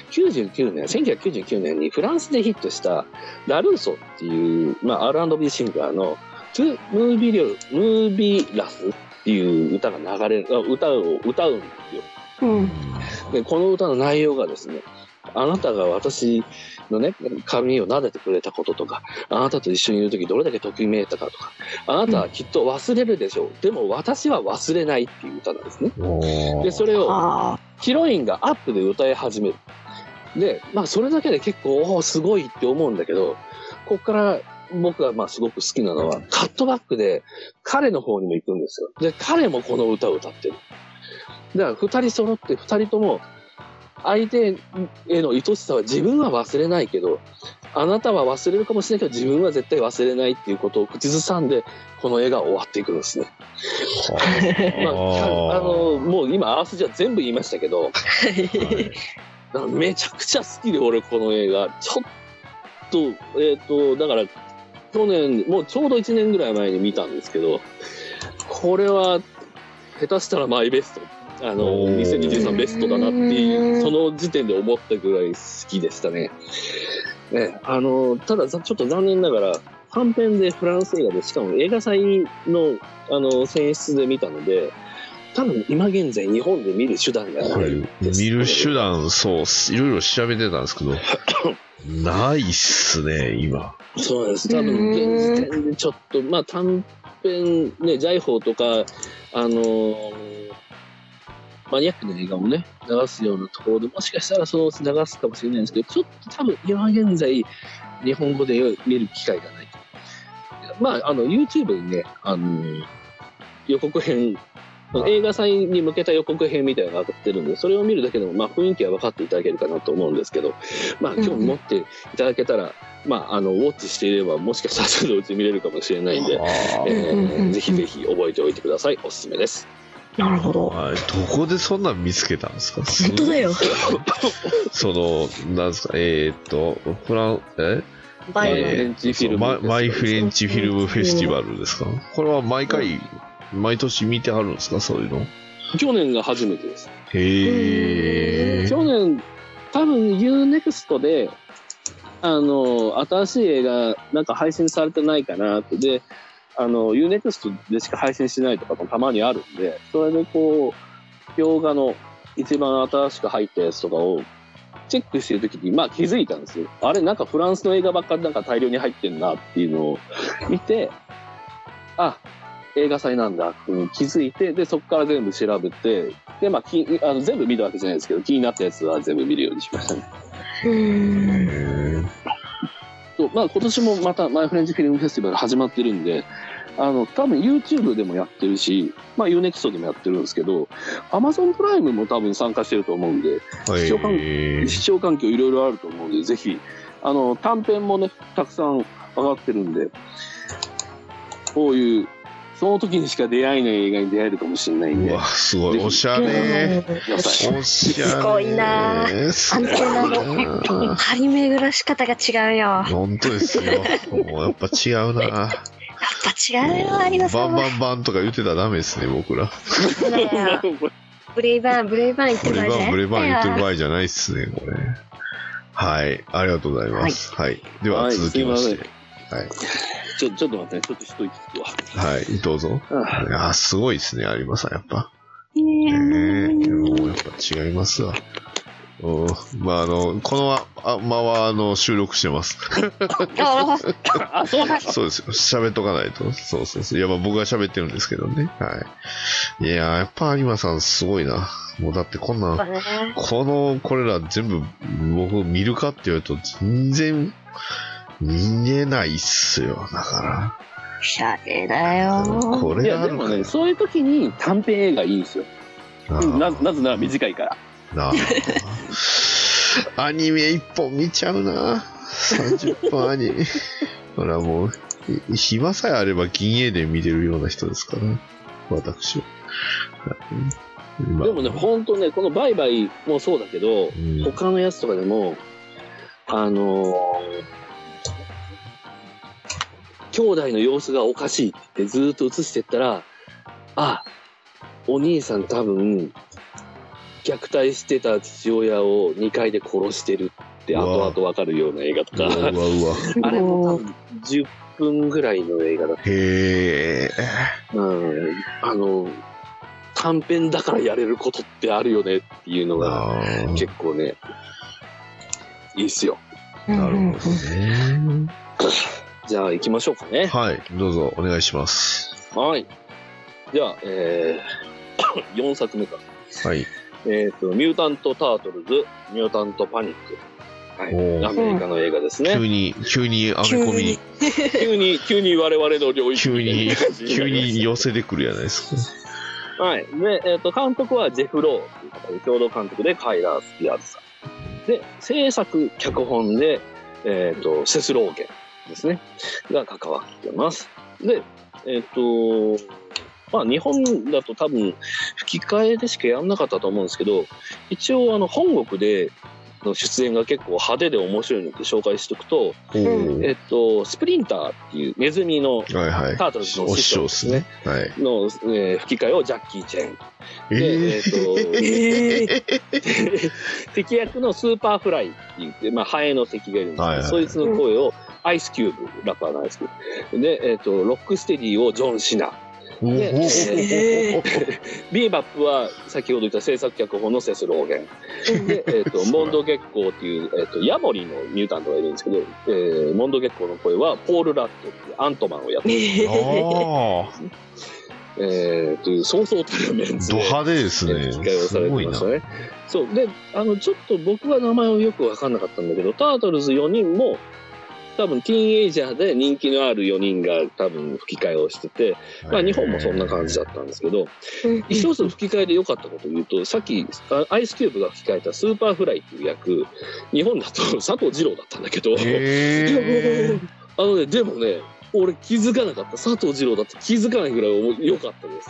1999年にフランスでヒットしたラルーソっていう、まあ、R&B シンガーのムービーラスっていう歌を歌うんですよ、でこの歌の内容がですね、あなたが私のね、髪を撫でてくれたこととか、あなたと一緒にいるときどれだけときめいたかとか、あなたはきっと忘れるでしょう。でも私は忘れないっていう歌なんですね。で、それをヒロインがアップで歌い始める。で、まあそれだけで結構、すごいって思うんだけど、ここから僕がまあすごく好きなのは、カットバックで彼の方にも行くんですよ。で、彼もこの歌を歌ってる。だから二人揃って二人とも、相手への愛しさは自分は忘れないけど、あなたは忘れるかもしれないけど自分は絶対忘れないっていうことを口ずさんでこの映画は終わっていくんですね。まあ、もう今あらすじは全部言いましたけどめちゃくちゃ好きで俺この映画ちょっとだから去年もうちょうど1年ぐらい前に見たんですけど、これは下手したらマイベスト2023ベストだなっていうその時点で思ったぐらい好きでしたね。ただちょっと残念ながら短編でフランス映画でしかも映画祭の選出で見たので、多分今現在日本で見る手段がないです。 見る手段そういろいろ調べてたんですけどないっすね今。 そうです。多分現時点でちょっとまあ短編ね、ジャイホーとかマニアックな映画もね、流すようなところで、もしかしたらそのうち流すかもしれないんですけど、ちょっと多分今現在、日本語で見る機会がない。まあ、YouTube にね、予告編、映画祭に向けた予告編みたいなのが上がってるんで、それを見るだけでも、まあ、雰囲気は分かっていただけるかなと思うんですけど、まあ、興味持っていただけたら、まあ、ウォッチしていれば、もしかしたらそのうち見れるかもしれないんで、ぜひぜひ覚えておいてください。おすすめです。 なるほど。 はい、どこでそんなん見つけたんですか？ 本当だよ。 なんですか、 マイフレンチフィルムフェスティバルですか？これは毎年見てはるんですか？そういうの。 去年が初めてです。 へー。 去年、多分 UNEXT で、新しい映画なんか配信されてないかなって。で、UNEXT でしか配信しないとかもたまにあるんで、それでこう、洋画の一番新しく入ったやつとかをチェックしてるときに、まあ気づいたんですよ。あれ、なんかフランスの映画ばっかりなんか大量に入ってんなっていうのを見て、あ、映画祭なんだって気づいて、で、そこから全部調べて、で、まあ、全部見たわけじゃないですけど、気になったやつは全部見るようにしましたね。まあ、今年もまたマイフレンチフィルムフェスティバル始まってるんで、多分 YouTube でもやってるし、まあ UNEXT でもやってるんですけど、Amazon プライムも多分参加してると思うんで、視聴環境いろいろあると思うんで、ぜひ、短編もね、たくさん上がってるんで、こういう、その時にしか出会えない映画に出会えるかもしれないんで。 うわ、すごい。おしゃれ。おしゃれ。 すごいなぁ。アンテナの張り巡らし方が違うよ。 本当ですよ。もうやっぱ違うな。 やっぱ違うよ、有野さんは。 バンバンバンとか言ってたらダメですね、僕ら。 ブレイバーン言ってる場合じゃない。 ブレイバーン言ってる場合じゃないっすね、これ。はい。ありがとうございます。はい。では続きまして。はい。 ちょっと待ってね、ちょっと一息つくわ。 はい、どうぞ。いや、すごいですね、有馬さん、やっぱ。もうやっぱ違いますわ。まあ、この間は、収録してます。 あ、そうなんそうですよ。喋っとかないと。そうそうそう。いや、まあ僕が喋ってるんですけどね。はい。いや、やっぱ有馬さんすごいな。もうだってこんなん、これら全部僕見るかって言われると全然見えないっすよ。だから。 シャレだよ。 これがあるから。 いや、でもね、そういう時に短編映画いいですよ。なぜなら短いから。 アニメ一本見ちゃうな。30分アニメ。ほらもう、暇さえあれば銀英伝見れるような人ですから、私は。 でもね、ほんとね、このバイバイもそうだけど、他のやつとかでも、兄弟の様子がおかしいってずーっと映してったら、あ、お兄さん多分、虐待してた父親を2階で殺してるって後々わかるような映画とか、あれも多分10分ぐらいの映画だった。 へー。短編だからやれることってあるよねっていうのが結構ね、いいっすよ。 なるほどね。 じゃあ行きましょうかね。 はい、どうぞお願いします。 はい。じゃあ、4作目か。 はい。 ミュータント・タートルズ、ミュータント・パニック。はい。アメリカの映画ですね。 急にアメコミ。 急に我々の領域。 急に寄せてくるじゃないですか。 はい。で、監督はジェフ・ローという方で、共同監督でカイラー・スピアーズさん。で、制作、脚本で、セス・ローゲンですね。が関わってます。で、まあ、日本だと多分、吹き替えでしかやんなかったと思うんですけど、一応、本国での出演が結構派手で面白いのって紹介しておくと、スプリンターっていうネズミのタートルズの師匠ですね。の、吹き替えをジャッキー・チェン。で、敵役のスーパーフライって言って、まあ、ハエの敵がいるんですけど、そいつの声をアイスキューブ、ラッパーのアイスキューブ。で、ロックステディをジョン・シナ。で、ビーバップは先ほど言った制作脚本のセス・ローゲン。で、モンド月光っていう、ヤモリのミュータントがいるんですけど、モンド月光の声はポール・ラットっていうアントマンをやってる。というそうそうたるメンツで。 ド派手ですね。 吹き替えをされてましたね。そう。で、ちょっと僕は名前をよくわかんなかったんだけど、タートルズ4人も、多分ティーンエイジャーで人気のある4人が多分吹き替えをしてて、まあ日本もそんな感じだったんですけど、一つ吹き替えで良かったことを言うと、さっきアイスキューブが吹き替えたスーパーフライっていう役、日本だと佐藤二朗だったんだけど、でもね、俺気づかなかった。佐藤二朗だって気づかないぐらい良かったです。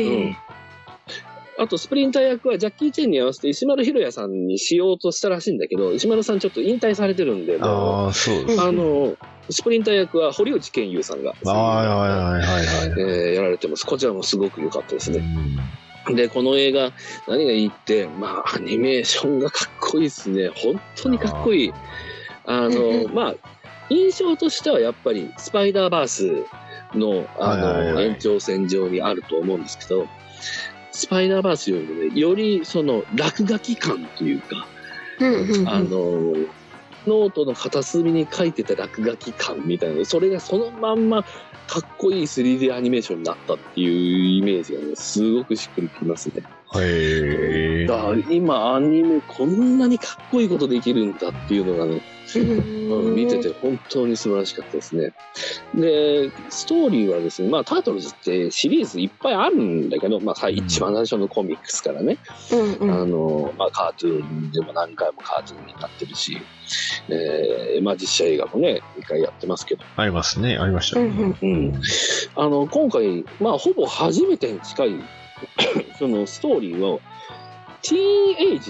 あと、スプリンター役はジャッキー・チェンに合わせて石丸博也さんにしようとしたらしいんだけど、石丸さんちょっと引退されてるんで、 そうです。 スプリンター役は堀内健優さんが、やられてます。こちらもすごく良かったですね。で、この映画、何がいいって、まあ、アニメーションがかっこいいですね。本当にかっこいい。まあ、印象としてはやっぱり、スパイダーバースの、延長線上にあると思うんですけど、スパイダーバースよりもね、よりその落書き感というか、ノートの片隅に書いてた落書き感みたいな、それがそのまんまかっこいい 3D アニメーションになったっていうイメージがね、すごくしっくりきますね。だから今アニメこんなにかっこいいことできるんだっていうのがね、見てて本当に素晴らしかったですね。で、ストーリーはですね、まあタートルズってシリーズいっぱいあるんだけど、まあ一番最初のコミックスからね、まあカートゥーンでも何回もカートゥーンになってるし、まあ実写映画もね、2回やってますけど。 ありますね、ありましたね。 今回、まあほぼ初めてに近い、そのストーリーをティーンエイジ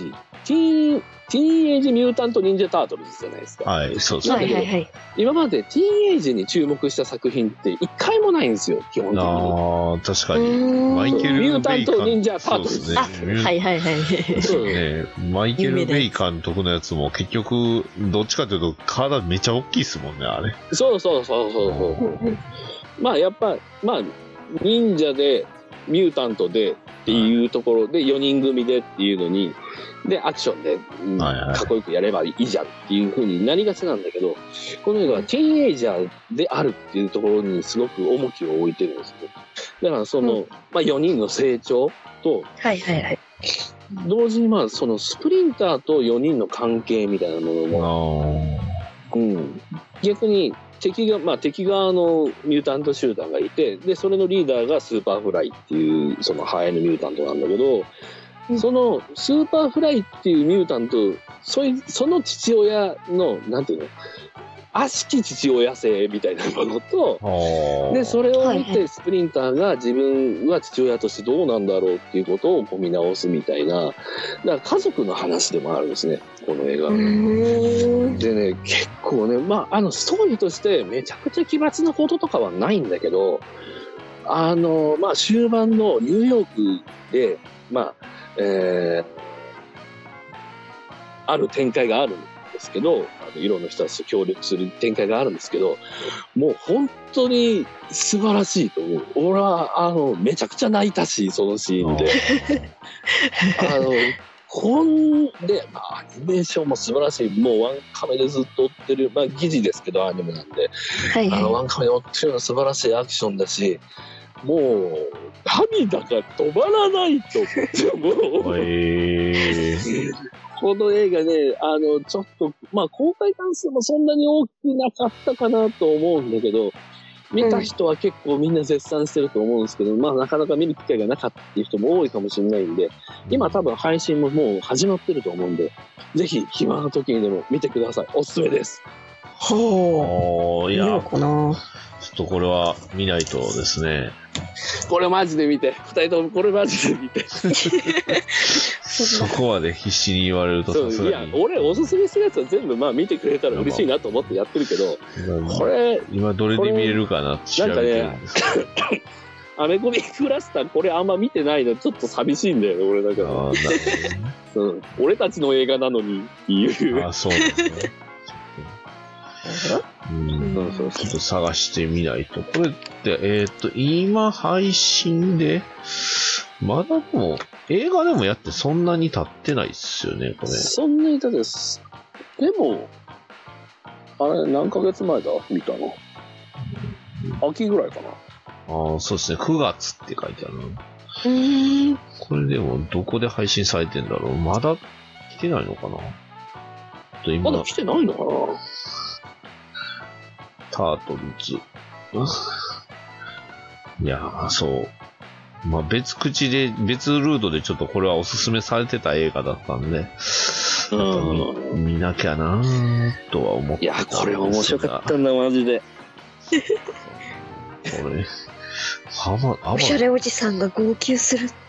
ティーンエイジミュータント・ニンジャ・タートルズじゃないですか。 はい、そうですはいね。 はいはい。 今までティーンエイジに注目した作品って一回もないんですよ、基本的に。 ああ、確かに。マイケル・ミュータント・ベイ監ニンジャ・タートルズ。 あ、 そうですねはいはいはい。 そうね。マイケル・ベイ監督のやつも結局、どっちかというと体めちゃ大きいですもんね、あれ。 そうそうそうそうそう。まあやっぱ、まあ、忍者で、ミュータントでっていうところで、4人組でっていうのに、で、アクションで、かっこよくやればいいじゃんっていう風になりがちなんだけど、この映画はティーンエイジャーであるっていうところにすごく重きを置いてるんですね。だからその、まあ4人の成長と、 はいはいはい。 同時にまあそのスプリンターと4人の関係みたいなものも、逆に敵側のミュータント集団がいて、で、それのリーダーがスーパーフライっていう、そのハエのミュータントなんだけど、そのスーパーフライっていうミュータント、その父親の、なんていうの、悪しき父親性みたいなものと、で、それを見てスプリンターが自分は父親としてどうなんだろうっていうことを見直すみたいな、だから家族の話でもあるんですね、この映画。でね、結構ね、まあ、ストーリーとしてめちゃくちゃ奇抜なこととかはないんだけど、まあ、終盤のニューヨークで、まあ、ある展開があるんですけど、いろんな人たちと協力する展開があるんですけど、もう本当に素晴らしいと思う。俺は、めちゃくちゃ泣いたし、そのシーンで。で、まあ、アニメーションも素晴らしい。もうワンカメでずっと追ってる、まあ、疑似ですけど、アニメなんで。 はいはい、 ワンカメで追ってるのは素晴らしいアクションだし、もう、涙が止まらないと思って、もう、この映画ね、ちょっと、まあ、公開関数もそんなに多くなかったかなと思うんだけど、見た人は結構みんな絶賛してると思うんですけど、まあ、なかなか見る機会がなかったっていう人も多いかもしれないんで、今多分配信ももう始まってると思うんで、ぜひ暇な時にでも見てください。おすすめです。 いや、ちょっとこれは見ないとですね。 これマジで見て。二人ともこれマジで見て。 そこまで必死に言われるとさすがに。 いや、俺おすすめするやつは全部まあ見てくれたら嬉しいなと思ってやってるけど、これ。 今どれで見れるかなって調べてるんですか。 アメコミクラスターこれあんま見てないのちょっと寂しいんだよね、俺だから。俺たちの映画なのにっていう。 そうですね。ちょっと探してみないと。これって、今配信で、まだもう、映画でもやってそんなに経ってないっすよね、これ。 そんなに経ってです。でも、あれ、何ヶ月前だ見たの。秋ぐらいかな。 そうですね。9月って書いてあるな。これでも、どこで配信されてんだろう。まだ来てないのかな。 まだ来てないのかな。 タートルズ。いやー、そう。まあ、別ルートでちょっとこれはおすすめされてた映画だったんで、見なきゃなーとは思ってたんですが。いや、 これ面白かったんだ、マジで。 これ、 おしゃれおじさんが号泣する。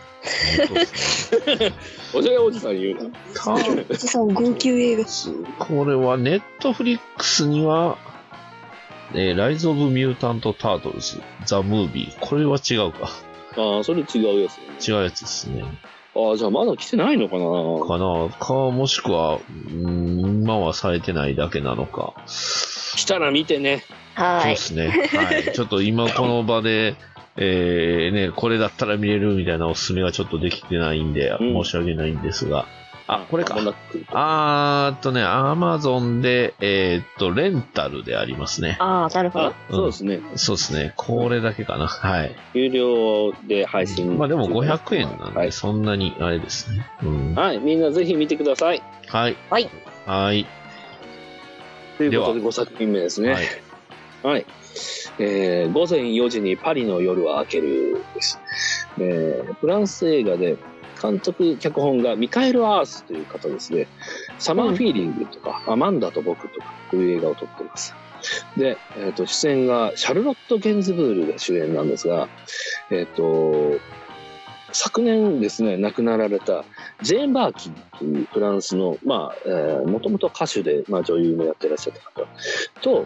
おしゃれおじさん言うな。 おじさん号泣映画。 これはネットフリックスには、ライズ・オブ・ミュータント・タートルズ、ザ・ムービー。これは違うか。 それ違うやつね。 違うやつですね。 じゃあまだ来てないのかなもしくは、今はされてないだけなのか。 来たら見てね。 はい。 そうですね。はい。ちょっと今この場で、これだったら見れるみたいなおすすめがちょっとできてないんで、申し訳ないんですが。これか。アマゾンで、レンタルでありますね。 なるほど。 そうですね。 そうですね。これだけかな。はい。 有料で配信。 まあでも500円なんで、そんなにあれですね。 はい。みんなぜひ見てください。 はい。 はい。 はい。 ということで5作品目ですね。はい。午前4時にパリの夜は明けるです。フランス映画で、監督、脚本がミカエル・アースという方ですね。サマーフィーリングとか、アマンダと僕とか、こういう映画を撮っています。で、出演がシャルロット・ゲンズブールが主演なんですが、 昨年ですね、亡くなられたジェーン・バーキンというフランスの、もともと歌手で、女優もやってらっしゃった方と、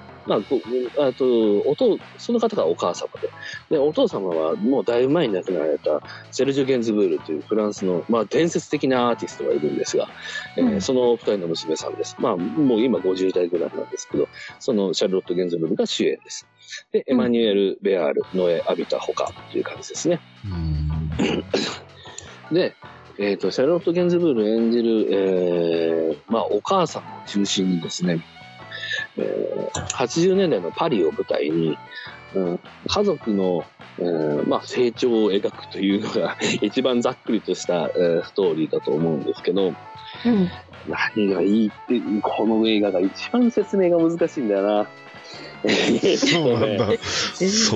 その方がお母様で、お父様はもうだいぶ前に亡くなられたセルジュ・ゲンズブールというフランスの、伝説的なアーティストがいるんですが、その二人の娘さんです。もう今50代ぐらいなんですけど、そのシャルロット・ゲンズブールが主演です。で、エマニュエル・ベアール、ノエ・アビタ・ホカという感じですね。で、シャルロット・ゲンズブール演じる、お母さんを中心にですね、80年代のパリを舞台に、家族の、成長を描くというのが一番ざっくりとした、ストーリーだと思うんですけど、何がいいって、この映画が一番説明が難しいんだよな。 そうなんだ。そう。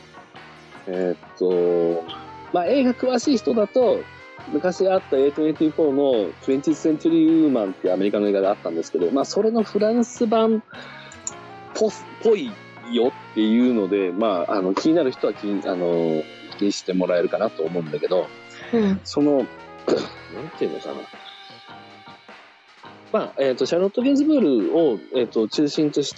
映画詳しい人だと、昔あった A24 の 20th Century Woman っていうアメリカの映画があったんですけど、それのフランス版っぽいよっていうので、気になる人は気にしてもらえるかなと思うんだけど、なんていうのかな。シャロット・ゲンズブールを、中心とした、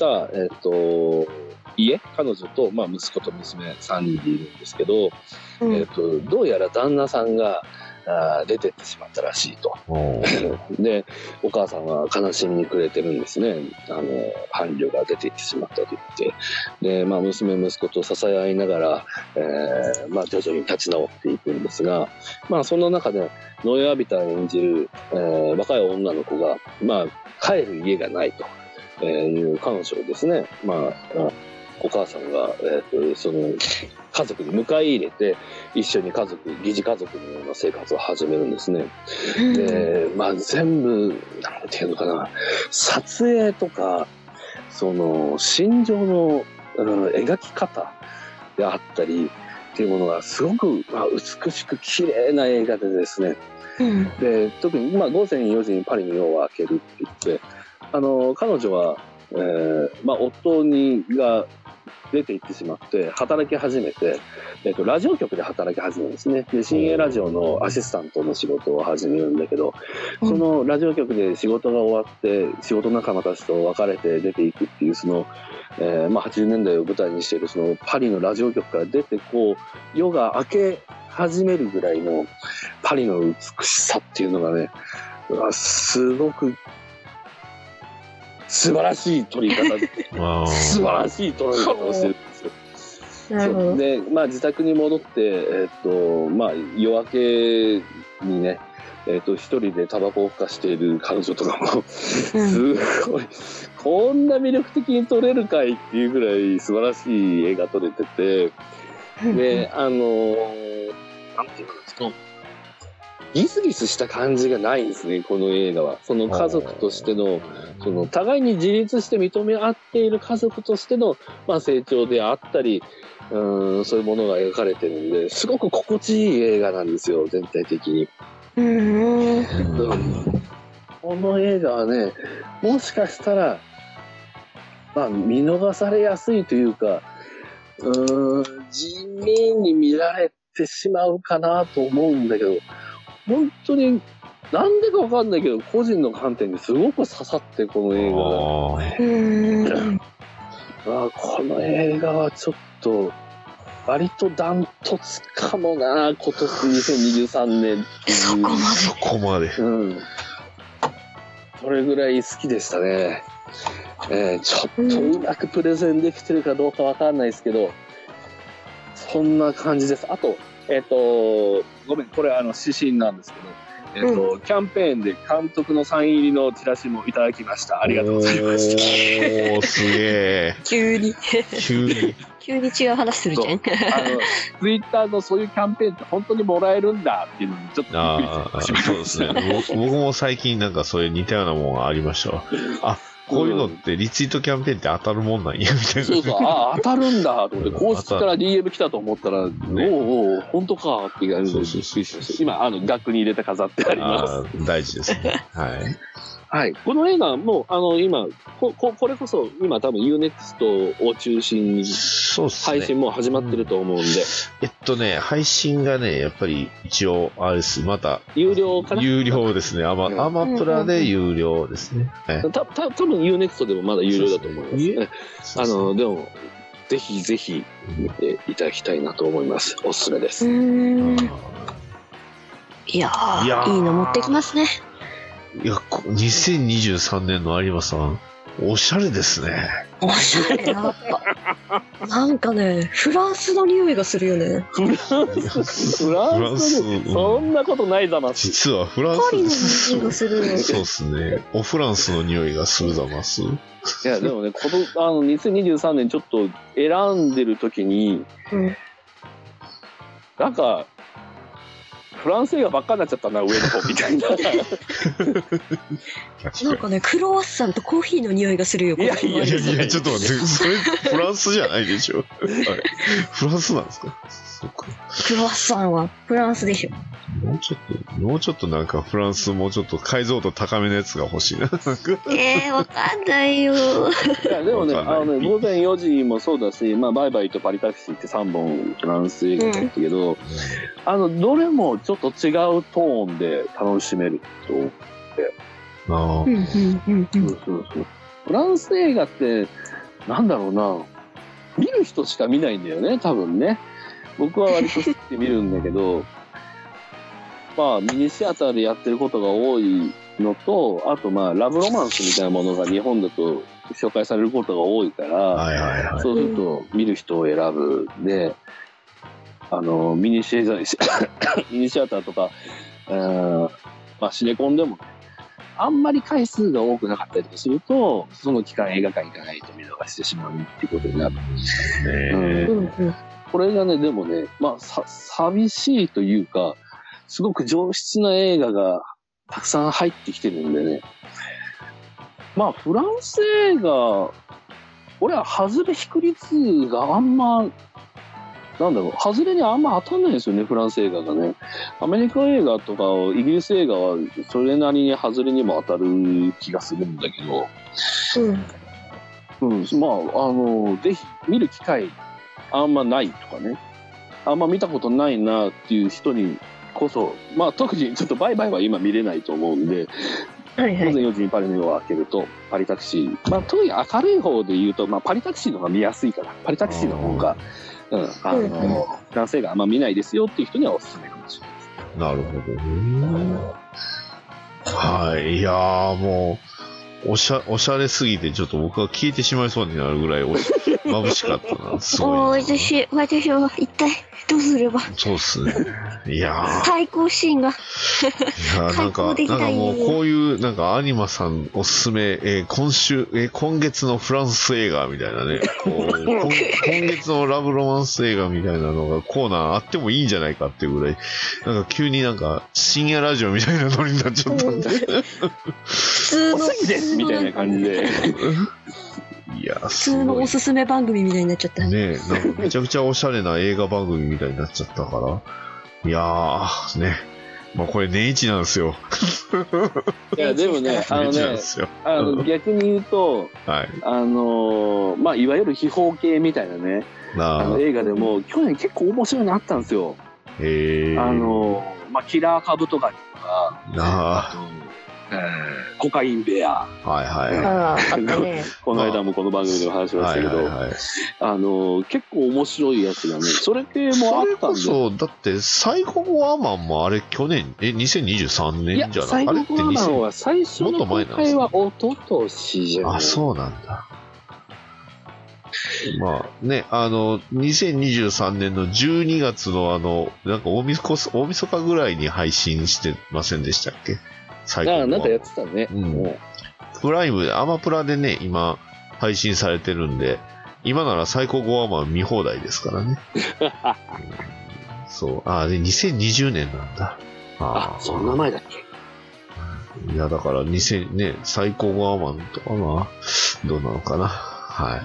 彼女と、息子と娘3人でいるんですけど、どうやら旦那さんが出てってしまったらしいと。で、お母さんは悲しみに暮れてるんですね。伴侶が出ていってしまったと言って。で、娘息子と支え合いながら、徐々に立ち直っていくんですが、そんな中で、ノエ・アビター演じる、若い女の子が、帰る家がないという彼女をですね、お母さんが、その家族に迎え入れて一緒に疑似家族のような生活を始めるんですね。で、全部なんていうのかな、撮影とかその心情の、描き方であったりっていうものがすごく、美しく綺麗な映画でですね。で、特に午前4時にパリの夜を明けるって言って、彼女は、夫が出て行ってしまって働き始めて、ラジオ局で働き始めるんですね。で、新鋭ラジオのアシスタントの仕事を始めるんだけど、そのラジオ局で仕事が終わって仕事仲間たちと別れて出ていくっていう、その、80年代を舞台にしているそのパリのラジオ局から出て夜が明け始めるぐらいのパリの美しさっていうのがね、すごく素晴らしい撮り方素晴らしい撮り方をしてるんですよ。 なるほど。 で、自宅に戻って、夜明けにね、一人でタバコをふかしている彼女とかも、すごい、こんな魅力的に撮れるかいっていうぐらい素晴らしい映画撮れてて、で、なんていうんですか、ギスギスした感じがないんですね、この映画は。その家族としての、その互いに自立して認め合っている家族としての、成長であったり、そういうものが描かれてるんで、すごく心地いい映画なんですよ、全体的に。この映画はね、もしかしたら、見逃されやすいというか、地味に見られてしまうかなと思うんだけど、本当になんでかわかんないけど個人の観点ですごく刺さって、この映画がこの映画はちょっと割とダントツかもな、今年2023年っていう。 そこまで、 それぐらい好きでしたね。ちょっとうまくプレゼンできてるかどうかわかんないですけど、そんな感じです。あとごめん、これ指針なんですけど、キャンペーンで監督のサイン入りのチラシもいただきました。ありがとうございました。 おー、すげえ。 急に違う話するじゃん。 ツイッターのそういうキャンペーンって本当にもらえるんだっていうのにちょっとびっくりしました。 そうですね。僕も最近なんかそういう似たようなものがありましたわ。こういうのってリツイートキャンペーンって当たるもんなんやみたいな。 そう、当たるんだと思って、公式から DM 来たと思ったら、本当かっていう感じで、今、額に入れて飾ってあります。 大事ですね。はい。 はい。この映画も、今、これこそ、今多分 UNEXT を中心に、配信も始まってると思うんで。 配信がね、やっぱり一応、あれです、また。 有料かな？ 有料ですね。アマプラで有料ですね。 多分 UNEXT でもまだ有料だと思いますね。でも、ぜひぜひ見ていただきたいなと思います。おすすめです。 いやー、いいの持ってきますね。 いや、2023年の有馬さん、おしゃれですね。 おしゃれやっぱ。なんかね、フランスの匂いがするよね。 フランスそんなことないざます。 実はフランスパリの匂いがする。 そうですね。おフランスの匂いがするざます。 いや、でもね、2023年ちょっと選んでる時に、なんか、フランス映画ばっかになっちゃったな、上の方みたいな。 なんかね、クロワッサンとコーヒーの匂いがするよ。 いや、ちょっと待って、それフランスじゃないでしょ。フランスなんですか？そうか。 クロワッサンはフランスでしょ。 もうちょっとなんかフランスもうちょっと解像度高めのやつが欲しいな。 わかんないよ。 いや、でもね、午前4時もそうだし、バイバイとパリタクシーって3本フランス映画だったけど、どれもちょっと違うトーンで楽しめると思って。フランス映画って、なんだろうな、見る人しか見ないんだよね、多分ね。僕は割と好きで見るんだけど、ミニシアターでやってることが多いのと、あとラブロマンスみたいなものが日本だと紹介されることが多いから、そうすると見る人を選ぶ。で、ミニシアターとか、シネコンでもね、あんまり回数が多くなかったりすると、その期間映画館行かないと見逃してしまうっていうことになる。これがね、でもね、寂しいというか、すごく上質な映画がたくさん入ってきてるんでね。フランス映画、俺は外れ引く率があんま、外れにあんま当たんないんですよね、フランス映画がね。アメリカ映画とかイギリス映画はそれなりに外れにも当たる気がするんだけど。ぜひ見る機会あんまないとかね。あんま見たことないなっていう人にこそ、特にちょっとバイバイは今見れないと思うんで、午前4時にパリの夜を開けると、パリタクシー。特に明るい方で言うと、パリタクシーの方が見やすいから、パリタクシーの方が、フランス映画あんま見ないですよっていう人にはおすすめかもしれないです。 なるほどね。はい。いやーもう、おしゃれすぎてちょっと僕は消えてしまいそうになるぐらい眩しかったな。すごい。 私は一体どうすれば。 そうっすね。いやー。 対抗シーンが。 なんかもうこういうなんかアニマさんおすすめ、今月のフランス映画みたいなね、今月のラブロマンス映画みたいなのがコーナーあってもいいんじゃないかっていうぐらい、なんか急になんか深夜ラジオみたいなノリになっちゃったんで。 普通のみたいな感じで。 いや、 普通のおすすめ番組みたいになっちゃった。 ねえ、なんかめちゃくちゃおしゃれな映画番組みたいになっちゃったから。いやー、ね。これ年一なんですよ。 いや、でもね、逆に言うと、いわゆる秘宝系みたいなね、映画でも、去年結構面白いのあったんですよ。キラーカブトガニとか、コカインベア。この間もこの番組でも話しましたけど、結構面白いやつがね、それ系もあったんで。 そう、だってサイコゴアマンもあれ去年、2023年じゃない？ サイコゴアマンは最初の公開は一昨年じゃない？ そうなんだ。2023年の12月のなんか大晦日ぐらいに配信してませんでしたっけ？ なんかやってたね。 プライムで、アマプラでね、今、配信されてるんで、今ならサイコゴアマン見放題ですからね。そう。で、2020年なんだ。 そんな前だっけ？ いや、だからサイコゴアマンとかどうなのかな。はい。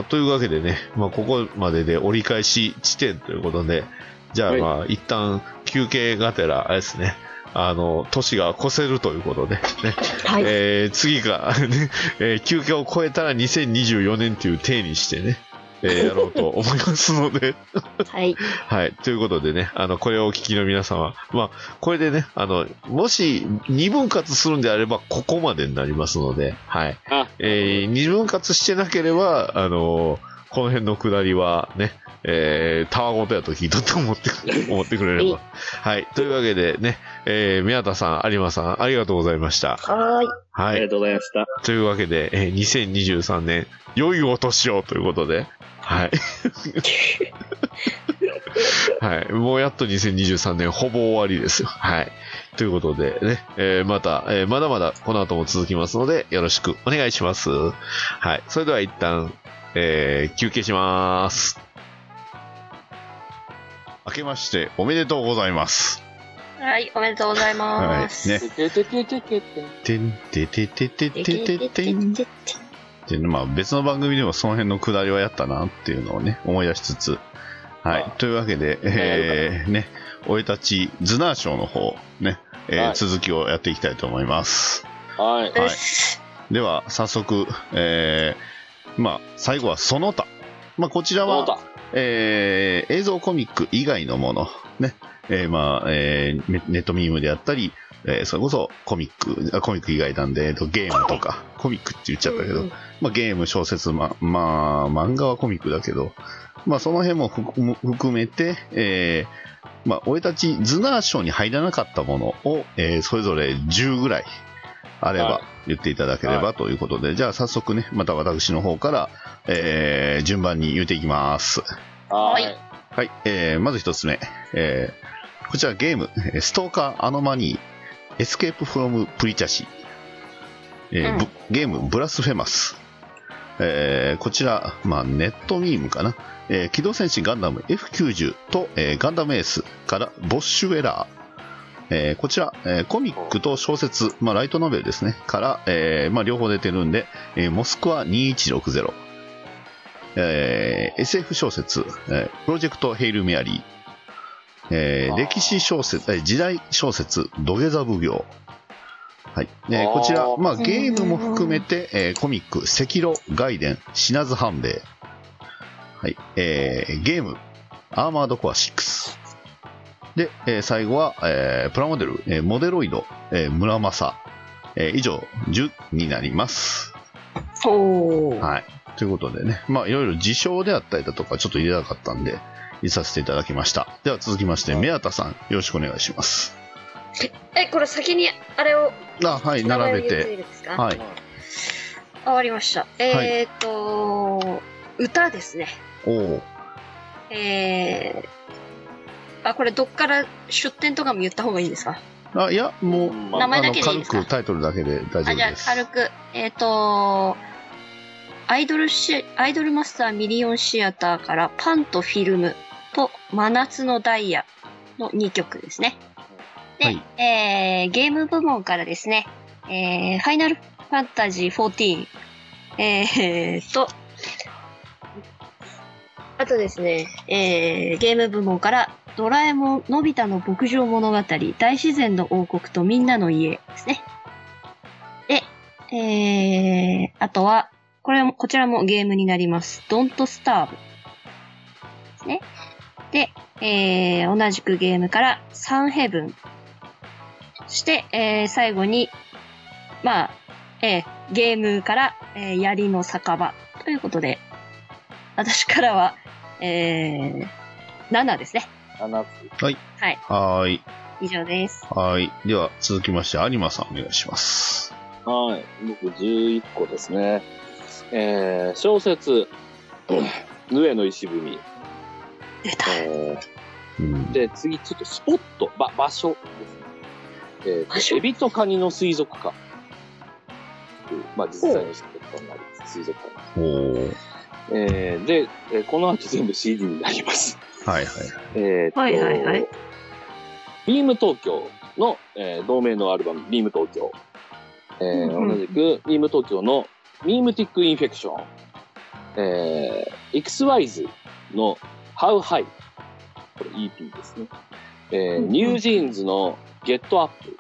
というわけでね、ここまでで折り返し地点ということで、じゃあ一旦休憩がてら、あれですね。 年が越せるということで、ね。 はい。 次が、ね、休暇を超えたら2024年という体にしてね、やろうと思いますので。 はい。 はい。ということでね、これをお聞きの皆様、まあ、これでね、もし2分割するんであれば、ここまでになりますので、はい。2分割してなければ、この辺の下りはね、たわごとやと聞いとって思ってくれれば。はい。というわけでね、宮田さん、有馬さん、ありがとうございました。 はい。 はい。 ありがとうございました。 というわけで、2023年、良いお年をということで、はい。はい。もうやっと2023年ほぼ終わりですよ。はい。ということでね、また、まだまだこの後も続きますので、よろしくお願いします。はい。それでは一旦、休憩します。明けましておめでとうございます。 はい、おめでとうございます。 はい。ね。てんててててててん。で、まあ別の番組でもその辺のくだりはやったなっていうのをね、思い出しつつ、はい。というわけで、ね、俺たち頭脳ショーの方、ね、続きをやっていきたいと思います。 はい。 はい。では、早速、まあ、最後はその他。まあ、こちらは、映像コミック以外のもの、ね、まあ、ネットミームであったり、それこそコミック以外なんで、ゲームとか、コミックって言っちゃったけど、まあ、ゲーム、小説、まあ、漫画はコミックだけど、まあ、その辺も含めて、まあ、俺たち頭脳賞に入らなかったものを、それぞれ10ぐらいあれば言っていただければということで、じゃあ早速ね、また私の方から、順番に言っていきます。 はい。 はい、まず一つ目、こちらゲーム、ストーカーアノマニー、エスケープフロムプリチャシー、ゲームブラスフェマス、こちら、まあ、ネットミームかな、機動戦士ガンダム F90 と、ガンダムエースからボッシュエラー、こちら、コミックと小説、まあ、ライトノベルですね、から、まあ、両方出てるんで、モスクワ2160、SF 小説、プロジェクトヘイルメアリー、歴史小説、時代小説、土下座奉行。はい。こちら、まあ、ゲームも含めて、コミック、赤炉、ガイデン、シナズ半兵衛。はい。ゲーム、アーマードコア6。で、最後は、プラモデル、モデロイド、村正。以上、10になります。はい。ということでね、まあ、いろいろ事象であったりだとか、ちょっと入れなかったんで、入れさせていただきました。では続きまして、宮田さん、よろしくお願いします。 これ先に、あれを、 はい、並べて。はい。 わかりました。歌ですね。これどっから出典とかも言った方がいいんですか？ いや、もう、 名前だけでいいですか？ 軽くタイトルだけで大丈夫です。 じゃあ軽く、アイドルマスターミリオンシアターからパンとフィルムと真夏のダイヤの2曲ですね。で、はい、ゲーム部門からですね、ファイナルファンタジー14、あとですね、ゲーム部門からドラえもんのび太の牧場物語、大自然の王国とみんなの家ですね。で、あとは、こちらもゲームになります。Don't Starve ですね。で、同じくゲームからサンヘブン。そして、最後に、まあ、ゲームから、槍の酒場ということで、私からは、7ですね。 7つ。 はい。 はい。 はい。 以上です。 はい。では、続きまして、有馬さんお願いします。 はい。僕11個ですね。小説、ヌエの石踏み。 出た。 で、次、ちょっとスポット、場所ですね。エビとカニの水族館。まあ、実際のスポットになります。水族館。で、この後全部 CD になります。 はいはい。 ビーム東京の、同名のアルバム、ビーム東京。同じく、ビーム東京のミームティックインフェクション。XYZ の How High。これ EP ですね。ニュージーンズの Get ゲットアップ、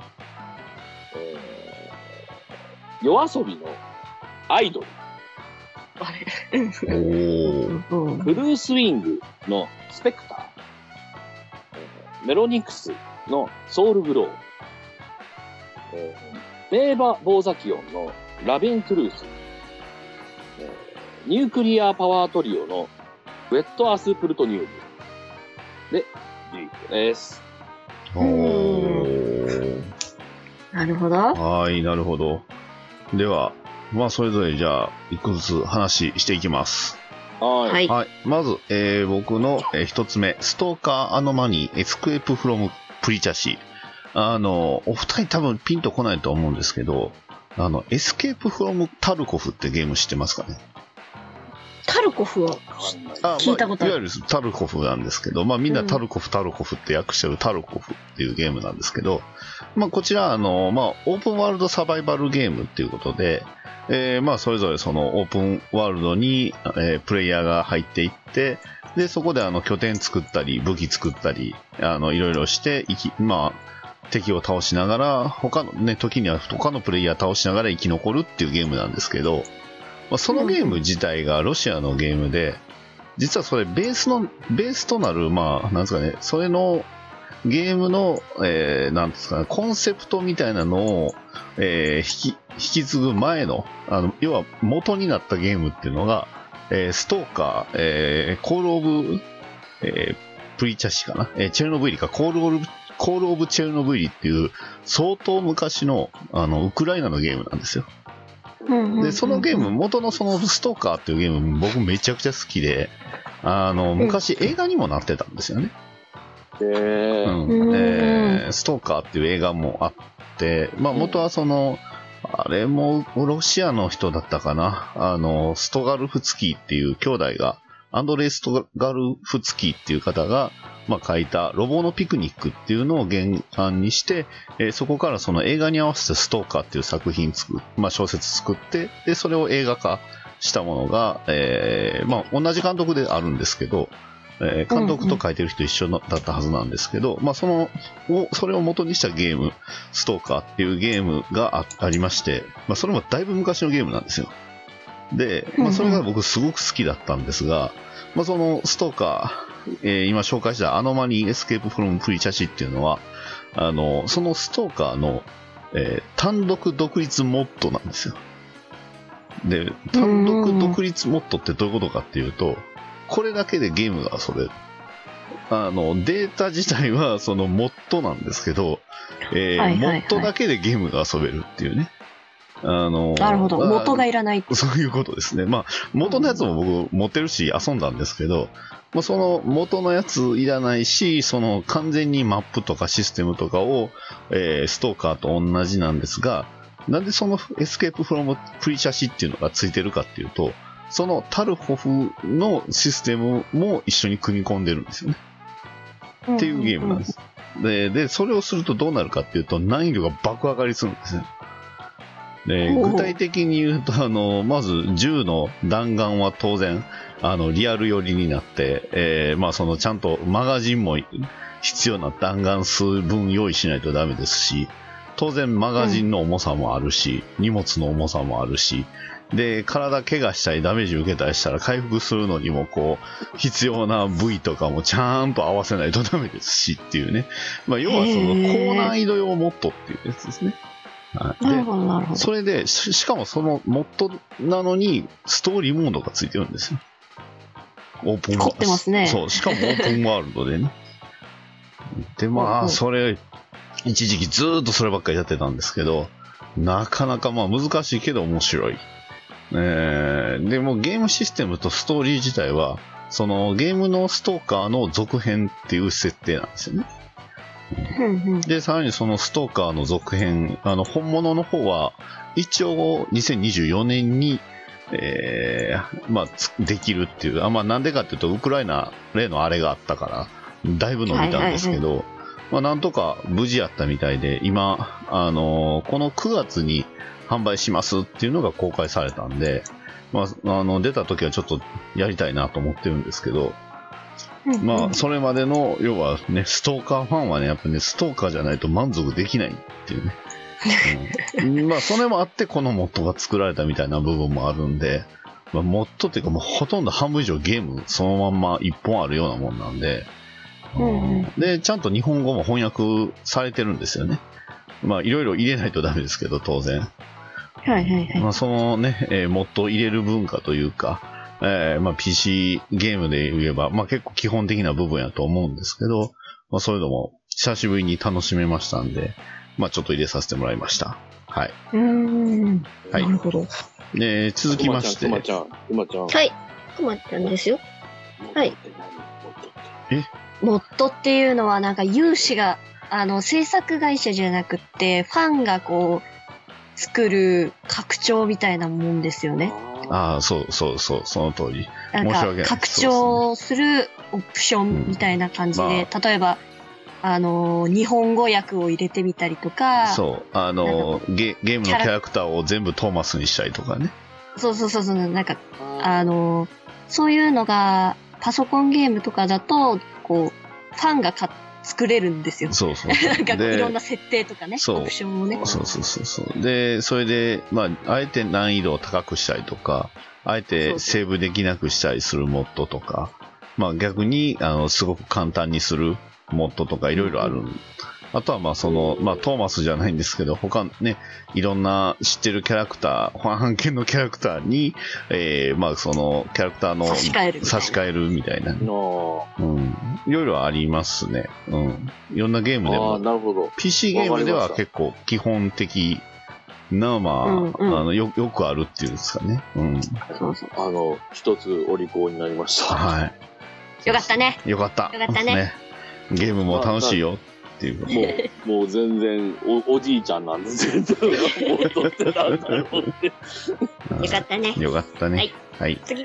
夜遊びのアイドル、 あれ。 おー。 フルースウィングのスペクター、メロニクスのソウルグロー、メーバ・ボーザキオンのラベントゥルース、ニュークリアパワートリオのウェットアスプルトニウムで、リートです。 おー。 なるほど。 はい、なるほど。では、まあ、それぞれじゃあ、一個ずつ話していきます。 はい。 はい。まず、僕の、一つ目、ストーカーアノマニーエスケープフロムプリチャシー。お二人多分ピンとこないと思うんですけど、エスケープフロムタルコフってゲーム知ってますかね？ タルコフを聞いたことある。 いわゆるタルコフなんですけど、まあみんなタルコフって訳してるタルコフっていうゲームなんですけど、まあこちらまあオープンワールドサバイバルゲームっていうことで、まあそれぞれそのオープンワールドに、プレイヤーが入っていって、で、そこで拠点作ったり、武器作ったり、いろいろして、まあ、敵を倒しながら、時には他のプレイヤー倒しながら生き残るっていうゲームなんですけど、まあ、そのゲーム自体がロシアのゲームで、実はそれベースとなる、まあ、なんですかね、それのゲームの、なんですかね、コンセプトみたいなのを、引き継ぐ前の、要は元になったゲームっていうのが、ストーカー、コールオブ、プリチャシかな、チェルノブイリか、コールオブチェルノブイリっていう相当昔の、ウクライナのゲームなんですよ。で、そのゲーム、元のそのストーカーっていうゲーム、僕めちゃくちゃ好きで、昔映画にもなってたんですよね。ストーカーっていう映画もあって、まあ元はあれもロシアの人だったかな。ストガルフツキーっていう兄弟が、アンドレイ・ストガルフツキーっていう方が、まあ書いたロボのピクニックっていうのを原案にして、そこからその映画に合わせてストーカーっていう作品まあ小説作って、で、それを映画化したものが、まあ同じ監督であるんですけど、監督と書いてる人一緒だったはずなんですけど、まあそれを元にしたゲーム、ストーカーっていうゲームがありまして、まあそれもだいぶ昔のゲームなんですよ。で、まあそれが僕すごく好きだったんですが、まあそのストーカー、今紹介したアノマニーエスケープフロムプリチャシっていうのは、そのストーカーの、単独独立モッドなんですよ。で、単独独立モッドってどういうことかっていうと、これだけでゲームが遊べる。データ自体はそのモッドなんですけど、モッドだけでゲームが遊べるっていうね。 なるほど。元がいらない。 そういうことですね。まあ、元のやつも僕持ってるし遊んだんですけど、まあ、その元のやついらないし、その完全にマップとかシステムとかを、ストーカーと同じなんですが、なんでそのエスケープフロムプリチャシっていうのがついてるかっていうと、そのタルホフのシステムも一緒に組み込んでるんですよね。っていうゲームなんです。で、それをするとどうなるかっていうと、難易度が爆上がりするんですね。で、具体的に言うと、まず銃の弾丸は当然、リアル寄りになって、まあちゃんとマガジンも必要な弾丸数分用意しないとダメですし、当然マガジンの重さもあるし、荷物の重さもあるし、で、体怪我したりダメージ受けたりしたら回復するのにも必要な部位とかもちゃんと合わせないとダメですしっていうね。まあ要は高難易度用モッドっていうやつですね。 なるほど、なるほど。 それで、しかもそのモッドなのにストーリーモードがついてるんですよ。オープンワールド。凝ってますね。そう、しかもオープンワールドでね。で、まあ、それ、一時期ずーっとそればっかりやってたんですけど、なかなかまあ難しいけど面白い。でもゲームシステムとストーリー自体は、そのゲームのストーカーの続編っていう設定なんですよね。で、さらにそのストーカーの続編、本物の方は、一応2024年に、まあ、できるっていう。まあ、なんでかっていうと、ウクライナ、例のあれがあったから、だいぶ伸びたんですけど、まあ、なんとか無事やったみたいで、今、この9月に販売しますっていうのが公開されたんで、まあ、出た時はちょっとやりたいなと思ってるんですけど、 まあ、それまでの、要はね、ストーカーファンはね、やっぱね、ストーカーじゃないと満足できないっていうね。まあ、それもあって、このモッドが作られたみたいな部分もあるんで、まあ、モッドっていうか、もうほとんど半分以上ゲームそのまんま一本あるようなもんなんで、で、ちゃんと日本語も翻訳されてるんですよね。まあ、いろいろ入れないとダメですけど、当然。まあ、そのね、モッドを入れる文化というか、まあ、PC ゲームで言えば、まあ、結構基本的な部分やと思うんですけど、まあ、そういうのも久しぶりに楽しめましたんで、まあ、ちょっと入れさせてもらいました。はい。 なるほど。 で、続きまして。 くまちゃん。 はい。くまちゃんですよ。はい。モッドっていうのはなんか有志が、制作会社じゃなくって、ファンがこう、作る拡張みたいなもんですよね。 ああ、そう、その通り。 なんか拡張するオプションみたいな感じで、例えば、日本語訳を入れてみたりとか。 そう。ゲームのキャラクターを全部トーマスにしたりとかね。 そう。なんか、そういうのが、パソコンゲームとかだと、こう、ファンが作れるんですよ。 そう。 なんかいろんな設定とかね、オプションをね。 そう。で、それで、まあ、あえて難易度を高くしたりとか、あえてセーブできなくしたりするモッドとか、まあ逆に、すごく簡単にするモッドとかいろいろある。あとはまあまあトーマスじゃないんですけど、他ね、いろんな知ってるキャラクター、版権のキャラクターに、まあそのキャラクターの差し替えるみたいな。いろいろありますね。いろんなゲームでも。 なるほど。 PC ゲームでは結構基本的な、まあ、よくあるっていうんですかね。 一つお利口になりました。 はい。 よかったね。 よかったね。ゲームも楽しいよっていう。 もう全然おじいちゃんなんで全然踊ってたんだろうって。 よかったね。 よかったね。はい。次。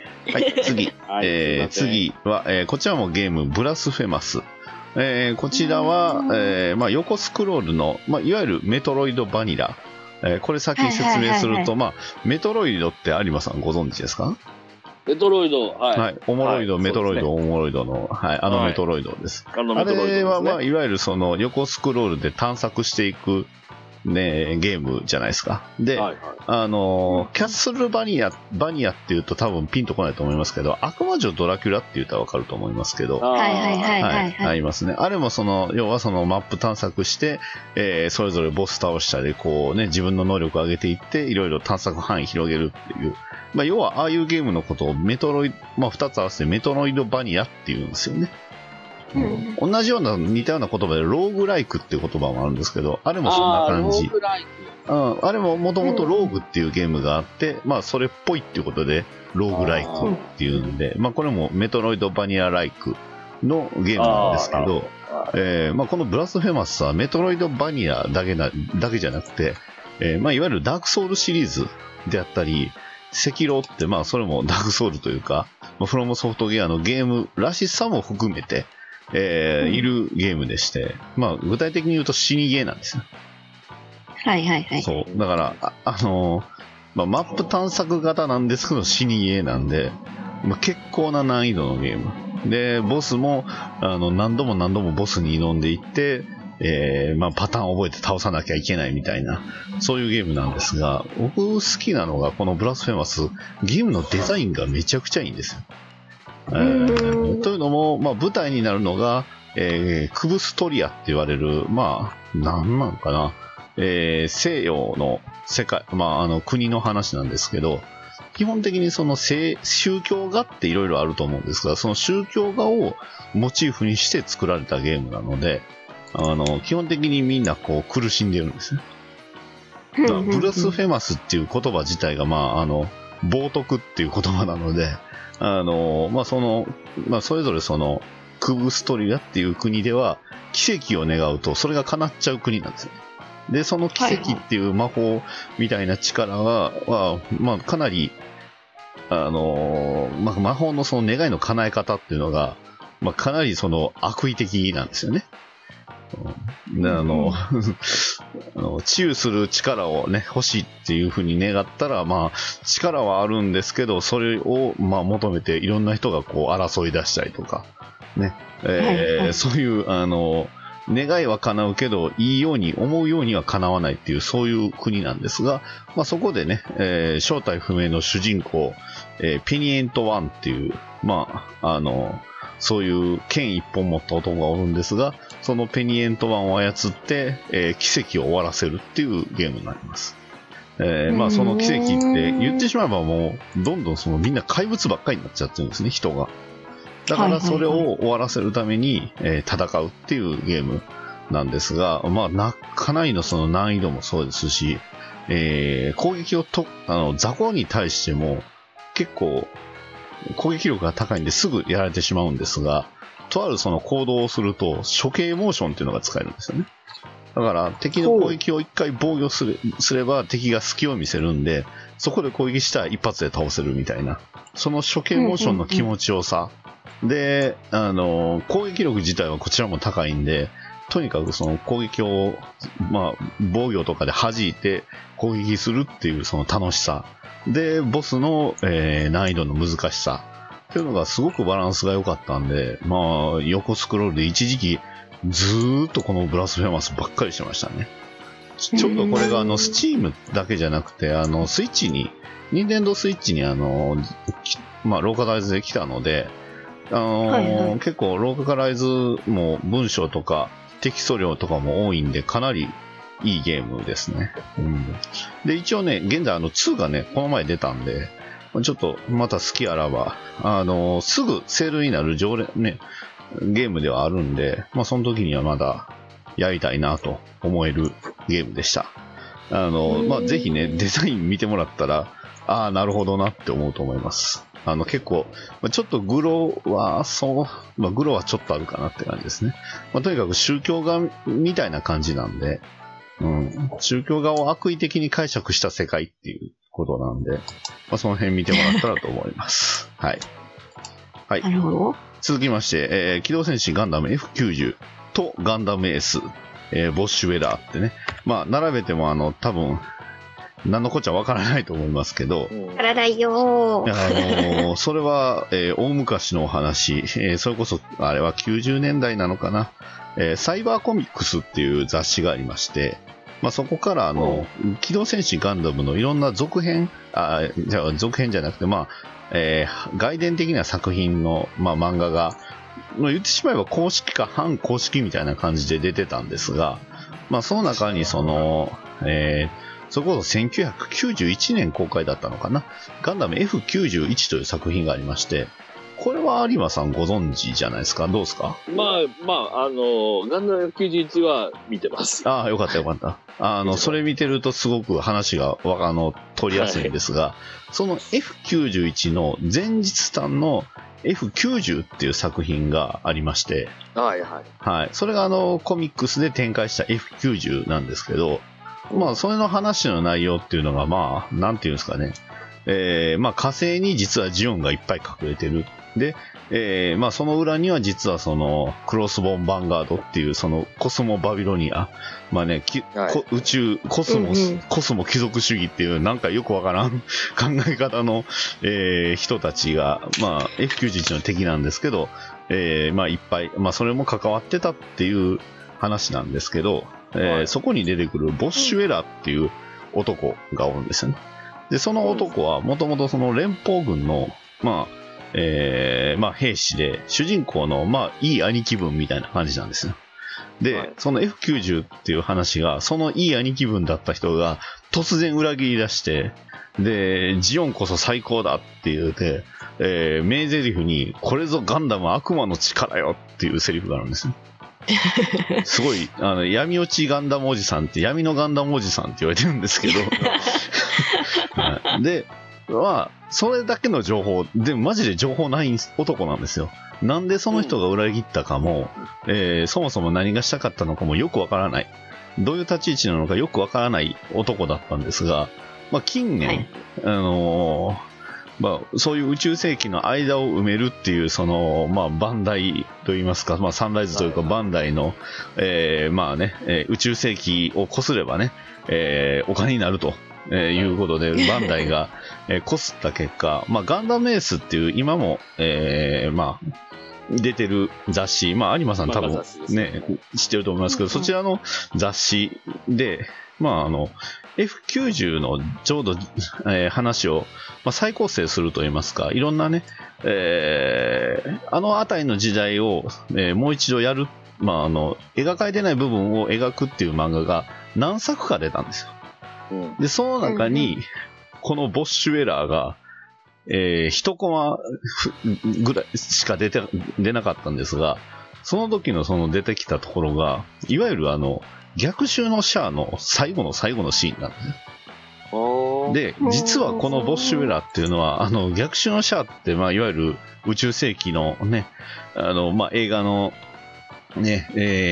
次は、こちらもゲームブラスフェマス。こちらは、まあ、横スクロールの、まあ、いわゆるメトロイドバニラ。これ先に説明すると、まあ、メトロイドって有馬さんご存知ですか？ メトロイド、 はい。オモロイド、メトロイド、オモロイドの、はい、メトロイドです。あれは、まあ、いわゆるその横スクロールで探索していく、ね、ゲームじゃないですか。で、キャッスルバニアっていうと多分ピンとこないと思いますけど、悪魔女ドラキュラって言ったらわかると思いますけど、ありますね。あれも要はそのマップ探索して、それぞれボス倒したり、こうね、自分の能力を上げていって、いろいろ探索範囲広げるっていう。まあ、要はああいうゲームのことをまあ、二つ合わせてメトロイドバニアっていうんですよね。同じような似たような言葉でローグライクっていう言葉もあるんですけど、あれもそんな感じ。あれももともとローグっていうゲームがあって、まあそれっぽいっていうことでローグライクっていうんで、まあこれもメトロイドバニアライクのゲームなんですけど、まあこのブラスフェマスはメトロイドバニアだけじゃなくて、まあいわゆるダークソウルシリーズであったり、赤狼ってまあそれもダークソウルというか、まあ、フロムソフトゲアのゲームらしさも含めて、いるゲームでして、まあ、具体的に言うと死にゲーなんですよ。そう。だから、まあ、マップ探索型なんですけど、死にゲーなんで、まあ、結構な難易度のゲーム。で、ボスも、何度もボスに挑んでいって、まあ、パターンを覚えて倒さなきゃいけないみたいな、そういうゲームなんですが、僕好きなのが、このブラスフェマス、ゲームのデザインがめちゃくちゃいいんですよ。というのも、まあ、舞台になるのが、クブストリアって言われる、まあ、なんなんかな、西洋の世界、まあ、国の話なんですけど、基本的にその宗教画っていろいろあると思うんですが、その宗教画をモチーフにして作られたゲームなので、基本的にみんなこう苦しんでるんですね。ブラスフェマスっていう言葉自体が、まあ、冒涜っていう言葉なので、まあ、まあ、それぞれクブストリアっていう国では、奇跡を願うと、それが叶っちゃう国なんですよ。で、その奇跡っていう魔法みたいな力は、まあ、かなり、まあ、魔法のその願いの叶え方っていうのが、まあ、かなり悪意的なんですよね。で治癒する力をね、欲しいっていう風に願ったら、まあ、力はあるんですけど、それを、まあ、求めていろんな人がこう、争い出したりとか、 ね。そういう、願いは叶うけど、いいように、思うようには叶わないっていう、そういう国なんですが、まあ、そこでね、正体不明の主人公、ペニエント1っていう、まあ、そういう剣一本持った男がおるんですが、そのペニエント1を操って、奇跡を終わらせるっていうゲームになります。まあ、その奇跡って言ってしまえばもう、どんどんそのみんな怪物ばっかりになっちゃってるんですね、人が。だからそれを終わらせるために、戦うっていうゲームなんですが、まあ、かなりのその難易度もそうですし、攻撃を雑魚に対しても結構攻撃力が高いんですぐやられてしまうんですが、とあるその行動をすると処刑モーションっていうのが使えるんですよね。だから敵の攻撃を一回防御すれば敵が隙を見せるんで、そこで攻撃したら一発で倒せるみたいな、その処刑モーションの気持ちよさで、攻撃力自体はこちらも高いんで、とにかくその攻撃を、まあ、防御とかで弾いて攻撃するっていうその楽しさで、ボスの、難易度の難しさっていうのがすごくバランスが良かったんで、まあ、横スクロールで一時期ずーっとこのブラスフェマスばっかりしてましたね。ちょうどこれがスチームだけじゃなくて、スイッチに、任天堂スイッチにまあ、ローカライズできたので、結構ローカライズも文章とかテキスト量とかも多いんで、かなりいいゲームですね。で、一応ね、現在2がね、この前出たんで、ちょっとまた好きあらば、すぐセールになるね、ゲームではあるんで、まあ、その時にはまだやりたいなと思えるゲームでした。まあ、ぜひね、デザイン見てもらったら、ああ、なるほどなって思うと思います。結構、ちょっとグロは、グロはちょっとあるかなって感じですね。まあ、とにかく宗教画みたいな感じなんで、宗教画を悪意的に解釈した世界っていうことなんで、まあ、その辺見てもらったらと思います。はい。はい。 なるほど。 続きまして、機動戦士ガンダム F90 とガンダムエース、ボッシュウェラーってね、まあ、並べても多分、何のこっちゃわからないと思いますけど。わからないよー。それは、大昔のお話、それこそ、あれは90年代なのかな。サイバーコミックスっていう雑誌がありまして、まあ、そこから機動戦士ガンダムのいろんな続編じゃなくて、まあ、外伝的な作品の、まあ、漫画が、言ってしまえば公式か反公式みたいな感じで出てたんですが、まあ、その中にそれこそ1991年公開だったのかな。ガンダム F91 という作品がありまして、これは有馬さんご存知じゃないですか。どうですか？ まあ、ガンダム F91 は見てます。 ああ、よかったよかった。それ見てるとすごく話が取りやすいんですが、はい、その F91 の前日譚の F90 っていう作品がありまして、 はいはい。 はい。それがコミックスで展開した F90 なんですけど、まあ、それの話の内容っていうのが、まあ、なんていうんですかね。まあ、火星に実はジオンがいっぱい隠れてる。で、まあ、その裏には実はクロスボーンヴァンガードっていう、コスモバビロニア。まあね、宇宙、コスモ貴族主義っていう、なんかよくわからん考え方の、人たちが、まあ、F91 の敵なんですけど、まあ、いっぱい、まあ、それも関わってたっていう話なんですけど、そこに出てくるボッシュエラーっていう男がおるんですよね。で、その男はもともと連邦軍の、まあ、まあ兵士で、主人公の、まあ、いい兄貴分みたいな感じなんですよ。で、その F90 っていう話が、そのいい兄貴分だった人が突然裏切り出して、で、ジオンこそ最高だって言うて、名台詞に、これぞガンダム悪魔の力よっていうセリフがあるんですね。すごい、闇落ちガンダムおじさんって、闇のガンダムおじさんって言われてるんですけど。で、まあ、それだけの情報、でもマジで情報ない男なんですよ。なんでその人が裏切ったかも、そもそも何がしたかったのかもよくわからない。どういう立ち位置なのかよくわからない男だったんですが、まあ、近年、はい、まあ、そういう宇宙世紀の間を埋めるっていう、まあ、バンダイといいますか、まあ、サンライズというか、バンダイの、まあね、宇宙世紀をこすればね、お金になるということで、バンダイが、こすった結果、まあ、ガンダムエースっていう、今も、まあ、 出てる雑誌、有馬さん多分ね、知ってると思いますけど、そちらの雑誌で、F90 のちょうど、話を、再構成するといいますか、いろんなね、あのあたりの時代を、もう一度やる、描かれてない部分を描くっていう漫画が何作か出たんですよ。で、その中に、このボッシュエラーが、一コマぐらいしか出なかったんですが、その時のその出てきたところが、いわゆる逆襲のシャアの最後のシーンなんですね。で、実はこのボッシュエラーっていうのは、逆襲のシャアって、いわゆる宇宙世紀のね、映画のね、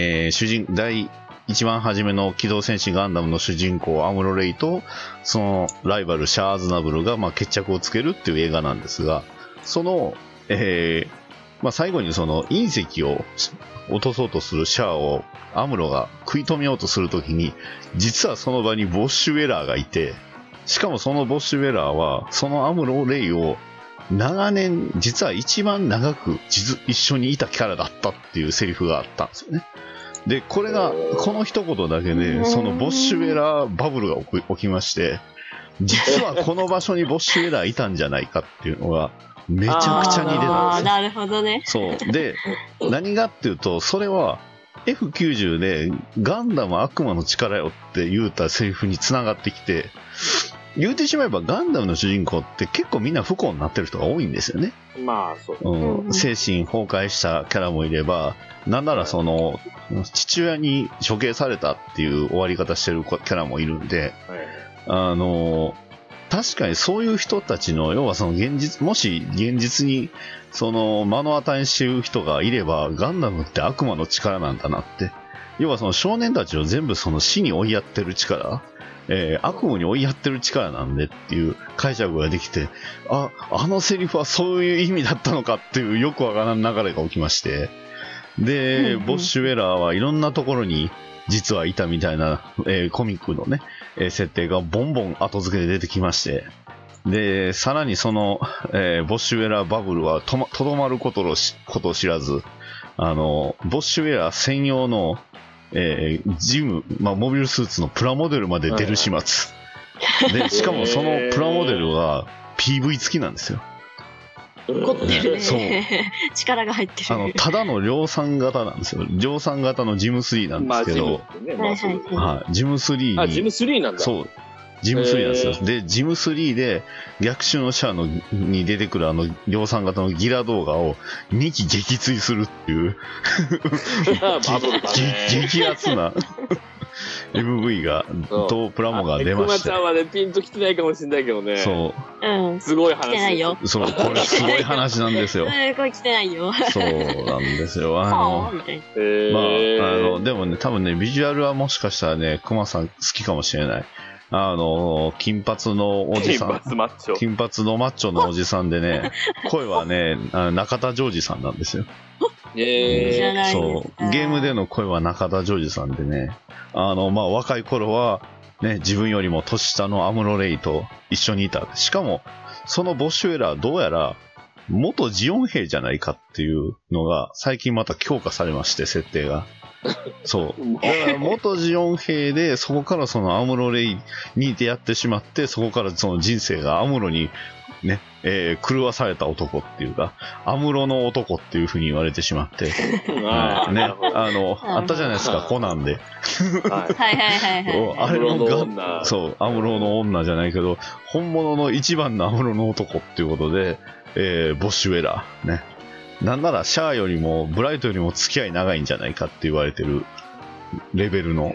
一番初めの機動戦士ガンダムの主人公アムロ・レイとそのライバルシャア・アズナブルが決着をつけるっていう映画なんですが、その、最後にその隕石を落とそうとするシャアをアムロが食い止めようとするときに、実はその場にボッシュエラーがいて、しかもそのボッシュエラーはそのアムロ・レイを長年、実は一番長く一緒にいたキャラだったっていうセリフがあったんですよね。で、これが、この一言だけで、そのボッシュエラーバブルが起きまして、実はこの場所にボッシュエラーいたんじゃないかっていうのが、めちゃくちゃに出たんですよ。 なるほどね。 そう。で、何がっていうと、それは、F90 で、ガンダム悪魔の力よって言うたセリフに繋がってきて、言うてしまえばガンダムの主人公って結構みんな不幸になってる人が多いんですよね。 そう。 精神崩壊したキャラもいれば、なんならその、父親に処刑されたっていう終わり方してるキャラもいるんで、確かにそういう人たちの、要はそのもし現実にその目の当たりにしてる人がいれば、ガンダムって悪魔の力なんだなって。要はその少年たちを全部その死に追いやってる力、悪夢に追いやってる力なんでっていう解釈ができて、あのセリフはそういう意味だったのかっていうよくわからん流れが起きまして、で、ボッシュエラーはいろんなところに実はいたみたいな、コミックのね、設定がボンボン後付けで出てきまして、で、さらにその、ボッシュエラーバブルはとどまることを知らず、ボッシュエラー専用のジム、モビルスーツのプラモデルまで出る始末。で、しかもそのプラモデルは PV 付きなんですよ。 凝ってるね。 そう。 力が入ってる。 ただの量産型なんですよ。量産型のジム3なんですけど。ジム3に。 ジム3なんだ。 そう。ジム3なんですよ。で、ジム3で逆襲のシャアに出てくる量産型のギラ動画を2機撃墜するっていう激アツなMV がとプラモが出ました。 くまちゃんはね、ピンときてないかもしれないけどね。 そう。 すごい話。 来てないよ。 そう、これすごい話なんですよ。 これ来てないよ。 そうなんですよ。でもね、多分ね、ビジュアルはもしかしたらね、くまさん好きかもしれない。金髪のおじさん。金髪のマッチョのおじさんでね、声はね、中田ジョージさんなんですよ。 そう。 ゲームでの声は中田ジョージさんでね、若い頃は、ね、自分よりも年下のアムロ・レイと一緒にいた。しかも、そのボッシュエラー、どうやら、元ジオン兵じゃないかっていうのが、最近また強化されまして、設定が。そう。だから元ジオン兵で、そこからそのアムロ・レイに出会ってしまって、そこからその人生がアムロにね、狂わされた男っていうか、アムロの男っていう風に言われてしまって、あったじゃないですか、コナンで。あれのそう、アムロの女じゃないけど、本物の一番のアムロの男っていうことで、ボッシュエラー、ね。なんならシャアよりもブライトよりも付き合い長いんじゃないかって言われてるレベルの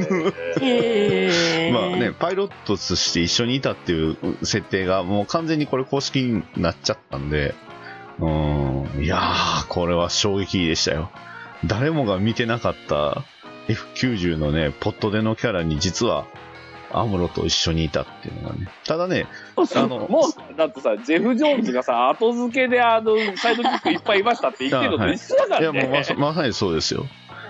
パイロットとして一緒にいたっていう設定がもう完全にこれ公式になっちゃったんで、いやーこれは衝撃でしたよ。誰もが見てなかった F90 のねポットでのキャラに実はアムロと一緒にいたっていうのがね。ただね、 もう、だってさ、ジェフ・ジョーンズがさ、後付けでサイドキックいっぱいいましたって言ってるのと一緒だからね。 いや、もうまさにそうですよ。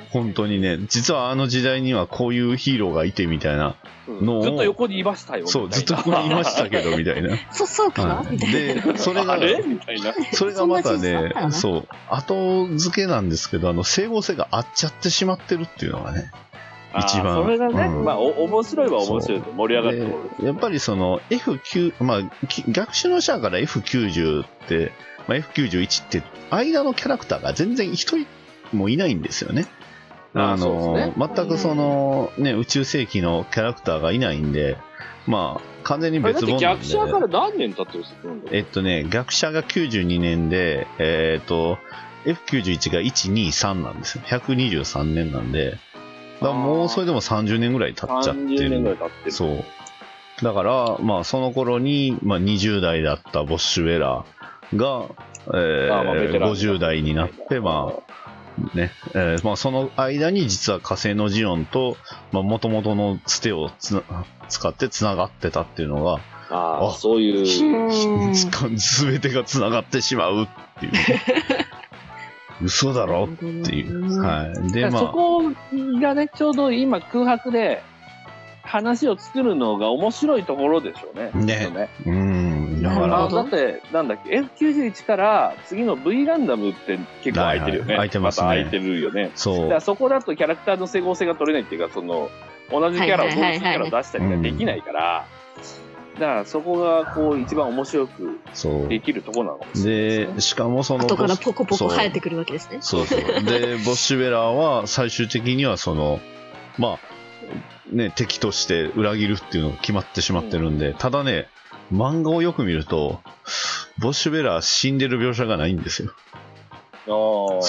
本当にね、実はあの時代にはこういうヒーローがいてみたいなのを、 ずっと横にいましたよ。 そう、ずっと横にいましたけど、みたいな。 そうかな、みたいな。 で、それが、 みたいな。 それがまたね、そう、後付けなんですけど、整合性が合っちゃってしまってるっていうのがね、一番。 それがね、まあ、面白いは面白いと盛り上がってる。 やっぱりその F9、まあ、逆襲のシャアから F90 って、まあ、F91 って、間のキャラクターが全然一人もいないんですよね。全くその、ね、宇宙世紀のキャラクターがいないんで、まあ、完全に別物なんで。 逆者から何年経ってるんですか？ 逆者が92年で、F91 が123なんですよ。123年なんで、だからもうそれでも30年ぐらい経っちゃってる。 30年ぐらい経ってる。 そう。だから、まあ、その頃に、まあ、20代だったボッシュウェラーが、50代になって、まあ、ね、まあ、その間に実は火星のジオンと、まあ、元々のつてを使って繋がってたっていうのが、 そういう。 全てが繋がってしまうっていう。嘘だろっていう。はい。で、まあ。 そこがね、ちょうど今空白で話を作るのが面白いところでしょうね。 ね。 だから。だって、なんだっけ、F91 から次の V ガンダムって結構空いてるよね。 空いてますね。 また空いてるよね。 そう。 だからそこだとキャラクターの整合性が取れないっていうか、その、同じキャラを、同じキャラを出したりができないから、だからそこがこう一番面白くできるところなのかもしれないですね。 で、しかもその後からポコポコ生えてくるわけですね。 そう。で、ボッシュウェラーは最終的にはその、まあ、ね、敵として裏切るっていうのが決まってしまってるんで、ただね、漫画をよく見ると、ボッシュウェラー死んでる描写がないんですよ。そう。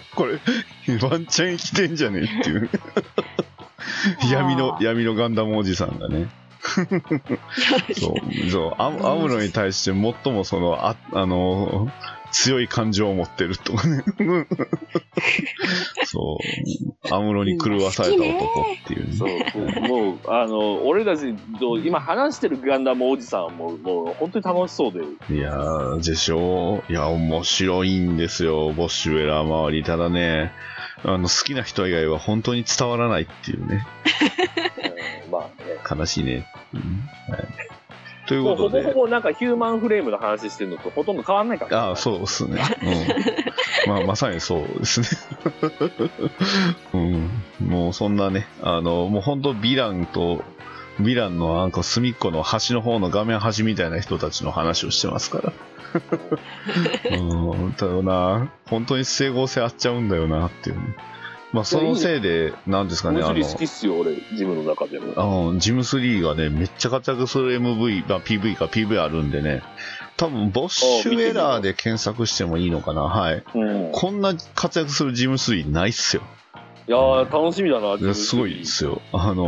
これ、ワンチャン生きてんじゃねえっていう。闇のガンダムおじさんがね。そうアムロに対して最もその強い感情を持ってるとかね。そうアムロに狂わされた男っていう、ね、 そうもう俺たちと今話してるガンダムおじさんもう本当に楽しそうで。 いやーでしょう。いや面白いんですよボッシュウェラー周り。ただね好きな人以外は本当に伝わらないっていうね。まあね、悲しいね。はい、ということで。 ほぼほぼなんかヒューマンフレームの話してるのとほとんど変わんないから、 ね。そうですね。まあまさにそうですね。もうそんなね、もう本当ヴィランのなんか隅っこの端の方の画面端みたいな人たちの話をしてますから。ただな、本当に整合性合っちゃうんだよなっていう、ね。まあそのせいで、なんですかね、 ジム3好きっすよ、俺、ジムの中でも。 ジム3がね、めっちゃ活躍する MV、PV か PV あるんでね、多分、ボッシュウェラーで検索してもいいのかな、はい。こんな活躍するジム3ないっすよ。 いやー、楽しみだな、 すごいですよ。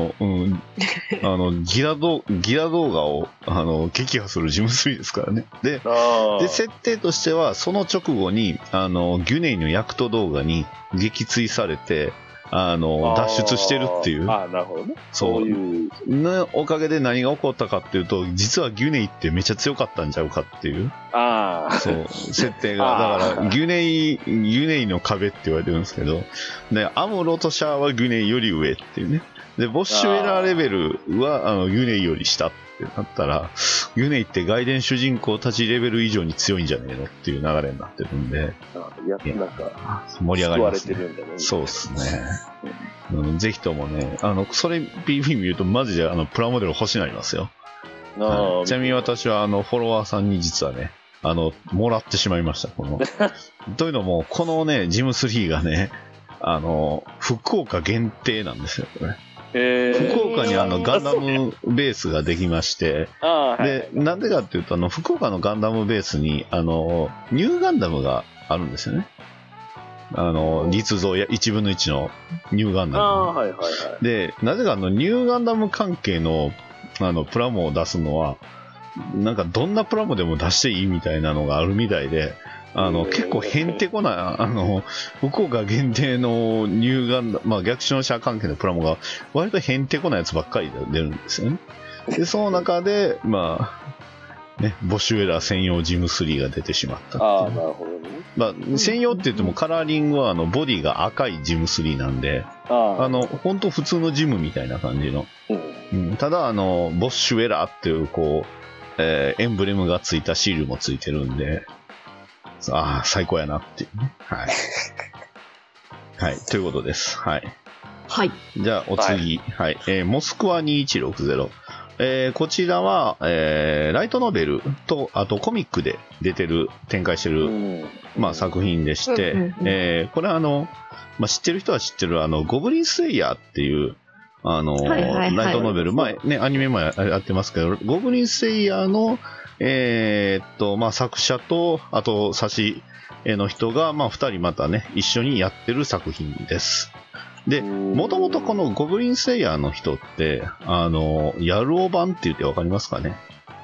ギラ動画を、撃破するジム3ですからね。で、設定としては、その直後に、ギュネイのヤクト動画に撃墜されて、脱出してるっていう。 なるほどね。 そういう。のおかげで何が起こったかっていうと、実はギュネイってめっちゃ強かったんちゃうかっていう。そう、設定が。だから、ギュネイの壁って言われてるんですけど、で、アムロとシャアはギュネイより上っていうね。で、ボッシュウェラーレベルは、ギュネイより下ってなったら、ギュネイって外伝主人公たちレベル以上に強いんじゃねえのっていう流れになってるんで、 なんか、 盛り上がりますね。 ねそうですね。ぜひともね、それ PV 見るとマジでプラモデル欲しになりますよ。ちなみに私はフォロワーさんに実はね、もらってしまいました、この。というのも、このね、ジム3がね、福岡限定なんですよ、これ。福岡にガンダムベースができまして、で、なんでかっていうと、福岡のガンダムベースに、ニューガンダムがあるんですよね。実像や1分の1のニューガンダム。で、なぜかニューガンダム関係の、プラモを出すのは、なんかどんなプラモでも出していいみたいなのがあるみたいで、結構へんてこな、福岡限定のニューガンダム、まあ逆襲のシャア関係のプラモが、割とへんてこなやつばっかり出るんですよね。で、その中で、まあ、ね、ボッシュウェラー専用ジム3が出てしまったっていう。 なるほどね。 まあ、専用って言ってもカラーリングはボディが赤いジム3なんで、本当普通のジムみたいな感じの。ただ、ボッシュエラーっていう、こう、エンブレムがついたシールもついてるんで、最高やなっていうね。はい。はい、ということです。はい。 はい。 じゃあ、お次。はい。モスクワ2160。こちらは、ライトノベルと、あとコミックで展開してる、まあ、作品でして、これはまあ、知ってる人は知ってる、ゴブリンスレイヤーっていう、ライトノベル、まあね、アニメもやってますけど、ゴブリンスレイヤーの、まあ、作者と、あと、挿絵の人が、まあ、二人またね、一緒にやってる作品です。で、もともとこのゴブリンスレイヤーの人って、ヤルオ版って言ってわかりますかね。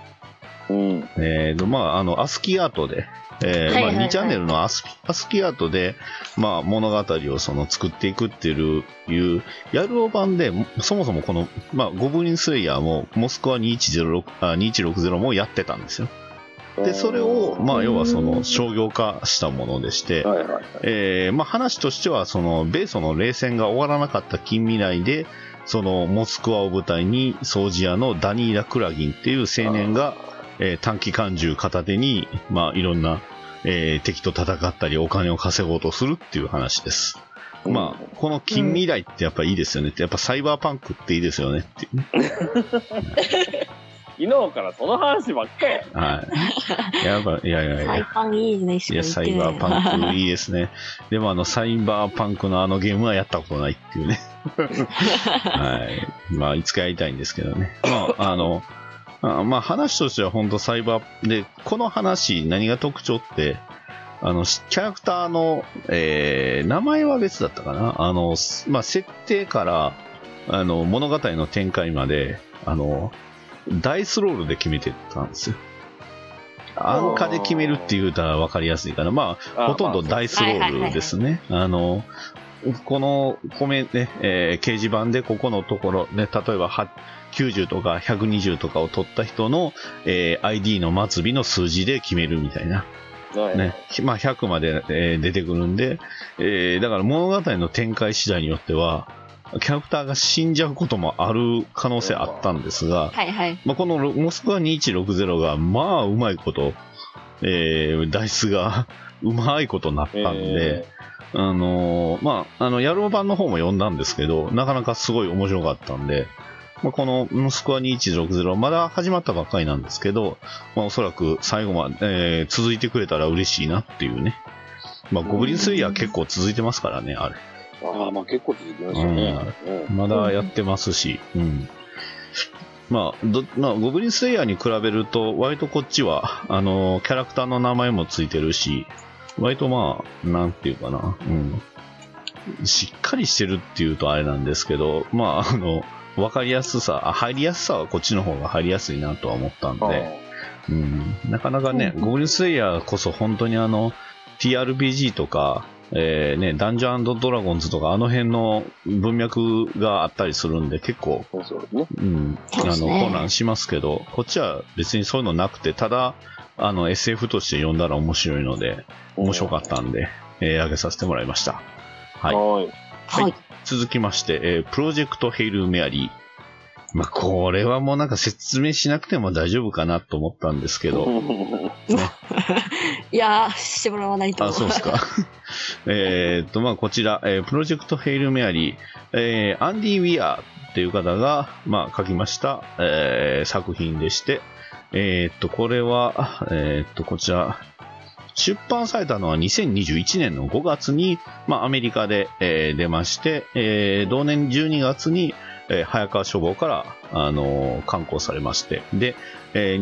まあ、アスキーアートで、まあ、2チャンネルのアスキーアートで、まあ、物語を作っていくっていう、ヤルオ版で、そもそもこの、まあ、ゴブリンスレイヤーも、モスクワ2160もやってたんですよ。で、それを、まあ、要は商業化したものでして、まあ、話としては、米ソの冷戦が終わらなかった近未来で、モスクワを舞台に、掃除屋のダニーラ・クラギンっていう青年が、短期間銃片手に、まあ、いろんな、敵と戦ったり、お金を稼ごうとするっていう話です。まあ、この近未来ってやっぱいいですよねって、やっぱサイバーパンクっていいですよねっていうね。 昨日からその話ばっかり。 はい。やばい、いや。 サイパンいいね、 いや、サイバーパンクいいですね。でもサイバーパンクのゲームはやったことないっていうね。はい。まあ、いつかやりたいんですけどね。まあ、まあ、話としては本当サイバー、で、この話、何が特徴って、キャラクターの、名前は別だったかな。まあ、設定から、物語の展開まで、ダイスロールで決めてたんですよ。暗化で決めるって言うたら分かりやすいかな。まあ、ほとんどダイスロールですね。このコメントね、掲示板でここのところ、ね、例えば90とか120とかを取った人の、ID の末尾の数字で決めるみたいな。ね、まあ、100まで、出てくるんで、だから物語の展開次第によっては、キャラクターが死んじゃうこともある可能性あったんですが、まあ、このモスクワ2160が、まあ、うまいこと、ダイスがうまいことなったんで、まあ、ヤロー版の方も読んだんですけど、なかなかすごい面白かったんで、まあ、このモスクワ2160まだ始まったばっかりなんですけど、まあ、おそらく最後まで、続いてくれたら嬉しいなっていうね。まあ、ゴブリンスレイヤー結構続いてますからね、あれ。 まあ結構続きましたね。 まだやってますし、まあ、ゴブリンスレイヤーに比べると、割とこっちは、キャラクターの名前もついてるし、割とまあ、なんていうかな、しっかりしてるっていうとあれなんですけど、まあ、わかりやすさ、入りやすさはこっちの方が入りやすいなとは思ったんで、なかなかね、ゴブリンスレイヤーこそ本当にTRPG とか、ね、ダンジョン&ドラゴンズとかあの辺の文脈があったりするんで結構、混乱しますけど、こっちは別にそういうのなくて、ただSF として読んだら面白いので、面白かったんで、上げさせてもらいました。はい。はい。続きまして、プロジェクトヘイルメアリー。まあ、これはもうなんか説明しなくても大丈夫かなと思ったんですけど。ね、 いやー、してもらわないと。 そうですか。まあ、こちら、プロジェクトヘイルメアリー、アンディ・ウィアーっていう方が、まあ、書きました、作品でして、これは、こちら、出版されたのは2021年の5月に、まあ、アメリカで、出まして、同年12月に、早川書房から刊行されまして、で、第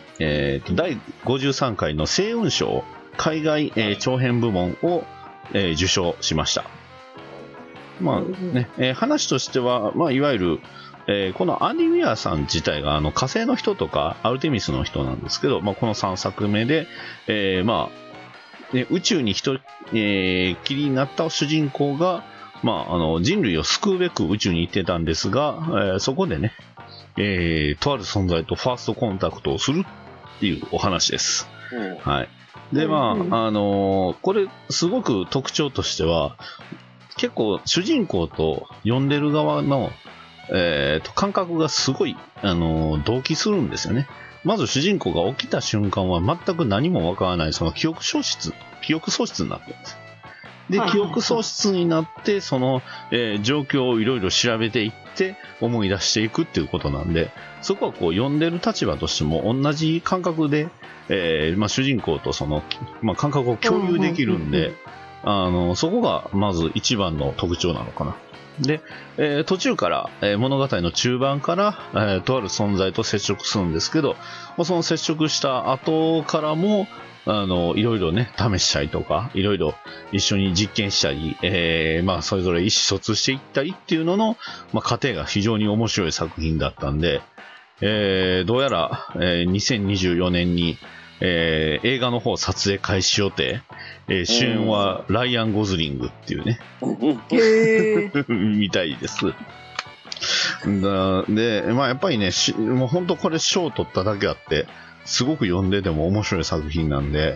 53回の星雲賞海外、長編部門を、受賞しました。まあね、話としては、まあ、いわゆる、このアンディ・ウィアーさん自体が火星の人とかアルテミスの人なんですけど、まあ、この3作目で、まあね、宇宙にきりになった主人公がまあ、人類を救うべく宇宙に行ってたんですが、そこでね、とある存在とファーストコンタクトをするっていうお話です。はい。 で、まあ、これ、すごく特徴としては、結構、主人公と読んでる側の、感覚がすごい、同期するんですよね。まず主人公が起きた瞬間は全く何もわからない、その記憶喪失になってるんです。で、記憶喪失になって、その、状況をいろいろ調べていって思い出していくっていうことなんで、そこはこう読んでる立場としても同じ感覚で、まあ、主人公とその、まあ、感覚を共有できるんで、そこがまず一番の特徴なのかな。で、途中から、物語の中盤から、とある存在と接触するんですけど、その接触した後からも、いろいろね、試したりとか、いろいろ一緒に実験したり、まあ、それぞれ意思疎通していったりっていうのの、まあ、過程が非常に面白い作品だったんで、どうやら、2024年に、映画の方撮影開始予定、主演はライアン・ゴズリングっていうね、みたいです。で、まあ、やっぱりね、もう本当これ賞を取っただけあって、すごく読んでても面白い作品なんで、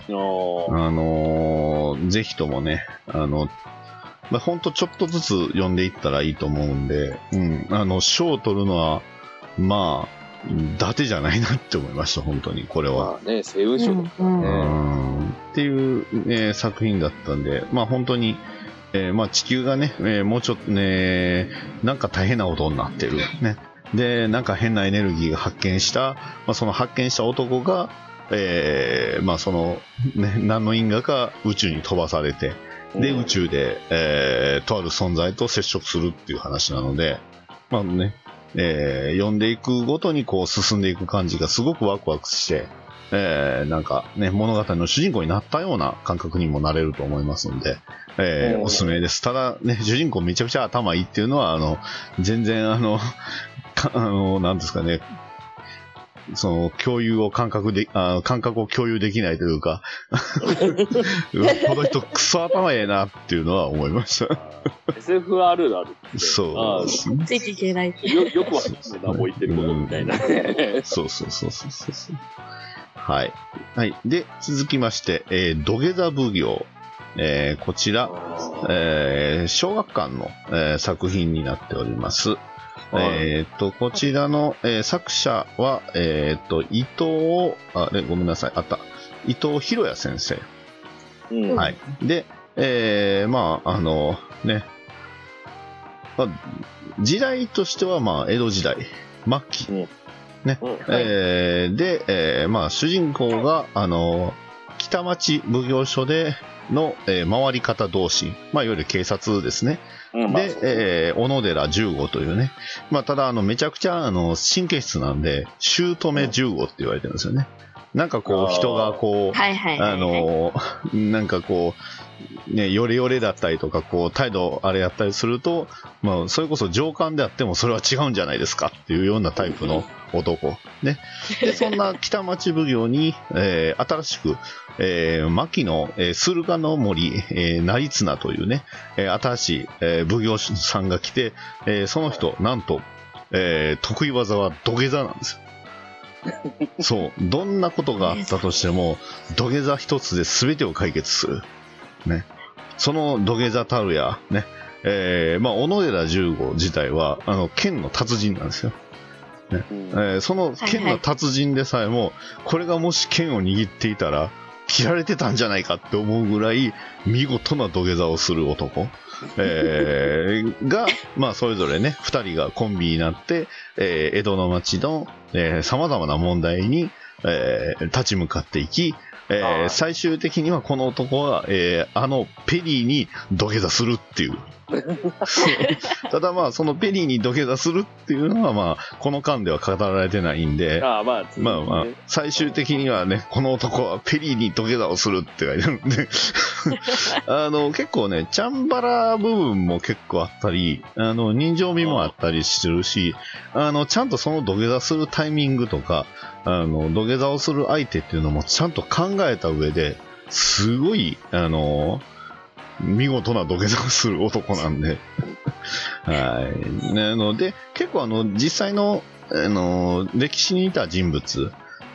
ぜひともね、まあ、ほんとちょっとずつ読んでいったらいいと思うんで、賞を取るのは、まあ、伊達じゃないなって思いました、本当に、これは。 まあね、西雲賞だからね。 っていう、作品だったんで、まあ本当に、まあ地球がね、もうちょっとね、なんか大変なことになってる。ね。で、なんか変なエネルギーが発見した、まあ、その発見した男が、まあその、ね、何の因果か宇宙に飛ばされて、で、宇宙で、とある存在と接触するっていう話なので、まあね、読んでいくごとにこう進んでいく感じがすごくワクワクして、なんかね、物語の主人公になったような感覚にもなれると思いますので、おすすめです。ただね、主人公めちゃくちゃ頭いいっていうのは、全然なんですかね、その共有を感覚を共有できないというかこの人クソ頭ええなっていうのは思いました。 SF あるある。 そう。 ついていけない。 よくわかんないな、もう言ってることみたいな。 そう。はい。はい。で、続きまして、土下座奉行。こちら、小学館の、作品になっております。こちらの、作者は、伊藤、ごめんなさい、伊藤博也先生。はい。で、まあ、ね、まあ、時代としては、まあ、江戸時代、末期。ね。で、まあ、主人公が、北町奉行所での、回り方同心。まあ、いわゆる警察ですね。で、小野寺15というね。まあ、ただ、めちゃくちゃ、神経質なんで、姑15って言われてるんですよね。なんかこう、人がこう、なんかこう、ね、ヨレヨレだったりとか、こう、態度あれやったりすると、まあ、それこそ上官であっても、それは違うんじゃないですかっていうようなタイプの男。ね。で、そんな北町奉行に、新しく、牧野、駿河の森、成綱というね、新しい、奉行さんが来て、その人、なんと、得意技は土下座なんですよ。そう。どんなことがあったとしても、土下座一つで全てを解決する。ね。その土下座たるや、ね。まあ、小野寺15自体は、剣の達人なんですよ。ね。その剣の達人でさえも、これがもし剣を握っていたら、切られてたんじゃないかって思うぐらい、見事な土下座をする男。が、まあ、それぞれね、二人がコンビになって、江戸の町の、様々な問題に、立ち向かっていき、最終的にはこの男は、ペリーに土下座するっていう。ただまあ、そのペリーに土下座するっていうのはまあ、この間では語られてないんで、まあ、最終的にはね、この男はペリーに土下座をするって書いてあるんで、結構ね、チャンバラ部分も結構あったり、人情味もあったりしてるし、ちゃんとその土下座するタイミングとか、土下座をする相手っていうのもちゃんと考えた上で、すごい、見事な土下座をする男なんで。はい。なので、結構実際の、歴史にいた人物、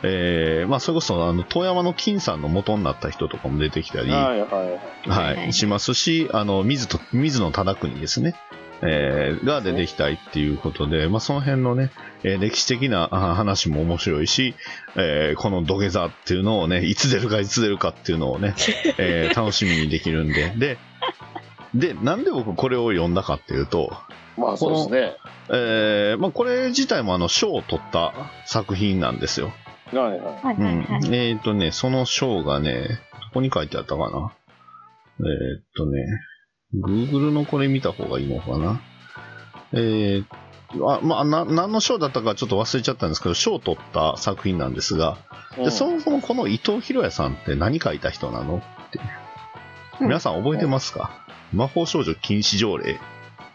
まあ、それこそ遠山の金さんの元になった人とかも出てきたり、しますし、水野忠邦ですね、が出てきたりっていうことで、まあ、その辺のね、歴史的な話も面白いし、この土下座っていうのをね、いつ出るかっていうのをね、楽しみにできるんで、で、なんで僕これを読んだかっていうと、 まあそうですね。 まあこれ自体も賞を取った作品なんですよ。その賞がね、どこに書いてあったかな。Google のこれ見た方がいいのかな。何の賞だったかちょっと忘れちゃったんですけど、賞を取った作品なんですが、でそもそもこの伊藤博也さんって何書いた人なのって。皆さん覚えてますか？魔法少女禁止条例。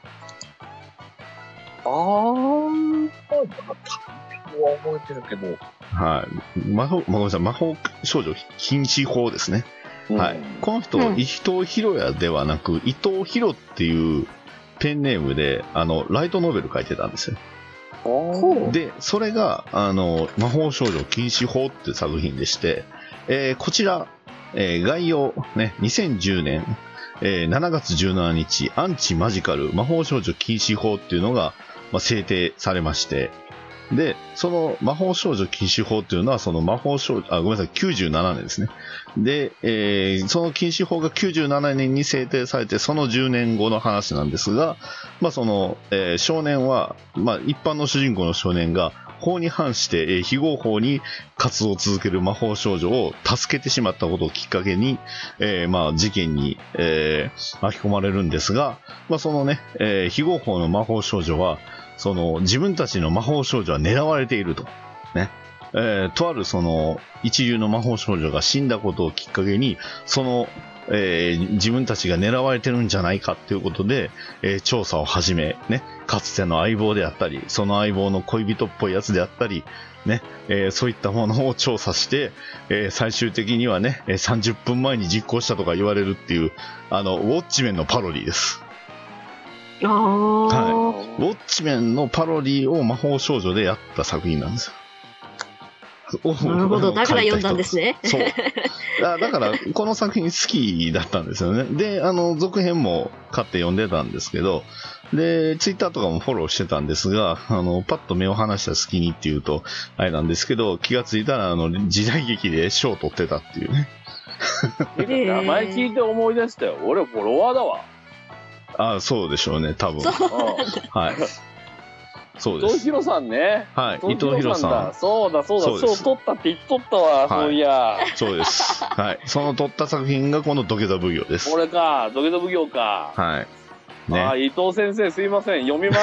覚えてるけど。 はい。魔法少女禁止法ですね。はい。この人、伊藤博也ではなく、伊藤博っていうペンネームで、ライトノベル書いてたんですよ。で、それが、魔法少女禁止法っていう作品でして、こちら、概要、ね、2010年、7月17日、アンチマジカル魔法少女禁止法っていうのが、制定されまして、で、その魔法少女禁止法っていうのは、その魔法少女、ごめんなさい、97年ですね。で、その禁止法が97年に制定されて、その10年後の話なんですが、その、少年は、一般の主人公の少年が、法に反して、非合法に活動を続ける魔法少女を助けてしまったことをきっかけに、事件に、巻き込まれるんですが、そのね、非合法の魔法少女は、その自分たちの魔法少女は狙われていると。ね。とあるその一流の魔法少女が死んだことをきっかけに、その、自分たちが狙われてるんじゃないかっていうことで、調査を始め、ね。かつての相棒であったり、その相棒の恋人っぽいやつであったり、ね。そういったものを調査して、最終的にはね、30分前に実行したとか言われるっていう、ウォッチメンのパロディです。ウォッチメンのパロディを魔法少女でやった作品なんですよ。 なるほど、だから読んだんですね。 そう。だから、この作品好きだったんですよね。で、続編も買って読んでたんですけど、で、ツイッターとかもフォローしてたんですが、パッと目を離した隙にっていうと、あれなんですけど、気がついたら、時代劇で賞を取ってたっていうね。 名前聞いて思い出したよ。俺フォロワーだわ。 そうでしょうね、多分。はい。そうです。 伊藤博さんね。 はい、伊藤博さん。 そうだ、賞取ったって言っとったわ、そういや。 そうです。はい。その取った作品がこの土下座奉行です。 これか、土下座奉行か。 はい。ね、 伊藤先生すいません、読みます。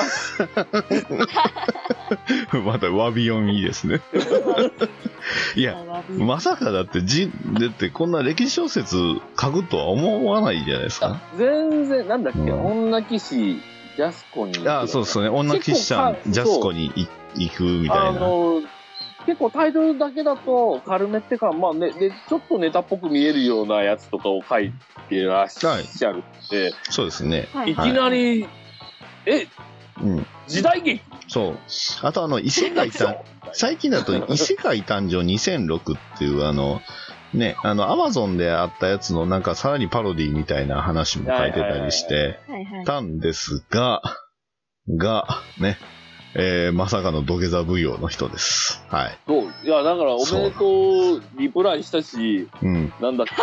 また詫び読みですね。いや、まさかだってこんな歴史小説書くとは思わないじゃないですか。 全然、なんだっけ、女騎士、ジャスコに。 そうですね、女騎士ちゃん、ジャスコに行くみたいな。 結構タイトルだけだと軽めってか、でちょっとネタっぽく見えるようなやつとかを書いてらっしゃるって、 そうですね。 いきなり、時代劇。 そう。あと異世界最近だと異世界誕生2006っていうね、アマゾンであったやつのなんかさらにパロディみたいな話も書いてたりしてたんですが、ね、まさかの土下座奉行の人です。はい。 そう。いや、だからおめでとうリプライしたし、なんだっけ、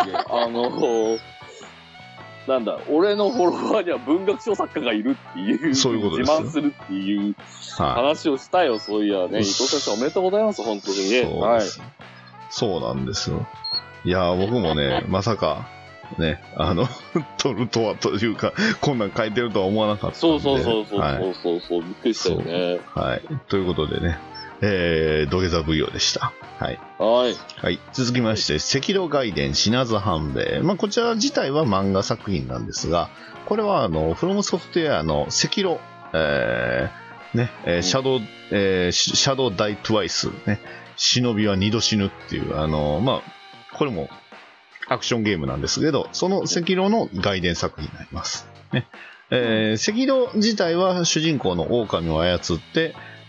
なんだ、俺のフォロワーには文学賞作家がいるっていう、 そういうことです。 自慢するっていう話をしたよ、そういやね。伊藤先生おめでとうございます、本当にね。はい。 そうなんですよ。いや、僕もね、まさか、ね、撮るとはというか、こんなん書いてるとは思わなかったんで。 そう、びっくりしたよね。 はい。ということでね、土下座奉行でした。はい。はい。続きまして、赤炉外伝品津半兵衛。こちら自体は漫画作品なんですが、これはフロムソフトウェアの赤炉、ね、シャドウダイトワイス、ね、忍びは二度死ぬっていう、これもアクションゲームなんですけど、その赤炉の外伝作品になります。ね。赤炉自体は主人公の狼を操って、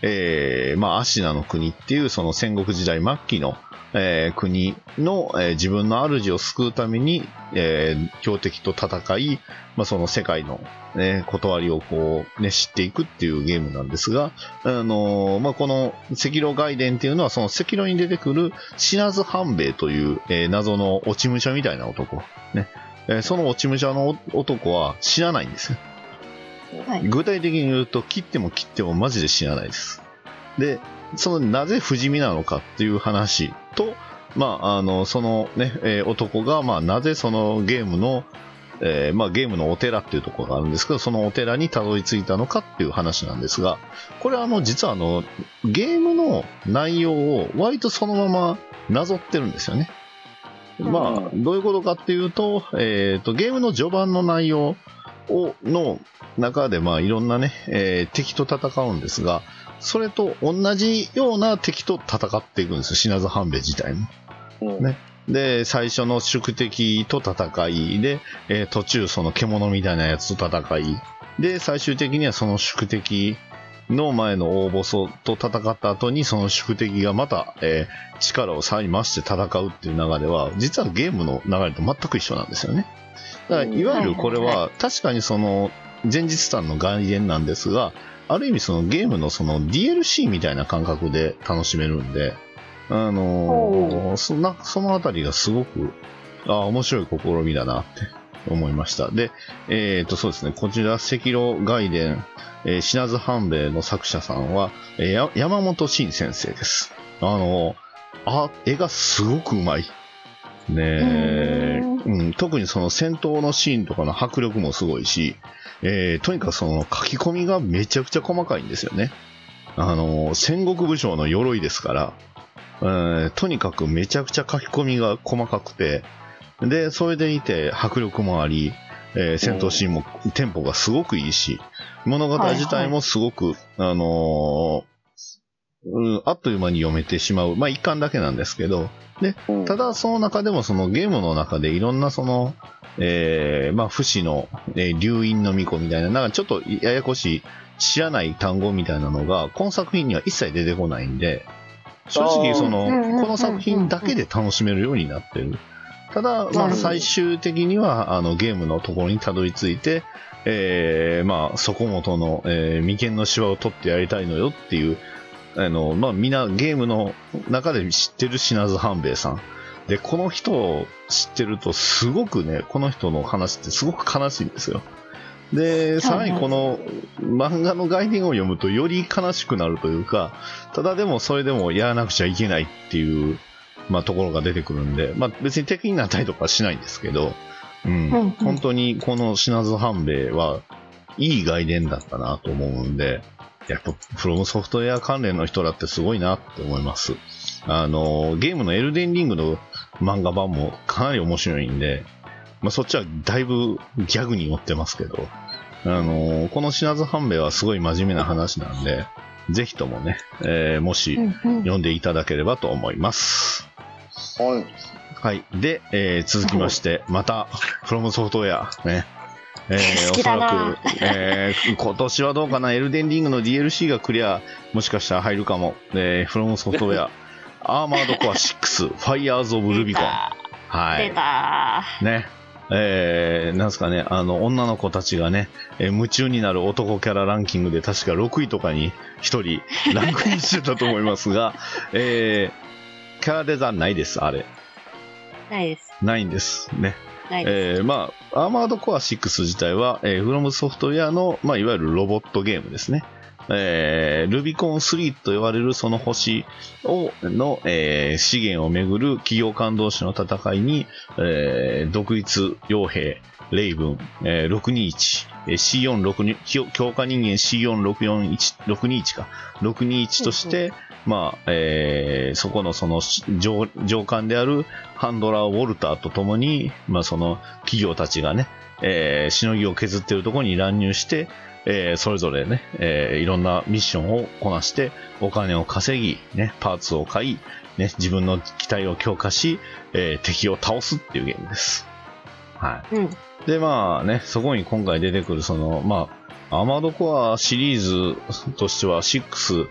まあ、アシナの国っていうその戦国時代末期の、国の、自分の主を救うために、強敵と戦い、まあ、その世界の、断りをこう、ね、知っていくっていうゲームなんですが、まあ、この赤狼外伝っていうのはその赤狼に出てくる品津半兵衛という、謎の落ち武者みたいな男、ね、その落ち武者の男は死なないんですよ。 はい、 具体的に言うと、切ってもマジで死なないです。で、そのなぜ不死身なのかっていう話と、まあ、そのね、男が、まあ、なぜそのゲームの、まあ、ゲームのお寺っていうところがあるんですけど、そのお寺にたどり着いたのかっていう話なんですが、これは実はゲームの内容を割とそのままなぞってるんですよね。まあ、どういうことかっていうと、ゲームの序盤の内容の中で、まあ、いろんなね、敵と戦うんですが、それと同じような敵と戦っていくんですよ、品津半兵衛自体も。ね。で、最初の宿敵と戦いで、途中その獣みたいなやつと戦い、で、最終的にはその宿敵の前の大ボスと戦った後に、その宿敵がまた、力をさらに増して戦うっていう流れは、実はゲームの流れと全く一緒なんですよね。だからいわゆるこれは、確かにその、前日譚の外伝なんですが、ある意味そのゲームのその DLC みたいな感覚で楽しめるんで、そのあたりがすごく、面白い試みだなって思いました。で、そうですね、こちら、赤狼外伝、品津半兵衛の作者さんは、山本慎先生です。絵がすごくうまい。ね、特にその戦闘のシーンとかの迫力もすごいし、とにかくその書き込みがめちゃくちゃ細かいんですよね。戦国武将の鎧ですから、とにかくめちゃくちゃ書き込みが細かくて、で、それでいて迫力もあり、戦闘シーンもテンポがすごくいいし、物語自体もすごく、あっという間に読めてしまう。まあ一巻だけなんですけど、で、ただその中でもそのゲームの中でいろんなその、まあ不死の、流因の巫女みたいな、なんかちょっとややこしい知らない単語みたいなのが、この作品には一切出てこないんで、正直その、この作品だけで楽しめるようになってる。ただ、まあ最終的にはゲームのところにたどり着いて、まあ底本の、眉間のシワを取ってやりたいのよっていう、まあみんなゲームの中で知ってる品津半兵衛さん。で、この人を知ってるとすごくね、この人の話ってすごく悲しいんですよ。で、さらにこの漫画の概念を読むとより悲しくなるというか、ただでもそれでもやらなくちゃいけないっていう、まあところが出てくるんで、まあ別に敵になったりとかはしないんですけど、本当にこの品津半兵衛はいい概念だったなと思うんで、やっぱフロムソフトウェア関連の人だってすごいなって思います。ゲームのエルデンリングの漫画版もかなり面白いんで、まあそっちはだいぶギャグに寄ってますけど、この品津半兵衛はすごい真面目な話なんで、ぜひともね、もし読んでいただければと思います。 はい。 はい。で、続きまして、また、フロムソフトウェア、ね。おそらく、今年はどうかな、エルデンリングの DLC がクリア、もしかしたら入るかも。フロムソフトウェア、アーマードコア6、ファイヤーズ・オブ・ルビコン。はい。 出たね。なんすかね、女の子たちがね、夢中になる男キャラランキングで確か6位とかに1人ランクインしてたと思いますが、キャラデザないです、あれ。 ないです。 ないんですね。 ないです。 まあ、アーマードコア6自体は、フロムソフトウェアの、まあ、いわゆるロボットゲームですね。ルビコン3と呼ばれるその星の、資源をめぐる企業間同士の戦いに、独立傭兵、レイブン、621、C462、強化人間 C4641、621として、まあ、そこのその上官であるハンドラーウォルターとともに、まあその企業たちがね、しのぎを削っているところに乱入して、それぞれね、いろんなミッションをこなしてお金を稼ぎ、ね、パーツを買い、ね、自分の機体を強化し、敵を倒すっていうゲームです。はい。で、まあね、そこに今回出てくるその、まあ、アーマードコアシリーズとしては6、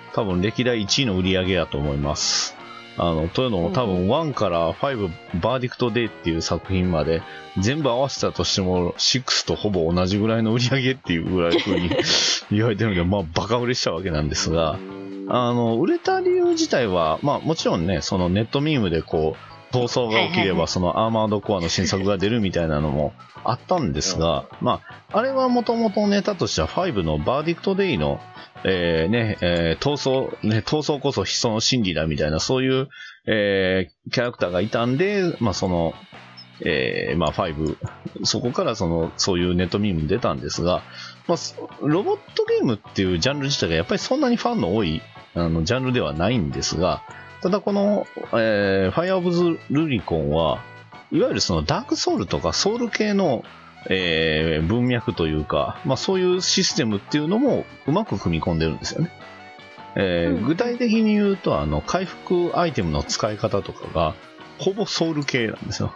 多分歴代1位の売り上げやと思います。というのも多分1から5バーディクトデイっていう作品まで全部合わせたとしても6とほぼ同じぐらいの売り上げっていうぐらい風に言われてるので、まあバカ売れしたわけなんですが、売れた理由自体は、まあもちろんね、そのネットミームでこう、闘争が起きればそのアーマードコアの新作が出るみたいなのもあったんですが、まあ、あれはもともとネタとしては5のバーディクトデイの闘争こそ人の真理だみたいな、そういう、キャラクターがいたんで、まあその、まあ5、そこからそういうネットミームに出たんですが、まあ、ロボットゲームっていうジャンル自体がやっぱりそんなにファンの多い、ジャンルではないんですが、ただこの、ファイアオブズルリコンは、いわゆるそのダークソウルとかソウル系の文脈というか、まあそういうシステムっていうのもうまく組み込んでるんですよね。具体的に言うと、回復アイテムの使い方とかが、ほぼソウル系なんですよ。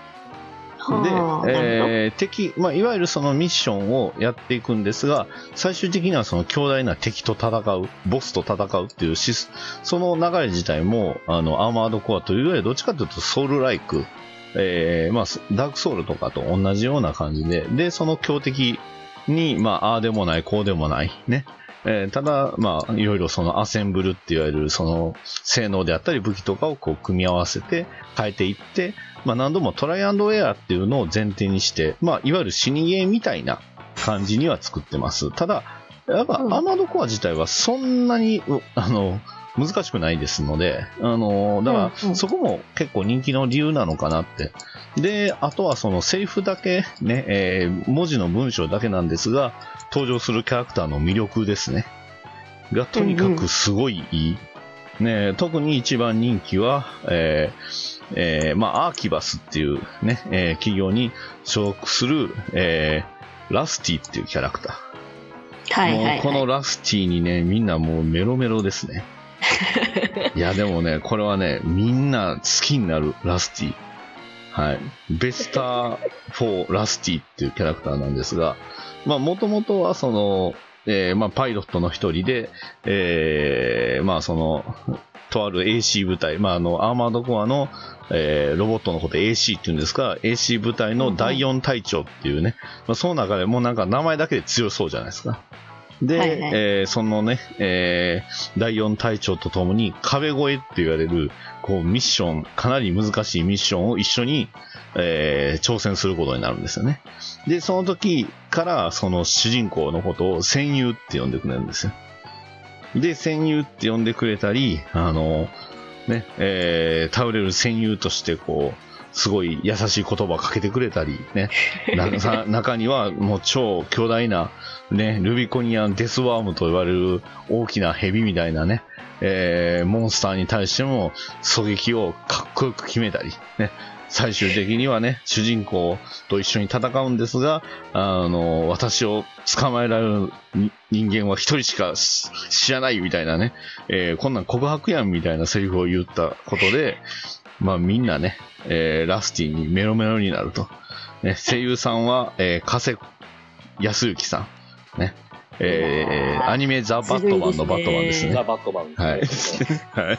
で、まあ、いわゆるそのミッションをやっていくんですが、最終的にはその強大な敵と戦う、ボスと戦うっていうその流れ自体も、アーマードコアというよりどっちかというとソウルライク、まあ、ダークソウルとかと同じような感じで、その強敵に、まあ、ああでもない、こうでもない、ね。ただ、まあ、いろいろそのアセンブルって言われるその性能であったり武器とかをこう組み合わせて変えていって、まあ何度もトライアンドエアーっていうのを前提にして、まあいわゆる死にゲーみたいな感じには作ってます。ただ、やっぱアーマードコア自体はそんなに、難しくないですので、だからそこも結構人気の理由なのかなって。で、あとはそのセリフだけね、文字の文章だけなんですが、登場するキャラクターの魅力ですね。がとにかくすごいいい。ね、特に一番人気は、まあ、アーキバスっていうね、企業に所属する、ラスティっていうキャラクター。もうこのラスティにね、みんなもうメロメロですね。いや、でもね、これはね、みんな好きになるラスティ。はい。ベスター4ラスティっていうキャラクターなんですが、まあ、もともとはその、まあ、パイロットの一人で、まあ、その、とある AC 部隊、まあ、アーマードコアの、ロボットのこと AC っていうんですが、AC 部隊の第4隊長っていうね、まあ、その中でもうなんか名前だけで強そうじゃないですか。で、はいはい、そのね、第4隊長と共に壁越えって言われる、こうミッション、かなり難しいミッションを一緒に、挑戦することになるんですよね。で、その時からその主人公のことを戦友って呼んでくれるんですよ。で、戦友って呼んでくれたり、ね、頼れる戦友としてこう、すごい優しい言葉をかけてくれたり、ね。中にはもう超巨大な、ね、ルビコニアンデスワームと言われる大きなヘビみたいなね、モンスターに対しても狙撃をかっこよく決めたり、ね。最終的にはね、主人公と一緒に戦うんですが、私を捕まえられる人間は一人しか知らないみたいなね、こんなん告白やんみたいなセリフを言ったことで、まあみんなね、ラスティにメロメロになると。ね、声優さんは、加瀬康之さん。ね。アニメザ・バットマンのバットマンですね。 ザ・バットマン。 はい。はい。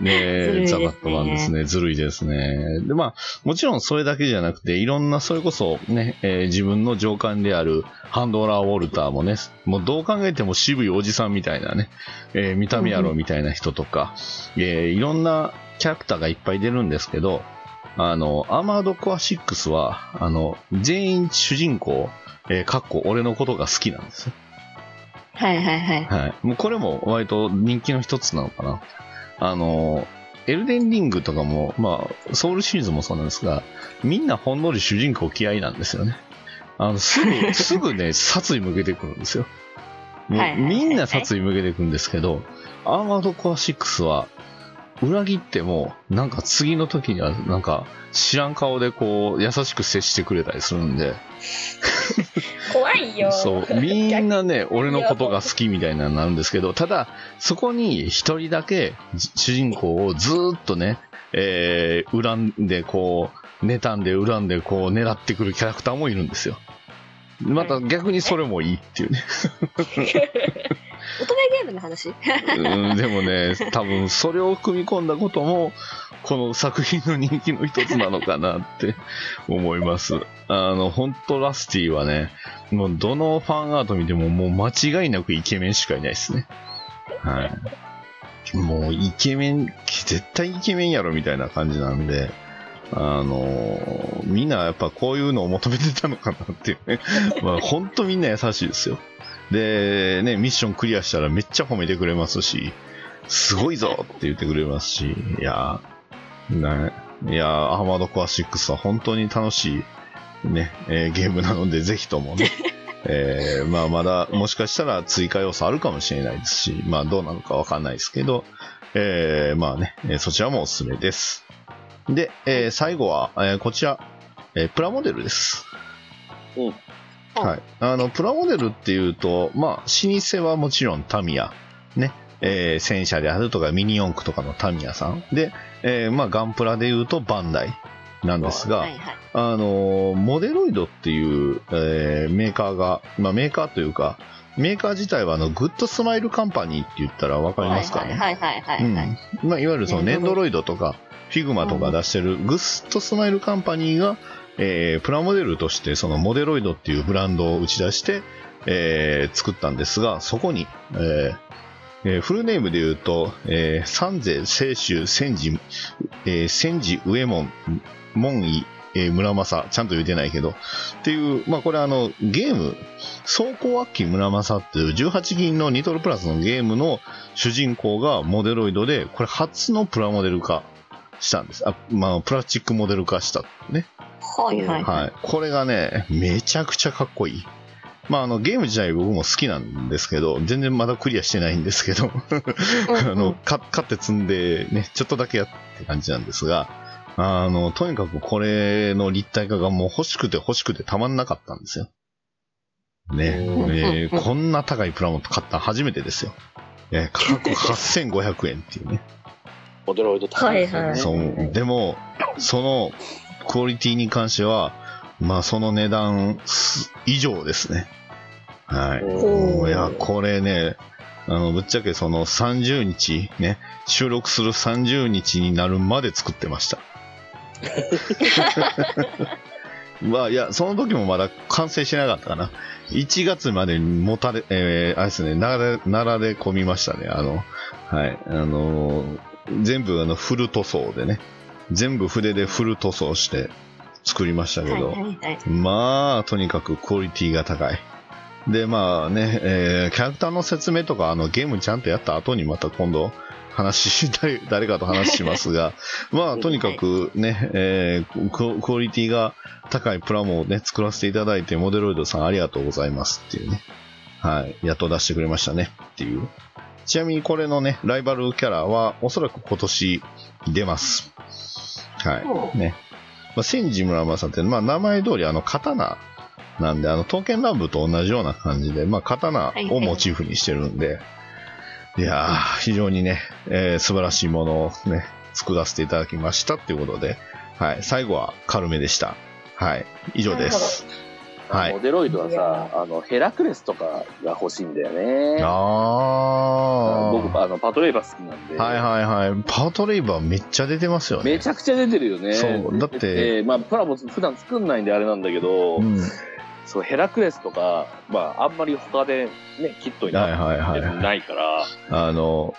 ね、ザ・バットマンですね。ずるいですね。で、まあ、もちろんそれだけじゃなくて、いろんな、それこそね、自分の上官であるハンドラー・ウォルターもね、もうどう考えても渋いおじさんみたいなね、見た目野郎みたいな人とか、いろんなキャラクターがいっぱい出るんですけど、アーマードコア6は、全員主人公、かっこ俺のことが好きなんですよ。 はいはいはい。 はい。もうこれも割と人気の一つなのかな。エルデンリングとかも、まあ、ソウルシリーズもそうなんですが、みんなほんのり主人公嫌いなんですよね。すぐね、殺意向けてくるんですよ。もうみんな殺意向けてくるんですけど、アーマードコア6は、裏切っても、なんか次の時には、なんか知らん顔でこう、優しく接してくれたりするんで。 怖いよ。 そう。みんなね、俺のことが好きみたいなのになるんですけど、ただ、そこに一人だけ主人公をずーっとね、恨んでこう、妬んで恨んでこう、狙ってくるキャラクターもいるんですよ。また逆にそれもいいっていうね。 乙女ゲームの話でもね、多分それを組み込んだことも、この作品の人気の一つなのかなって思います。本当ラスティはね、もうどのファンアート見てももう間違いなくイケメンしかいないですね。はい。もうイケメン、絶対イケメンやろみたいな感じなんで、みんなやっぱこういうのを求めてたのかなっていうね。まあ本当みんな優しいですよ。で、ね、ミッションクリアしたらめっちゃ褒めてくれますし、すごいぞって言ってくれますし、いや、アーマードコア6は本当に楽しいね、ゲームなので、ぜひともね、まあまだもしかしたら追加要素あるかもしれないですし、まあどうなのかわかんないですけど、まあね、そちらもおすすめです。で、最後は、こちら、プラモデルです。 うん。 はい。プラモデルっていうと、まあ、老舗はもちろんタミヤ、ね、戦車であるとかミニ四駆とかのタミヤさんで、まあガンプラでいうとバンダイなんですが、 はいはい、 モデロイドっていう、メーカーが、まあメーカーというか、メーカー自体はグッドスマイルカンパニーって言ったらわかりますかね。 はいはいはいはい、はい、 まあいわゆるそのネンドロイドとかフィグマとか出してるグッドスマイルカンパニーが、プラモデルとしてそのモデロイドっていうブランドを打ち出して、作ったんですが、そこに、フルネームで言うと、三世清舟千治上門井、村正、ちゃんと言うてないけど、っていう、まあこれゲーム、装甲悪鬼村正っていう18銀のニトロプラスのゲームの主人公がモデロイドで、これ初のプラモデル化したんです。まあプラスチックモデル化したね。 はいはいはい。 これがね、めちゃくちゃかっこいい。まあゲーム自体僕も好きなんですけど、全然まだクリアしてないんですけど、買って積んでね、ちょっとだけやって感じなんですが、とにかくこれの立体化がもう欲しくてたまんなかったんですよ。ね、こんな高いプラモ買ったの初めてですよ。価格8500円っていうね。 モデロイド高いですよね。 そう。でも、そのクオリティに関しては、まあその値段以上ですね。はい。いや、これね、ぶっちゃけその30日、ね、収録する30日になるまで作ってました。まあ、いや、その時もまだ完成しなかったかな。1月までにあれですね、奈良で込みましたね。はい。全部フル塗装でね、全部筆でフル塗装して作りましたけど、まあ、とにかくクオリティが高い。で、まあね、キャラクターの説明とか、ゲームちゃんとやった後にまた今度、誰かと話しますが、まあ、とにかくね、クオリティが高いプラモをね、作らせていただいて、モデロイドさんありがとうございますっていうね、はい、やっと出してくれましたねっていう。ちなみにこれのね、ライバルキャラは、おそらく今年出ます。はい。ね。まあ、千治村正って、まあ、名前通り、刀なんで、刀剣乱舞と同じような感じで、まあ、刀をモチーフにしてるんで、いやー、非常にね、素晴らしいものをね、作らせていただきましたっていうことで、はい、最後は軽めでした。はい、以上です。はい。 モデロイドはさ、ヘラクレスとかが欲しいんだよね。僕、パトレイバー好きなんで。 はいはいはい。パトレイバーめっちゃ出てますよね。 めちゃくちゃ出てるよね。 そう、だって。 まあ、プラモ普段作んないんであれなんだけど、そう、ヘラクレスとか、まあ、あんまり他でね、キットになってないから。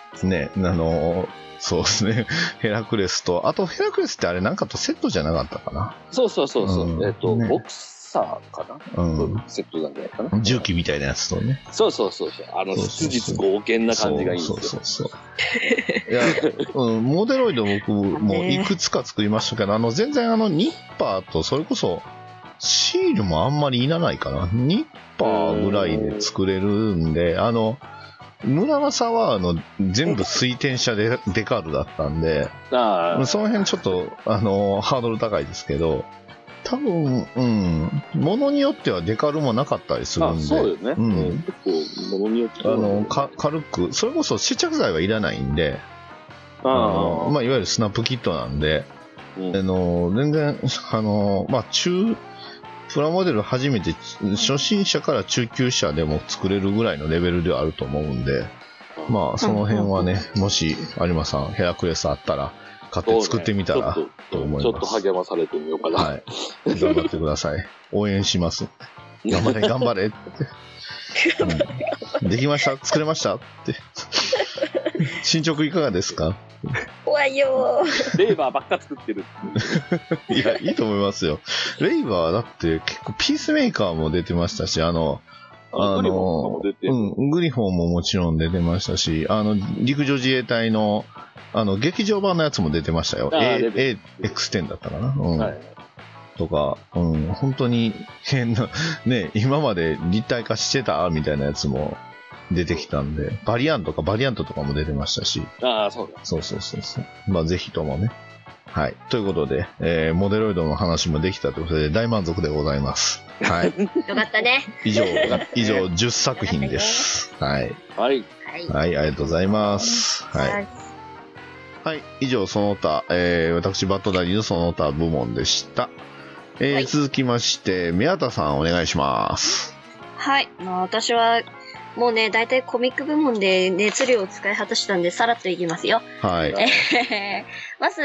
そうですね。ヘラクレスと、あとヘラクレスってあれなんかとセットじゃなかったかな。 そう。ボクサーかな、セットなんじゃないかな。 重機みたいなやつとね。 そう。質実剛健な感じがいいんですよ。そう。 いや、モデロイド僕もいくつか作りましたけど、全然ニッパーとそれこそ、シールもあんまりいらないかな。ニッパーぐらいで作れるんで、村正は全部水転写でデカールだったんで、その辺ちょっとハードル高いですけど、多分、ものによってはデカールもなかったりするんで、 そうよね。結構ものによっては軽く、それこそ接着剤はいらないんで、まあいわゆるスナップキットなんで、全然まあプラモデル初めて、初心者から中級者でも作れるぐらいのレベルではあると思うんで、まあ、その辺はね、もし、有馬さん、ヘラクレスあったら、買って作ってみたら、と思います。 ちょっと励まされてみようかな。 はい。頑張ってください。応援します。頑張れ、頑張れって。できました？作れました？って。進捗いかがですか？ 怖いよレイバーばっか作ってる。 いや、いいと思いますよ。レイバーだって結構ピースメーカーも出てましたし、グリフォンももちろん出てましたし、陸上自衛隊の、劇場版のやつも出てましたよ。AX10 だったかな。はい。とか、本当に変な、ね、今まで立体化してたみたいなやつも出てきたんで、バリアントとかも出てましたし。 ああ、そうだ。 そう。まあ、ぜひともね。はい。ということで、モデロイドの話もできたということで、大満足でございます。はい。 よかったね。 以上10作品です。はい。 はい。 はい、ありがとうございます。はい。はい、以上、その他、私、バッドダディのその他部門でした。続きまして、宮田さんお願いします。 はい。私は、もうね、大体コミック部門で熱量を使い果たしたんで、さらっといきますよ。 はい。 まず、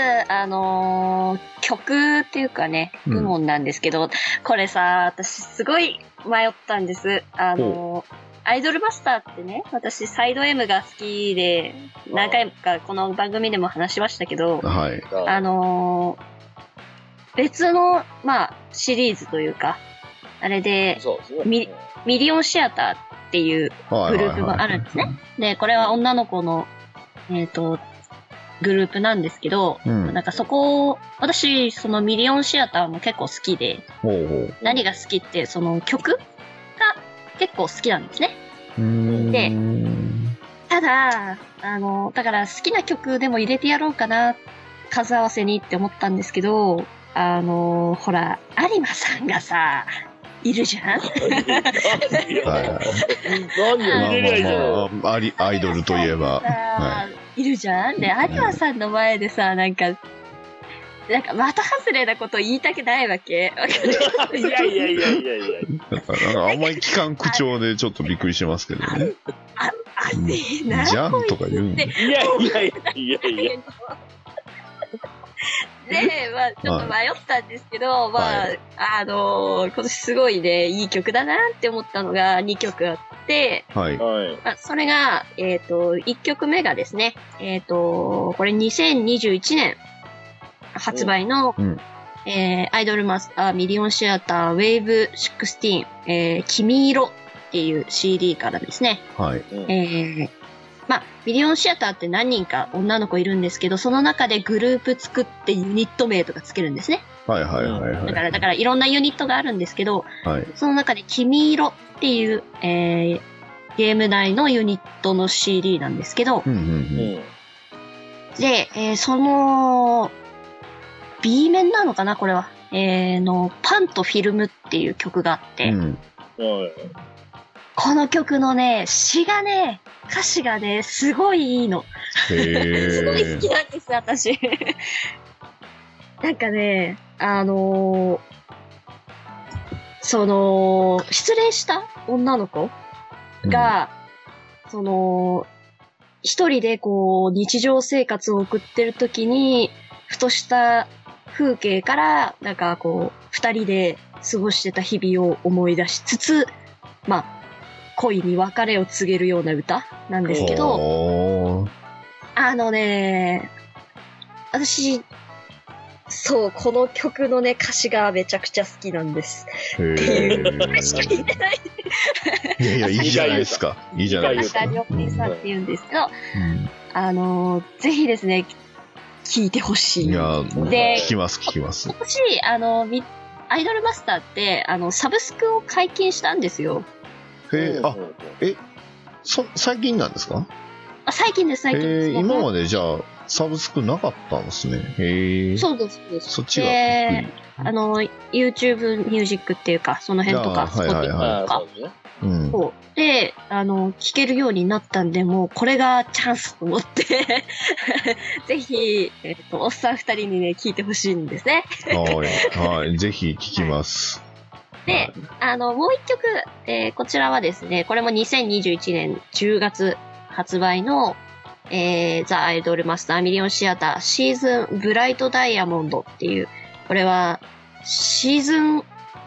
曲っていうかね、部門なんですけど、これさ、私すごい迷ったんです。アイドルマスターってね、私サイド M が好きで、何回かこの番組でも話しましたけど、 はい。 別の、まあ、シリーズというか、あれで、ミリオンシアターっていうグループがあるんですね。で、これは女の子の、グループなんですけど、なんかそこ、私、そのミリオンシアターも結構好きで、何が好きって、その曲が結構好きなんですね。で、ただ、だから好きな曲でも入れてやろうかな、数合わせにって思ったんですけど、ほら、有馬さんがさ、いるじゃん。 アイドルといえば。 いるじゃん。で、有馬さんの前でさ、なんか、的外れなこと言いたくないわけ。 いや。 あんまり聞かん口調でちょっとびっくりしてますけどね。 じゃんとか言うんで。 いや。 で、まあ、ちょっと迷ったんですけど、まあ、今年すごいね、いい曲だなって思ったのが2曲あって、 はい。 まあ、それが、1曲目がですね、これ2021年発売の、アイドルマスターミリオンシアターウェーブ16、君色っていう CD からですね、 はい。 まあ、ミリオンシアターって何人か女の子いるんですけど、その中でグループ作ってユニット名とかつけるんですね。 はい。 だからいろんなユニットがあるんですけど、 はい、 その中で君色っていう、ゲーム内のユニットの CD なんですけど、で、その、B 面なのかなこれは。パンとフィルムっていう曲があって、この曲のね、詩がね、歌詞がね、すごいいいの。すごい好きなんです、私。なんかね、その、失恋した女の子が、その、一人でこう、日常生活を送ってる時に、ふとした風景から、なんかこう、二人で過ごしてた日々を思い出しつつ、まあ、恋に別れを告げるような歌なんですけど、私、そう、この曲のね、歌詞がめちゃくちゃ好きなんです。っていう。しか言ってない。 いや、いいじゃないですか。いいじゃないですか。 りょうぴんさんって言うんですけど、ぜひですね、聴いてほしい。 いや、で、聞きます。 今年、アイドルマスターって、サブスクを解禁したんですよ。 最近なんですか？ 最近です。 今までじゃあ、サブスクなかったんですね。 そうです。 そっちが。 YouTube ミュージックっていうか、その辺とか、Spotify とか。で、聴けるようになったんで、もうこれがチャンスと思って、ぜひ、おっさん二人にね、聴いてほしいんですね。 はい、ぜひ聴きます。 で、もう一曲、こちらはですね、これも2021年10月発売の、ザ・アイドルマスターミリオンシアターシーズンブライトダイヤモンドっていう、これはシーズン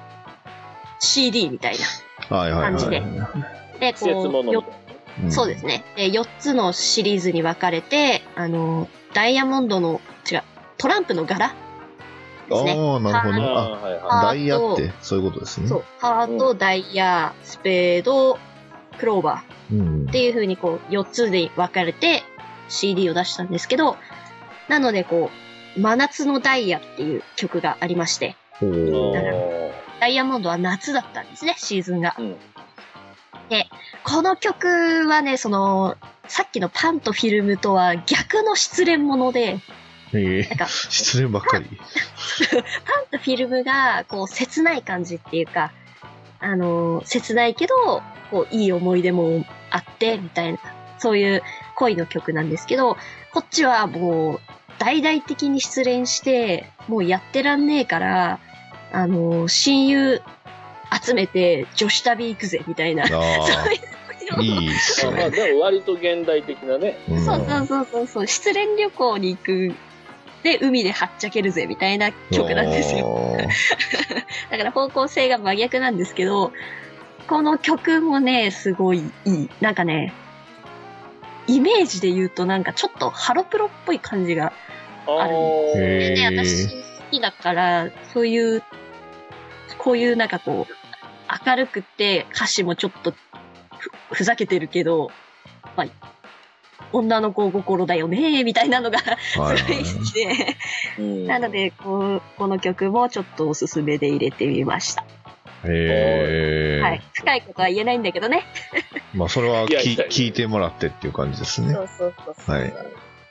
CD みたいな感じで。で、そうですね。4つのシリーズに分かれて、ダイヤモンドの、トランプの柄ですね。 ああ、なるほど。ダイヤって、そういうことですね。 そう。ハート、ダイヤ、スペード、クローバーっていう風に4つで分かれて CD を出したんですけど、なので真夏のダイヤっていう曲がありまして、ダイヤモンドは夏だったんですね、シーズンが。で、この曲はね、さっきのパンとフィルムとは逆の失恋もので、 失恋ばっかり。 パンとフィルムが、切ない感じっていうか、切ないけど、いい思い出もあって、みたいな、そういう恋の曲なんですけど、こっちはもう、大々的に失恋して、もうやってらんねえから、親友集めて女子旅行くぜ、みたいな。そういういいっすね。 でも割と現代的なね。 そう。失恋旅行に行く。で、海ではっちゃけるぜ、みたいな曲なんですよ。だから方向性が真逆なんですけど、この曲もね、すごいいい。なんかね、イメージで言うとなんかちょっとハロプロっぽい感じがある。でね、私好きだから、そういう、こういうなんか明るくて歌詞もちょっとふざけてるけど、まあ、女の子心だよね、みたいなのがすごい好きで。なので、この曲もちょっとおすすめで入れてみました。はい。深いことは言えないんだけどね。 まあ、それは聞いてもらってっていう感じですね。 そう。はい。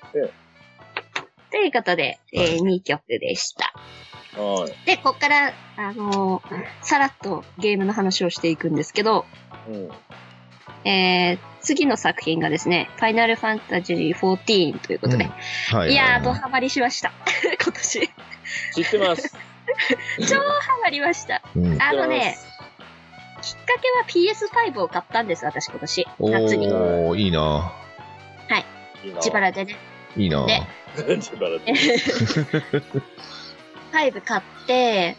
ということで、2曲でした。で、こっから、さらっとゲームの話をしていくんですけど、次の作品がですね、ファイナルファンタジー14ということで、いやー、ドハマりしました。今年。 知ってます。 超ハマりました。きっかけは PS5 を買ったんです、私今年。夏に。 おー、いいな。 はい。自腹でね。 いいな。 自腹で。 5買って、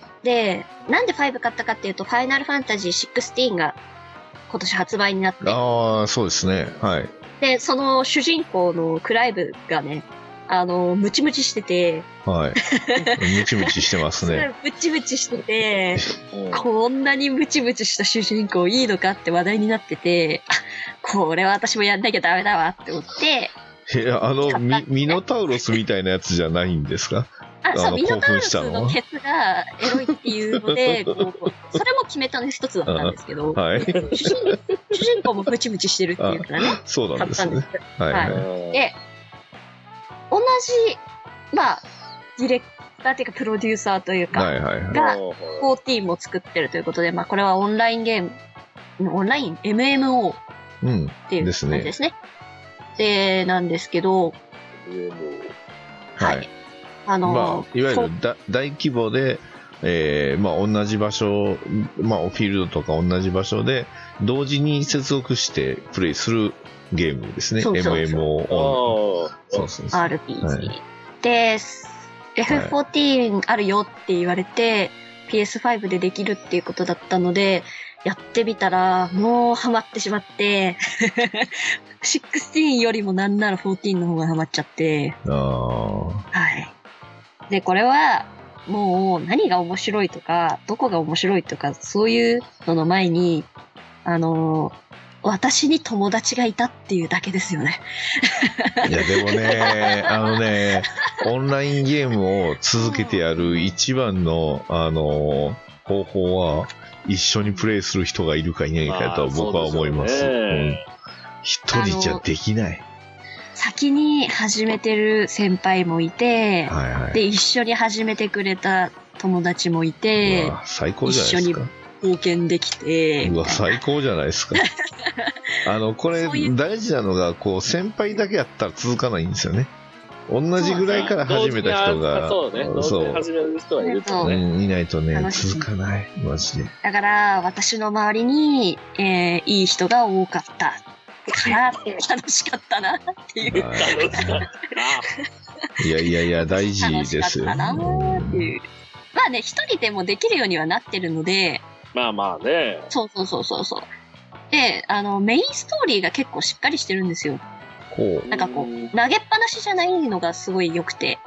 で、なんで5買ったかっていうと、ファイナルファンタジー16が今年発売になって。 ああ、そうですね。はい。 で、その主人公のクライブがね、ムチムチしてて。 はい。ムチムチしてますね。 ムチムチしてて、こんなにムチムチした主人公いいのかって話題になってて、これは私もやんなきゃダメだわって思って。 ミノタウロスみたいなやつじゃないんですか？ そう、ミノタウロスのケツがエロいっていうので、それも決めたの一つだったんですけど、 はい、 主人公もムチムチしてるっていうからね。 そうなんですね。 はい。で、同じ、ディレクターっていうかプロデューサーというか、が14も作ってるということで、これはオンラインゲーム、MMO っていう感じですね。で、なんですけど、 はい。いわゆる大規模で、同じ場所、フィールドとか同じ場所で、同時に接続してプレイするゲームですね。MMO。 RPG。で、F14 あるよって言われて、PS5 でできるっていうことだったので、やってみたら、もうハマってしまって、16よりもなんなら14の方がハマっちゃって、はい。で、これは、もう何が面白いとか、どこが面白いとか、そういうのの前に、私に友達がいたっていうだけですよね。 いや、でもね、オンラインゲームを続けてやる一番の、方法は、一緒にプレイする人がいるかいないかと僕は思います。一人じゃできない。 先に始めてる先輩もいて、で、一緒に始めてくれた友達もいて、 最高じゃないですか。 一緒に冒険できて。 最高じゃないですか。これ、大事なのが、先輩だけやったら続かないんですよね。 同じぐらいから始めた人が、 そうね、同時に始める人はいるとね。 いないとね、続かない。マジで。 だから、私の周りに、いい人が多かったから、楽しかったなっていう。 いや、大事ですよ。 楽しかったなっていう。まあね、一人でもできるようにはなってるので。 まあね。 そう。で、メインストーリーが結構しっかりしてるんですよ。なんかこう、投げっぱなしじゃないのがすごい良くて。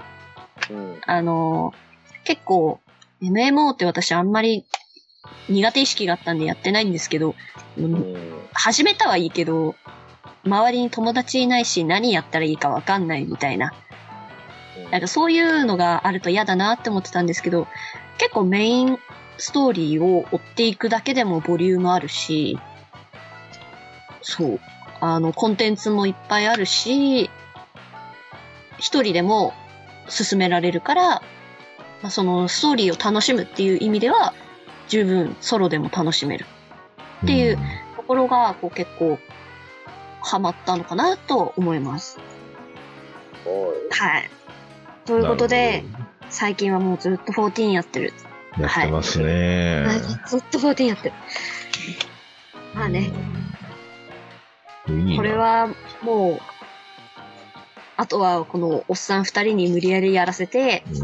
結構、MMO って私あんまり苦手意識があったんでやってないんですけど、始めたはいいけど、周りに友達いないし何やったらいいかわかんないみたいな。なんかそういうのがあると嫌だなって思ってたんですけど、結構メインストーリーを追っていくだけでもボリュームあるし、そう。コンテンツもいっぱいあるし、一人でも進められるから、まあ、そのストーリーを楽しむっていう意味では、十分ソロでも楽しめるっていうところが、こう結構ハマったのかなと思います。はい。ということで、最近はもうずっと14やってる。 やってますね。 はい、ずっと14やってる。まあね。これはもう、あとはこのおっさん二人に無理やりやらせて、 あ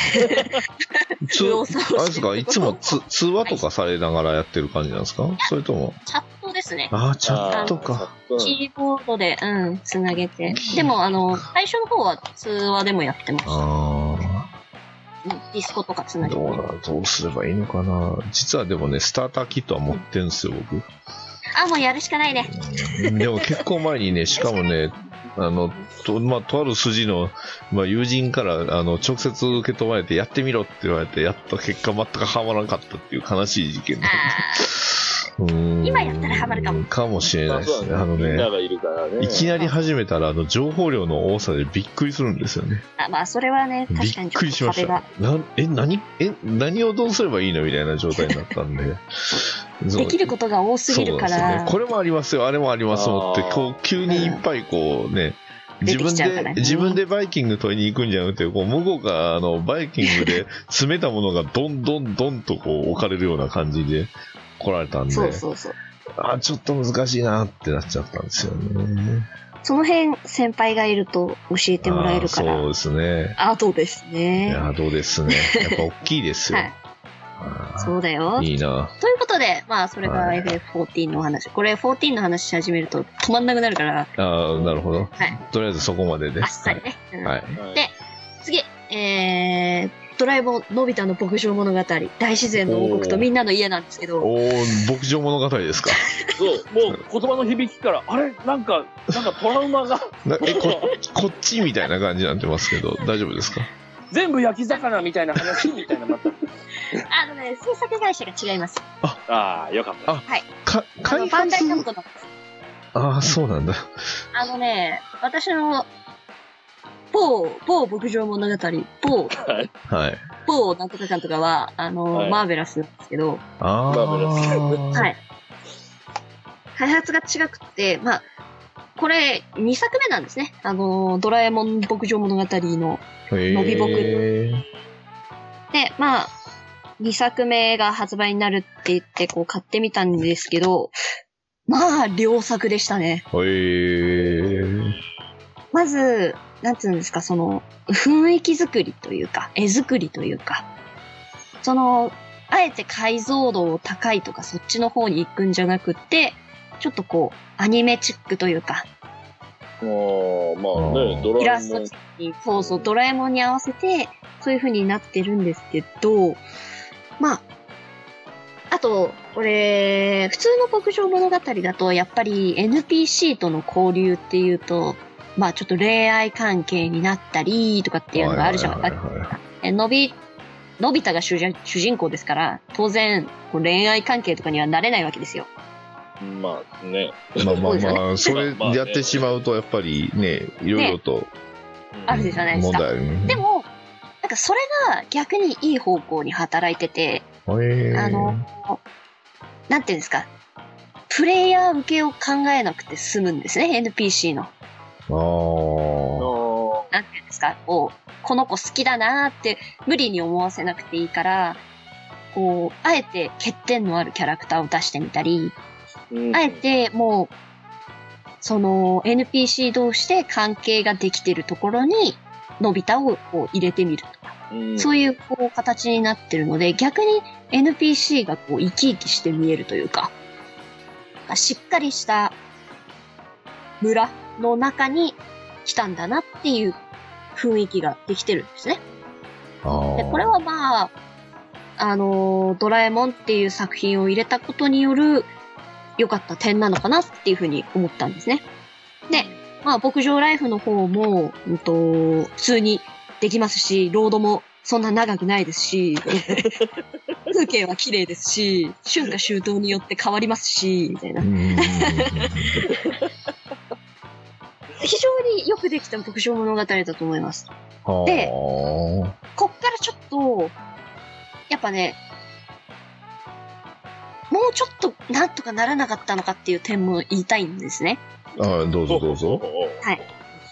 れですか、いつも通話とかされながらやってる感じなんですか？それとも。 チャットですね。 チャットか。 キーボードで、つなげて。でも、最初の方は通話でもやってました。ディスコとかつなげて。 どうすればいいのかな。実はでもね、スターターキットは持ってるんですよ、僕。 もうやるしかないね。 でも結構前にね、しかもね、とある筋の、友人から、直接受け止められて、やってみろって言われて、やった結果全くハマらなかったっていう悲しい事件なんで。 今やったらハマるかも。 かもしれないですね。いきなり始めたら、情報量の多さでびっくりするんですよね。 まあ、それはね、確かにびっくりしました。何をどうすればいいのみたいな状態になったんで。 できることが多すぎるから。 ね、これもありますよ、あれもありますもって、こう、急にいっぱいこうね、自分でバイキング取りに行くんじゃなくて、こう、向こうが、バイキングで詰めたものがどんどんとこう、置かれるような感じで来られたんで。 そう。 ちょっと難しいなってなっちゃったんですよね。 その辺、先輩がいると教えてもらえるから。 そうですね。 どうですね。 どうですね。やっぱ大きいですよ。 はい。そうだよ。 いいな。 ということで、それが FF14 の話。これ14の話し始めると止まんなくなるから。 なるほど。はい。とりあえずそこまでで。 あっさりね。 はい。 で、次、ドラえもんのび太の牧場物語、大自然の王国とみんなの家なんですけど。 牧場物語ですか。 そう、もう言葉の響きから、あれなんかトラウマが。 こっちみたいな感じになってますけど、大丈夫ですか？ 全部焼き魚みたいな話みたいなまた。 制作会社が違います。 よかった。 はい。 開バンダイ発ナムコなんです。 そうなんだ。 私の某牧場物語、某なんとかかんとかは、マーベラスなんですけど、 マーベラス。 はい。開発が違くて、これ2作目なんですね。ドラえもん牧場物語ののび牧。で、2作目が発売になるって言って、こう買ってみたんですけど、良作でしたね。まず、なんつうんですか、その、雰囲気作りというか、絵作りというか、あえて解像度を高いとかそっちの方に行くんじゃなくって、ちょっとこう、アニメチックというか、イラストチックに、ドラえもんに合わせて、そういう風になってるんですけど、あと、これ、普通の牧場物語だと、やっぱり NPC との交流っていうと、ちょっと恋愛関係になったりとかっていうのがあるじゃないですか。のび太が主人公ですから、当然、恋愛関係とかにはなれないわけですよ。 それやってしまうと、やっぱりね、いろいろと、 あるじゃないですか。でも、それが逆にいい方向に働いてて、なんていうんですか、プレイヤー受けを考えなくて済むんですね、NPC の。なんていうんですですか。この子好きだなーって無理に思わせなくていいから、あえて欠点のあるキャラクターを出してみたり、あえてもう、その NPC 同士で関係ができてるところに、のび太を入れてみるとか、そういう形になってるので、逆に NPC が生き生きして見えるというか、しっかりした村の中に来たんだなっていう雰囲気ができてるんですね。でこれはまあ、ドラえもんっていう作品を入れたことによる良かった点なのかなっていうふうに思ったんですね。で、まあ、牧場ライフの方も、普通にできますし、ロードもそんな長くないですし、風景は綺麗ですし、春夏秋冬によって変わりますし、みたいな。非常によくできた牧場物語だと思います。で、こっからちょっと、やっぱね、もうちょっとなんとかならなかったのかっていう点も言いたいんですね。 どうぞどうぞ。 はい。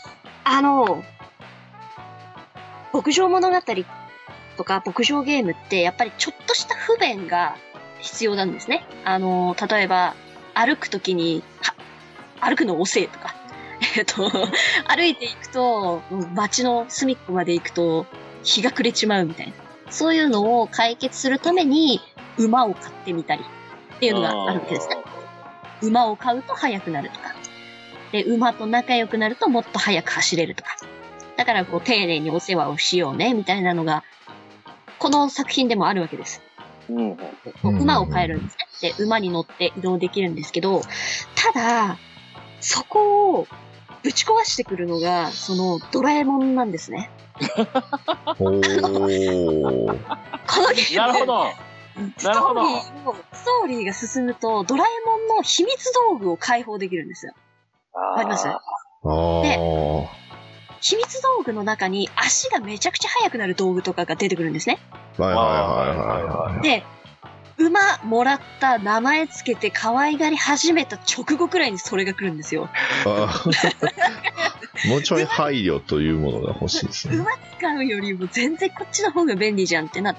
牧場物語とか牧場ゲームってやっぱりちょっとした不便が必要なんですね。例えば歩くときに、歩くの遅いとか、歩いていくと街の隅っこまで行くと日が暮れちまうみたいな。そういうのを解決するために馬を買ってみたりっていうのがあるわけですね。馬を買うと速くなるとか。で、馬と仲良くなるともっと速く走れるとか。だから丁寧にお世話をしようね、みたいなのが、この作品でもあるわけです。馬を飼えるんですね。で、馬に乗って移動できるんですけど、ただ、そこをぶち壊してくるのが、そのドラえもんなんですね。このゲーム。 なるほど。 ストーリーが進むと、ドラえもんの秘密道具を解放できるんですよ。わかります？で、秘密道具の中に足がめちゃくちゃ速くなる道具とかが出てくるんですね。で、馬もらった名前つけて可愛がり始めた直後くらいにそれが来るんですよ。 もうちょい配慮というものが欲しいですね。 馬使うよりも全然こっちの方が便利じゃんってなって、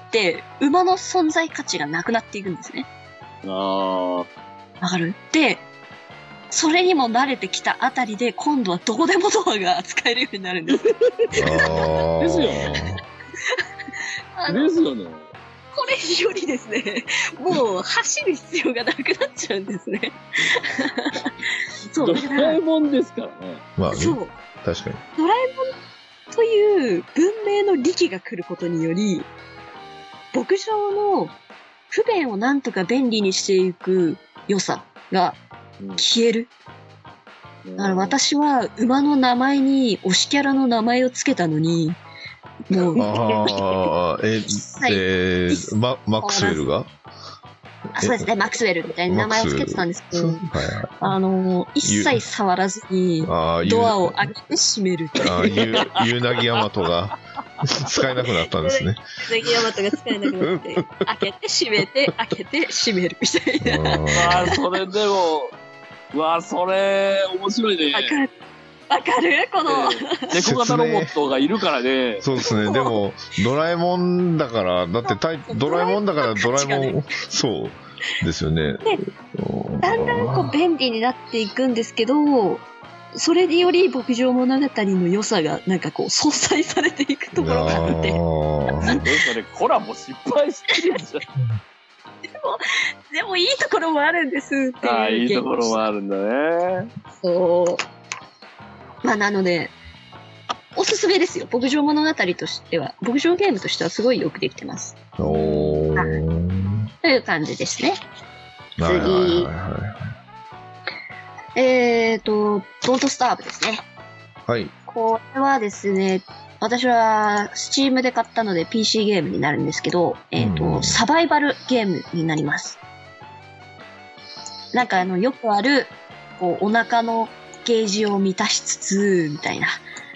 馬の存在価値がなくなっていくんですね。わかる？で、それにも慣れてきたあたりで、今度はどこでもドアが使えるようになるんです。ですよ。 ですよね。 これよりですね、もう走る必要がなくなっちゃうんですね。 そう。ドラえもんですからね。 まあね。 そう。 確かに。 ドラえもんという文明の利器が来ることにより、牧場の不便をなんとか便利にしていく良さが消える。だから私は馬の名前に推しキャラの名前をつけたのに、もう、 マックスウェルがそうですね、マックスウェルみたいな名前をつけてたんですけど、一切触らずに、ドアを開けて閉めるっていう。 ユナギヤマトが使えなくなったんですね。 ユナギヤマトが使えなくなって、開けて閉めて、開けて閉めるみたいな。 それでも、それ、面白いね。 わかるこの。 猫型ロボットがいるからね。 そうですね。でも、ドラえもんだから、だってドラえもんだからドラえもん、そうですよね。 で、だんだん便利になっていくんですけど、それにより牧場物語の良さが相殺されていくところがあって。 それコラボ失敗してるじゃん。 でもいいところもあるんですっていう。 いいところもあるんだね。 そう。なので、おすすめですよ。牧場物語としては、牧場ゲームとしてはすごいよくできてます。という感じですね。次。ドントスターブですね。 はい。 これはですね、私は Steam で買ったので PC ゲームになるんですけど、サバイバルゲームになります。よくある、お腹のゲージを満たしつつ、みたいな。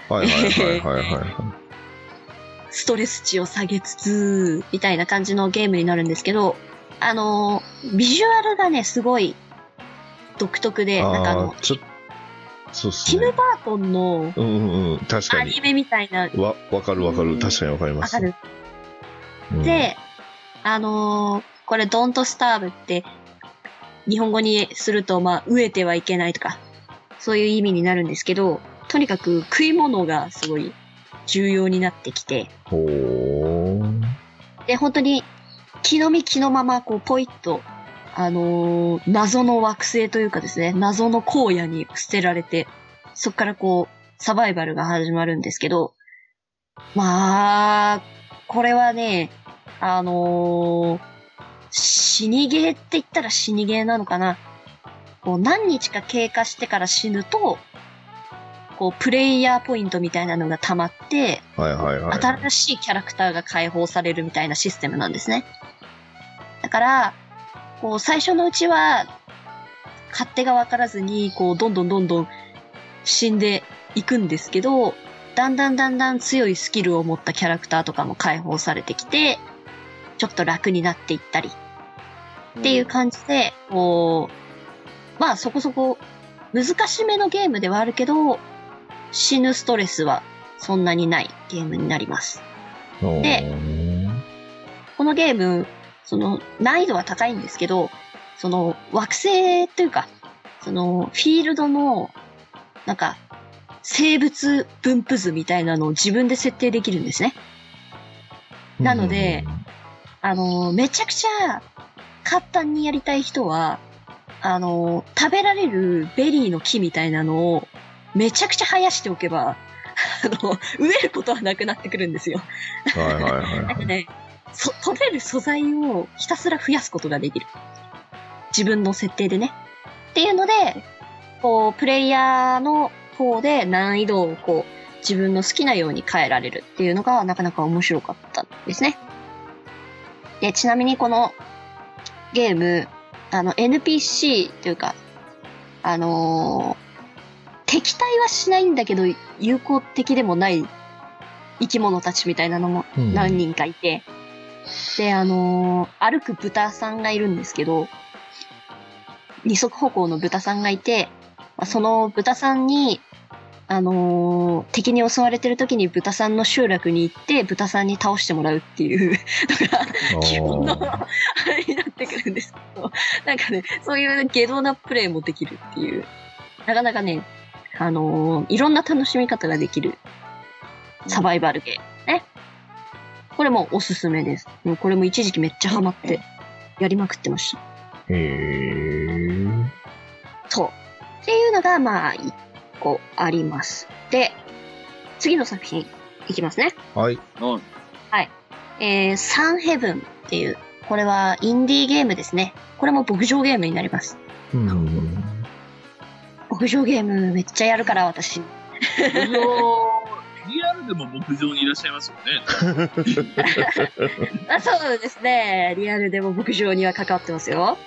ストレス値を下げつつ、みたいな感じのゲームになるんですけど、ビジュアルがね、すごい独特で、 そうっすね。 ティム・バートンの確かに。 アニメみたいな。 わかる。確かにわかります。 わかる。で、これ、Don't Starve って、日本語にすると、飢えてはいけないとか、そういう意味になるんですけど、とにかく食い物がすごい重要になってきて、で、本当に気の身気のまま、ポイッと、謎の惑星というかですね、謎の荒野に捨てられて、そこからサバイバルが始まるんですけど、これはね、死にゲーって言ったら死にゲーなのかな。何日か経過してから死ぬと、プレイヤーポイントみたいなのが溜まって、新しいキャラクターが解放されるみたいなシステムなんですね。だから、最初のうちは、勝手が分からずに、どんどん死んでいくんですけど、だんだん強いスキルを持ったキャラクターとかも解放されてきて、ちょっと楽になっていったり、っていう感じで、そこそこ難しめのゲームではあるけど、死ぬストレスはそんなにないゲームになります。で、このゲーム、難易度は高いんですけど、惑星というか、フィールドの、生物分布図みたいなのを自分で設定できるんですね。なので、めちゃくちゃ簡単にやりたい人は、食べられるベリーの木みたいなのをめちゃくちゃ生やしておけば、植えることはなくなってくるんですよ。なんかね、取れる素材をひたすら増やすことができる。自分の設定でね。っていうので、プレイヤーの方で難易度を自分の好きなように変えられるっていうのがなかなか面白かったんですね。で、ちなみにこのゲーム、NPC というか、敵対はしないんだけど、友好的でもない生き物たちみたいなのも何人かいて、で、歩く豚さんがいるんですけど、二足歩行の豚さんがいて、その豚さんに、敵に襲われてる時に豚さんの集落に行って豚さんに倒してもらうっていうのが基本のあれになってくるんですけど、なんかね、そういう下道なプレイもできるっていう、なかなかね、いろんな楽しみ方ができるサバイバルゲームね。これもおすすめです。これも一時期めっちゃハマってやりまくってました。そう。っていうのが、一個あります。で、次の作品いきますね。 はい。 はい。サンヘブンっていう、これはインディーゲームですね。これも牧場ゲームになります。牧場ゲームめっちゃやるから私。 リアルでも牧場にいらっしゃいますよね。 そうですね。リアルでも牧場には関わってますよ。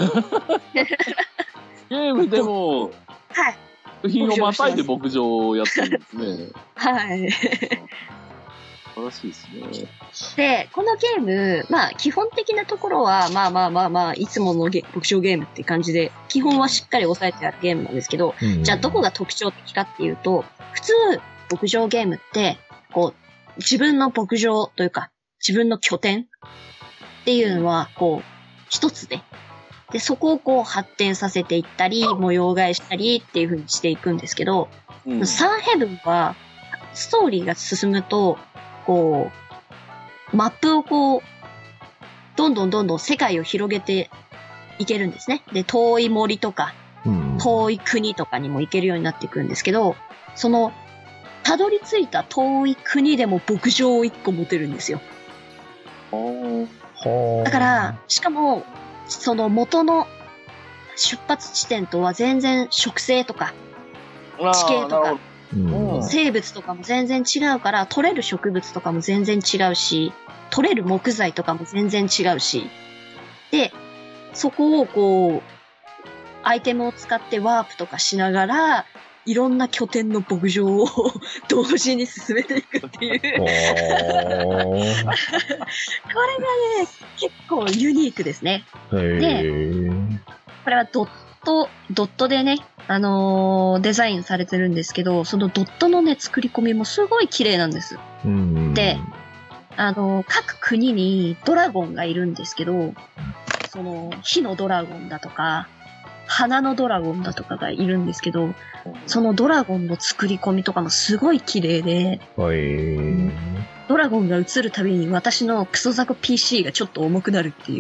ゲームでも、 はい。 作品をまたいで牧場をやってるんですね。 はい。 素晴らしいですね。 で、このゲーム、基本的なところは、いつもの牧場ゲームって感じで、基本はしっかり押さえてあるゲームなんですけど、じゃあどこが特徴的かっていうと、普通、牧場ゲームって、自分の牧場というか、自分の拠点っていうのは、一つで、そこを発展させていったり、模様替えしたりっていう風にしていくんですけど、サンヘブンは、ストーリーが進むと、マップをどんどん世界を広げていけるんですね。で、遠い森とか、遠い国とかにも行けるようになっていくんですけど、たどり着いた遠い国でも牧場を1個持てるんですよ。だから、しかも、元の出発地点とは全然植生とか、地形とか、生物とかも全然違うから、取れる植物とかも全然違うし、取れる木材とかも全然違うし、で、そこをアイテムを使ってワープとかしながら、いろんな拠点の牧場を同時に進めていくっていう。これがね、結構ユニークですね。で、 これはドットでね、デザインされてるんですけど、そのドットのね、作り込みもすごい綺麗なんです。で、各国にドラゴンがいるんですけど、その、火のドラゴンだとか、花のドラゴンだとかがいるんですけど、そのドラゴンの作り込みとかもすごい綺麗で、ドラゴンが映るたびに私のクソザコ PC がちょっと重くなるっていう。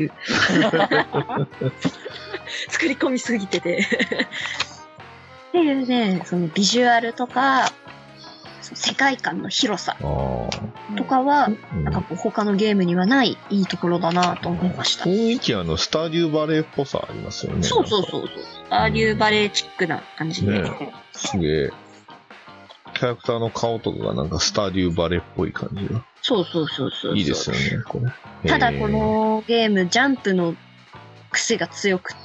作り込みすぎてて。っていうね、そのビジュアルとか、世界観の広さとかは、なんかこう他のゲームにはないいいところだなと思いました。 雰囲気スターデューバレーっぽさありますよね。 そう。スターデューバレーチックな感じで。 ね、すげえ。キャラクターの顔とかがなんかスターデューバレーっぽい感じが。 そう。 いいですよね、これ。 ただこのゲーム、ジャンプの癖が強くって、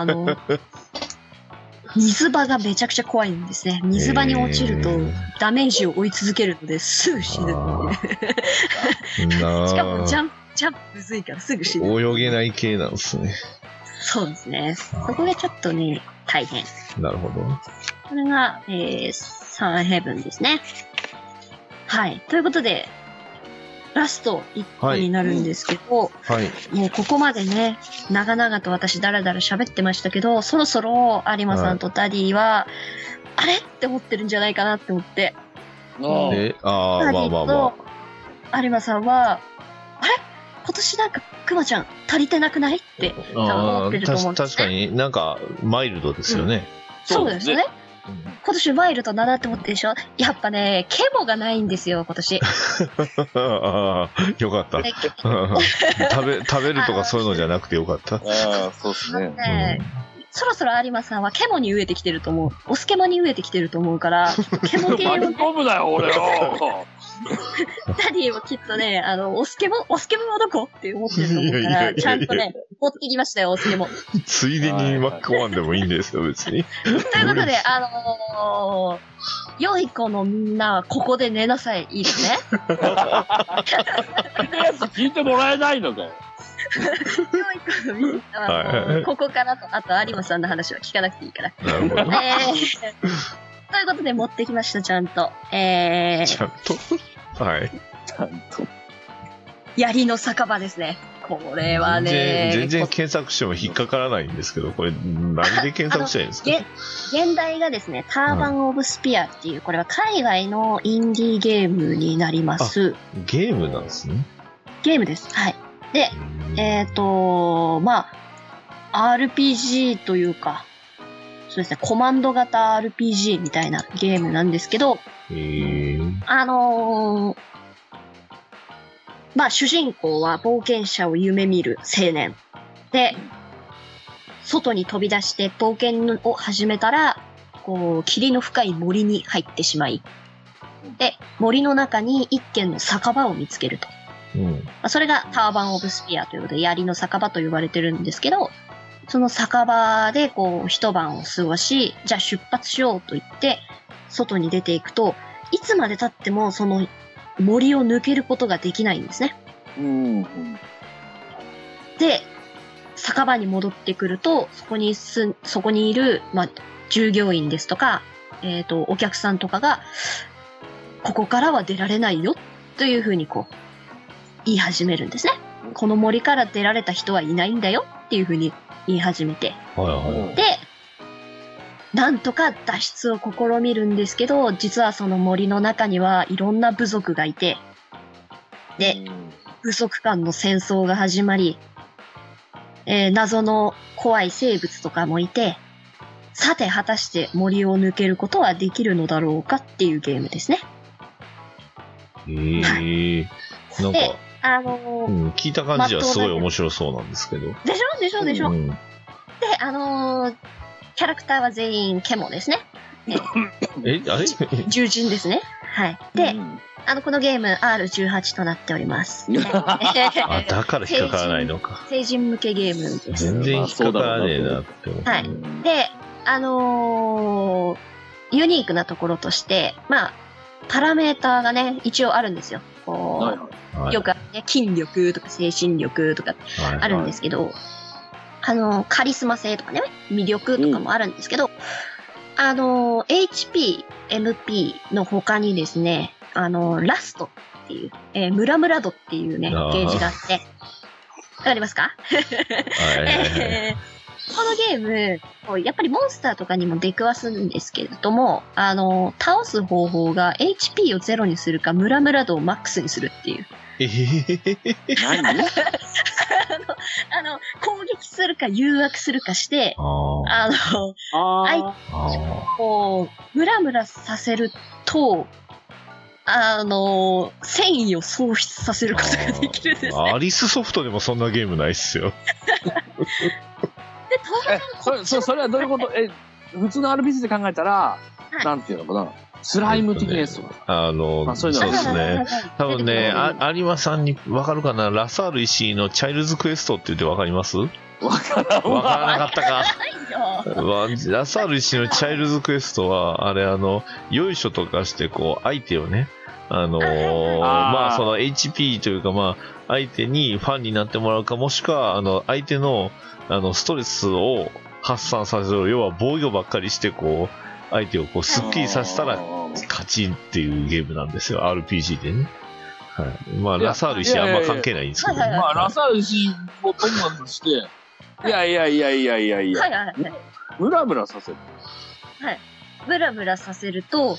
水場がめちゃくちゃ怖いんですね。水場に落ちるとダメージを追い続けるのですぐ死ぬので。しかもジャンプむずいからすぐ死ぬ。 泳げない系なんですね。 そうですね。そこがちょっとね、大変。 なるほど。 これが、サンヘブンですね。はい。ということで、ラスト1個になるんですけど、 はい。 もうここまでね、長々と私だらだら喋ってましたけど、そろそろ有馬さんとダディは、あれって思ってるんじゃないかなって思って。 まあ。 有馬さんは、あれ今年なんかクマちゃん足りてなくないって多分思ってると思うんですね。 確かになんかマイルドですよね。 そうですね。今年マイルドだなって思ってるでしょ。やっぱね、ケモがないんですよ、今年。 よかった。食べるとかそういうのじゃなくてよかった。 そうですね。 そろそろ有馬さんはケモに飢えてきてると思う。オスケモに飢えてきてると思うから、ケモ系を、ね。 巻き込むなよ、俺を。 ダディもきっとね、オスケモはどこって思ってると思うから、ちゃんとね、持ってきましたよ、オスケモ。 ついでに巻き込まんでもいいんですよ、別に。 ということで、良い子のみんなはここで寝なさい。いいですね。 聞いてもらえないのかよ。 良い子のみんなは、ここからと、あと有馬さんの話は聞かなくていいから。 なるほど。 ということで持ってきました、ちゃんと。 ちゃんとはい。 ちゃんと。 槍の酒場ですね。これはね。 全然検索しても引っかからないんですけど、これ何で検索したらいいんですか？ 現代がですね、ターバン・オブ・スピアっていう、これは海外のインディーゲームになります。 ゲームなんですね。 ゲームです。はい。で、まあ、RPG というか、そうですね、コマンド型 RPG みたいなゲームなんですけど、まあ、主人公は冒険者を夢見る青年。で、外に飛び出して冒険を始めたら、こう、霧の深い森に入ってしまい、で、森の中に一軒の酒場を見つけると。それがターバン・オブ・スピアということで、槍の酒場と呼ばれてるんですけど、その酒場でこう一晩を過ごし、じゃあ出発しようと言って外に出ていくと、いつまで経ってもその森を抜けることができないんですね。で、酒場に戻ってくると、そこにいる、まあ、従業員ですとか、お客さんとかが、ここからは出られないよというふうにこう言い始めるんですね。この森から出られた人はいないんだよっていうふうに言い始めて、で、なんとか脱出を試みるんですけど、実はその森の中にはいろんな部族がいて、で、部族間の戦争が始まり、謎の怖い生物とかもいて、さて果たして森を抜けることはできるのだろうかっていうゲームですね。 なんか、聞いた感じはすごい面白そうなんですけど。 でしょ、で、キャラクターは全員ケモですね。 あれ獣人ですね。はい。で、このゲーム R18 となっております。 だから引っかからないのか。 成人向けゲームです。 全然引っかからねえなって思って。 はい。で、ユニークなところとして、まあ、パラメーターがね、一応あるんですよ。こう、よくね、筋力とか精神力とかあるんですけど、 カリスマ性とかね、魅力とかもあるんですけど、HP、MP の他にですね、ラストっていう、ムラムラ度っていうね、ゲージがあって、わかりますか？このゲーム、やっぱりモンスターとかにも出くわすんですけれども、倒す方法が HP をゼロにするか、ムラムラ度をマックスにするっていう。 何？ 攻撃するか誘惑するかして、ムラムラさせると、繊維を喪失させることができるんですね。 アリスソフトでもそんなゲームないっすよ。 それはどういうこと？普通の RPG で考えたら、なんていうのかな。スライム的なやつとか。 そうですね。多分ね、有馬さんにわかるかな、ラサール石井のチャイルズクエストって言ってわかります？わからなかったか。ラサール石井のチャイルズクエストは、あれよいしょとかして、こう、相手をね、その HP というか、相手にファンになってもらうか、もしくは、相手の、ストレスを発散させる、要は防御ばっかりして、こう、相手をこうスッキリさせたら勝ちっていうゲームなんですよ、RPG でね。はい。ラサール石あんま関係ないんですけど、ね。 ラサール石をともかくして、いや。ムラムラさせる。 はい。ムラムラさせると、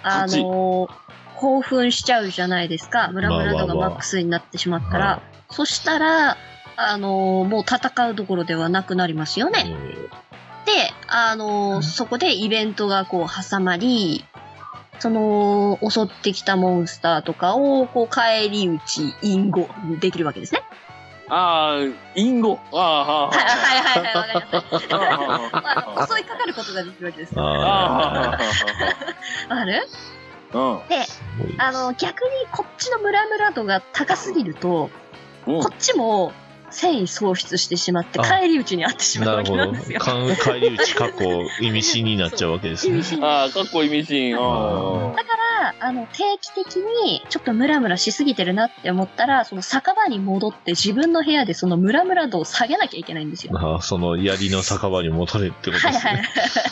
興奮しちゃうじゃないですか。ムラムラ度がマックスになってしまったら。そしたら、もう戦うどころではなくなりますよね。で、そこでイベントがこう挟まり、襲ってきたモンスターとかを、こう、返り討ち、隠語できるわけですね。 隠語。 はい、わかります。襲いかかることができるわけです。ある？で、逆にこっちのムラムラ度が高すぎると、こっちも、繊維喪失してしまって返り討ちにあってしまうわけなんですよ。 返り討ちかっこ意味深になっちゃうわけですね。 かっこ意味深。 だから定期的にちょっとムラムラしすぎてるなって思ったら、その酒場に戻って自分の部屋でそのムラムラ度を下げなきゃいけないんですよ。 その槍の酒場に戻れってことですね。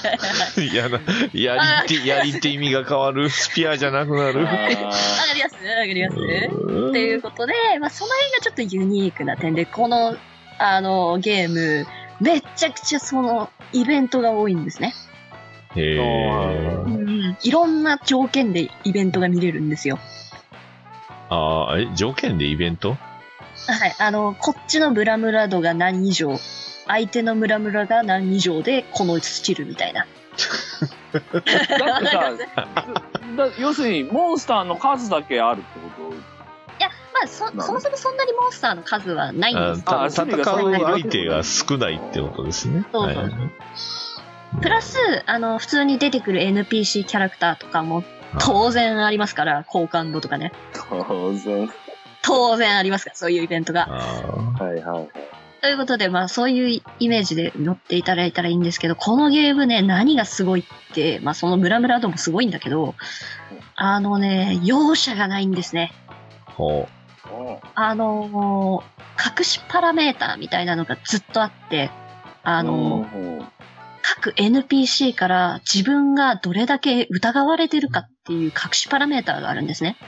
槍って意味が変わる。スピアじゃなくなる。わかりますっていうことで、その辺がちょっとユニークな点で、このゲームめっちゃくちゃそのイベントが多いんですね。いろんな条件でイベントが見れるんですよ。 条件でイベント？ はい、こっちのムラムラ度が何以上、相手のムラムラが何以上でこのスキルみたいな。 だってさ、要するにモンスターの数だけあるってこと？ いや、そもそもそんなにモンスターの数はないんです。 戦う相手が少ないってことですね。 そう。プラス、普通に出てくる NPC キャラクターとかも当然ありますから、好感度とかね。当然ありますから、そういうイベントが。ということで、そういうイメージで乗っていただいたらいいんですけど、このゲームね、何がすごいって、そのムラムラ度もすごいんだけど、容赦がないんですね。隠しパラメーターみたいなのがずっとあって、各 NPC から自分がどれだけ疑われてるかっていう隠しパラメーターがあるんですね。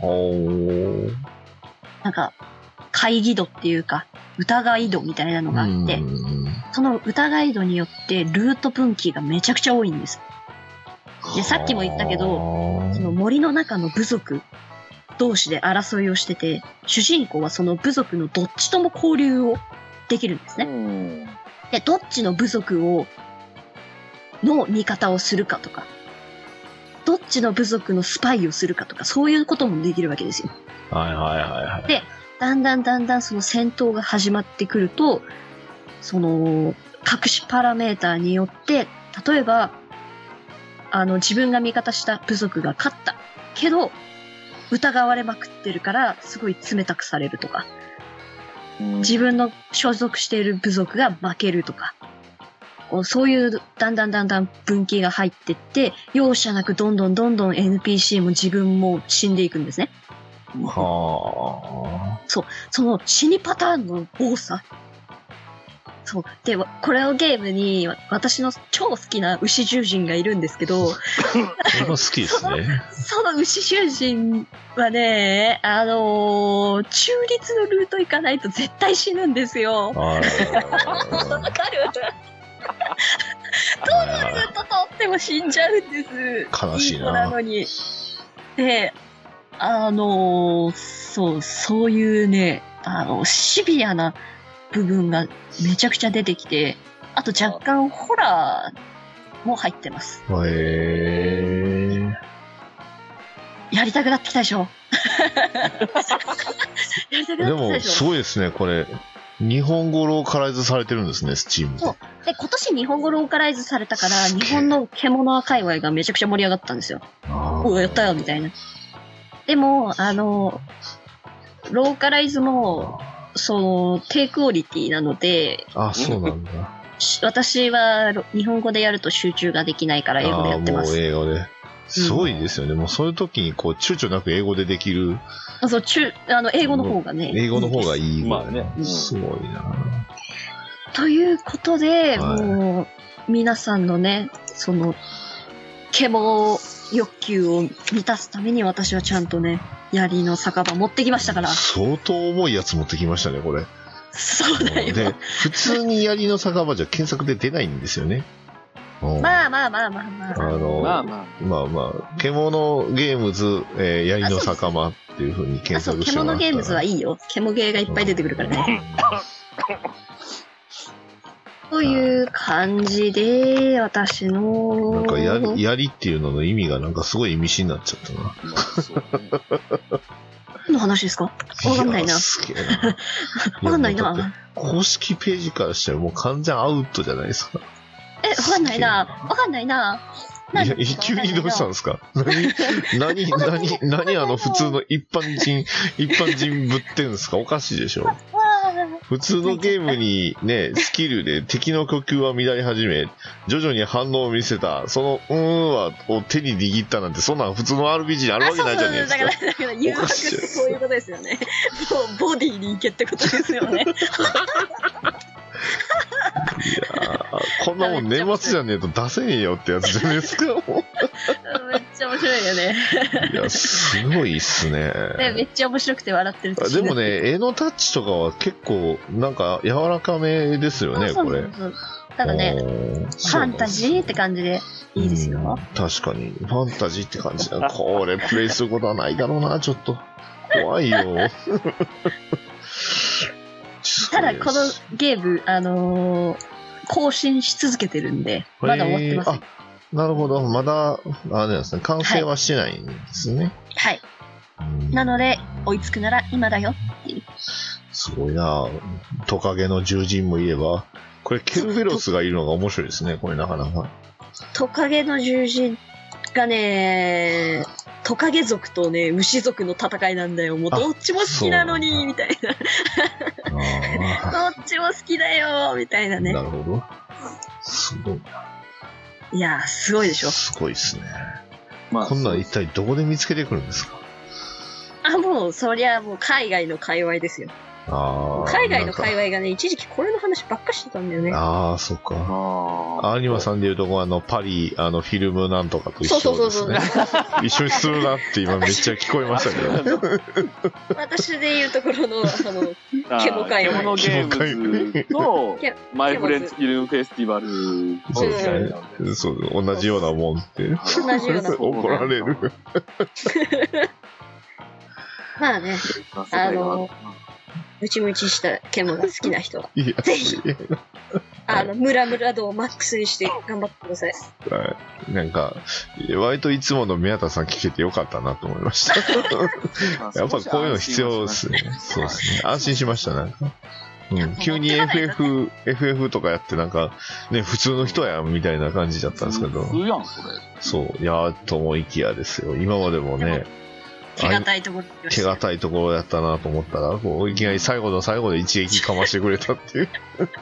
なんか、懐疑度っていうか、疑い度みたいなのがあって、その疑い度によってルート分岐がめちゃくちゃ多いんです。で、さっきも言ったけど、その森の中の部族同士で争いをしてて、主人公はその部族のどっちとも交流をできるんですね。で、どっちの部族の味方をするかとか、どっちの部族のスパイをするかとか、そういうこともできるわけですよ。で、だんだんその戦闘が始まってくると、その隠しパラメーターによって、例えば、自分が味方した部族が勝ったけど、疑われまくってるから、すごい冷たくされるとか、自分の所属している部族が負けるとか、そういうだんだん分岐が入ってって、容赦なくどんどん NPC も自分も死んでいくんですね。その死にパターンの多さ。 そう。で、これをゲームに、私の超好きな牛獣人がいるんですけど、 それも好きですね。 その牛獣人はね、中立のルート行かないと絶対死ぬんですよ。わかるどのルート通っても死んじゃうんです。 悲しいな。 いい子なのに。で、そういうね、シビアな部分がめちゃくちゃ出てきて、あと若干ホラーも入ってます。 やりたくなってきたでしょやりたくなってきたでしょ。 でも、すごいですね、これ。日本語ローカライズされてるんですね、スチームで。 そう。で、今年日本語ローカライズされたから、日本の獣界隈がめちゃくちゃ盛り上がったんですよ。お、やったよ、みたいな。でも、ローカライズも、低クオリティなので、 あ、そうなんだ。 私は日本語でやると集中ができないから英語でやってます。 もう英語で。すごいですよね。もうそういう時にこう躊躇なく英語でできる。 そう、英語の方がね。 英語の方がいい。 まあね。 すごいな。 ということで、もう、皆さんのね、獣欲求を満たすために私はちゃんとね、槍の酒場持ってきましたから。 相当重いやつ持ってきましたね、これ。 そうだよ。 で、普通に槍の酒場じゃ検索で出ないんですよね。 まあ。 獣ゲームズ、槍の酒場っていう風に検索してもらったら。 獣ゲームズはいいよ。獣ゲーがいっぱい出てくるからね。という感じで、私の。 なんか槍っていうのの意味がなんかすごい意味深になっちゃったな。 何の話ですか？わかんないな。 すげえな。 わかんないな。 公式ページからしたらもう完全アウトじゃないですか。 わかんないな。わかんないな。 いや、急にどうしたんですか？何普通の一般人ぶってんですか？おかしいでしょ。普通のゲームにね、スキルで敵の呼吸は乱れ始め、徐々に反応を見せた、そのを手に握ったなんて、そんなん普通の RPG にあるわけないじゃないですか。 だから誘惑ってそういうことですよね。もうボディに行けってことですよね。 いやー、こんなもん年末じゃねえと出せねえよってやつじゃないですか、もう。 めっちゃ面白いよね。 いや、すごいっすね。 めっちゃ面白くて笑ってるでもね、絵のタッチとかは結構、なんか柔らかめですよね、これ。 ただね、ファンタジーって感じでいいですよ。 確かに、ファンタジーって感じだ。これプレイすることはないだろうな、ちょっと。怖いよ。 ただ、このゲーム、更新し続けてるんで、まだ終わってません。 なるほど。まだ、あれなんですね。完成はしてないんですね。 はい。なので、追いつくなら今だよっていう。 すごいな。トカゲの獣人もいれば、これケルベロスがいるのが面白いですね。これなかなか。 トカゲの獣人がね、トカゲ族とね、牛族の戦いなんだよ。もうどっちも好きなのに、みたいな。どっちも好きだよ、みたいなね。 なるほど。すごいな。 いや、すごいでしょ。 すごいですね。こんなん一体どこで見つけてくるんですか？ もう、そりゃもう海外の界隈ですよ。海外の界隈がね、一時期これの話ばっかしてたんだよね。 そっか。有馬さんでいうとこパリ、フィルムなんとかと一緒ですね。一緒にするなって今めっちゃ聞こえましたけど。 私でいうところの、ケモ界隈。 ケモゲームズと、マイフレンズフィルムフェスティバル。 そう、同じようなもんって。 同じような。 怒られる。 まあね、ムチムチした獣が好きな人は、ぜひ、ムラムラ度をマックスにして頑張ってください。 はい。なんか、割といつもの宮田さん聞けてよかったなと思いました。やっぱこういうの必要ですね。そうですね。安心しました、なんか。急に FF とかやってなんか、ね、普通の人やんみたいな感じだったんですけど。 普通やん、それ。 そう、と思いきやですよ。今までもね、 手堅いところやったなと思ったら、こういきなり最後の最後で一撃かましてくれたっていう。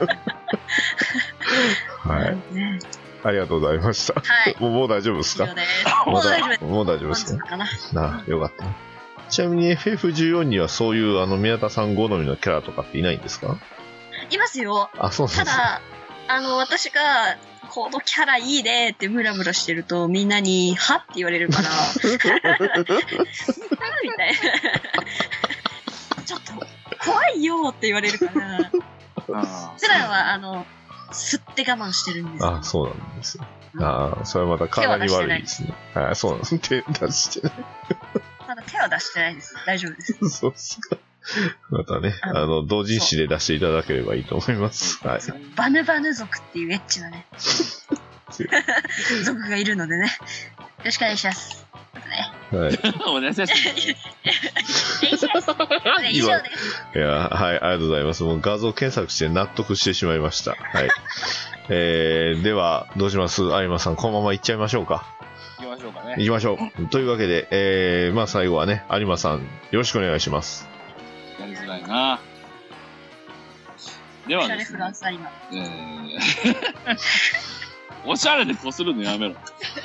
はい。ありがとうございました。 はい。 もう大丈夫ですか？もう大丈夫ですか？よかった。ちなみに FF14 にはそういう宮田さん好みのキャラとかっていないんですか？ いますよ。 あ、そうなんたですか。 だ、私が、このキャラいいねってムラムラしてると、みんなに、はって言われるから、みたいな。ちょっと、怖いよって言われるから、普段は、吸って我慢してるんですよ。 あ、そうなんですよ。ああ、それはまたかなり悪いですね。はい、そうなんです。手出してない。 まだ手は出してないです。大丈夫です。 そうですか。またね、同人誌で出していただければいいと思います。はい。 バヌバヌ族っていうエッチなね、族がいるのでね。よろしくお願いします。 はい。 お願いします。 以上です。 いや、はい、ありがとうございます。もう画像検索して納得してしまいました。はい。では、どうします有馬さん、このまま行っちゃいましょうか。 行きましょうかね。 行きましょう。というわけで、まあ最後はね、有馬さん、よろしくお願いします。 やりづらいな。ではですね。 おしゃれフランスは今。 おしゃれでこするのやめろ。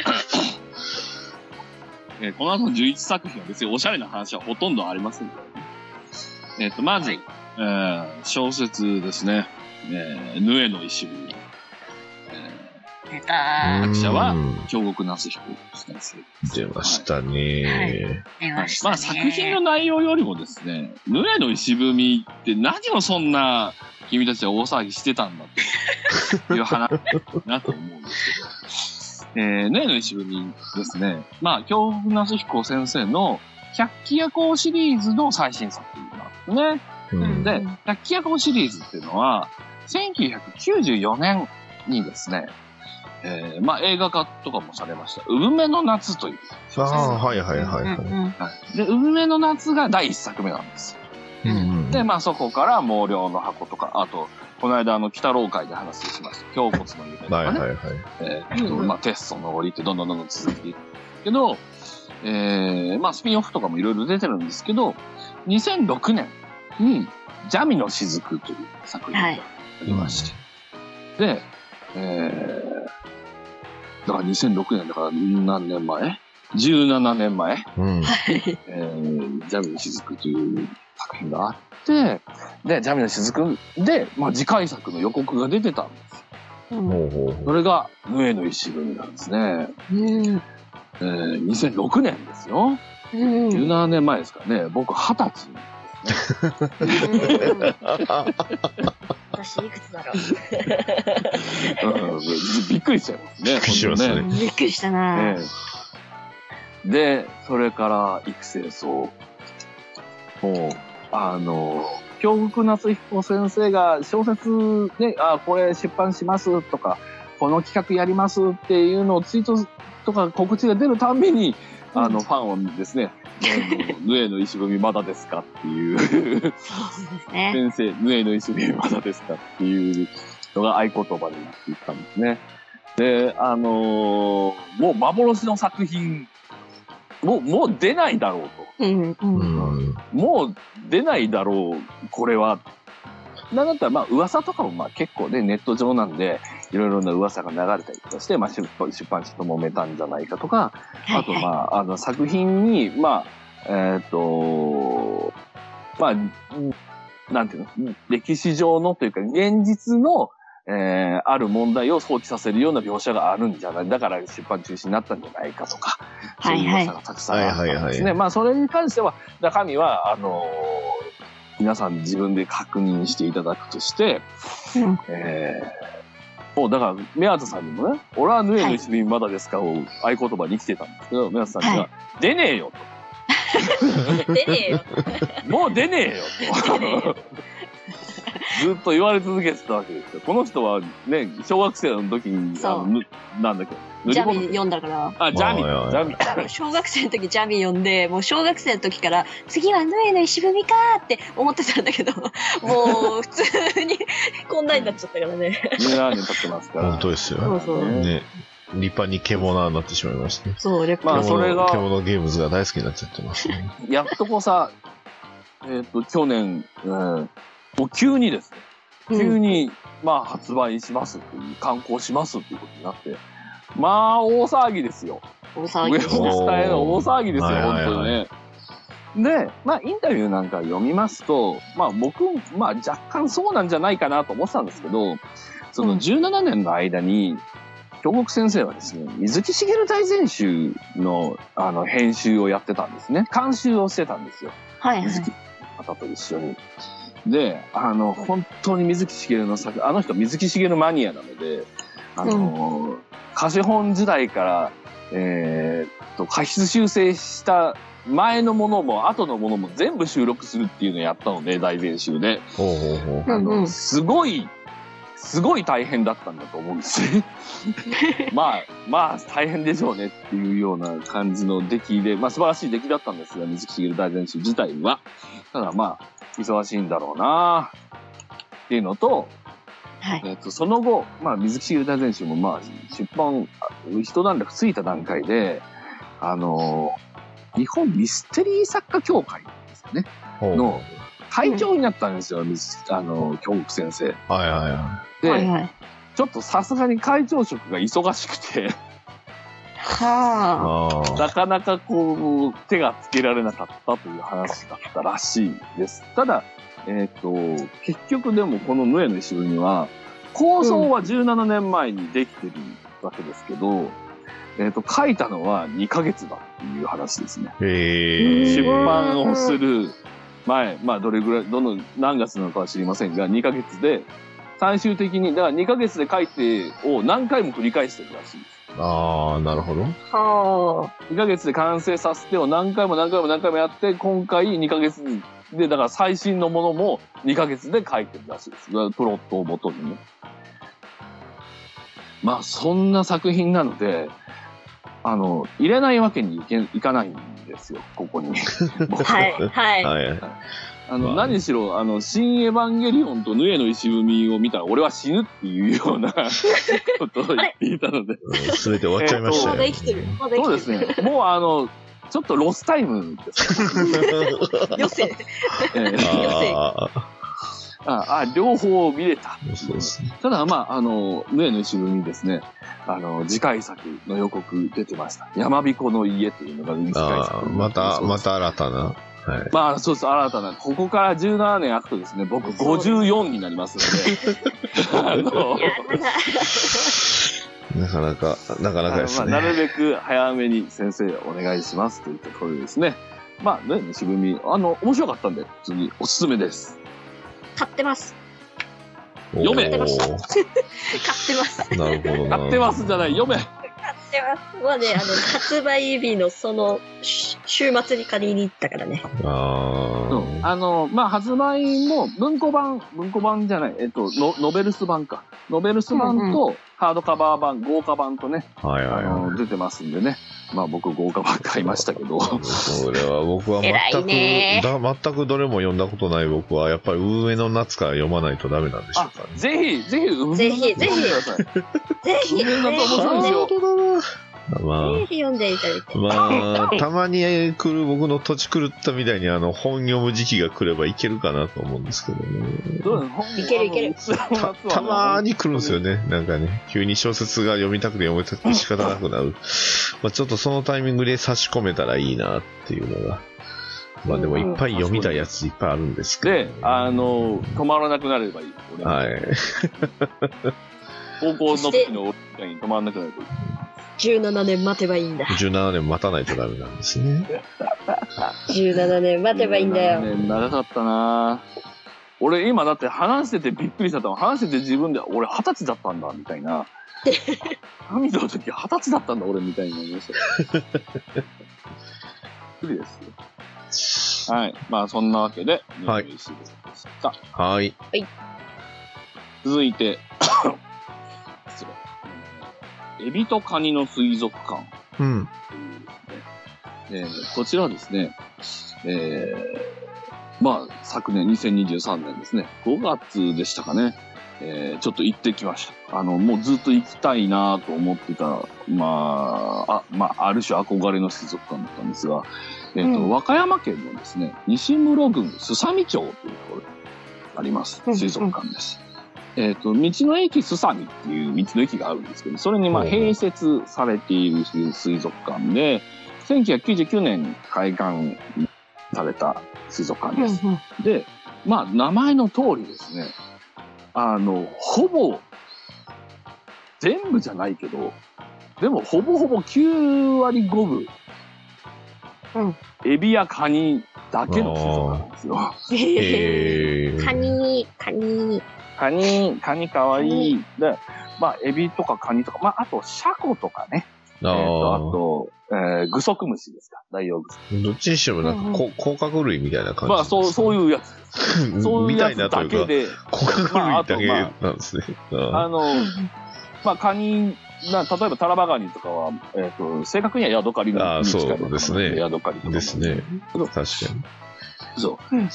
この後の11作品は別におしゃれな話はほとんどありませんけどね。まず、小説ですね。ヌエの石踏み。 出た作者は、京極夏彦先生。 出ましたね。 出ましたね。 まあ作品の内容よりもですね、ヌエの石踏みって何をそんな君たちは大騒ぎしてたんだという話だなと思うんですけど、ヌエの石踏みですね。まあ、京極夏彦先生の百鬼夜行シリーズの最新作なんですね。で、百鬼夜行シリーズっていうのは、1994年にですね、まあ映画化とかもされました。産めの夏という小説。 はいはいはいはい。 で、産めの夏が第一作目なんです。で、まあそこから毛量の箱とか、あと、この間北老会で話しました。胸骨の夢とかね。まあテストの檻ってどんどん続いていくけど、まあスピンオフとかもいろいろ出てるんですけど、2006年にジャミの雫という作品がありまして。で、だから2006年だから何年前 ?17 年前、ジャミの雫という作品があって、で、ジャミの雫で、まあ次回作の予告が出てたんです。それが、ヌエの石踏みなんですね。2006年ですよ。17年前ですからね。僕20歳ですね。 私いくつだろう。 びっくりしちゃいますね。 びっくりしますね。 びっくりしたな。 で、それから育成層。もう、京極夏彦先生が小説で、これ出版しますとか、この企画やりますっていうのをツイートとか告知が出るたんびに、ファンをですね、ヌエの石踏みまだですかっていう、先生、ヌエの石踏みまだですかっていうのが合言葉になっていったんですね。で、もう幻の作品、もう出ないだろうと。もう出ないだろう、これは。なんだったら、まあ、噂とかもまあ結構ね、ネット上なんで、いろいろな噂が流れたりとかして、まあ、出版社と揉めたんじゃないかとか、あと、まあ、作品に、まあ、まあ、なんていうの、歴史上のというか、現実の、ある問題を想起させるような描写があるんじゃない。だから出版中止になったんじゃないかとか、そういう噂がたくさんあったんですね。まあ、それに関しては、中身は、皆さん自分で確認していただくとして、もうだから、宮畑さんにもね、俺はヌエの石踏みまだですかを合言葉に生きてたんですけど、宮畑さんには、出ねえよと。出ねえよ。 もう出ねえよと。ずっと言われ続けてたわけですよ。この人はね、小学生の時に、なんだっけ、 ジャミ読んだから。 ジャミ。 小学生の時ジャミ読んで、もう小学生の時から、次はヌエの石踏みかーって思ってたんだけど、もう普通にこんなになっちゃったからね。 17年経ってますから。 本当ですよ。ね。立派に獣になってしまいましたね。 そう、 まあそれが。 獣ゲームズが大好きになっちゃってますね。 やっとこうさ、去年、もう急にですね、急に、まあ発売しますっていう、刊行しますっていうことになって、まあ大騒ぎですよ。 大騒ぎです。 上を下への大騒ぎですよ、本当にね。 で、まあ、インタビューなんか読みますと、まあ、僕、まあ、若干そうなんじゃないかなと思ってたんですけど、その17年の間に、京極先生はですね、水木しげる大全集の、編集をやってたんですね。監修をしてたんですよ。 はいはい。 水木の方と一緒に。で、本当に水木しげるの作、あの人水木しげるマニアなので、貸本時代から、過失修正した前のものも後のものも全部収録するっていうのをやったので、大全集で。すごい大変だったんだと思うんですね。まあ、大変でしょうねっていうような感じの出来で、まあ素晴らしい出来だったんですが、水木しげる大全集自体は。ただまあ、忙しいんだろうなっていうのと、 はい。 その後、まあ、水木しげる大全集もまあ、出版、一段落ついた段階で、日本ミステリー作家協会ですかね、の会長になったんですよ、京極先生。 はいはいはで、 はいはい。 ちょっとさすがに会長職が忙しくて、 はあ。 い。 なかなかこう、手がつけられなかったという話だったらしいです。ただ、結局でもこのヌエの石組は、構想は17年前にできてるわけですけど、書いたのは2ヶ月だっていう話ですね。出版をする前、まあどれぐらい、何月なのかは知りませんが、2ヶ月で、最終的に、だから2ヶ月で書いてを何回も繰り返してるらしいです。 ああ、なるほど。 は 2ヶ月で完成させてを何回もやって、今回2ヶ月で、だから最新のものも2ヶ月で書いてるらしいです。プロットを元にね。まあ、そんな作品なので、入れないわけにいかないんですよ、ここに。 はい。はい。 はい。 何しろ、新エヴァンゲリオンとヌエの石踏みを見たら俺は死ぬっていうようなことを言っていたので。 すべて終わっちゃいましたまだ生きてる。まだ生きてる。 そうですね。もうちょっとロスタイムですね。 余生。余生。 両方見れた。 そうですね。 ただ、まあ、ヌエの石踏みですね。次回作の予告出てました。山彦の家というのが次回作。 また新たな。はい、 まあ、そうです。新たな。ここから17年空くとですね、僕54になりますので。 なかなかですね。 なるべく早めに先生お願いしますというところでですね。まあね、西組、面白かったんで、普通におすすめです。 買ってます。 読め。 買ってます。 なるほどな。 買ってますじゃない、読め。 買ってます。まあね、発売日のその、週末に借りに行ったからね。 まあ、発売も文庫版じゃない、ノベルス版か。ノベルス版とハードカバー版、豪華版とね、出てますんでね。まあ僕豪華版買いましたけど。 それは僕は全くどれも読んだことない僕は、やっぱり上の夏から読まないとダメなんでしょうかね。 ぜひ。 ぜひ。 だと面白いですよ。 まあ、 読んでいただいて。 まあ、たまに来る僕の土地狂ったみたいに本読む時期が来ればいけるかなと思うんですけどね。 いける。 たまーに来るんですよね。なんかね、急に小説が読みたくて読めたくて仕方なくなる。まあちょっとそのタイミングで差し込めたらいいなっていうのが。まあでもいっぱい読みたいやついっぱいあるんですけど、ね。 で、止まらなくなればいい。 はい。 高校の時の俺に止まらなくなればいい。 17年待てばいいんだ。 17年待たないとダメなんですね。 17年待てばいいんだよ。 17年長かったな俺今だって話しててびっくりしたの。話してて自分で、俺20歳だったんだ、みたいな。神の時20歳だったんだ、俺、みたいになりました。びっくりですよ。はい。まあ、そんなわけで、 はい。はい。 続いて、エビとカニの水族館。 うん。 こちらですね、まあ、昨年2023年ですね、5月でしたかね、ちょっと行ってきました。もうずっと行きたいなと思ってた、ある種憧れの水族館だったんですが、和歌山県のですね、西室郡すさみ町というところにあります、水族館です。道の駅すさみっていう道の駅があるんですけど、それに併設されている水族館で、1999年に開館された水族館です。で、まあ、名前の通りですね、ほぼ、全部じゃないけど、でもほぼほぼ9割5分、エビやカニだけの水族館なんですよ。カニかわいい。で、まあ、エビとかカニとか、まあ、あと、シャコとかね。あと、グソクムシですか、ダイオウグソ。 どっちにしてもなんか、甲殻類みたいな感じ。 まあ、そういうやつ。そういうやつだけで。 甲殻類だけなんですね。 まあ、カニ、例えばタラバガニとかは、正確にはヤドカリのそうですね。 ヤドカリとか。 ですね。確かに。 そう。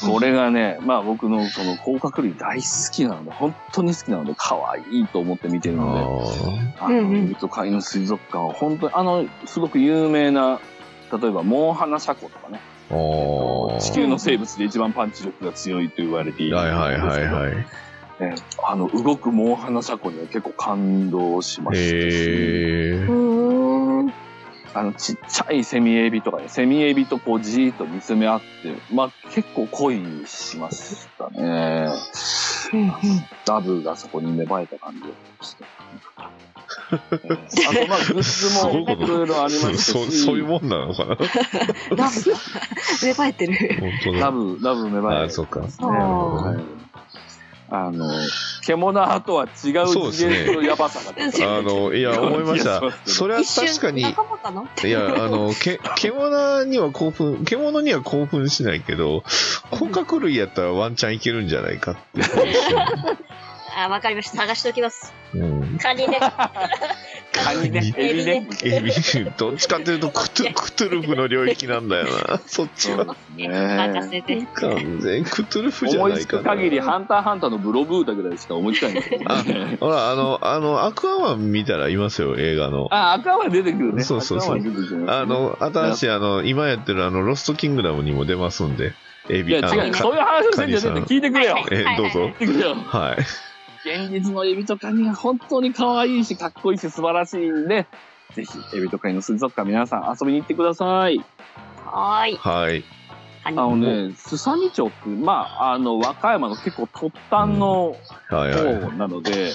これがね、まあ僕のその甲殻類大好きなので、本当に好きなので、可愛いと思って見てるので、エビとカニの水族館は本当に、すごく有名な、例えば、モンハナシャコとかね。地球の生物で一番パンチ力が強いと言われているんですけど、動くモンハナシャコには結構感動しましたし、ちっちゃいセミエビとかね、セミエビとこうじーっと見つめ合って、まあ結構恋しましたね。ダブがそこに芽生えた感じでした。あとまあグッズもいろいろありましたし、 そういうもんなのかな。 ダブ芽生えてる。 ダブ芽生えてる。 あ、そうか。 獣とは違う次元のヤバさが出て、 いや、思いました。それは確かに、いや、獣には興奮しないけど、甲殻類やったらワンチャンいけるんじゃないかって。 わかりました。探しておきます。カニね。エビね。 どっちかというとクトゥルフの領域なんだよな。そっちは。 任せて。 完全クトゥルフじゃないかな。 思いつく限りハンターハンターのブロブータぐらいしか思いつかないんですけどね。 ほら、アクアマン見たらいますよ、映画の。 アクアマン出てくるね。 そう。新しい今やってるロストキングダムにも出ますんで。エビ。 いや、違う。そういう話をしてんじゃねえんだ。聞いてくれよ。 どうぞ。はい。 現実のエビとカニが本当に可愛いし、かっこいいし、素晴らしいんで、ぜひ、エビとカニの水族館皆さん遊びに行ってください。 はい。 すさみ町って、まあ、和歌山の結構突端の方なので、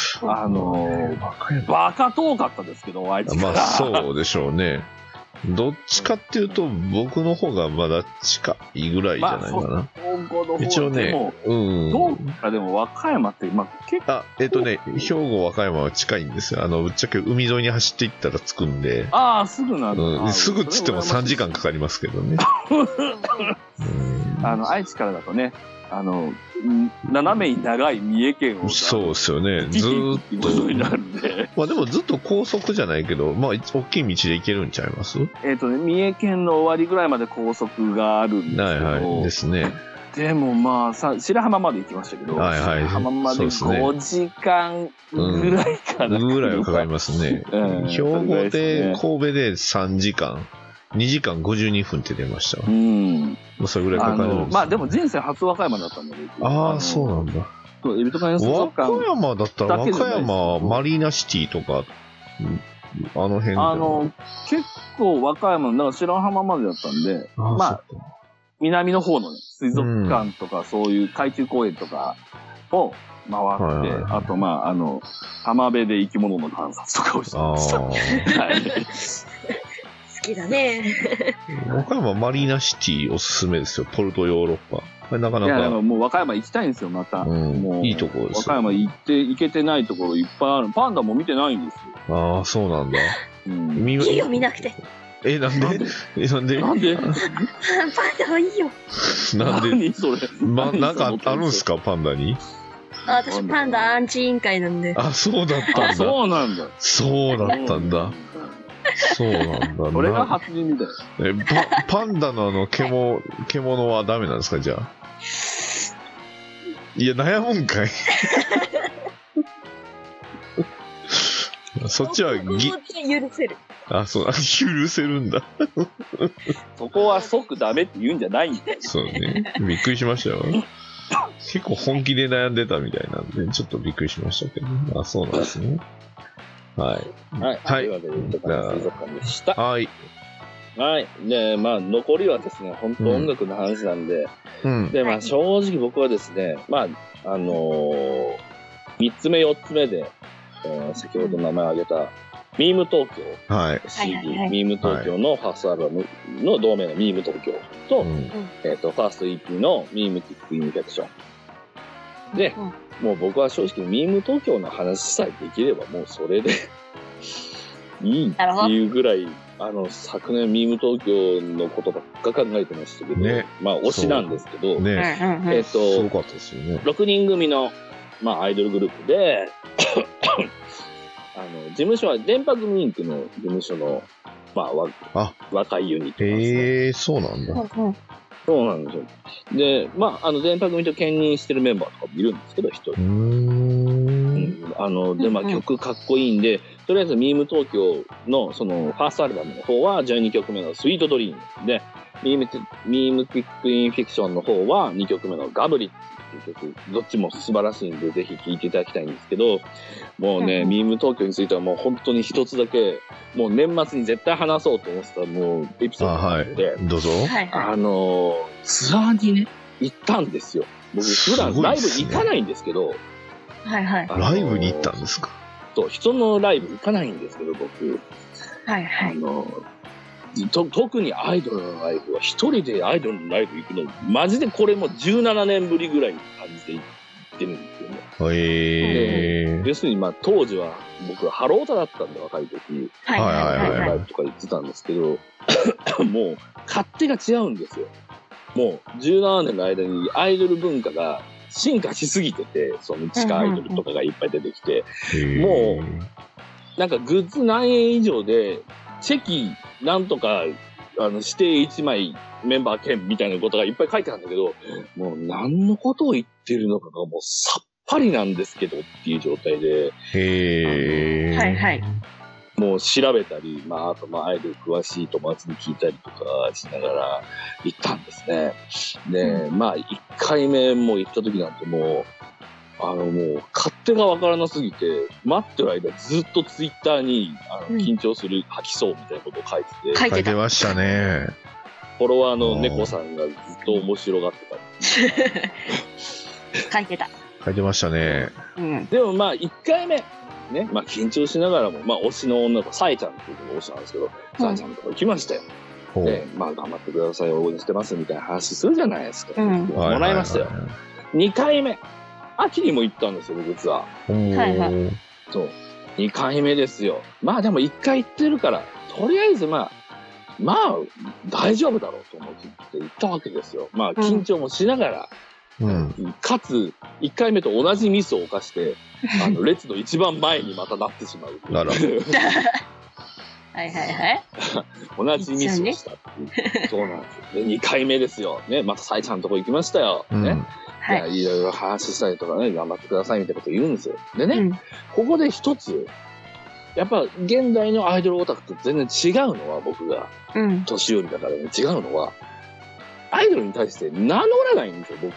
バカ遠かったですけど、あいつから。 まあ、そうでしょうね。どっちかっていうと、僕の方がまだ近いぐらいじゃないかな。一応ね、 どうかでも和歌山って、まあ、結構。 兵庫、和歌山は近いんですよ。ぶっちゃけ海沿いに走っていったら着くんで。 すぐなんだ。 すぐっつっても3時間かかりますけどね。 愛知からだとね、斜めに長い三重県を。 そうですよね。ずーっと。まあでもずっと高速じゃないけど、まあ大きい道で行けるんちゃいます？ 三重県の終わりぐらいまで高速があるんですけど。 はいですね。 でもまあ白浜まで行きましたけど、白浜まで5時間ぐらいかな。 ぐらいはかかりますね。兵庫で神戸で3時間。2時間52分って出ましたわ。それぐらいかかるんです。 まあでも人生初和歌山だったんだけど。そうなんだ。 エビとカニの水族館。 和歌山だったら和歌山マリーナシティとか、あの辺結構和歌山の白浜までだったんで、まあ、南の方の水族館とかそういう海中公園とかを回って、あとまあ、浜辺で生き物の観察とかをしてました。 好きだね。 和歌山マリーナシティおすすめですよ。ポルトヨーロッパ。これなかなか。 いや、もう和歌山行きたいんですよ、また。もういいところですよ。和歌山行けてないところいっぱいある。パンダも見てないんですよ。そうなんだ。 いいよ、見なくて。 なんでパンダはいいよ。 なんで何それ。 なんかあるんすか、パンダに。 私パンダアンチ委員会なんで。 そうだったんだ。 そうなんだ。 そうだったんだ。そうなんだ。 俺が初耳だよ。 パンダの獣はダメなんですか、じゃあ。いや、悩むんかい。そっちは許せる。 そう、許せるんだ。 そこは即ダメって言うんじゃないんだよ。 そうね。びっくりしましたよ。結構本気で悩んでたみたいなんで、ちょっとびっくりしましたけど。そうなんですね。はい。 というわけで、水族館でした。 はい。 はい。で、まあ、残りはですね、本当音楽の話なんで、で、まあ、正直僕はですね、まあ、3つ目、4つ目で、先ほど名前を挙げた、ミーム東京、CD、ミーム東京のファーストアルバムの同名のミーム東京と、ファースト EP のミームキックインフェクション。で、もう僕は正直ミーム東京の話さえできればもうそれでいいっていうぐらい、昨年ミーム東京のことばっか考えてましたけど、まあ推しなんですけど、 すごかったですよね。 6人組の、まあアイドルグループで、事務所は電波組インクの事務所の、まあ、若いユニットなんですね。 そうなんだ。 そうなんですよ。で、まあ、電波組と兼任してるメンバーとかもいるんですけど、一人。で、まあ、曲かっこいいんで、とりあえずミーム東京の、その、ファーストアルバムの方は、12曲目のスイートドリームで、ミームキックインフィクションの方は、2曲目のガブリっていう曲、どっちも素晴らしいんで、ぜひ聴いていただきたいんですけど、もうね、ミーム東京についてはもう本当に一つだけ、もう年末に絶対話そうと思ってた、もう、エピソードがあって、 どうぞ。 ツアーにね、行ったんですよ。僕、普段ライブ行かないんですけど、 ライブに行ったんですか？ そう、人のライブ行かないんですけど、僕。特にアイドルのライブは、一人でアイドルのライブ行くの、マジでこれも17年ぶりぐらいの感じで行ってるんですよね。要するに、まあ、当時は、僕はハロータだったんで、若い時。ライブとか行ってたんですけど、もう、勝手が違うんですよ。もう、17年の間にアイドル文化が進化しすぎてて、その地下アイドルとかがいっぱい出てきて、もう、なんかグッズ何円以上で、チェキなんとか、指定1枚メンバー券みたいなことがいっぱい書いてあるんだけど、もう何のことを言ってるのかがもうさっぱりなんですけどっていう状態で、もう調べたり、まあ、あと、まあ、アイドル詳しい友達に聞いたりとかしながら行ったんですね。で、まあ、1回目も行った時なんてもう、勝手がわからなすぎて、待ってる間ずっとツイッターに、緊張する吐きそうみたいなことを書いてて。 書いてましたね。 フォロワーの猫さんがずっと面白がってた。書いてた。 書いてましたね。 でもまあ、1回目、ね、まあ緊張しながらも、まあ推しの女の子、サイちゃんっていうのが推しなんですけど、サイちゃんのとこ行きましたよ。で、まあ頑張ってください、応援してますみたいな話するじゃないですか。もらいましたよ。2回目。秋にも行ったんですよ、僕ツアー。そう。2回目ですよ。まあでも1回行ってるから、とりあえずまあ、大丈夫だろうと思って行ったわけですよ。まあ緊張もしながら、かつ、1回目と同じミスを犯して、列の一番前にまたなってしまう。 なるほど。 同じミスをしたっていう。そうなんですよ。で、2回目ですよ。ね、またサイちゃんのとこ行きましたよ。ね。いろいろ話したりとかね、頑張ってくださいみたいなこと言うんですよ。でね、ここで一つ、やっぱ現代のアイドルオタクと全然違うのは、僕が、年寄りだからね、違うのは、アイドルに対して名乗らないんですよ、僕。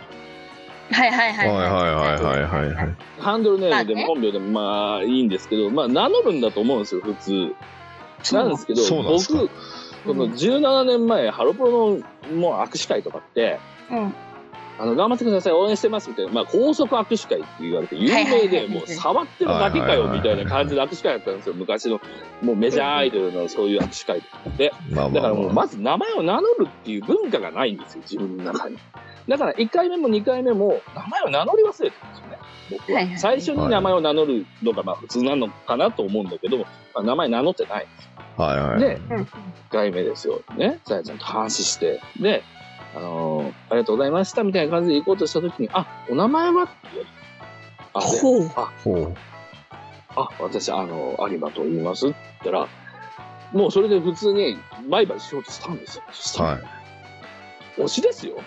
ハンドルネームでも本名でもまあいいんですけど、まあ名乗るんだと思うんですよ、普通。なんですけど、僕、この17年前、ハロプロのもう握手会とかって、頑張ってください、応援してますみたいな、まあ高速握手会って言われて有名で、もう触ってるだけかよみたいな感じで握手会だったんですよ、昔の、もうメジャーアイドルのそういう握手会で。だからもうまず名前を名乗るっていう文化がないんですよ、自分の中に。だから1回目も2回目も名前を名乗り忘れてるんですよね、僕は。最初に名前を名乗るのがまあ普通なのかなと思うんだけど、まあ、名前名乗ってないんですよ。で、1回目ですよ。ね、さやちゃんと話して、で、ありがとうございましたみたいな感じで行こうとしたときに、お名前はって言われて、私、有馬と言いますって言ったら、もうそれで普通にバイバイしようとしたんですよ。そしたら、推しですよ。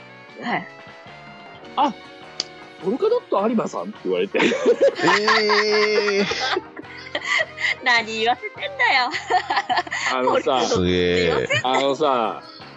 ポルカドット有馬さんって言われて。 何言わせてんだよ。 すげえ。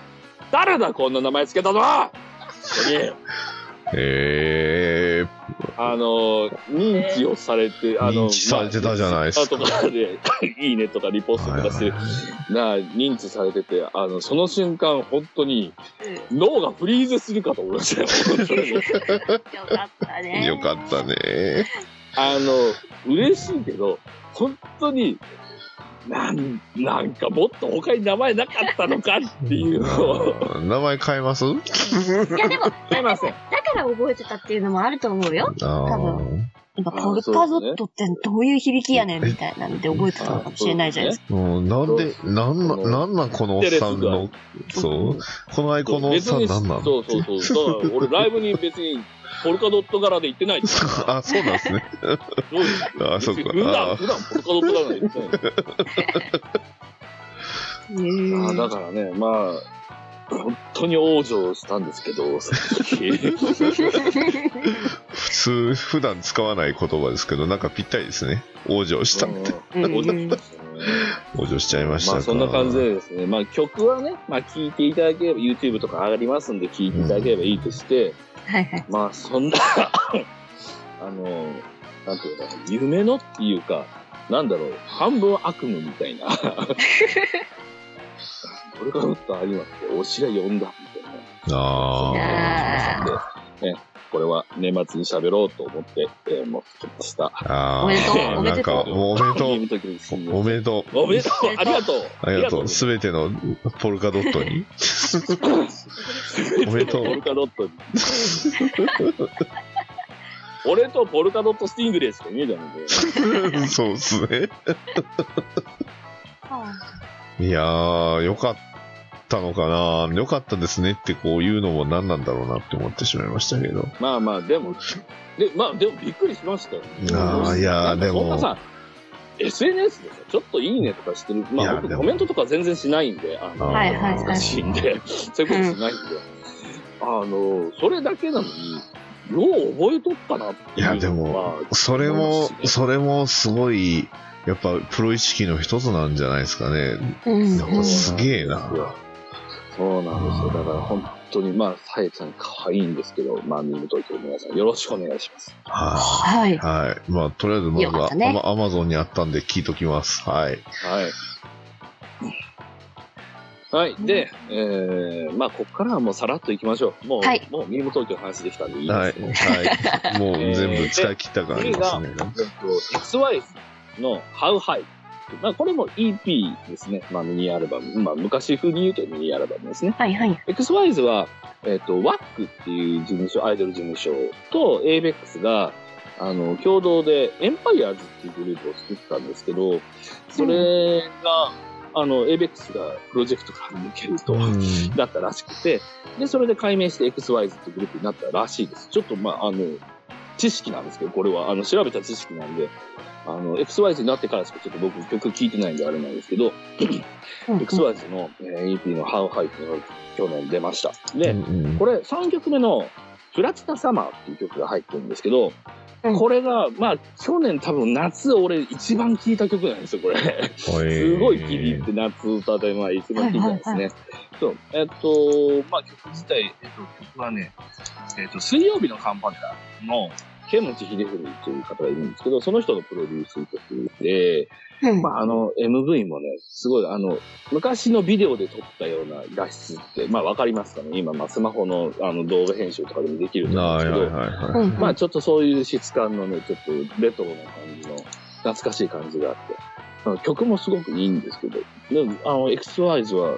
誰だこんな名前つけたのは認知をされて、 認知されてたじゃないですか。 とかで、いいねとかリポストとかして、認知されてて、その瞬間、本当に、脳がフリーズするかと思いましたよ。 よかったね。 よかったね。 嬉しいけど、本当に、なんかもっと他に名前なかったのかっていうのを。 名前変えます？ いやでも、 変えません。 だから覚えてたっていうのもあると思うよ。多分。なんかポルカドットってどういう響きやねんみたいなんで覚えてたのかもしれないじゃないですか。 なんなんこのおっさんの、そう。このアイコンのおっさんなんなの？ そう。だから俺ライブに別にポルカドット柄で行ってない。 あ、そうなんですね。あ、そうか。 普段ポルカドット柄で行ってない。だからね、まあ、本当に往生したんですけど、 普段使わない言葉ですけど、なんかぴったりですね。往生したって。往生しちゃいましたか。 まあそんな感じでですね、まあ曲はね、まあ聴いていただければ、YouTube とか上がりますんで聴いていただければいいとして、まあそんな、なんていうか、夢のっていうか、なんだろう、半分悪夢みたいな。これが打ったありますって、推しが呼んだみたいな。ね、これは年末に喋ろうと思って、持ってきました。 おめでとう。 おめでとう。おめでとう。 ありがとう。 ありがとう。すべてのポルカドットに。おめでとう。 ポルカドットに。俺とポルカドットスティングレーしか見えたので。 そうっすね。いやー、よかったのかな。よかったですねってこう言うのも何なんだろうなって思ってしまいましたけど。 まあまあ、でもびっくりしましたよね。 いやでも。 そんなさ、SNS でさ、ちょっといいねとかしてる。まあ僕コメントとか全然しないんで、難しいんで、そういうことしないんで、それだけなのに、よう覚えとったなっていう。 いやでも、それもすごい、やっぱプロ意識の一つなんじゃないですかね。なんかすげえな。 そうなんですよ。だから本当に、まあ、さえちゃん可愛いんですけど、まあ、ミーム東京の皆さんよろしくお願いします。 はい。 はい。まあ、とりあえずまずは、アマゾンにあったんで聞いときます。はい。はい。で、まあ、こっからはもうさらっといきましょう。もうミーム東京の話できたんでいいですね。 はい。もう全部使い切ったからですね。 XYの How High。まあ、これも EP ですね。まあ、ミニアルバム。まあ、昔風に言うとミニアルバムですね。XYZ は、WAC っていう事務所、アイドル事務所と ABEX が、共同でエンパイアーズっていうグループを作ったんですけど、それが、ABEX がプロジェクトから抜けると、だったらしくて、で、それで改名して XYZ ってグループになったらしいです。ちょっと、まあ、知識なんですけど、これは、調べた知識なんで、XYZ になってからしかちょっと僕曲聴いてないんであれなんですけど、XYZ の EP の How High っていうのが去年出ました。で、これ3曲目のプラチナサマーっていう曲が入ってるんですけど、これが、まあ、去年多分夏俺一番聴いた曲なんですよ、これ。すごい気に入って夏歌で、まあ、一番聴いたんですね。そう。まあ、曲自体、曲はね、水曜日のカンパネラの、ケムチヒデフルという方がいるんですけど、その人のプロデュース曲で、まあ、MV もね、すごい、昔のビデオで撮ったような画質って、まあ、わかりますかね今、まあ、スマホの、動画編集とかでもできると思うんですけど、まあ、ちょっとそういう質感のね、ちょっとレトロな感じの、懐かしい感じがあって、曲もすごくいいんですけど、XYZ は、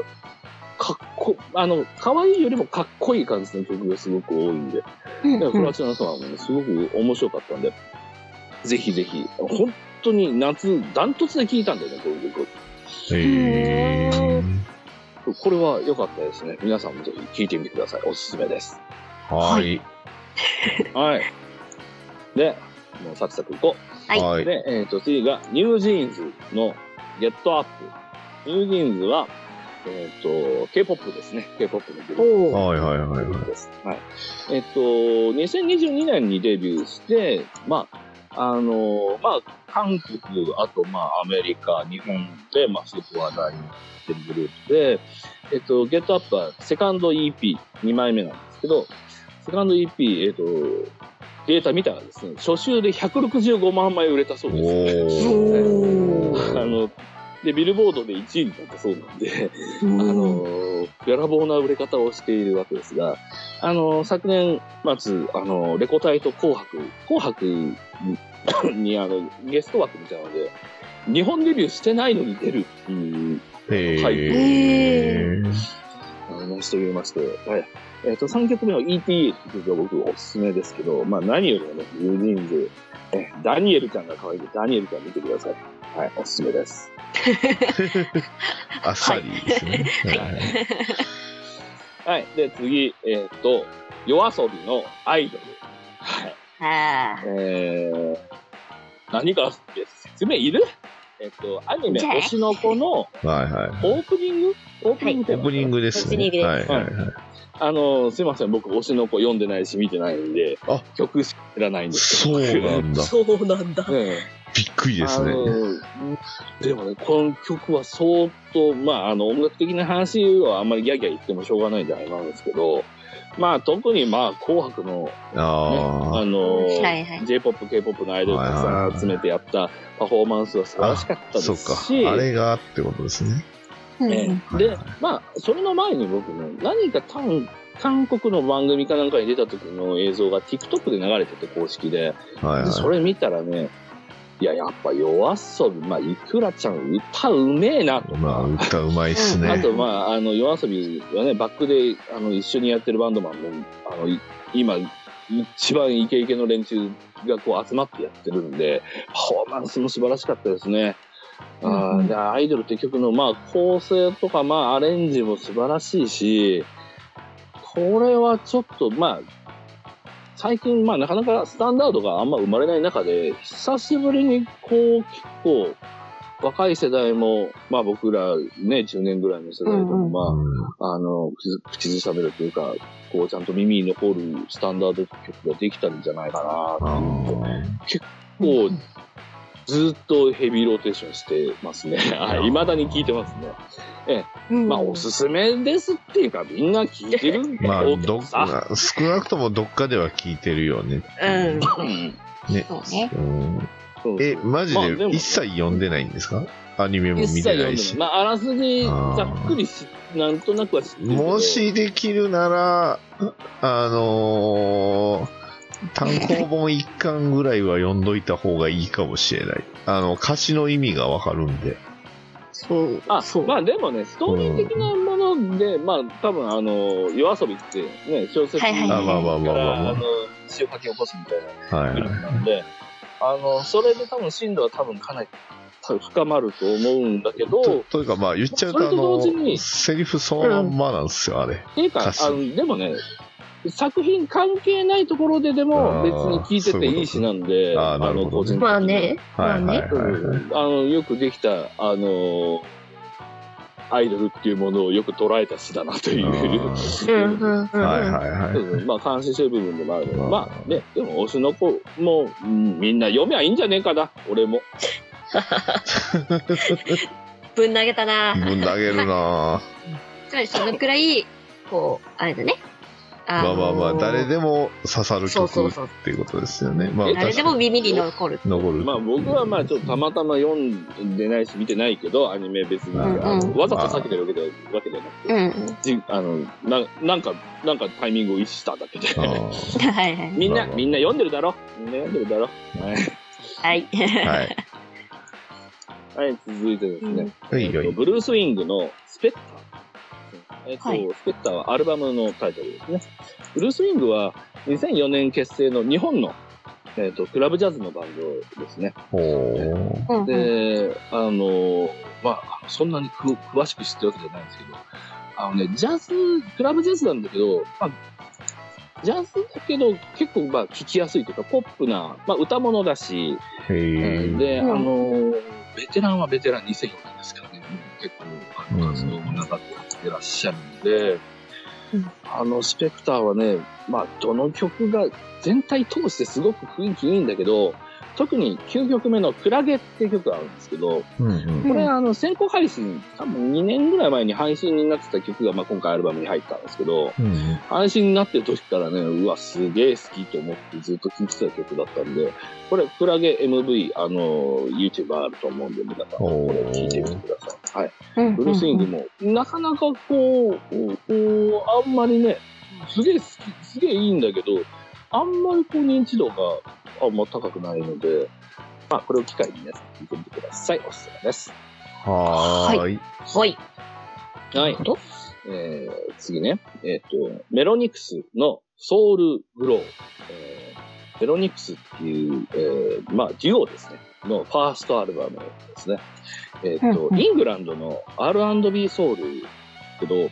可愛いよりもかっこいい感じの曲がすごく多いんで、プラチナさんはね、すごく面白かったんで、ぜひぜひ、本当に夏、ダントツで聴いたんだよね、この曲。これは良かったですね。皆さんもぜひ聴いてみてください。おすすめです。 はい。 はい。で、もうサクサクいこう。はい。で、次が、ニュージーンズのゲットアップ。ニュージーンズは、K-POP ですね。K-POP のグループ。 はい。 です。はい。2022年にデビューして、まあ、韓国、あと、まあ、アメリカ、日本で、まあ、すごく話題になってるグループで、ゲットアップはセカンド EP、2枚目なんですけど、セカンド EP、 データ見たらですね、初週で165万枚売れたそうですね。で、ビルボードで1位になったそうなんで、べらぼうな売れ方をしているわけですが、昨年末、レコ大と紅白にゲスト枠みたいなので、日本デビューしてないのに出るっていう回を成し遂げまして、はい。3曲目の ETA っていう曲が僕おすすめですけど、まあ何よりもね、ユージーンズ、ダニエルちゃんが可愛いんで、ダニエルちゃん見てください。はい、おすすめです。 あっさりですね。 はい。で、次、夜遊びのアイドル。はい。何か説明いる？アニメ、推しの子の、オープニング？オープニングですね。 すいません、僕、推しの子読んでないし、見てないんで、曲しか知らないんですけど。そうなんだ。 そうなんだ。 びっくりですね。 でもね、この曲は相当、まあ、音楽的な話はあんまりギャギャ言ってもしょうがないんじゃないなんですけど、まあ、特に、まあ、紅白の、J-POP、K-POP のアイドルたくさん集めてやったパフォーマンスは素晴らしかったですし、 そうか。あれがってことですね。 で、まあ、それの前に僕ね、何か韓国の番組かなんかに出た時の映像が TikTok で流れてて公式で、でそれ見たらね、いや、やっぱ夜遊び、まあ、いくらちゃん歌うめえなとか。 まあ、歌うまいっすね。 あと、まあ、夜遊びはね、バックで、一緒にやってるバンドマンも、今、一番イケイケの連中がこう集まってやってるんで、パフォーマンスも素晴らしかったですね。でアイドルって曲の、まあ、構成とか、まあ、アレンジも素晴らしいし、これはちょっと、まあ、最近、まあ、なかなかスタンダードがあんま生まれない中で、久しぶりに、こう、結構、若い世代も、まあ僕らね、10年ぐらいの世代でも、まあ、口ずさめるというか、こう、ちゃんと耳に残るスタンダード曲ができたんじゃないかな、結構、ずっとヘビーローテーションしてますね。未だに聴いてますね。まあ、おすすめですっていうか、みんな聴いてるんだろうけどさ。 まあ、少なくともどっかでは聴いてるよね。 ね。 そうね。マジで一切読んでないんですか？アニメも見てないし。 まあ、あらすじ、ざっくりなんとなくは知ってるけど。 もしできるなら、単行本一巻ぐらいは読んどいた方がいいかもしれない。歌詞の意味がわかるんで。 そう。 まあでもね、ストーリー的なもので、まあ多分夜遊びってね、小説から詩を書き起こすみたいなグループなので、それで多分進路は多分かなり深まると思うんだけど、 というかまあ言っちゃうとセリフそのまんまなんですよ、あれ。 っていうか、でもね、作品関係ないところででも別に聞いてていいしなんで、個人的に。 まあね。 よくできた、アイドルっていうものをよく捉えた詩だなという。まあ、監視してる部分でもあるので、まあね、でも推しの子も、みんな読めばいいんじゃねえかな、俺も。 ぶん投げたな。 ぶん投げるな。 そのくらい、こう、あれだね。 まあ、誰でも刺さる曲っていうことですよね。まあ、 誰でも耳に残る。 まあ僕はまあちょっとたまたま読んでないし見てないけど、アニメ別に、わざと避けてるわけではなくて、なんかタイミングを意識しただけで。みんな読んでるだろ。はい。はい、続いてですね。ブルースウィングのスペッター。スペッターはアルバムのタイトルですね。ブルースウィングは2004年結成の日本の、クラブジャズのバンドですね。で、まあ、そんなに詳しく知ってるわけじゃないんですけど、クラブジャズなんだけど、まあ、ジャズだけど結構まあ聴きやすいというか、ポップな、まあ歌物だし、で、ベテランはベテラン2004年ですからね、結構、活動の中でやってらっしゃるので、スペクターはね、まあ、どの曲が全体通してすごく雰囲気いいんだけど、 特に9曲目のクラゲっていう曲があるんですけど、これ先行配信、多分2年ぐらい前に配信になってた曲が、今回アルバムに入ったんですけど、配信になってる時からね、うわ、すげえ好きと思ってずっと聴いてた曲だったんで、これ、クラゲ MV、YouTube あると思うんで、皆さん、これ聴いてみてください。はい。ブルースイングも、なかなかあんまりね、すげえ好き、すげえいいんだけど、あんまり認知度があんま高くないので、これを機会に皆さん聞いてみてください。おすすめです。 はーい。 はい。 はい。次ね。メロニクスのソウルグロー。メロニクスっていう、デュオですね。のファーストアルバムですね。イングランドの R&B ソウルけど、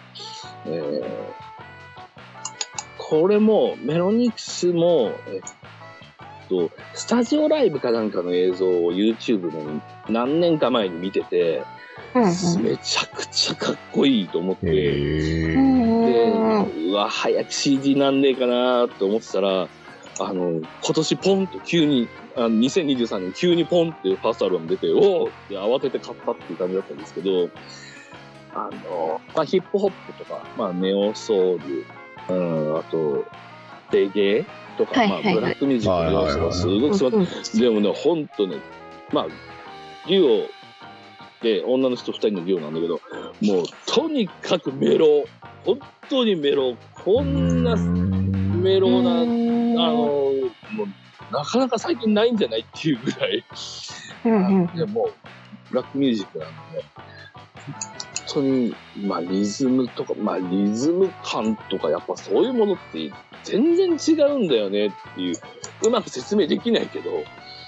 これも、メロニクスも、スタジオライブかなんかの映像を YouTube の何年か前に見てて、めちゃくちゃかっこいいと思って、で、うわ、早く CD なんねえかなと思ってたら、今年ポンと急に、2023年急にポンっていうファーストアルバム出て、おーって慌てて買ったっていう感じだったんですけど、ヒップホップとか、ネオソウル、あと、レゲエとか、ブラックミュージックの要素がすごくすごく、でもね、ほんとね、デュオで、女の人2人のデュオなんだけど、もう、とにかくメロ、本当にメロ、こんなメロな、もう、なかなか最近ないんじゃないっていうぐらい、でもう、ブラックミュージックなんで、本当に、リズムとか、リズム感とか、やっぱそういうものって全然違うんだよねっていう、うまく説明できないけど、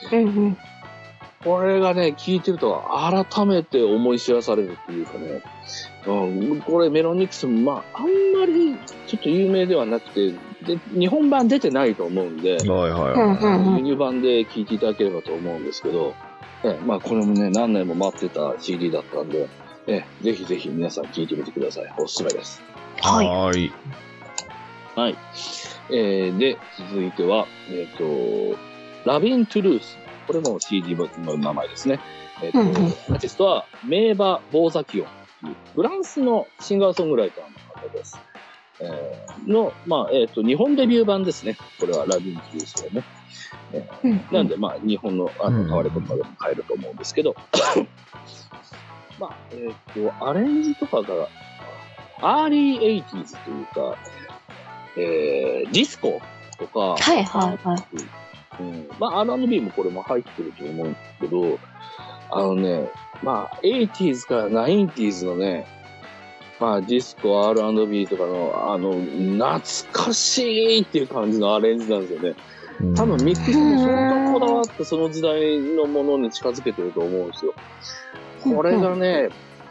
これがね、聞いてると改めて思い知らされるっていうかね、これメロニクスも、あんまりちょっと有名ではなくて、で、日本版出てないと思うんで、輸入版で聞いていただければと思うんですけど、これもね、何年も待ってた CD だったんで、ぜひぜひ皆さん聞いてみてください。おすすめです。 はい。 はい。で、続いては、ラビン・トゥルース。これも CD の名前ですね。アーティストはメーバ・ボーザキオンというフランスのシンガーソングライターの方です。日本デビュー版ですね。これはラビン・トゥルースはね。なんで、日本のタワレコとかでも買えると思うんですけど、アレンジとかが、アーリー 80s というか、ディスコとか、R&B もこれも入ってると思うんですけど、80s から 90s のね、ディスコ、R&B とかの、懐かしいっていう感じのアレンジなんですよね。多分ミックスも相当こだわってその時代のものに近づけてると思うんですよ。これがね、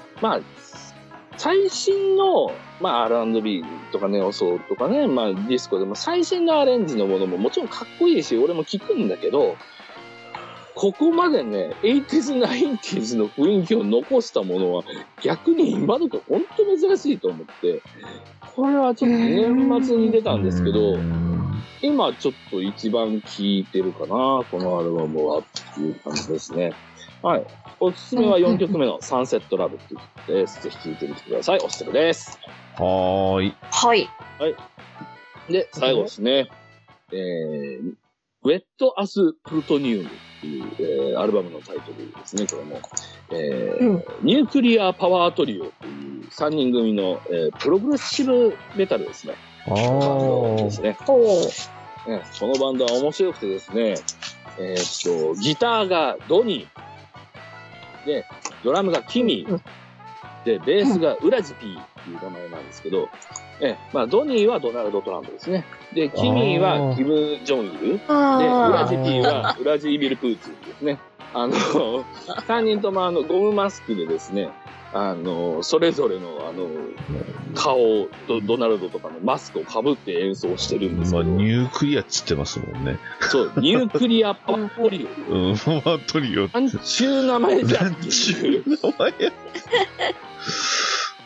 最新の、R&B とかネオソウルとかね、ディスコでも最新のアレンジのものももちろんかっこいいし、俺も聞くんだけど、ここまでね、80s、90s の雰囲気を残したものは逆に今時本当珍しいと思って、これはちょっと年末に出たんですけど、今ちょっと一番聴いてるかな、このアルバムはっていう感じですね。はい。おすすめは4曲目のサンセットラブっていう曲です。ぜひ聴いてみてください。おすすめです。 はーい。 はい。 はい。で、最後ですね。ウェットアスプルトニウムっていう、アルバムのタイトルですね、これも。ニュークリアパワートリオという3人組の、プログレッシブメタルですね。ですね。このバンドは面白くてですね、ギターがドニー、で、ドラムがキミー、で、ベースがウラジピーっていう名前なんですけど、ドニーはドナルド・トランプですね。で、キミーはキム・ジョンイル。で、ウラジピーはウラジービル・プーツですね。3人ともゴムマスクでですね、それぞれの顔、ドナルドとかのマスクを被って演奏してるんですけど。 ニュークリアっつってますもんね。 そう、ニュークリアパワートリオ。 パワートリオ。 なんちゅう名前じゃんっていう。 名前や。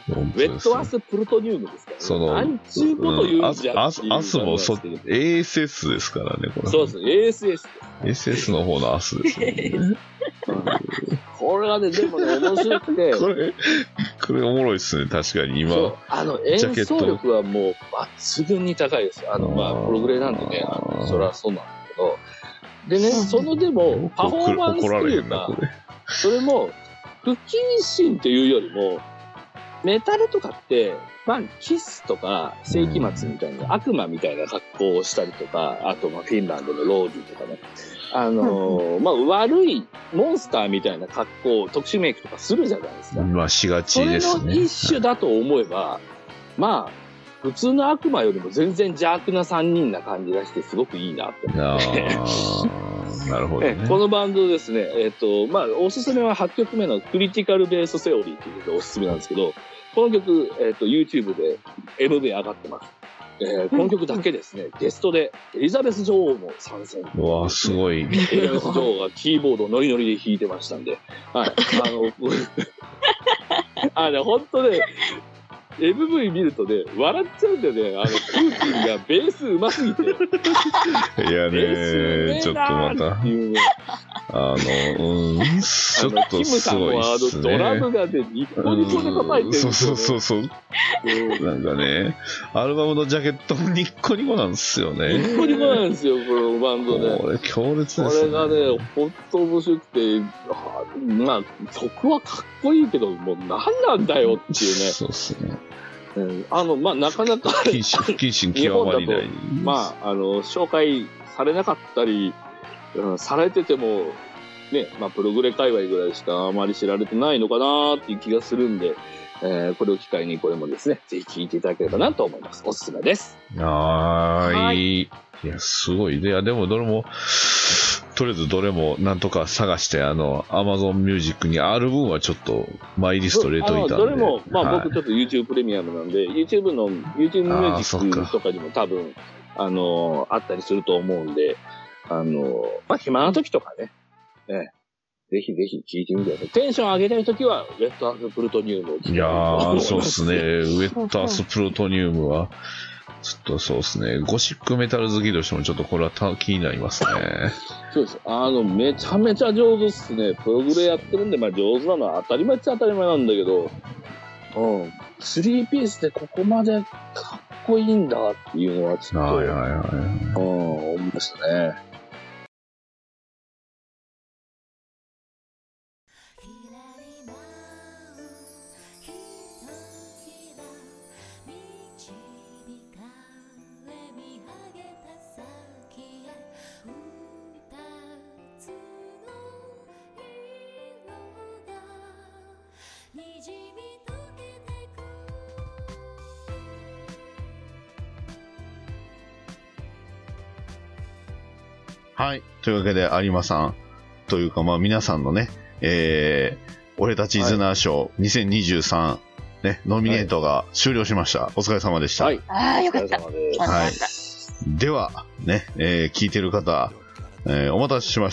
ウェットアースプルトニウムですからね。 その、 なんちゅうこと言うんじゃん。 アスもASS ですからね、これ。 そうです、ASS です。ASS の方のアスですよね。 これはね、でもね、面白くて。 これおもろいっすね、確かに今。 そう、演奏力はもう抜群に高いです。プログレなんでね、それはそうなんだけど。でね、そのでも、パフォーマンスというか、それも、不謹慎というよりも、メタルとかって、キスとか、世紀末みたいな、悪魔みたいな格好をしたりとか、あと、フィンランドのローディとかね、悪いモンスターみたいな格好、特殊メイクとかするじゃないですか。 しがちですね。 それの一種だと思えば、普通の悪魔よりも全然邪悪な3人な感じがしてすごくいいなって思って。 なるほど、ね。 このバンドですね、おすすめは8曲目のクリティカルベースセオリーというのがおすすめなんですけど、この曲、YouTube で MV 上がってます。この曲だけですね、ゲストでエリザベス女王も参戦、ね。 うわすごい。 エリザベス女王がキーボードをノリノリで弾いてましたんで、はい。本当ね、MV 見るとね、笑っちゃうんだよね。プーチンがベース上手すぎて。 いやね、ちょっとまた。ちょっとすごいっすね。 ドラムがね、ニッコニコで叩いてるんですよね。 そう。なんかね、アルバムのジャケットもニッコニコなんですよね。 ニッコニコなんですよ、このバンドね。 これ強烈ですね。 これがね、ほんと面白くて、曲はかっこいいけど、もう何なんだよっていうね。 そうっすね。 なかなか、 不謹慎極まりない。 紹介されなかったり、されてても、ね、プログレ界隈ぐらいしかあまり知られてないのかなっていう気がするんで、これを機会にこれもですね、ぜひ聴いていただければなと思います。おすすめです。 はい。いや、すごい。でもどれも、とりあえずどれもなんとか探して、Amazon Music にある分はちょっとマイリスト入れといたんで。 どれも、僕ちょっと YouTube プレミアムなんで、YouTube ミュージックとかにも多分、あったりすると思うんで、暇な時とかね、ぜひぜひ聴いてみてください。テンション上げたい時は、ウェットアースプルトニウムを聴いてみてください。いやー、 そうっすね。ウェットアースプルトニウムは、ちょっとそうですね。ゴシックメタル好きとしてもちょっとこれは気になりますね。 そうです。めちゃめちゃ上手っすね。プログレやってるんで、上手なのは当たり前っちゃ当たり前なんだけど、3ピースでここまでかっこいいんだっていうのはちょっと、思いましたね。 はい。というわけで、有馬さんというか、皆さんのね、俺たちイズナー賞2023、ね、ノミネートが終了しました。お疲れ様でした。 はい。 よかった。 お疲れ様です。はい。では、ね、聞いてる方、お待たせしました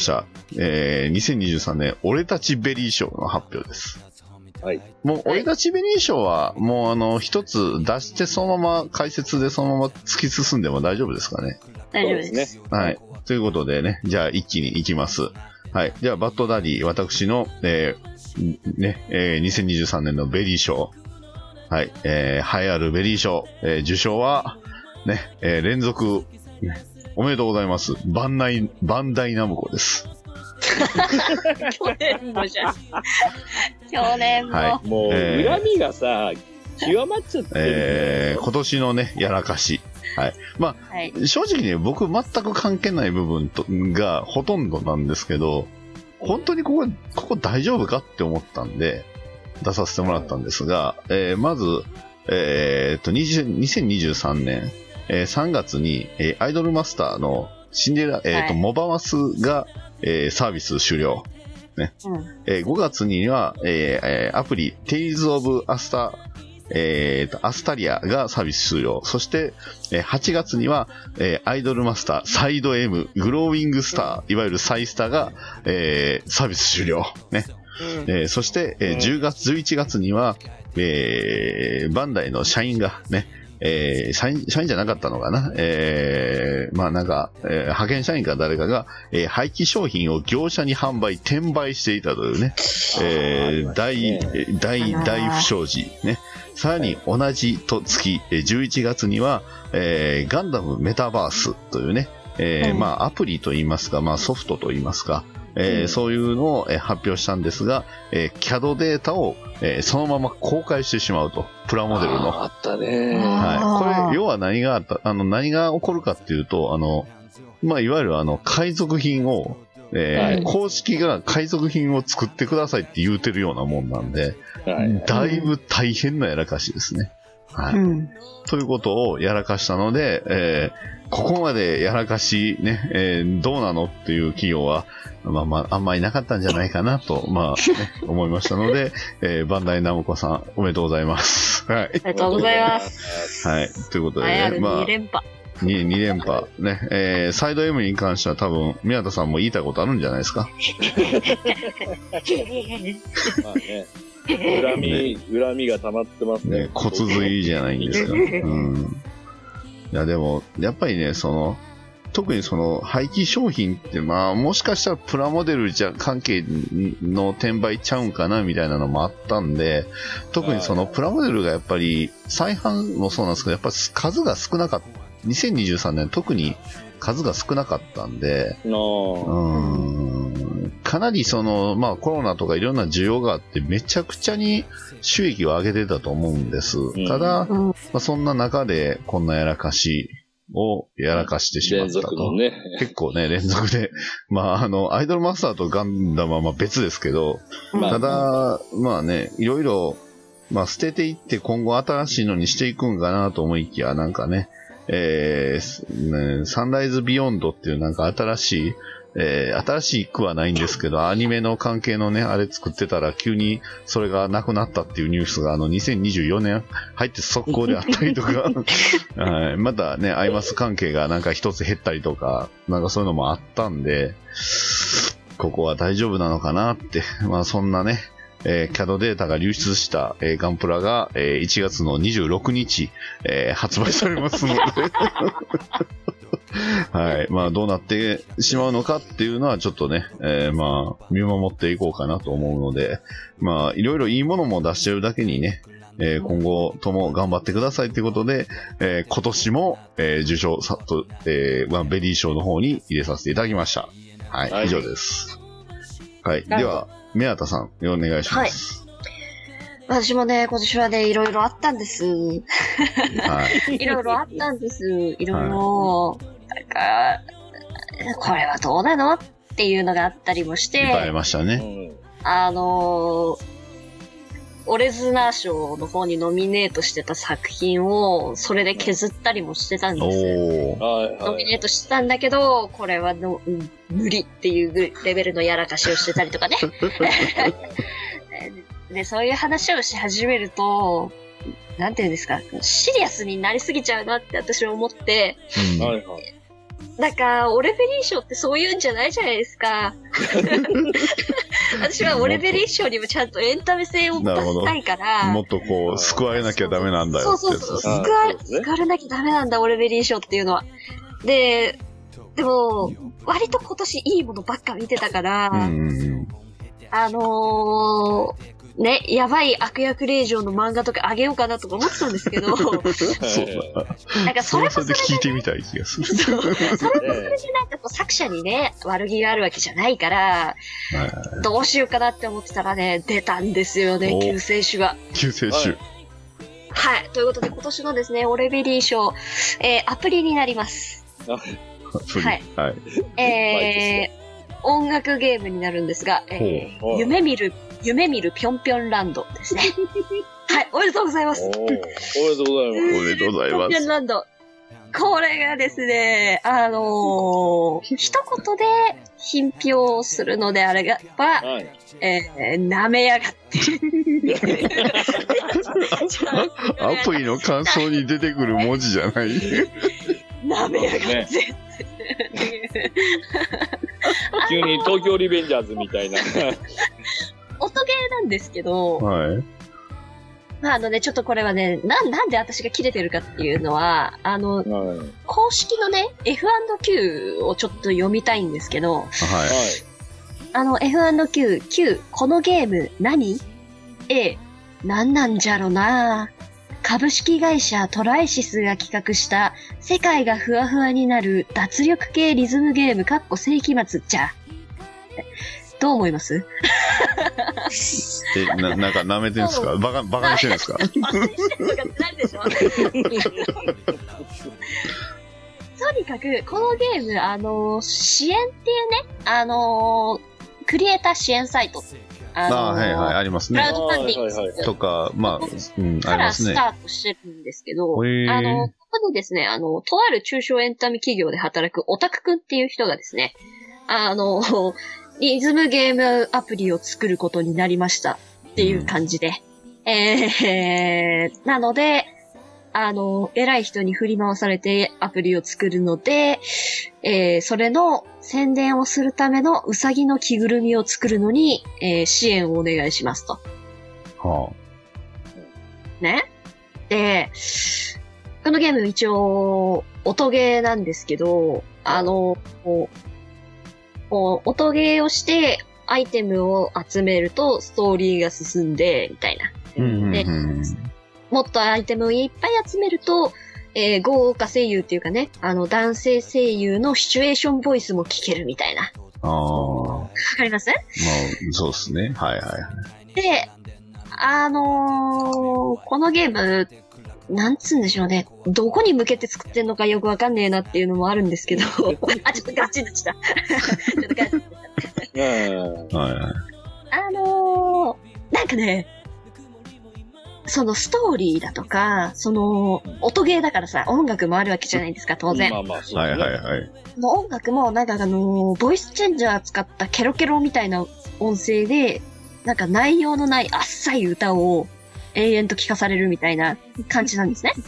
。2023年、俺たちベリー賞の発表です。 はい。 もう、俺たちベリー賞は、もう一つ出して、そのまま、解説でそのまま突き進んでも大丈夫ですかね。 大丈夫です。 はい。ということでね、じゃあ一気に行きます。はい。では、バッドダディ、私の、2023年のベリー賞。はい。栄えあるベリー賞、受賞は、ね、連続、おめでとうございます。バンダイナムコです。 去年もじゃん。去年も。 はい、もう、恨みがさ、極まっちゃってる。 今年のね、やらかし。はい。はい、正直ね、僕全く関係ない部分がほとんどなんですけど、本当にここ大丈夫かって思ったんで、出させてもらったんですが、まず、2023年、3月に、アイドルマスターのシンデレラ、モバマスが、サービス終了。ね。5月には、アプリ、Tales ofアスタリアがサービス終了。そして、8月には、アイドルマスター、サイド M、グローウィングスター、いわゆるサイスタが、サービス終了。ね。 そして、10月、11月には、バンダイの社員がね、社員じゃなかったのかな、まあなんか、派遣社員か誰かが、廃棄商品を業者に販売、転売していたというね、大不祥事ね。さらに同じ月、11月には、ガンダムメタバースというね、まあアプリといいますか、まあソフトといいますか、そういうのを発表したんですが、CAD データを、そのまま公開してしまうと。プラモデルの。 あったね。 はい。これ、要は何が何が起こるかっていうと、まあ、いわゆる海賊品を、公式が海賊品を作ってくださいって言うてるようなもんなんで、だいぶ大変なやらかしですね。はい。ということをやらかしたので、ここまでやらかしね、どうなのっていう企業は、まあ、あんまりなかったんじゃないかなと、まあ、ね、思いましたので、バンダイナムコさん、おめでとうございます。はい。 ありがとうございます。 はい。ということでね、まあ、 2連覇。 2連覇。ね、サイド M に関しては多分、宮田さんも言いたいことあるんじゃないですか。 まあね。恨みが溜まってますね。 骨髄じゃないんですか。いや、でも、やっぱりね、特に廃棄商品って、まあ、もしかしたらプラモデル関係の転売ちゃうんかな、みたいなのもあったんで、特にプラモデルがやっぱり、再販もそうなんですけど、やっぱり数が少なかった。2023年特に数が少なかったんで、かなりまあコロナとかいろんな需要があってめちゃくちゃに収益を上げてたと思うんです。ただ、まあ、そんな中でこんなやらかしをやらかしてしまったと。結構ね、連続で。まあ、アイドルマスターとガンダムはまあ別ですけど、ただ、まあね、いろいろ、まあ捨てていって今後新しいのにしていくんかなと思いきや、なんかね、サンライズビヨンドっていうなんか新しい句はないんですけど、アニメの関係のね、あれ作ってたら急にそれがなくなったっていうニュースが2024年入って速攻であったりとか、はい、またね、アイマス関係がなんか一つ減ったりとか、なんかそういうのもあったんで、ここは大丈夫なのかなって、まあそんなね、CAD データが流出した、ガンプラが、1月の26日、発売されますので、はい。まあ、どうなってしまうのかっていうのはちょっとね、まあ、見守っていこうかなと思うので、まあ、いろいろいいものも出してるだけにね、今後とも頑張ってくださいということで、今年も、受賞ベリー賞の方に入れさせていただきました。はい。以上です。はい。では、宮田さん、お願いします。 はい。私もね、今年はね、いろいろあったんです。はい。いろいろあったんです。いろいろ、なんか、これはどうなのっていうのがあったりもして。 いっぱいありましたね。 オレズナー賞の方にノミネートしてた作品を、それで削ったりもしてたんです。ノミネートしてたんだけど、これは無理っていうレベルのやらかしをしてたりとかね。で、そういう話をし始めると、なんていうんですか、シリアスになりすぎちゃうなって私は思って、なんか、オレベリー賞ってそういうんじゃないじゃないですか。私はオレベリー賞にもちゃんとエンタメ性を出したいから。 もっとこう、救われなきゃダメなんだよって。 そう。救われなきゃダメなんだ、オレベリー賞っていうのは。でも、割と今年いいものばっか見てたから、ね、やばい悪役令嬢の漫画とかあげようかなとか思ってたんですけど、なんかそれもそれで聞いてみたい気がする。 それもそれでなんかこう作者にね、悪気があるわけじゃないから、どうしようかなって思ってたらね、出たんですよね、救世主が。 救世主。 はい。ということで今年のですね、オレベリー賞、アプリになります。はい。音楽ゲームになるんですが、夢見るぴょんぴょんランドですね。はい、おめでとうございます。 おめでとうございます。 おめでとうございます。ぴょんぴょんランド。これがですね、一言で品評するのであれば、舐めやがって。 アプリの感想に出てくる文字じゃない。 舐めやがって。 急に東京リベンジャーズみたいな。 音ゲーなんですけど、 はい。 まあちょっとこれはね、なんで私が切れてるかっていうのは、公式のね、F&Q をちょっと読みたいんですけど、 はい。 F&Q、Q、このゲーム何？ A、なんなんじゃろな。株式会社トライシスが企画した世界がふわふわになる脱力系リズムゲーム世紀末じゃ。どう思います？ なんか舐めてるんですか？バカにしてるんですか？ バカにしてるのかってないでしょ。とにかく、このゲーム、支援っていうね、クリエイター支援サイト。 はいはい、ありますね。 クラウドファンディングとか、まあ、 からスタートしてるんですけど、ここでですね、とある中小エンタメ企業で働くオタクくんっていう人がですね、リズムゲームアプリを作ることになりましたっていう感じで。なので、偉い人に振り回されてアプリを作るので、それの宣伝をするためのウサギの着ぐるみを作るのに、支援をお願いしますと。 はあ。 ね。で、このゲーム一応、音ゲーなんですけど、音ゲーをして、アイテムを集めるとストーリーが進んで、みたいな。で、もっとアイテムをいっぱい集めると、豪華声優っていうかね、男性声優のシチュエーションボイスも聞けるみたいな。わかります？ まあ、そうですね。はいはいはい。 で、このゲーム、なんつうんでしょうね。どこに向けて作ってんのかよくわかんねえなっていうのもあるんですけど。ちょっとガチンとした。ちょっとガチンとした。 はいはい。 なんかね、そのストーリーだとか、その音ゲーだからさ、音楽もあるわけじゃないですか、当然。 まあまあ、そうはいはいはい。 音楽もなんかボイスチェンジャー使ったケロケロみたいな音声で、なんか内容のないあっさい歌を永遠と聞かされるみたいな感じなんですね。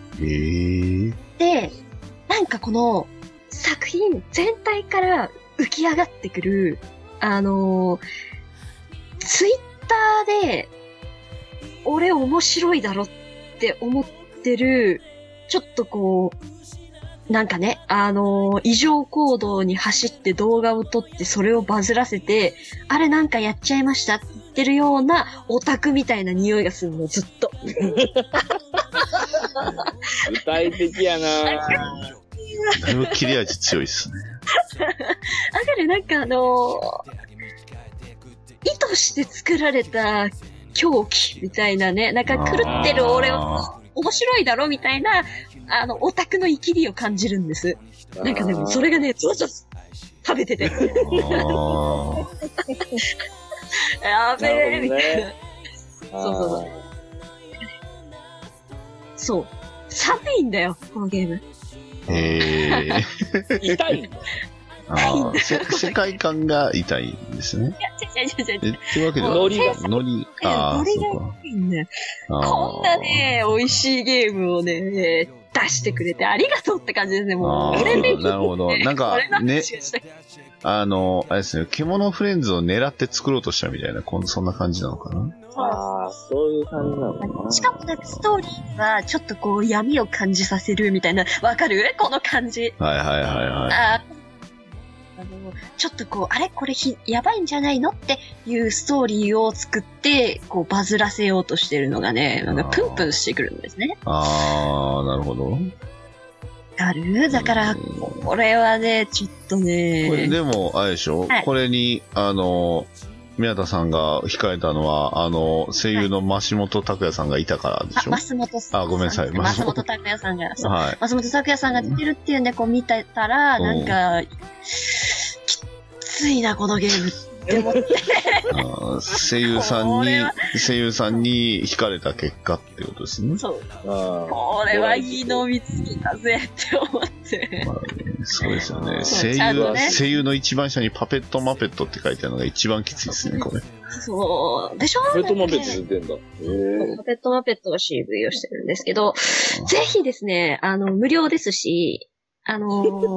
で、なんかこの作品全体から浮き上がってくる、ツイッターで、俺面白いだろって思ってる、ちょっとこう、なんかね、異常行動に走って動画を撮ってそれをバズらせて、あれなんかやっちゃいましたって言ってるようなオタクみたいな匂いがするの、ずっと。 具体的やなぁ。 だいぶ切れ味強いっすね。 あかる、なんか意図して作られた狂気みたいなね、なんか狂ってる俺を面白いだろみたいな、オタクの生きりを感じるんです。なんかね、それがね、ずっと食べてて。やべえ、みたいな。そう。寒いんだよ、このゲーム。 痛いんだ。 世界観が痛いんですね。 いや、違う。 ってわけではノリが。 ノリがいいんだよ。こんなね、美味しいゲームをね、出してくれてありがとうって感じですね、もう。 なるほど。なんか、ね、あれですね、獣フレンズを狙って作ろうとしたみたいな、そんな感じなのかな。 ああ、そういう感じなのかな。 しかもなんかストーリーはちょっとこう闇を感じさせるみたいな、わかる？この感じ。 はい。 ちょっとこう、あれこれやばいんじゃないのっていうストーリーを作って、こうバズらせようとしてるのがね、なんかプンプンしてくるんですね。 なるほど。 だから、これはね、ちょっとね。 これでも、あれでしょ、はい、これに、宮田さんが控えたのは、声優の増本拓也さんがいたからでしょ、 増本さん。 ごめんなさい。 増本拓也さんが、 はい、 増本拓也さんが出てるっていうんで、こう見てたら、なんか、きついな、このゲームって思って。 声優さんに惹かれた結果ってことですね。 そう。これはいいのを見つけたぜって思って。 そうですよね。声優の一番下にパペットマペットって書いてあるのが一番きついですね、これ。 そう。でしょ？ パペットマペット出てんだ。 パペットマペットが CV をしてるんですけど、ぜひですね、無料ですし、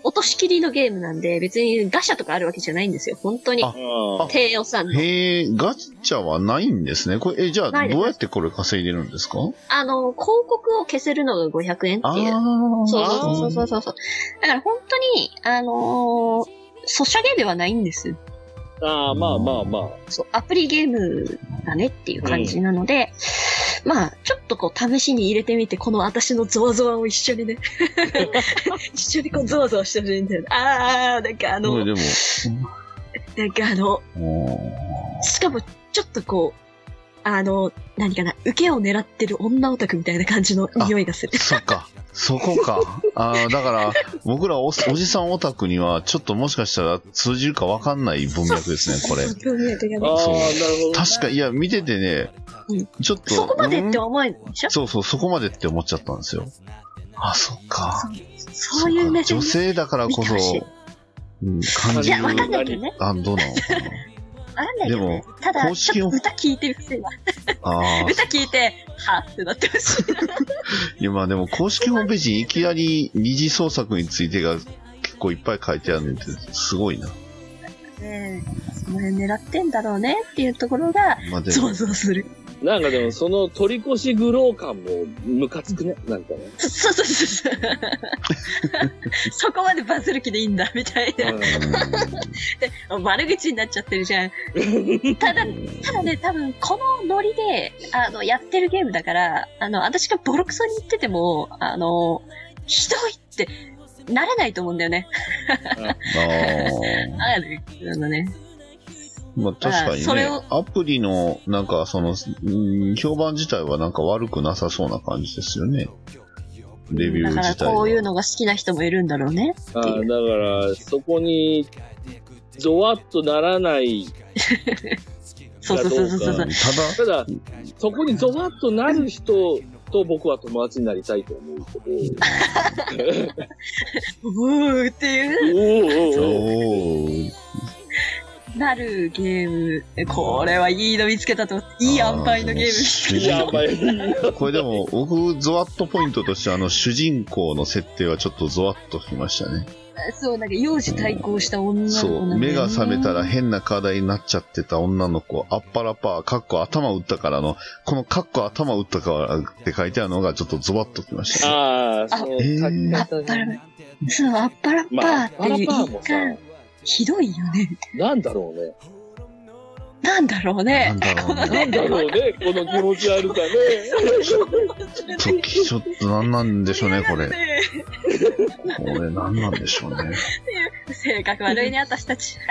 落とし切りのゲームなんで、別にガシャとかあるわけじゃないんですよ。本当に。低予算の。 へえ、ガチャはないんですね。これ、じゃあ、どうやってこれ稼いでるんですか？ 広告を消せるのが500円っていう。そう。だから本当に、ソシャゲではないんです。 まあ。 そう、アプリゲームだねっていう感じなので、まあ、ちょっとこう、試しに入れてみて、この私のゾワゾワを一緒にね、一緒にこう、ゾワゾワしてほしいんだよね。なんかでもなんかしかも、ちょっとこう、何かな、受けを狙ってる女オタクみたいな感じの匂いがする。 そっか。そこか。だから、僕らおじさんオタクには、ちょっともしかしたら通じるか分かんない文脈ですね、これ。 文脈がね。 なるほど。 確か、いや、見ててね、ちょっと。 そこまでって思えないでしょ？ そう、そこまでって思っちゃったんですよ。そっか。 そういう目線。 女性だからこそ、感じる。 いや、わかんないけどね。 どうなのかな。 でも、ただ、ちょっと歌聞いてほしいわ。歌聞いて、はってなってほしい。 いや、まあでも、公式ホームページにいきなり二次創作についてが結構いっぱい書いてあるのって、すごいな。 その辺狙ってんだろうねっていうところが、ゾワゾワする。 なんかでも、その取り越しグロー感もムカつくね、なんかね。 そう。そこまでバズる気でいいんだ、みたいな。で、悪口になっちゃってるじゃん。ただね、多分、このノリで、やってるゲームだから、私がボロクソに言ってても、ひどいって、なれないと思うんだよね。 まあ確かにね、アプリの、なんか評判自体はなんか悪くなさそうな感じですよね。レビュー自体は。 だからこういうのが好きな人もいるんだろうね。 だから、そこに、ゾワッとならない。 そう。 ただ、そこにゾワッとなる人と僕は友達になりたいと思うけど。 っていう。なるゲーム。これはいいの見つけたと思って、いい塩梅のゲーム。 これでも、僕、ゾワッとポイントとして主人公の設定はちょっとゾワッときましたね。 そう、なんか幼児対抗した女の子そう、目が覚めたら変な課題になっちゃってた女の子、アッパラパー、カッコ頭打ったからの、このカッコ頭打ったからって書いてあるのがちょっとゾワッときましたね。 そう、アッパラパーっていう言い方。ひどいよね。 なんだろうね。 なんだろうね、 この気持ち悪さね。 ちょっと何なんでしょうね、これ。これ何なんでしょうね。 性格悪いね、私たち。はい。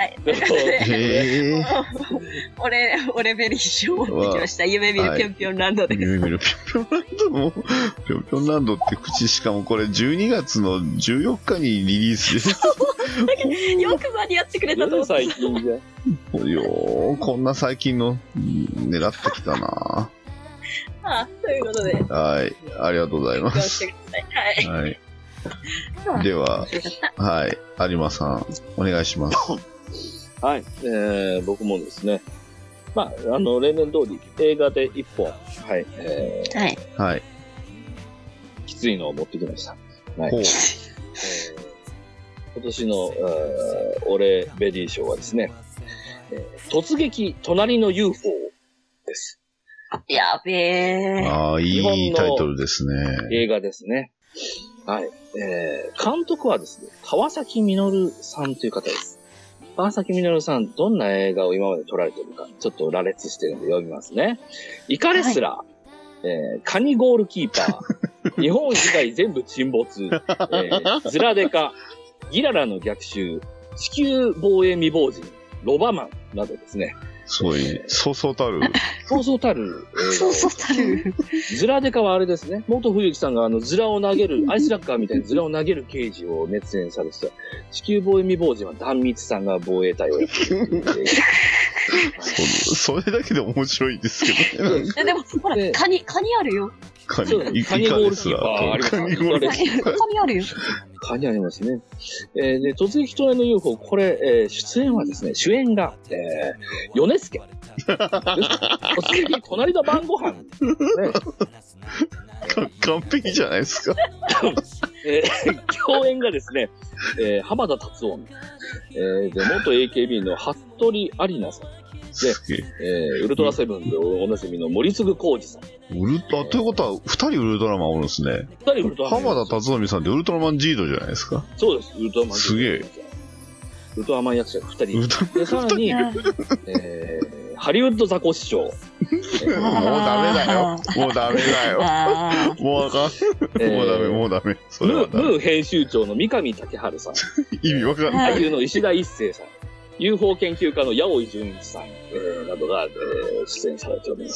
俺ベリー賞持ってきました。夢見るぴょんぴょんランドです。 夢見るぴょんぴょんランドも、ぴょんぴょんランドって口、しかもこれ12月の14日にリリースです。 よく間に合ってくれたと思って。 最近じゃ。 こんな最近の狙ってきたな。 ということで。 はい。ありがとうございます。はい。では、はい。有馬さん、お願いします。 はい。僕もですね。まあ、例年通り映画で一本、はい。 はい。 きついのを持ってきました。はい。今年の、俺ベリー賞はですね、突撃隣の UFO です。 やべえ。 いいタイトルですね。 映画ですね。はい。監督はですね、川崎実さんという方です。川崎実さん、どんな映画を今まで撮られているか、ちょっと羅列してるんで読みますね。イカレスラー、カニゴールキーパー、日本以外全部沈没、ズラデカ、ギララの逆襲、地球防衛未亡人、ロバマンなどですね。 すごい、そうそうたる。 ズラデカはあれですね。元冬木さんがズラを投げる、アイスラッカーみたいにズラを投げる刑事を熱演されてた。地球防衛未亡人は壇蜜さんが防衛隊をやってる。 それだけで面白いですけどね。 でも、ほら、カニあるよ。 カニゴールキーパーあります。カニあるよ。 カニありますね。で、突撃隣の UFO、これ、出演はですね、主演が、米助。突撃隣の晩ご飯。 完璧じゃないですか。 共演がですね、浜田達夫、で、元 AKB の服部有奈さん。で、ウルトラセブンでおなじみの森次浩二さん。 ということは、2人ウルトラマンおるんですね。 2人ウルトラマン。 浜田達臣さんってウルトラマンジードじゃないですか。 そうです、ウルトラマンジード。 すげえ。 ウルトラマン役者が2人。で、さらに、ハリウッドザコシショウ。 もうダメだよ。もうダメだよ。もうあかん。もうダメ、もうダメ。それはダメ。 ムー編集長の三上竹春さん。 意味わかんない。 俳優の石田一生さん。UFO 研究家の八尾純一さん、などが、出演されております。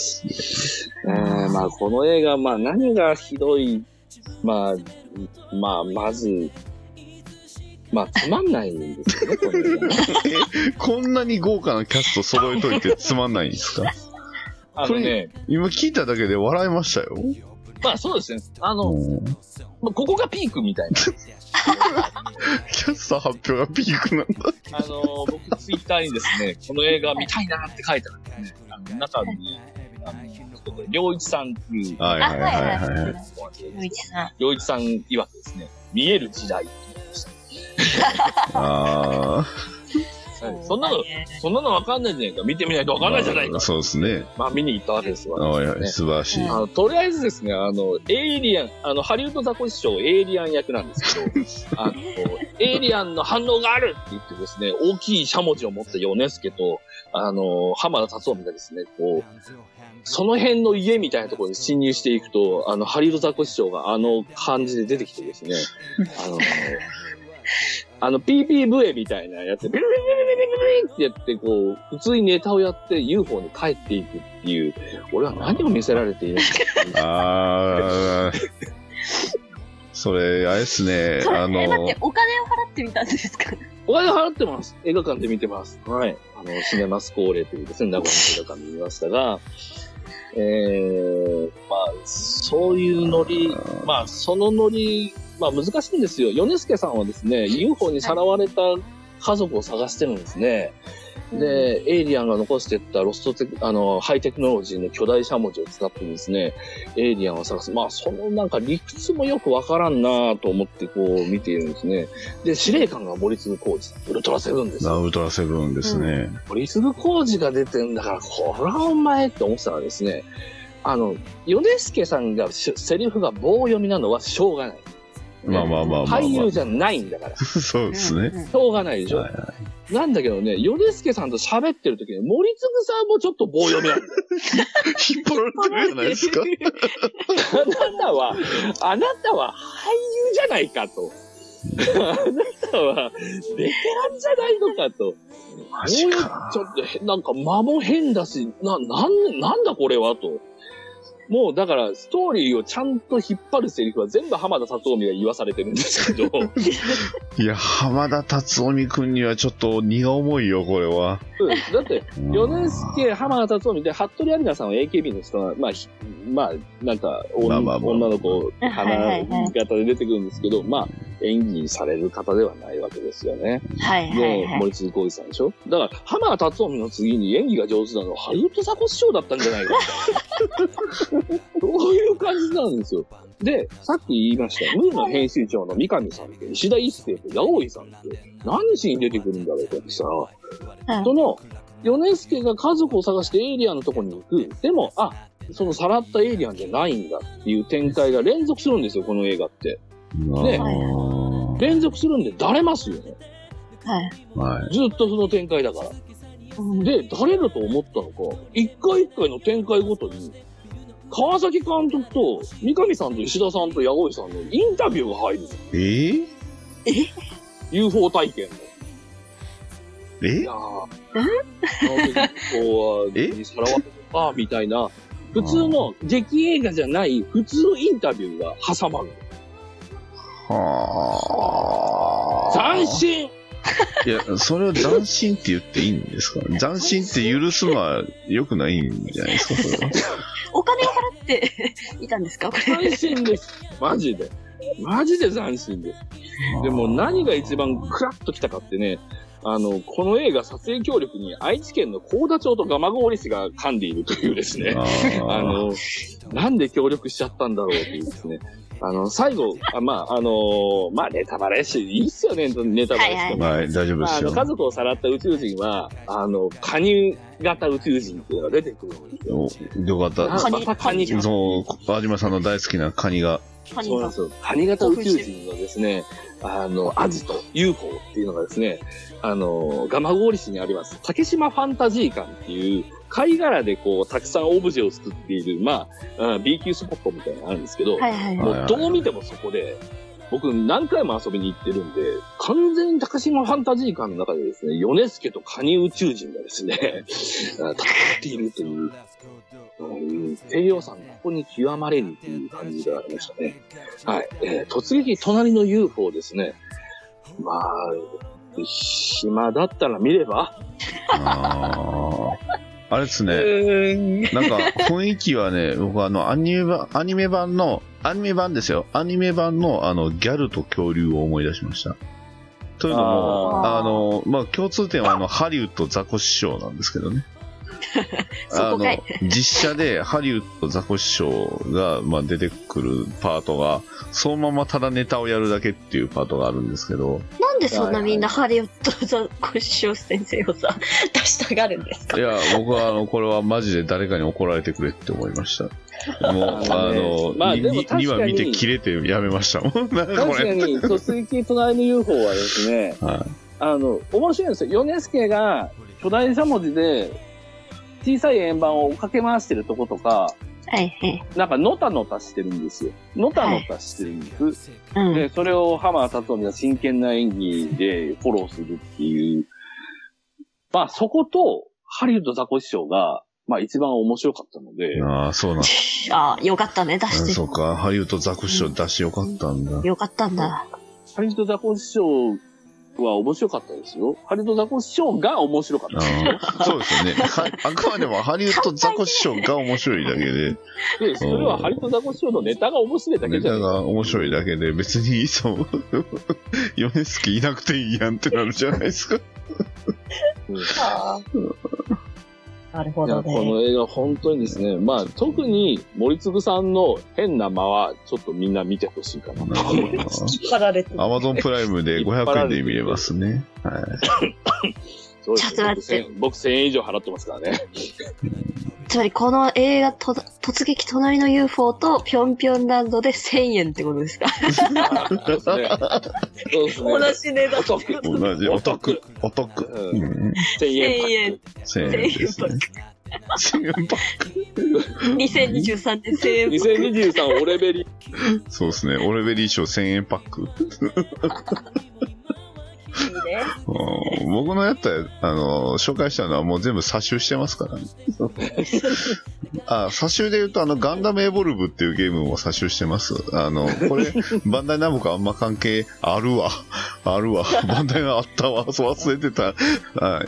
まあ、この映画、まあ、何がひどい、まず、つまんないんですよね、これ、 こんなに豪華なキャスト揃えといてつまんないんですか？これ、今聞いただけで笑いましたよ。 まあ、そうですね。ここがピークみたいな。 キャスト発表がピークなんだ。 僕ツイッターにですね、この映画見たいなって書いてあるんですね。中に、良一さんっていう。 はいはいはいはい。 良一さん曰くですね、見える時代って言いました。 ああ。 そんなのわかんないじゃないか。見てみないとわかんないじゃないか。 そうですね。 まあ見に行ったわけですわ。 素晴らしい。 とりあえずですね、エイリアン、ハリウッドザコシショウエイリアン役なんですけど、エイリアンの反応があるって言ってですね、大きいしゃもじを持ったヨネスケと、浜田達臣がですね、こう、その辺の家みたいなところに侵入していくと、ハリウッドザコシショウが感じで出てきてですね、PPV みたいなやつで、ビリビリビリビリってやって、こう、普通にネタをやって UFO に帰っていくっていう、俺は何を見せられているのか。 それ、あれですね、 待って、お金を払ってみたんですか？ お金を払ってます。映画館で見てます。はい。シネマスコーレというですね、名古屋の映画館で見ましたが、そういうノリ、そのノリ、難しいんですよ。米助さんはですね、UFO にさらわれた家族を探してるんですね。で、エイリアンが残していったハイテクノロジーの巨大しゃもじを使ってですね、エイリアンを探す。そのなんか理屈もよくわからんなぁと思ってこう見ているんですね。で、司令官が森次浩二さん。ウルトラセブンです。 ウルトラセブンですね。 森次浩二が出てんだから、これはお前って思ってたらですね、米助さんがセリフが棒読みなのはしょうがない。俳優じゃないんだから。 そうですね。 しょうがないでしょ。なんだけどね、米助さんと喋ってる時に森次さんもちょっと棒読みなんだよ。 引っ張られてるじゃないですか。 あなたは俳優じゃないかと。あなたはベテランじゃないのかと。 マジか。 ちょっとなんか間も変だし、なんだこれはと。もうだからストーリーをちゃんと引っ張るセリフは全部浜田達臣が言わされてるんですけど。 いや、浜田達臣くんにはちょっと荷が重いよ、これは。 そうです。だって、米助、浜田達臣で、服部有奈さんは AKB の人は、なんか、女の子、花形で出てくるんですけど、演技される方ではないわけですよね。で、森次浩二さんでしょ？だから、浜田達臣の次に演技が上手なのは、ハリウッドザコシショウだったんじゃないかみたいな。そういう感じなんですよ。で、さっき言いました、ムーの編集長の三上さんと石田一生と八尾さんって何しに出てくるんだろうと思ってさ、その、米助が家族を探してエイリアンのとこに行く。でも、そのさらったエイリアンじゃないんだっていう展開が連続するんですよ、この映画って。で、連続するんで、だれますよね。ずっとその展開だから。で、だれると思ったのか、一回一回の展開ごとに、川崎監督と三上さんと石田さんと八尾さんのインタビューが入る。UFO 体験の。いやにさらわれたみたいな、普通の劇映画じゃない普通のインタビューが挟まる。斬新。 いや、それを斬新って言っていいんですか？斬新って許すのは良くないんじゃないですか、それは。 お金を払っていたんですか？これ。 斬新です。マジで斬新です。でも何が一番クラッときたかってね、この映画撮影協力に愛知県の幸田町と蒲郡市が噛んでいるというですね、なんで協力しちゃったんだろうっていうですね、 最後、まあ、ネタバレし、いいっすよね、ネタバレしても。 はい、大丈夫ですよ。 家族をさらった宇宙人は、カニ型宇宙人っていうのが出てくるんですよ。 よかった。 カニ。 そう、有馬さんの大好きなカニが。 そうなんですよ。カニ型宇宙人のですね、アジと UFO っていうのがですね、蒲郡市にあります、竹島ファンタジー館っていう、貝殻でこう、たくさんオブジェを作っている、まあ、B 級スポットみたいなのがあるんですけど、もうどう見てもそこで、僕何回も遊びに行ってるんで、完全に高島ファンタジー館の中でですね、ヨネスケとカニ宇宙人がですね、戦っているという、低予算、ここに極まれるという感じがありましたね。はい。突撃隣の UFO ですね。まあ、暇だったら見ればあれですね。なんか雰囲気はね、僕アニメ版ですよ。アニメ版のギャルと恐竜を思い出しました。というのも、まあ共通点はハリウッドザコシショウなんですけどね。実写でハリウッドザコシショウが、まあ、出てくるパートがそのままただネタをやるだけっていうパートがあるんですけど、 なんでそんなみんなハリウッドザコシショウ先生をさ出したがるんですか？ いや、僕はこれはマジで誰かに怒られてくれって思いました。もう2話見て切れてやめましたもん。確かに突撃隣の UFO はですね、はい、面白いんですよ。ヨネスケが巨大しゃもじで小さい円盤をかけ回してるとことか、なんかのたのたしてるんですよ。のたのたしてるんです。で、それを浜田辰臣が真剣な演技でフォローするっていう。まあそことハリウッドザコシショウが、まあ一番面白かったので。 ああ、そうなんだ。よかったね、出して。 そうか、ハリウッドザコシショウ出してよかったんだ。 よかったんだ。 ハリウッドザコシショウは面白かったですよ。ハリウッドザコシショウが面白かったですよ。 そうですよね。あくまでもハリウッドザコシショウが面白いだけで。 で、それはハリウッドザコシショウのネタが面白いだけじゃない。 ネタが面白いだけで、別にヨネスケいなくていいやんってなるじゃないですか。 なるほどね。 この映画本当にですね、まあ特に森次さんの変な間はちょっとみんな見てほしいかなと思います。 アマゾンプライムで500円で見れますね。はい。 そうですね、ちょっと待って。僕1000円以上払ってますからね。 つまりこの映画突撃隣の UFO とぴょんぴょんランドで1000円ってことですか？ そうですね。 同じ値段。 同じお得。 1000円。 1000円ですね。1000円パック。 2023年1000円パック。2023オレベリ。 そうですね。オレベリー賞1000円パック。 いいね。 僕のやった紹介したのはもう全部差集してますからね。差集で言うとガンダムエボルブっていうゲームも差集してます。これバンダイナムコあんま関係あるわバンダイがあったわ、そう忘れてた。はい、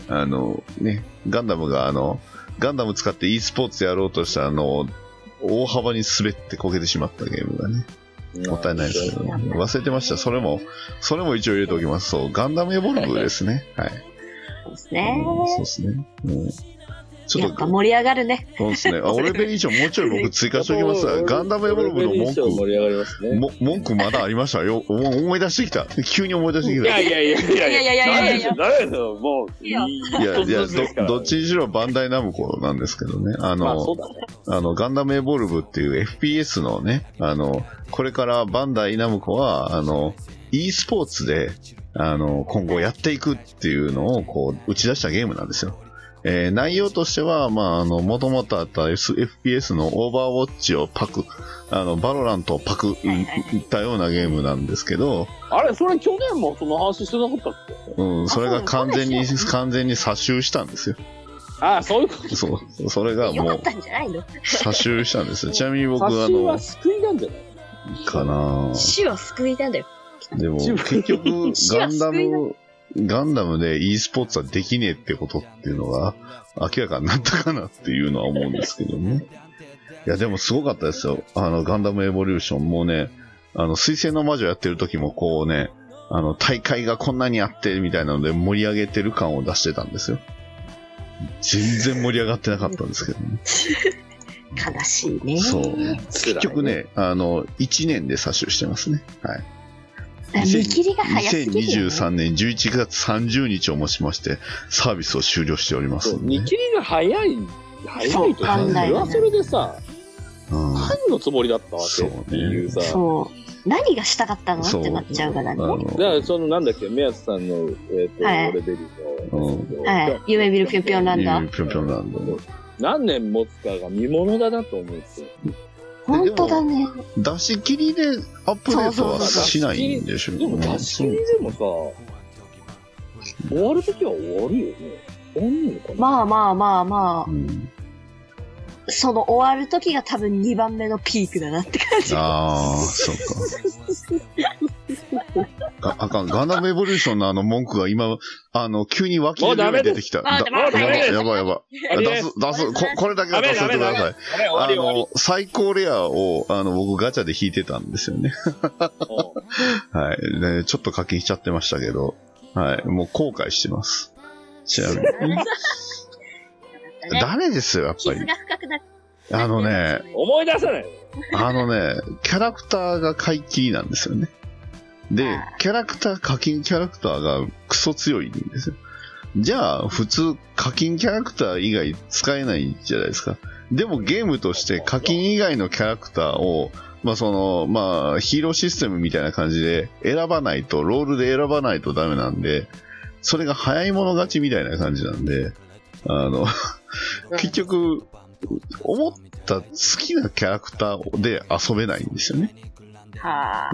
ね、ガンダムがガンダム使って e スポーツやろうとした大幅に滑ってこけてしまったゲームがね。もったいないですけど、ね、忘れてました。それも一応入れておきます。そう、ガンダムエボルブですね。はい。 そうですね。 そうですね。 ちょっとやっぱ盛り上がるね。 そうですね。オレベリ以上もうちょい僕追加しておきます。ガンダムエボルブの文句。 盛り上がりますね。 文句まだありましたよ。思い出してきた。急に思い出してきた。 いや。誰のもういや、どっちにしろバンダイナムコなんですけどね。 まあそうだね。 ガンダムエボルブっていう FPS のね、これからバンダイナムコは、e スポーツで、今後やっていくっていうのをこう打ち出したゲームなんですよ。内容としては、まあ、もともとあった FPS のオーバーウォッチをパク、バロラントをパクいったようなゲームなんですけど。 あれ、それ去年もその話してなかったっけ？ うん、それが完全に差集したんですよ。 ああ、そういうこと。 そう。それがもう、差集したんですよ。ちなみに僕差集は救いなんじゃないかな？ 死は救いなんだよ。 でも、結局、ガンダムで e スポーツはできねえってことっていうのが明らかになったかなっていうのは思うんですけどね。いや、でもすごかったですよ。ガンダムエボリューションもね、水星の魔女やってる時もこうね、大会がこんなにあってみたいなので盛り上げてる感を出してたんですよ。全然盛り上がってなかったんですけどね。 悲しいね。 そう。結局ね、1年で詐取してますね。はい。 見切りが早すぎる、ね。 2023年11月30日をもちまして、サービスを終了しております、ね。 見切りが早いとさ、それはそれでさ、何のつもりだったわけっていうさ。 そう。何がしたかったのってなっちゃうからね。 だからなんだっけ、目安さんの、俺ベリーの。 はい。夢見るぴょんぴょんランド。 ぴょんぴょんランド。 何年持つかが見ものだなと思うんですよ。 本当だね。 出し切りでアップデートはしないんでしょ。 でも出し切りでもさ、終わるときは終わるよね。終わんのかな。 まあ。その終わるときが多分2番目のピークだなって感じ。 ああ、そうか。あかん。ガンダムエボリューションの文句が今、急に脇で出てきた。やばい。出す。これだけは出させてください。最高レアを、僕ガチャで引いてたんですよね。はい。ね、ちょっと課金しちゃってましたけど、はい。もう後悔してます。ちなみに。ダメですよ、やっぱり。 思い出さない。 キャラクターが買い切りなんですよね。で、課金キャラクターがクソ強いんですよ。じゃあ、普通、課金キャラクター以外使えないじゃないですか。でもゲームとして課金以外のキャラクターを、ヒーローシステムみたいな感じで選ばないと、ロールで選ばないとダメなんで、それが早い者勝ちみたいな感じなんで、結局、思った好きなキャラクターで遊べないんですよね。 はい。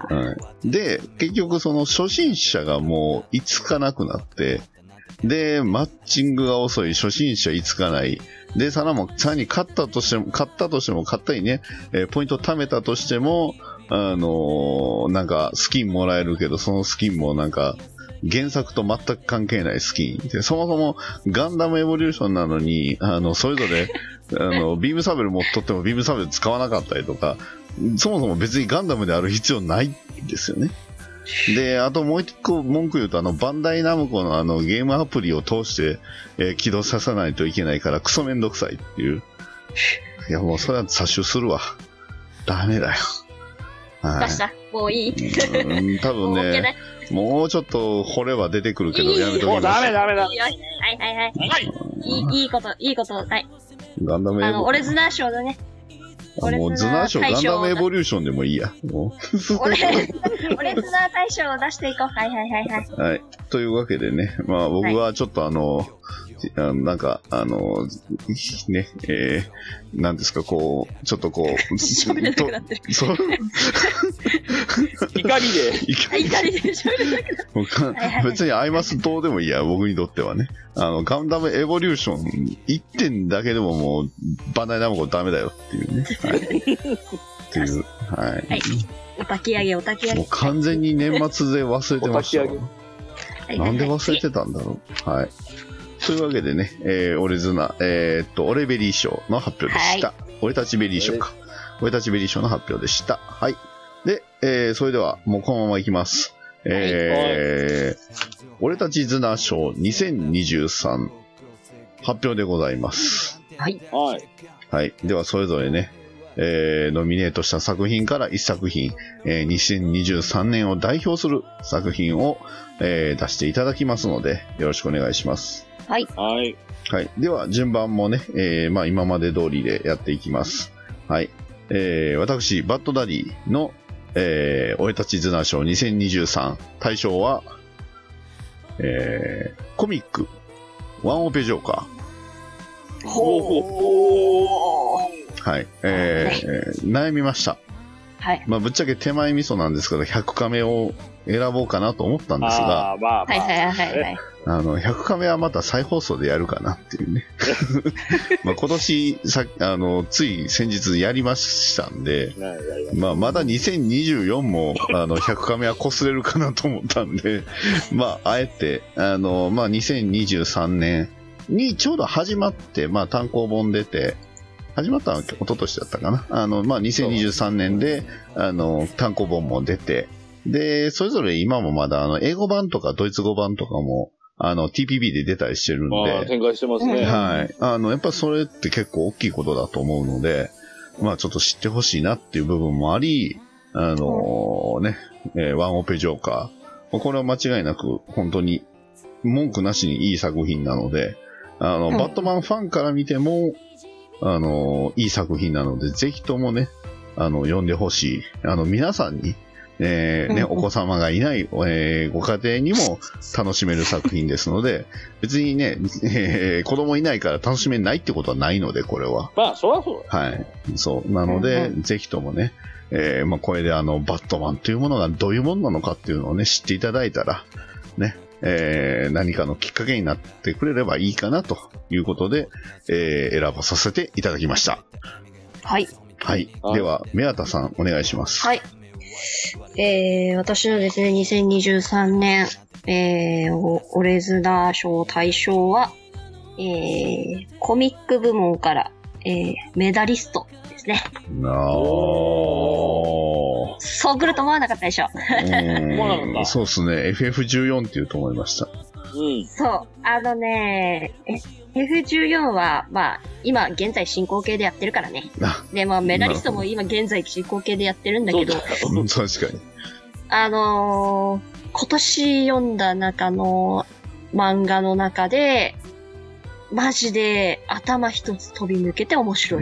で、結局その初心者がもういつかなくなって、で、マッチングが遅い、初心者いつかない。で、さらに勝ったりね、ポイント貯めたとしても、なんかスキンもらえるけど、そのスキンもなんか、原作と全く関係ないスキンで、そもそもガンダムエボリューションなのに、それぞれ、ビームサベル持っとってもビームサベル使わなかったりとか、そもそも別にガンダムである必要ないんですよね。で、あともう一個文句言うと、バンダイナムコのゲームアプリを通して、起動させないといけないからクソめんどくさいっていう。いや、もうそれは詐取するわ。ダメだよ。 出した。もういい。 多分ね、もうちょっと掘れば出てくるけど、やめときます。 ダメ。 はい。いいこと。はい。 ガンダムエボオレズナー賞だね。 もうズナー賞、ガンダムエボリューションでもいいや。もうオレズナー大賞を出していこう。はい。 はい。というわけでね、僕はちょっとなんか、ね、なんですか、こう、ちょっとこう、 喋れなくなってる。 そう。 怒りで喋れなくなってる。 別にアイマスどうでもいいや、僕にとってはね。ガンダムエボリューション1点だけでももう、バンダイナムコダメだよっていうね。はい。っていう、はい。 はい。お焚き上げ。 もう完全に年末で忘れてました。なんで忘れてたんだろう。はい。というわけでね、俺ズナ、俺ベリー賞の発表でした。俺たちベリー賞か。俺たちベリー賞の発表でした。はい。で、それでは、もうこのままいきます。俺たちズナ賞2023発表でございます。 はい。 はい。では、それぞれね、ノミネートした作品から1作品、2023年を代表する作品を、出していただきますので、よろしくお願いします。 はい。 では、順番もね、今まで通りでやっていきます。はい。私、バッドダディの、俺たちズナ賞2023大賞は、コミック、ワンオペジョーカー。はい。悩みました。 はい。 ぶっちゃけ手前味噌なんですけど、100カメを選ぼうかなと思ったんですが、 はい。 100カメはまた再放送でやるかなっていうね。今年つい先日やりましたんで、まだ2024も100カメは擦れるかなと思ったんで、あえて、2023年にちょうど始まって、単行本出て、始まったのは一昨年だったかな。2023年で、単行本も出て、で、それぞれ今もまだ、英語版とかドイツ語版とかも、TPB で出たりしてるんで。 展開してますね。 はい。やっぱそれって結構大きいことだと思うので、 まあちょっと知ってほしいなっていう部分もあり、ワンオペジョーカー。これは間違いなく本当に文句なしにいい作品なので、バットマンファンから見ても、いい作品なので、ぜひともね、読んでほしい。皆さんに、お子様がいない、ご家庭にも楽しめる作品ですので、別にね、子供いないから楽しめないってことはないので、これは。 まあ、そりゃそうだ。 はい。そう。なので、ぜひともね、まあ、これでバットマンというものがどういうものなのかっていうのをね、知っていただいたら、ね、何かのきっかけになってくれればいいかなということで、選ばさせていただきました。 はい。 はい。では、宮田さん、お願いします。 はい。私のですね、2023年、オレズナー賞大賞は、コミック部門から、メダリストですね。そう来ると思わなかったでしょ。 そうですね。FF14 って言うと思いました。 そう。F14 は、まあ、今現在進行形でやってるからね。で、まあ、メダリストも今現在進行形でやってるんだけど。確かに。 今年読んだ中の漫画の中で、マジで頭一つ飛び抜けて面白い。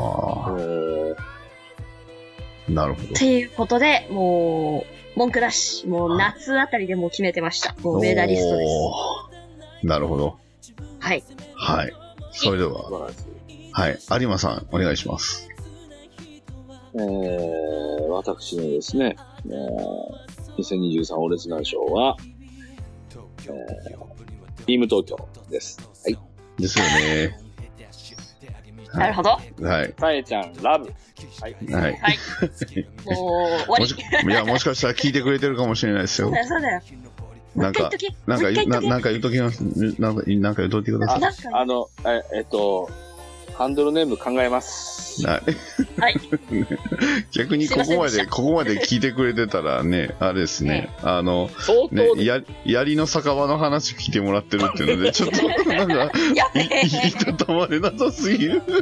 なるほど。 っていうことで、もう、文句なし。もう夏あたりでもう決めてました。もうメダリストです。 なるほど。 はい。 はい。それでは、はい。有馬さん、お願いします。 私のですね、2023オレジナル賞は、ビーム東京です。はい。 ですよね。 なるほど。 はい。 さえちゃん、ラブ。はい。 はい。 もう、終わり。 いや、もしかしたら聞いてくれてるかもしれないですよ。 そうだよ。 なんか言うときます。なんか言うといてください。 ハンドルネーム考えます。 はい。逆にここまで聞いてくれてたらね、あれですね、槍の酒場の話聞いてもらってるっていうので、ちょっと、なんか、いたたまれなさすぎる。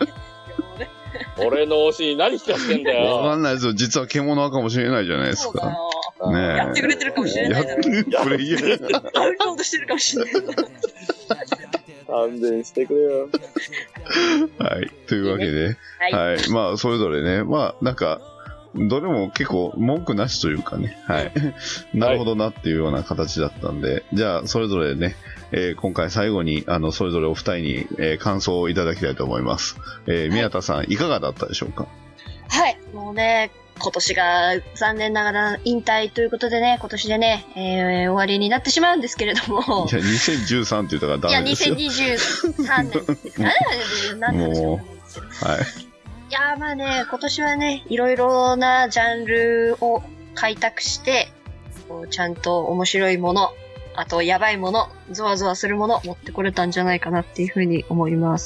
俺の推しに何聞かせてんだよ。 わかんないですよ。実は獣かもしれないじゃないですか。 ね、やってくれてるかもしれないだろ。 やってくれ、いや。 ダウンロードしてるかもしれない。 勘弁してくれよ。 はい。というわけで、はい。まあ、それぞれね、まあ、なんか、どれも結構文句なしというかね、はい。なるほどなっていうような形だったんで、じゃあ、それぞれね、今回最後に、それぞれお二人に、感想をいただきたいと思います。宮田さん、いかがだったでしょうか？ はい。もうね、今年が残念ながら引退ということでね、今年でね、終わりになってしまうんですけれども。いや、 2013って言ったからダメですよ。 いや、2023年ですかね。 もう、はい。 いやまあね、今年はね、いろいろなジャンルを開拓して、ちゃんと面白いもの、あとやばいもの、ゾワゾワするもの持ってこれたんじゃないかなっていうふうに思います。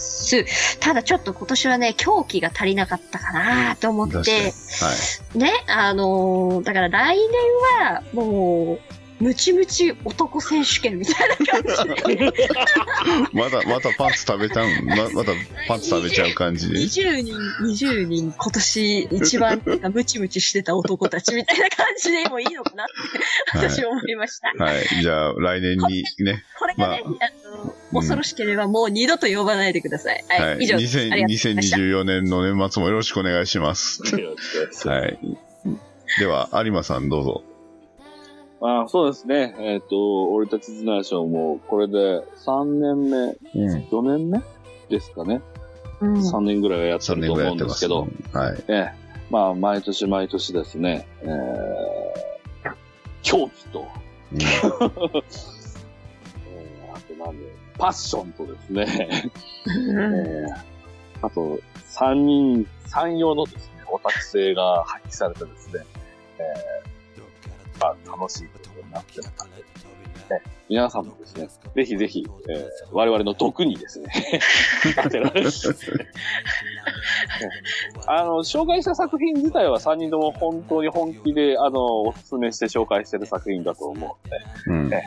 ただちょっと今年はね、狂気が足りなかったかなと思って、はい、ね、だから来年はもう、ムチムチ男選手権みたいな感じでまたパンツ食べちゃう、またパンツ食べちゃう感じで。 20人今年一番ムチムチしてた男たちみたいな感じでもいいのかなって私は思いました。 はい。じゃあ来年にね。 これがね、恐ろしければもう二度と呼ばないでください。はい。以上です。 2024年の年末もよろしくお願いします。はい。では、有馬さんどうぞ。 ああ、そうですね。俺たちズナー賞も、これで3年目、4年目ですかね。3年ぐらいはやってると思うんですけど、 はい。 まあ、毎年毎年ですね、狂気と、あとなんで、パッションとですね、あと、3用のですね、オタク性が発揮されてですね、楽しいことになってるので、皆さんもですね、ぜひぜひ、我々の毒にですね、当てられるですね。紹介した作品自体は3人とも本当に本気で、お勧めして紹介してる作品だと思うので、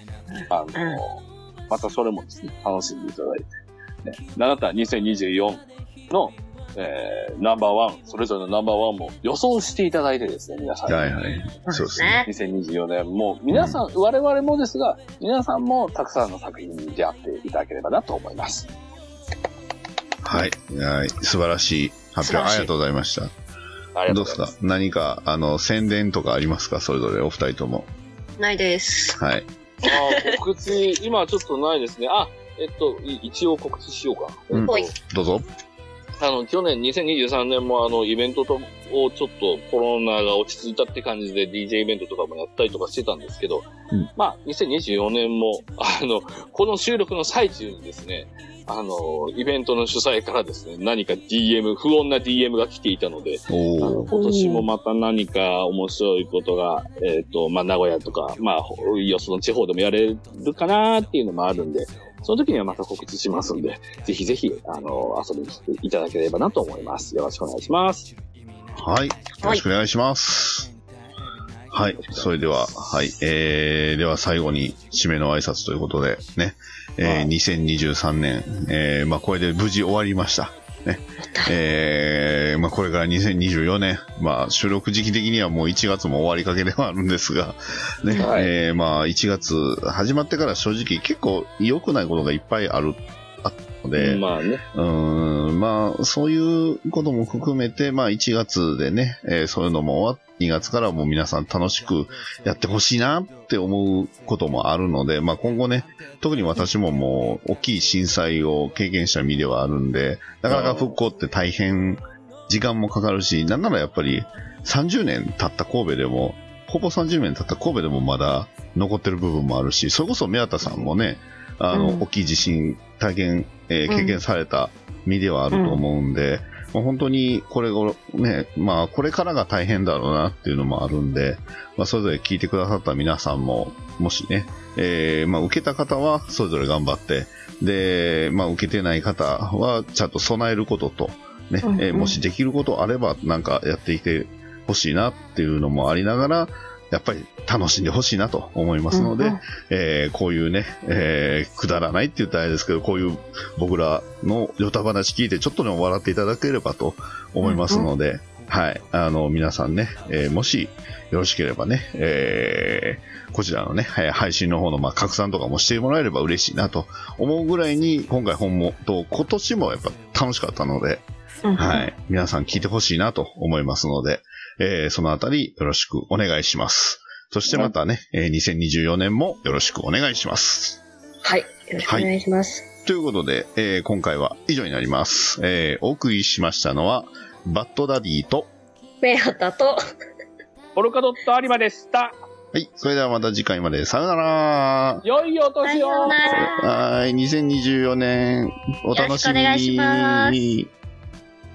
またそれもですね、楽しんでいただいて、なんだったら2024の、 ナンバーワン、それぞれのナンバーワンも予想していただいてですね、皆さん。 はいはい。そうですね。 2024年も、皆さん、我々もですが、皆さんもたくさんの作品に出会っていただければなと思います。 はい。素晴らしい発表ありがとうございました。どうですか？何か、宣伝とかありますか？それぞれお二人とも。 ないです。 はい。 告知、今ちょっとないですね。一応告知しようか。 どうぞ。 去年2023年もイベントをちょっとコロナが落ち着いたって感じで DJ イベントとかもやったりとかしてたんですけど、2024年も、この収録の最中にですね、イベントの主催からですね、何か不穏な DM が来ていたので、今年もまた何か面白いことが、名古屋とか、よその地方でもやれるかなっていうのもあるんで、その時にはまた告知しますんで、ぜひぜひ、遊びに来ていただければなと思います。よろしくお願いします。 はい。よろしくお願いします。はい。それでは、はい。では最後に締めの挨拶ということで、ね。2023年、これで無事終わりました。ね。これから2024年、収録時期的にはもう1月も終わりかけではあるんですが、ね。はい、1月始まってから正直結構良くないことがいっぱいあったので、そういうことも含めて、1月でね、そういうのも終わって、2月からも皆さん楽しくやってほしいなって思うこともあるので、今後ね、特に私ももう大きい震災を経験した身ではあるんで、なかなか復興って大変時間もかかるし、なんならやっぱり30年経った神戸でも、ほぼ30年経った神戸でもまだ残ってる部分もあるし、それこそ宮田さんもね、大きい地震経験された身ではあると思うんで、本当にこれをね、これからが大変だろうなっていうのもあるんで、それぞれ聞いてくださった皆さんも、もしね、受けた方はそれぞれ頑張って、で、受けてない方はちゃんと備えることと、ね、もしできることあればなんかやっていてほしいなっていうのもありながら、やっぱり楽しんでほしいなと思いますので、こういうね、くだらないって言ったらあれですけど、こういう僕らのヨタ話聞いてちょっとでも笑っていただければと思いますので、はい、皆さんね、もしよろしければね、こちらのね、配信の方の拡散とかもしてもらえれば嬉しいなと思うぐらいに、今回今年もやっぱ楽しかったので、はい、皆さん聞いてほしいなと思いますので、そのあたりよろしくお願いします。そしてまたね、2024年もよろしくお願いします。 はい、よろしくお願いします。 ということで、今回は以上になります。お送りしましたのは、バッドダディと、 メハタと、 ポルカドット有馬でした。 はい、それではまた次回まで。さよなら。 良いお年を。 はい、2024年、お楽しみに。 よろしくお願いします。